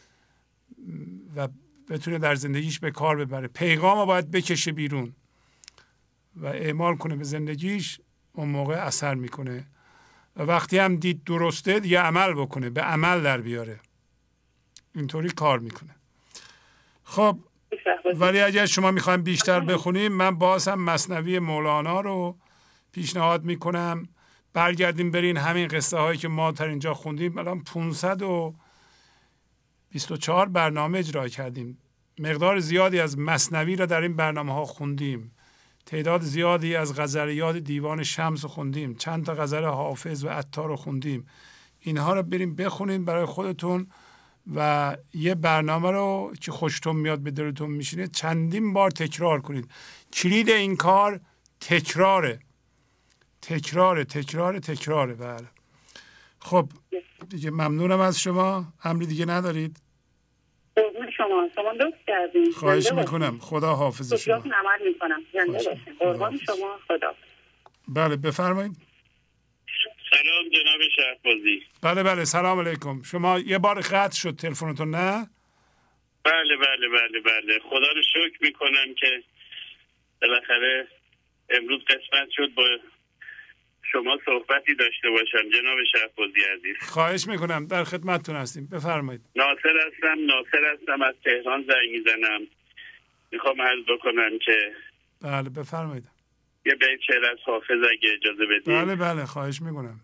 S2: و بتونه در زندگیش به کار ببره، پیغام رو باید بکشه بیرون و اعمال کنه به زندگیش، اون موقع اثر میکنه. و وقتی هم دید درسته دیگه عمل بکنه، به عمل در بیاره. اینطوری کار میکنه. خب ولی اگر شما میخوایم بیشتر بخونیم، من باز هم مثنوی مولانا رو پیشنهاد میکنم. برگردیم برین همین قصه هایی که ما در اینجا خوندیم. الان پانصد و بیست و چهار برنامه اجرا کردیم. مقدار زیادی از مثنوی رو در این برنامه ها خوندیم. تعداد زیادی از غزلیات دیوان شمس خوندیم. چند تا غزل حافظ و عطار رو خوندیم. اینها رو بریم بخونین برای خودتون و یه برنامه رو که خوشتون میاد به دلتون میشینه چندین بار تکرار کنید. کلید این کار تکراره. تکراره تکراره تکراره. بله. خب دیگه ممنونم از شما. امری دیگه ندارید؟
S3: قربون شما. شما لطف کردین.
S2: خواهش میکنم. خدا حافظ شما.
S3: خودتون عمل میکنم. زنده باشین. قربان شما. خدا.
S2: بله بفرمایید.
S13: سلام جناب شهبازی.
S2: بله بله سلام علیکم. شما یه بار قطع شد تلفنتون نه؟
S13: بله بله بله بله. خدا رو شکر میکنم که بالاخره امروز قسمت شد با شما صحبتی داشته باشم جناب شهبازی عزیز.
S2: خواهش میکنم. در خدمتتون هستیم. بفرمایید.
S13: ناصر هستم. ناصر هستم از تهران زنگ میزنم. میخوام عرض بکنم که
S2: بله بفرمایید.
S13: یه بیت شعر از حافظ اگه اجازه بدید.
S2: بله بله خواهش میکنم.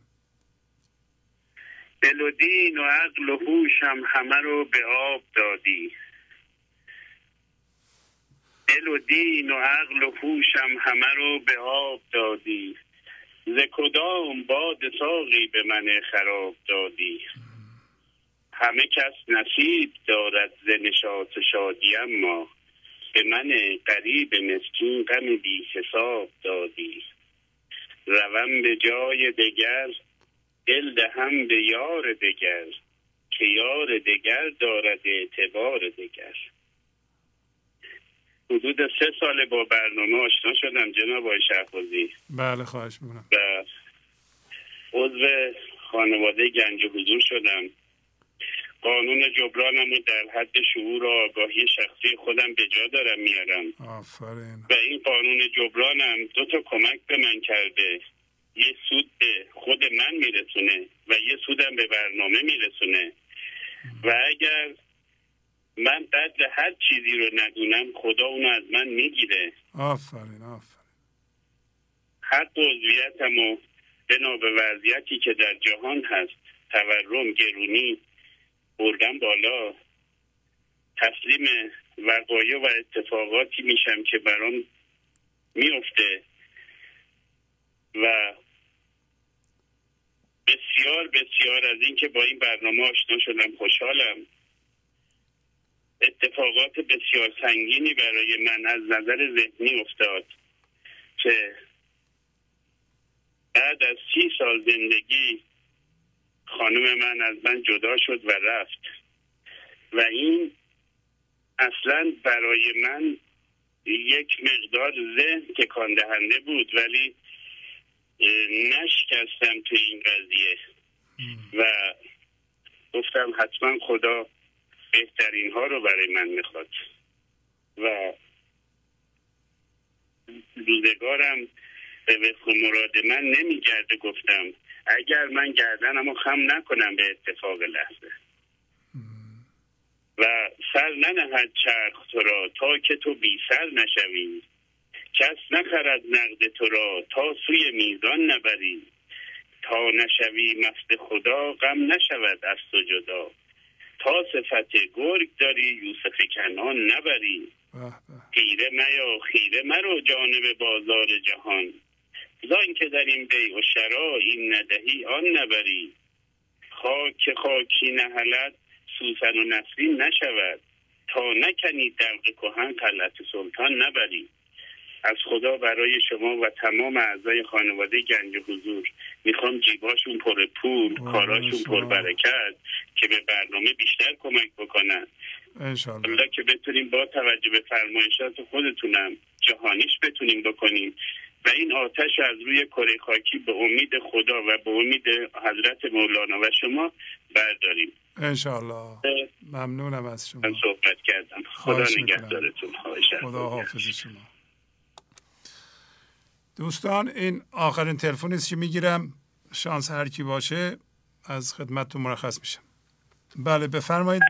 S13: دل و دین و عقل و هوشم همه رو به آب دادی. دل و دین و عقل و هوشم همه رو به آب دادی. ز کدام باد ساقی به من خراب دادی. همه کس نصیب دارد ز نشاط شادی، اما به من غریب مسکین غم بی حساب دادی. روم به جای دگر دل دهم به یار دگر، که یار دگر دارد اعتبار دگر. حدود سه سال با برنامه آشنا شدم جناب آقای شهبازی.
S2: بله خواهش میکنم.
S13: و عضو خانواده گنج حضور شدم. قانون جبرانم رو در حد شعور و آگاهی شخصی خودم به جا دارم میارم.
S2: آفرین.
S13: و این قانون جبرانم دو تا کمک به من کرده. یه سود به خود من میرسونه و یه سودم به برنامه میرسونه. و اگر من قدر هر چیزی رو ندونم خدا اونو از من میگیره.
S2: آفرین آفرین.
S13: حق عضویتم و بنا به وضعیتی که در جهان هست، تورم، گرونی بردم بالا، تسلیم وقایع و اتفاقاتی میشم که برام میفته و بسیار بسیار از این که با این برنامه آشنا شدم خوشحالم. اتفاقات بسیار سنگینی برای من از نظر ذهنی افتاد که بعد از سی سال زندگی خانم من از من جدا شد و رفت و این اصلا برای من یک مقدار ذهن تکان دهنده بود، ولی نشکستم تو این قضیه و گفتم حتما خدا بهترین ها رو برای من میخواد و روزگارم به وفق مراد من نمیگرده. گفتم اگر من گردنمو خم نکنم به اتفاق لحظه و سر ننهد چرخ تو را تا که تو بی سر نشوی، کس نخرد نقد تو را تا سوی میزان نبری، تا نشوی مست خدا غم نشود از تو جدا، تا صفت گرگ داری یوسف کنعان نبری، خیره میا خیره مرو جانب بازار جهان، زان که در این بیع و شرا این ندهی آن نبری، خاک خاکی نهلد سوسن و نسرین نشود، تا نکنی دلق کهن خلعت سلطان نبری. از خدا برای شما و تمام اعضای خانواده گنج حضور میخوام جیباشون پر پول، کاراشون پر برکت، که به برنامه بیشتر کمک بکنن انشالله، که بتونیم با توجه به فرمایشات خودتونم جهانیش بتونیم بکنیم و این آتش از روی کره خاکی به امید خدا و به امید حضرت مولانا و شما برداریم انشالله. ممنونم از شما. من صحبت کردم. خدا نگهدارتون. خدا حافظ شما.
S2: دوستان این آخرین تلفنی است که میگیرم، شانس هر کی باشه از خدمتتون مرخص میشم. بله بفرمایید.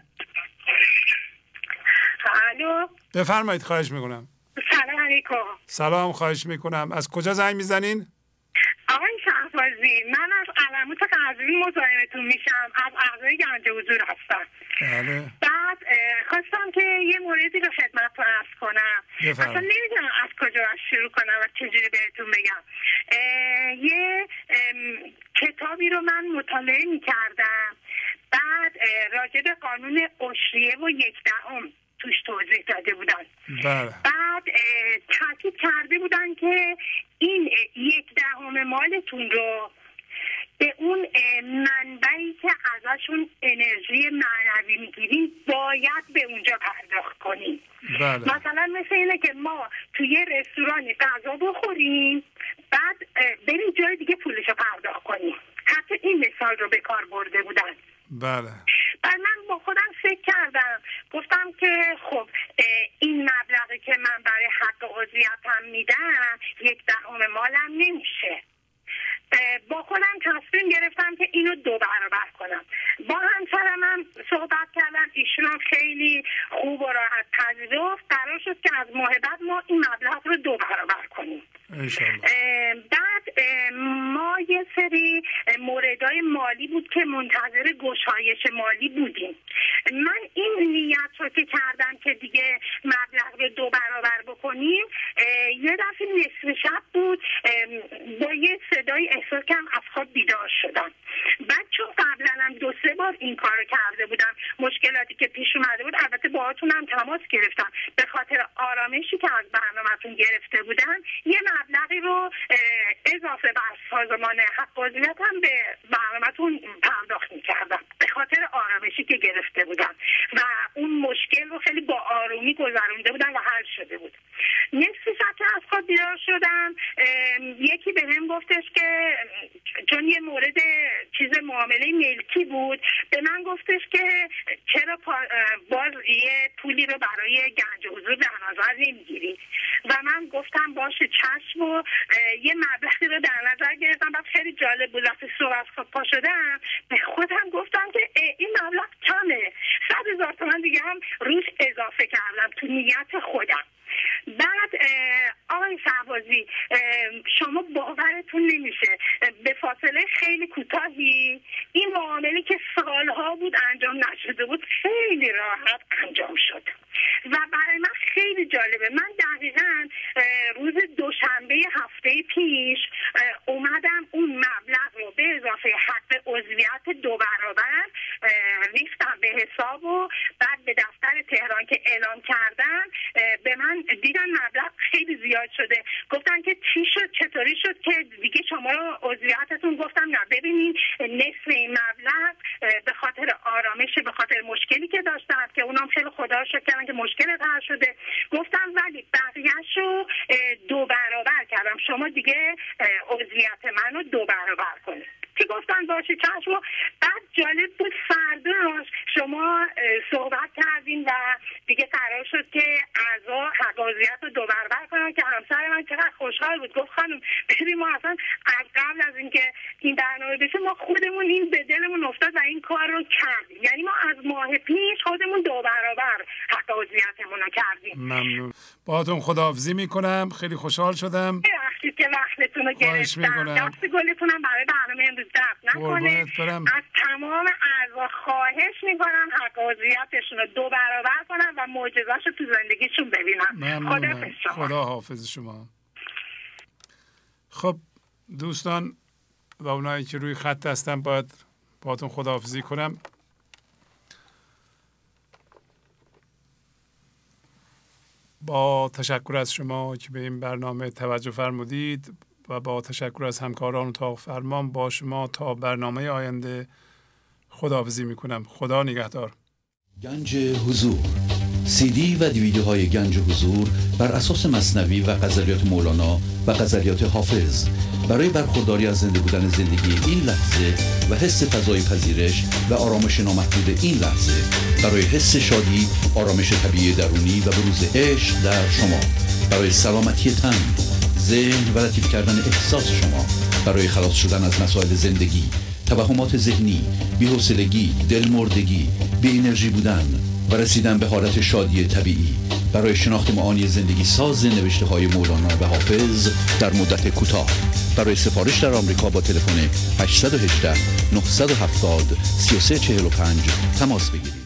S15: الو
S2: بفرمایید خواهش میکنم.
S15: سلام علیکم.
S2: سلام خواهش میکنم. از کجا زنگ میزنین؟
S15: آقای شهبازی من از علموت قزوین مزاحمتون میشم، از اعضای گنج حضور هستم.
S2: بله.
S15: بعد خواستم که یه موردی رو خدمتتون عرض کنم.
S2: بفرم.
S15: اصلا نمیدونم از کجا از شروع کنم و چجوری بهتون بگم. یه کتابی رو من مطالعه میکردم، بعد راجع به قانون عشریه و یک دهم توش توضیح داده بودن.
S2: بله.
S15: بعد تاکید کرده بودن که این یک دهم مالتون رو به اون منبعی که ازشون انرژی معنوی میگیرین باید به اونجا پرداخت کنیم.
S2: بله.
S15: مثلا مثل اینه که ما توی یه رستورانی غذا بخوریم بعد بریم جای دیگه پولشو پرداخت کنیم. حتی این مثال رو به کار برده بودن.
S2: بله.
S15: بعد من با خودم فکر کردم، گفتم که خب این مبلغی که من برای حق عضویتم میدم یک دهم مالم نمیشه. با خودم تصمیم گرفتم که اینو دو برابر کنم. با همسرم هم صحبت کردم، ایشون هم خیلی خوب و راحت پذیرفت. قرار شد که از ماه بعد ما این مبلغ رو دو برابر کنیم. بعد ما یه سری موردهای مالی بود که منتظر گشایش مالی بودیم. من این نیت رو که کردم که دیگه مبلغ رو دو برابر بکنیم، یه دفعه نصف شب بود با یه صدای احساس کردم از خواب بیدار شدم. بعد چون قبلا هم دو سه بار این کارو کرده بودم، مشکلاتی که پیش اومده بود البته باهاتون هم تماس گرفتم، به خاطر آرامشی که از برنامه‌تون گرفته بودم یه مبلغی رو اضافه بر سازمان حق عضویت هم به برنامه‌تون پرداخت می‌کردم به خاطر آرامشی که گرفته بودم و اون مشکل رو خیلی با آرومی گذرونده بودم و حل شده بود. نصف ساعت از خواب بیدار شدم، یکی به هم گفتش که چون یه مورد چیز معامله ملکی بود به من گفتش که چرا باز یه پولی رو برای گنج حضور در نظر نمیگیری و من گفتم باشه چشم و یه مبلغی رو در نظر گرفتم. بعد خیلی جالب بود وقتی صبح از خواب پا شدم به خودم گفتم که این مبلغ کمه، صد هزار تومن دیگه هم روش اضافه کردم تو نیت خودم. بعد آقای شهبازی شما باورتون نمیشه به فاصله خیلی کوتاهی این معامله که سالها بود انجام نشده بود خیلی راحت انجام شد و برای من خیلی جالبه. من دقیقا روز دوشنبه هفته پیش اومدم اون مبلغ رو به اضافه حق عضویت دو برابر ریختم به حساب و بعد به دفتر تهران که اعلام کردن به من دیدن مبلغ خیلی زیاد شده، گفتن که چی شد چطوری شد که دیگه شما رو عضویتتون. گفتم نه ببینین نصف این مبلغ به خاطر آرامش به خاطر مشکلی که داشتم که اونم خیلی خدا رو شکر کردن که مشکل حل شده. گفتم ولی بقیه‌شو دو برابر کردم، شما دیگه عضویت منو دو برابر کنید که گفتن باشه چشم. بعد جالب بود فردا شما صحبت کردین و دیگه قرار شد که اعضا حق عضویت رو دو برابر کنن که همسر من چقدر خوشحال بود، گفت خانم ببین ما اصلا از قبل از اینکه این برنامه بشه ما خودمون این به دلمون افتاد و این کار رو کردیم، یعنی ما از ماه پیش خودمون دو برابر حق عضویتمون رو کردیم.
S2: ممنون، باهاتون خداحافظی میکنم، خیلی خوشحال شدم.
S15: ببخشید که وقتتون رو گرفتم، دست گلتونم برای برنامه امروز دفت نکنه. از تمام اعضا خواهش میکنم حق عضویتشون رو دو برابر کنم و معجزه‌شو تو زندگیشون ببینم. خدا شما.
S2: خدا حافظ شما. خب دوستان و اونایی که روی خط هستن باید باهاتون خداحافظی کنم. با تشکر از شما که به این برنامه توجه فرمودید و با تشکر از همکاران اتاق فرمان با شما تا برنامه آینده خداحافظی میکنم. خدا نگهدار.
S1: گنج حضور، سی دی و دیویدیوهای گنج حضور بر اساس مثنوی و غزلیات مولانا و غزلیات حافظ برای برخورداری از زنده بودن زندگی این لحظه و حس فضای پذیرش و آرامش نامحدود این لحظه، برای حس شادی، آرامش طبیعی درونی و بروز عشق در شما، برای سلامتی تن، ذهن و لطیف کردن احساس شما، برای خلاص شدن از مسائل زندگی، توهمات ذهنی، بی‌حوصلگی، دلمردگی، بی انرژی بودن و رسیدن به حالت شادی طبیعی، برای شناخت معانی زندگی ساز نوشته های مولانا و حافظ در مدت کوتاه. برای سفارش در آمریکا با تلفن هشت یک هشت نه هفت صفر سه سه چهار پنج تماس بگیرید.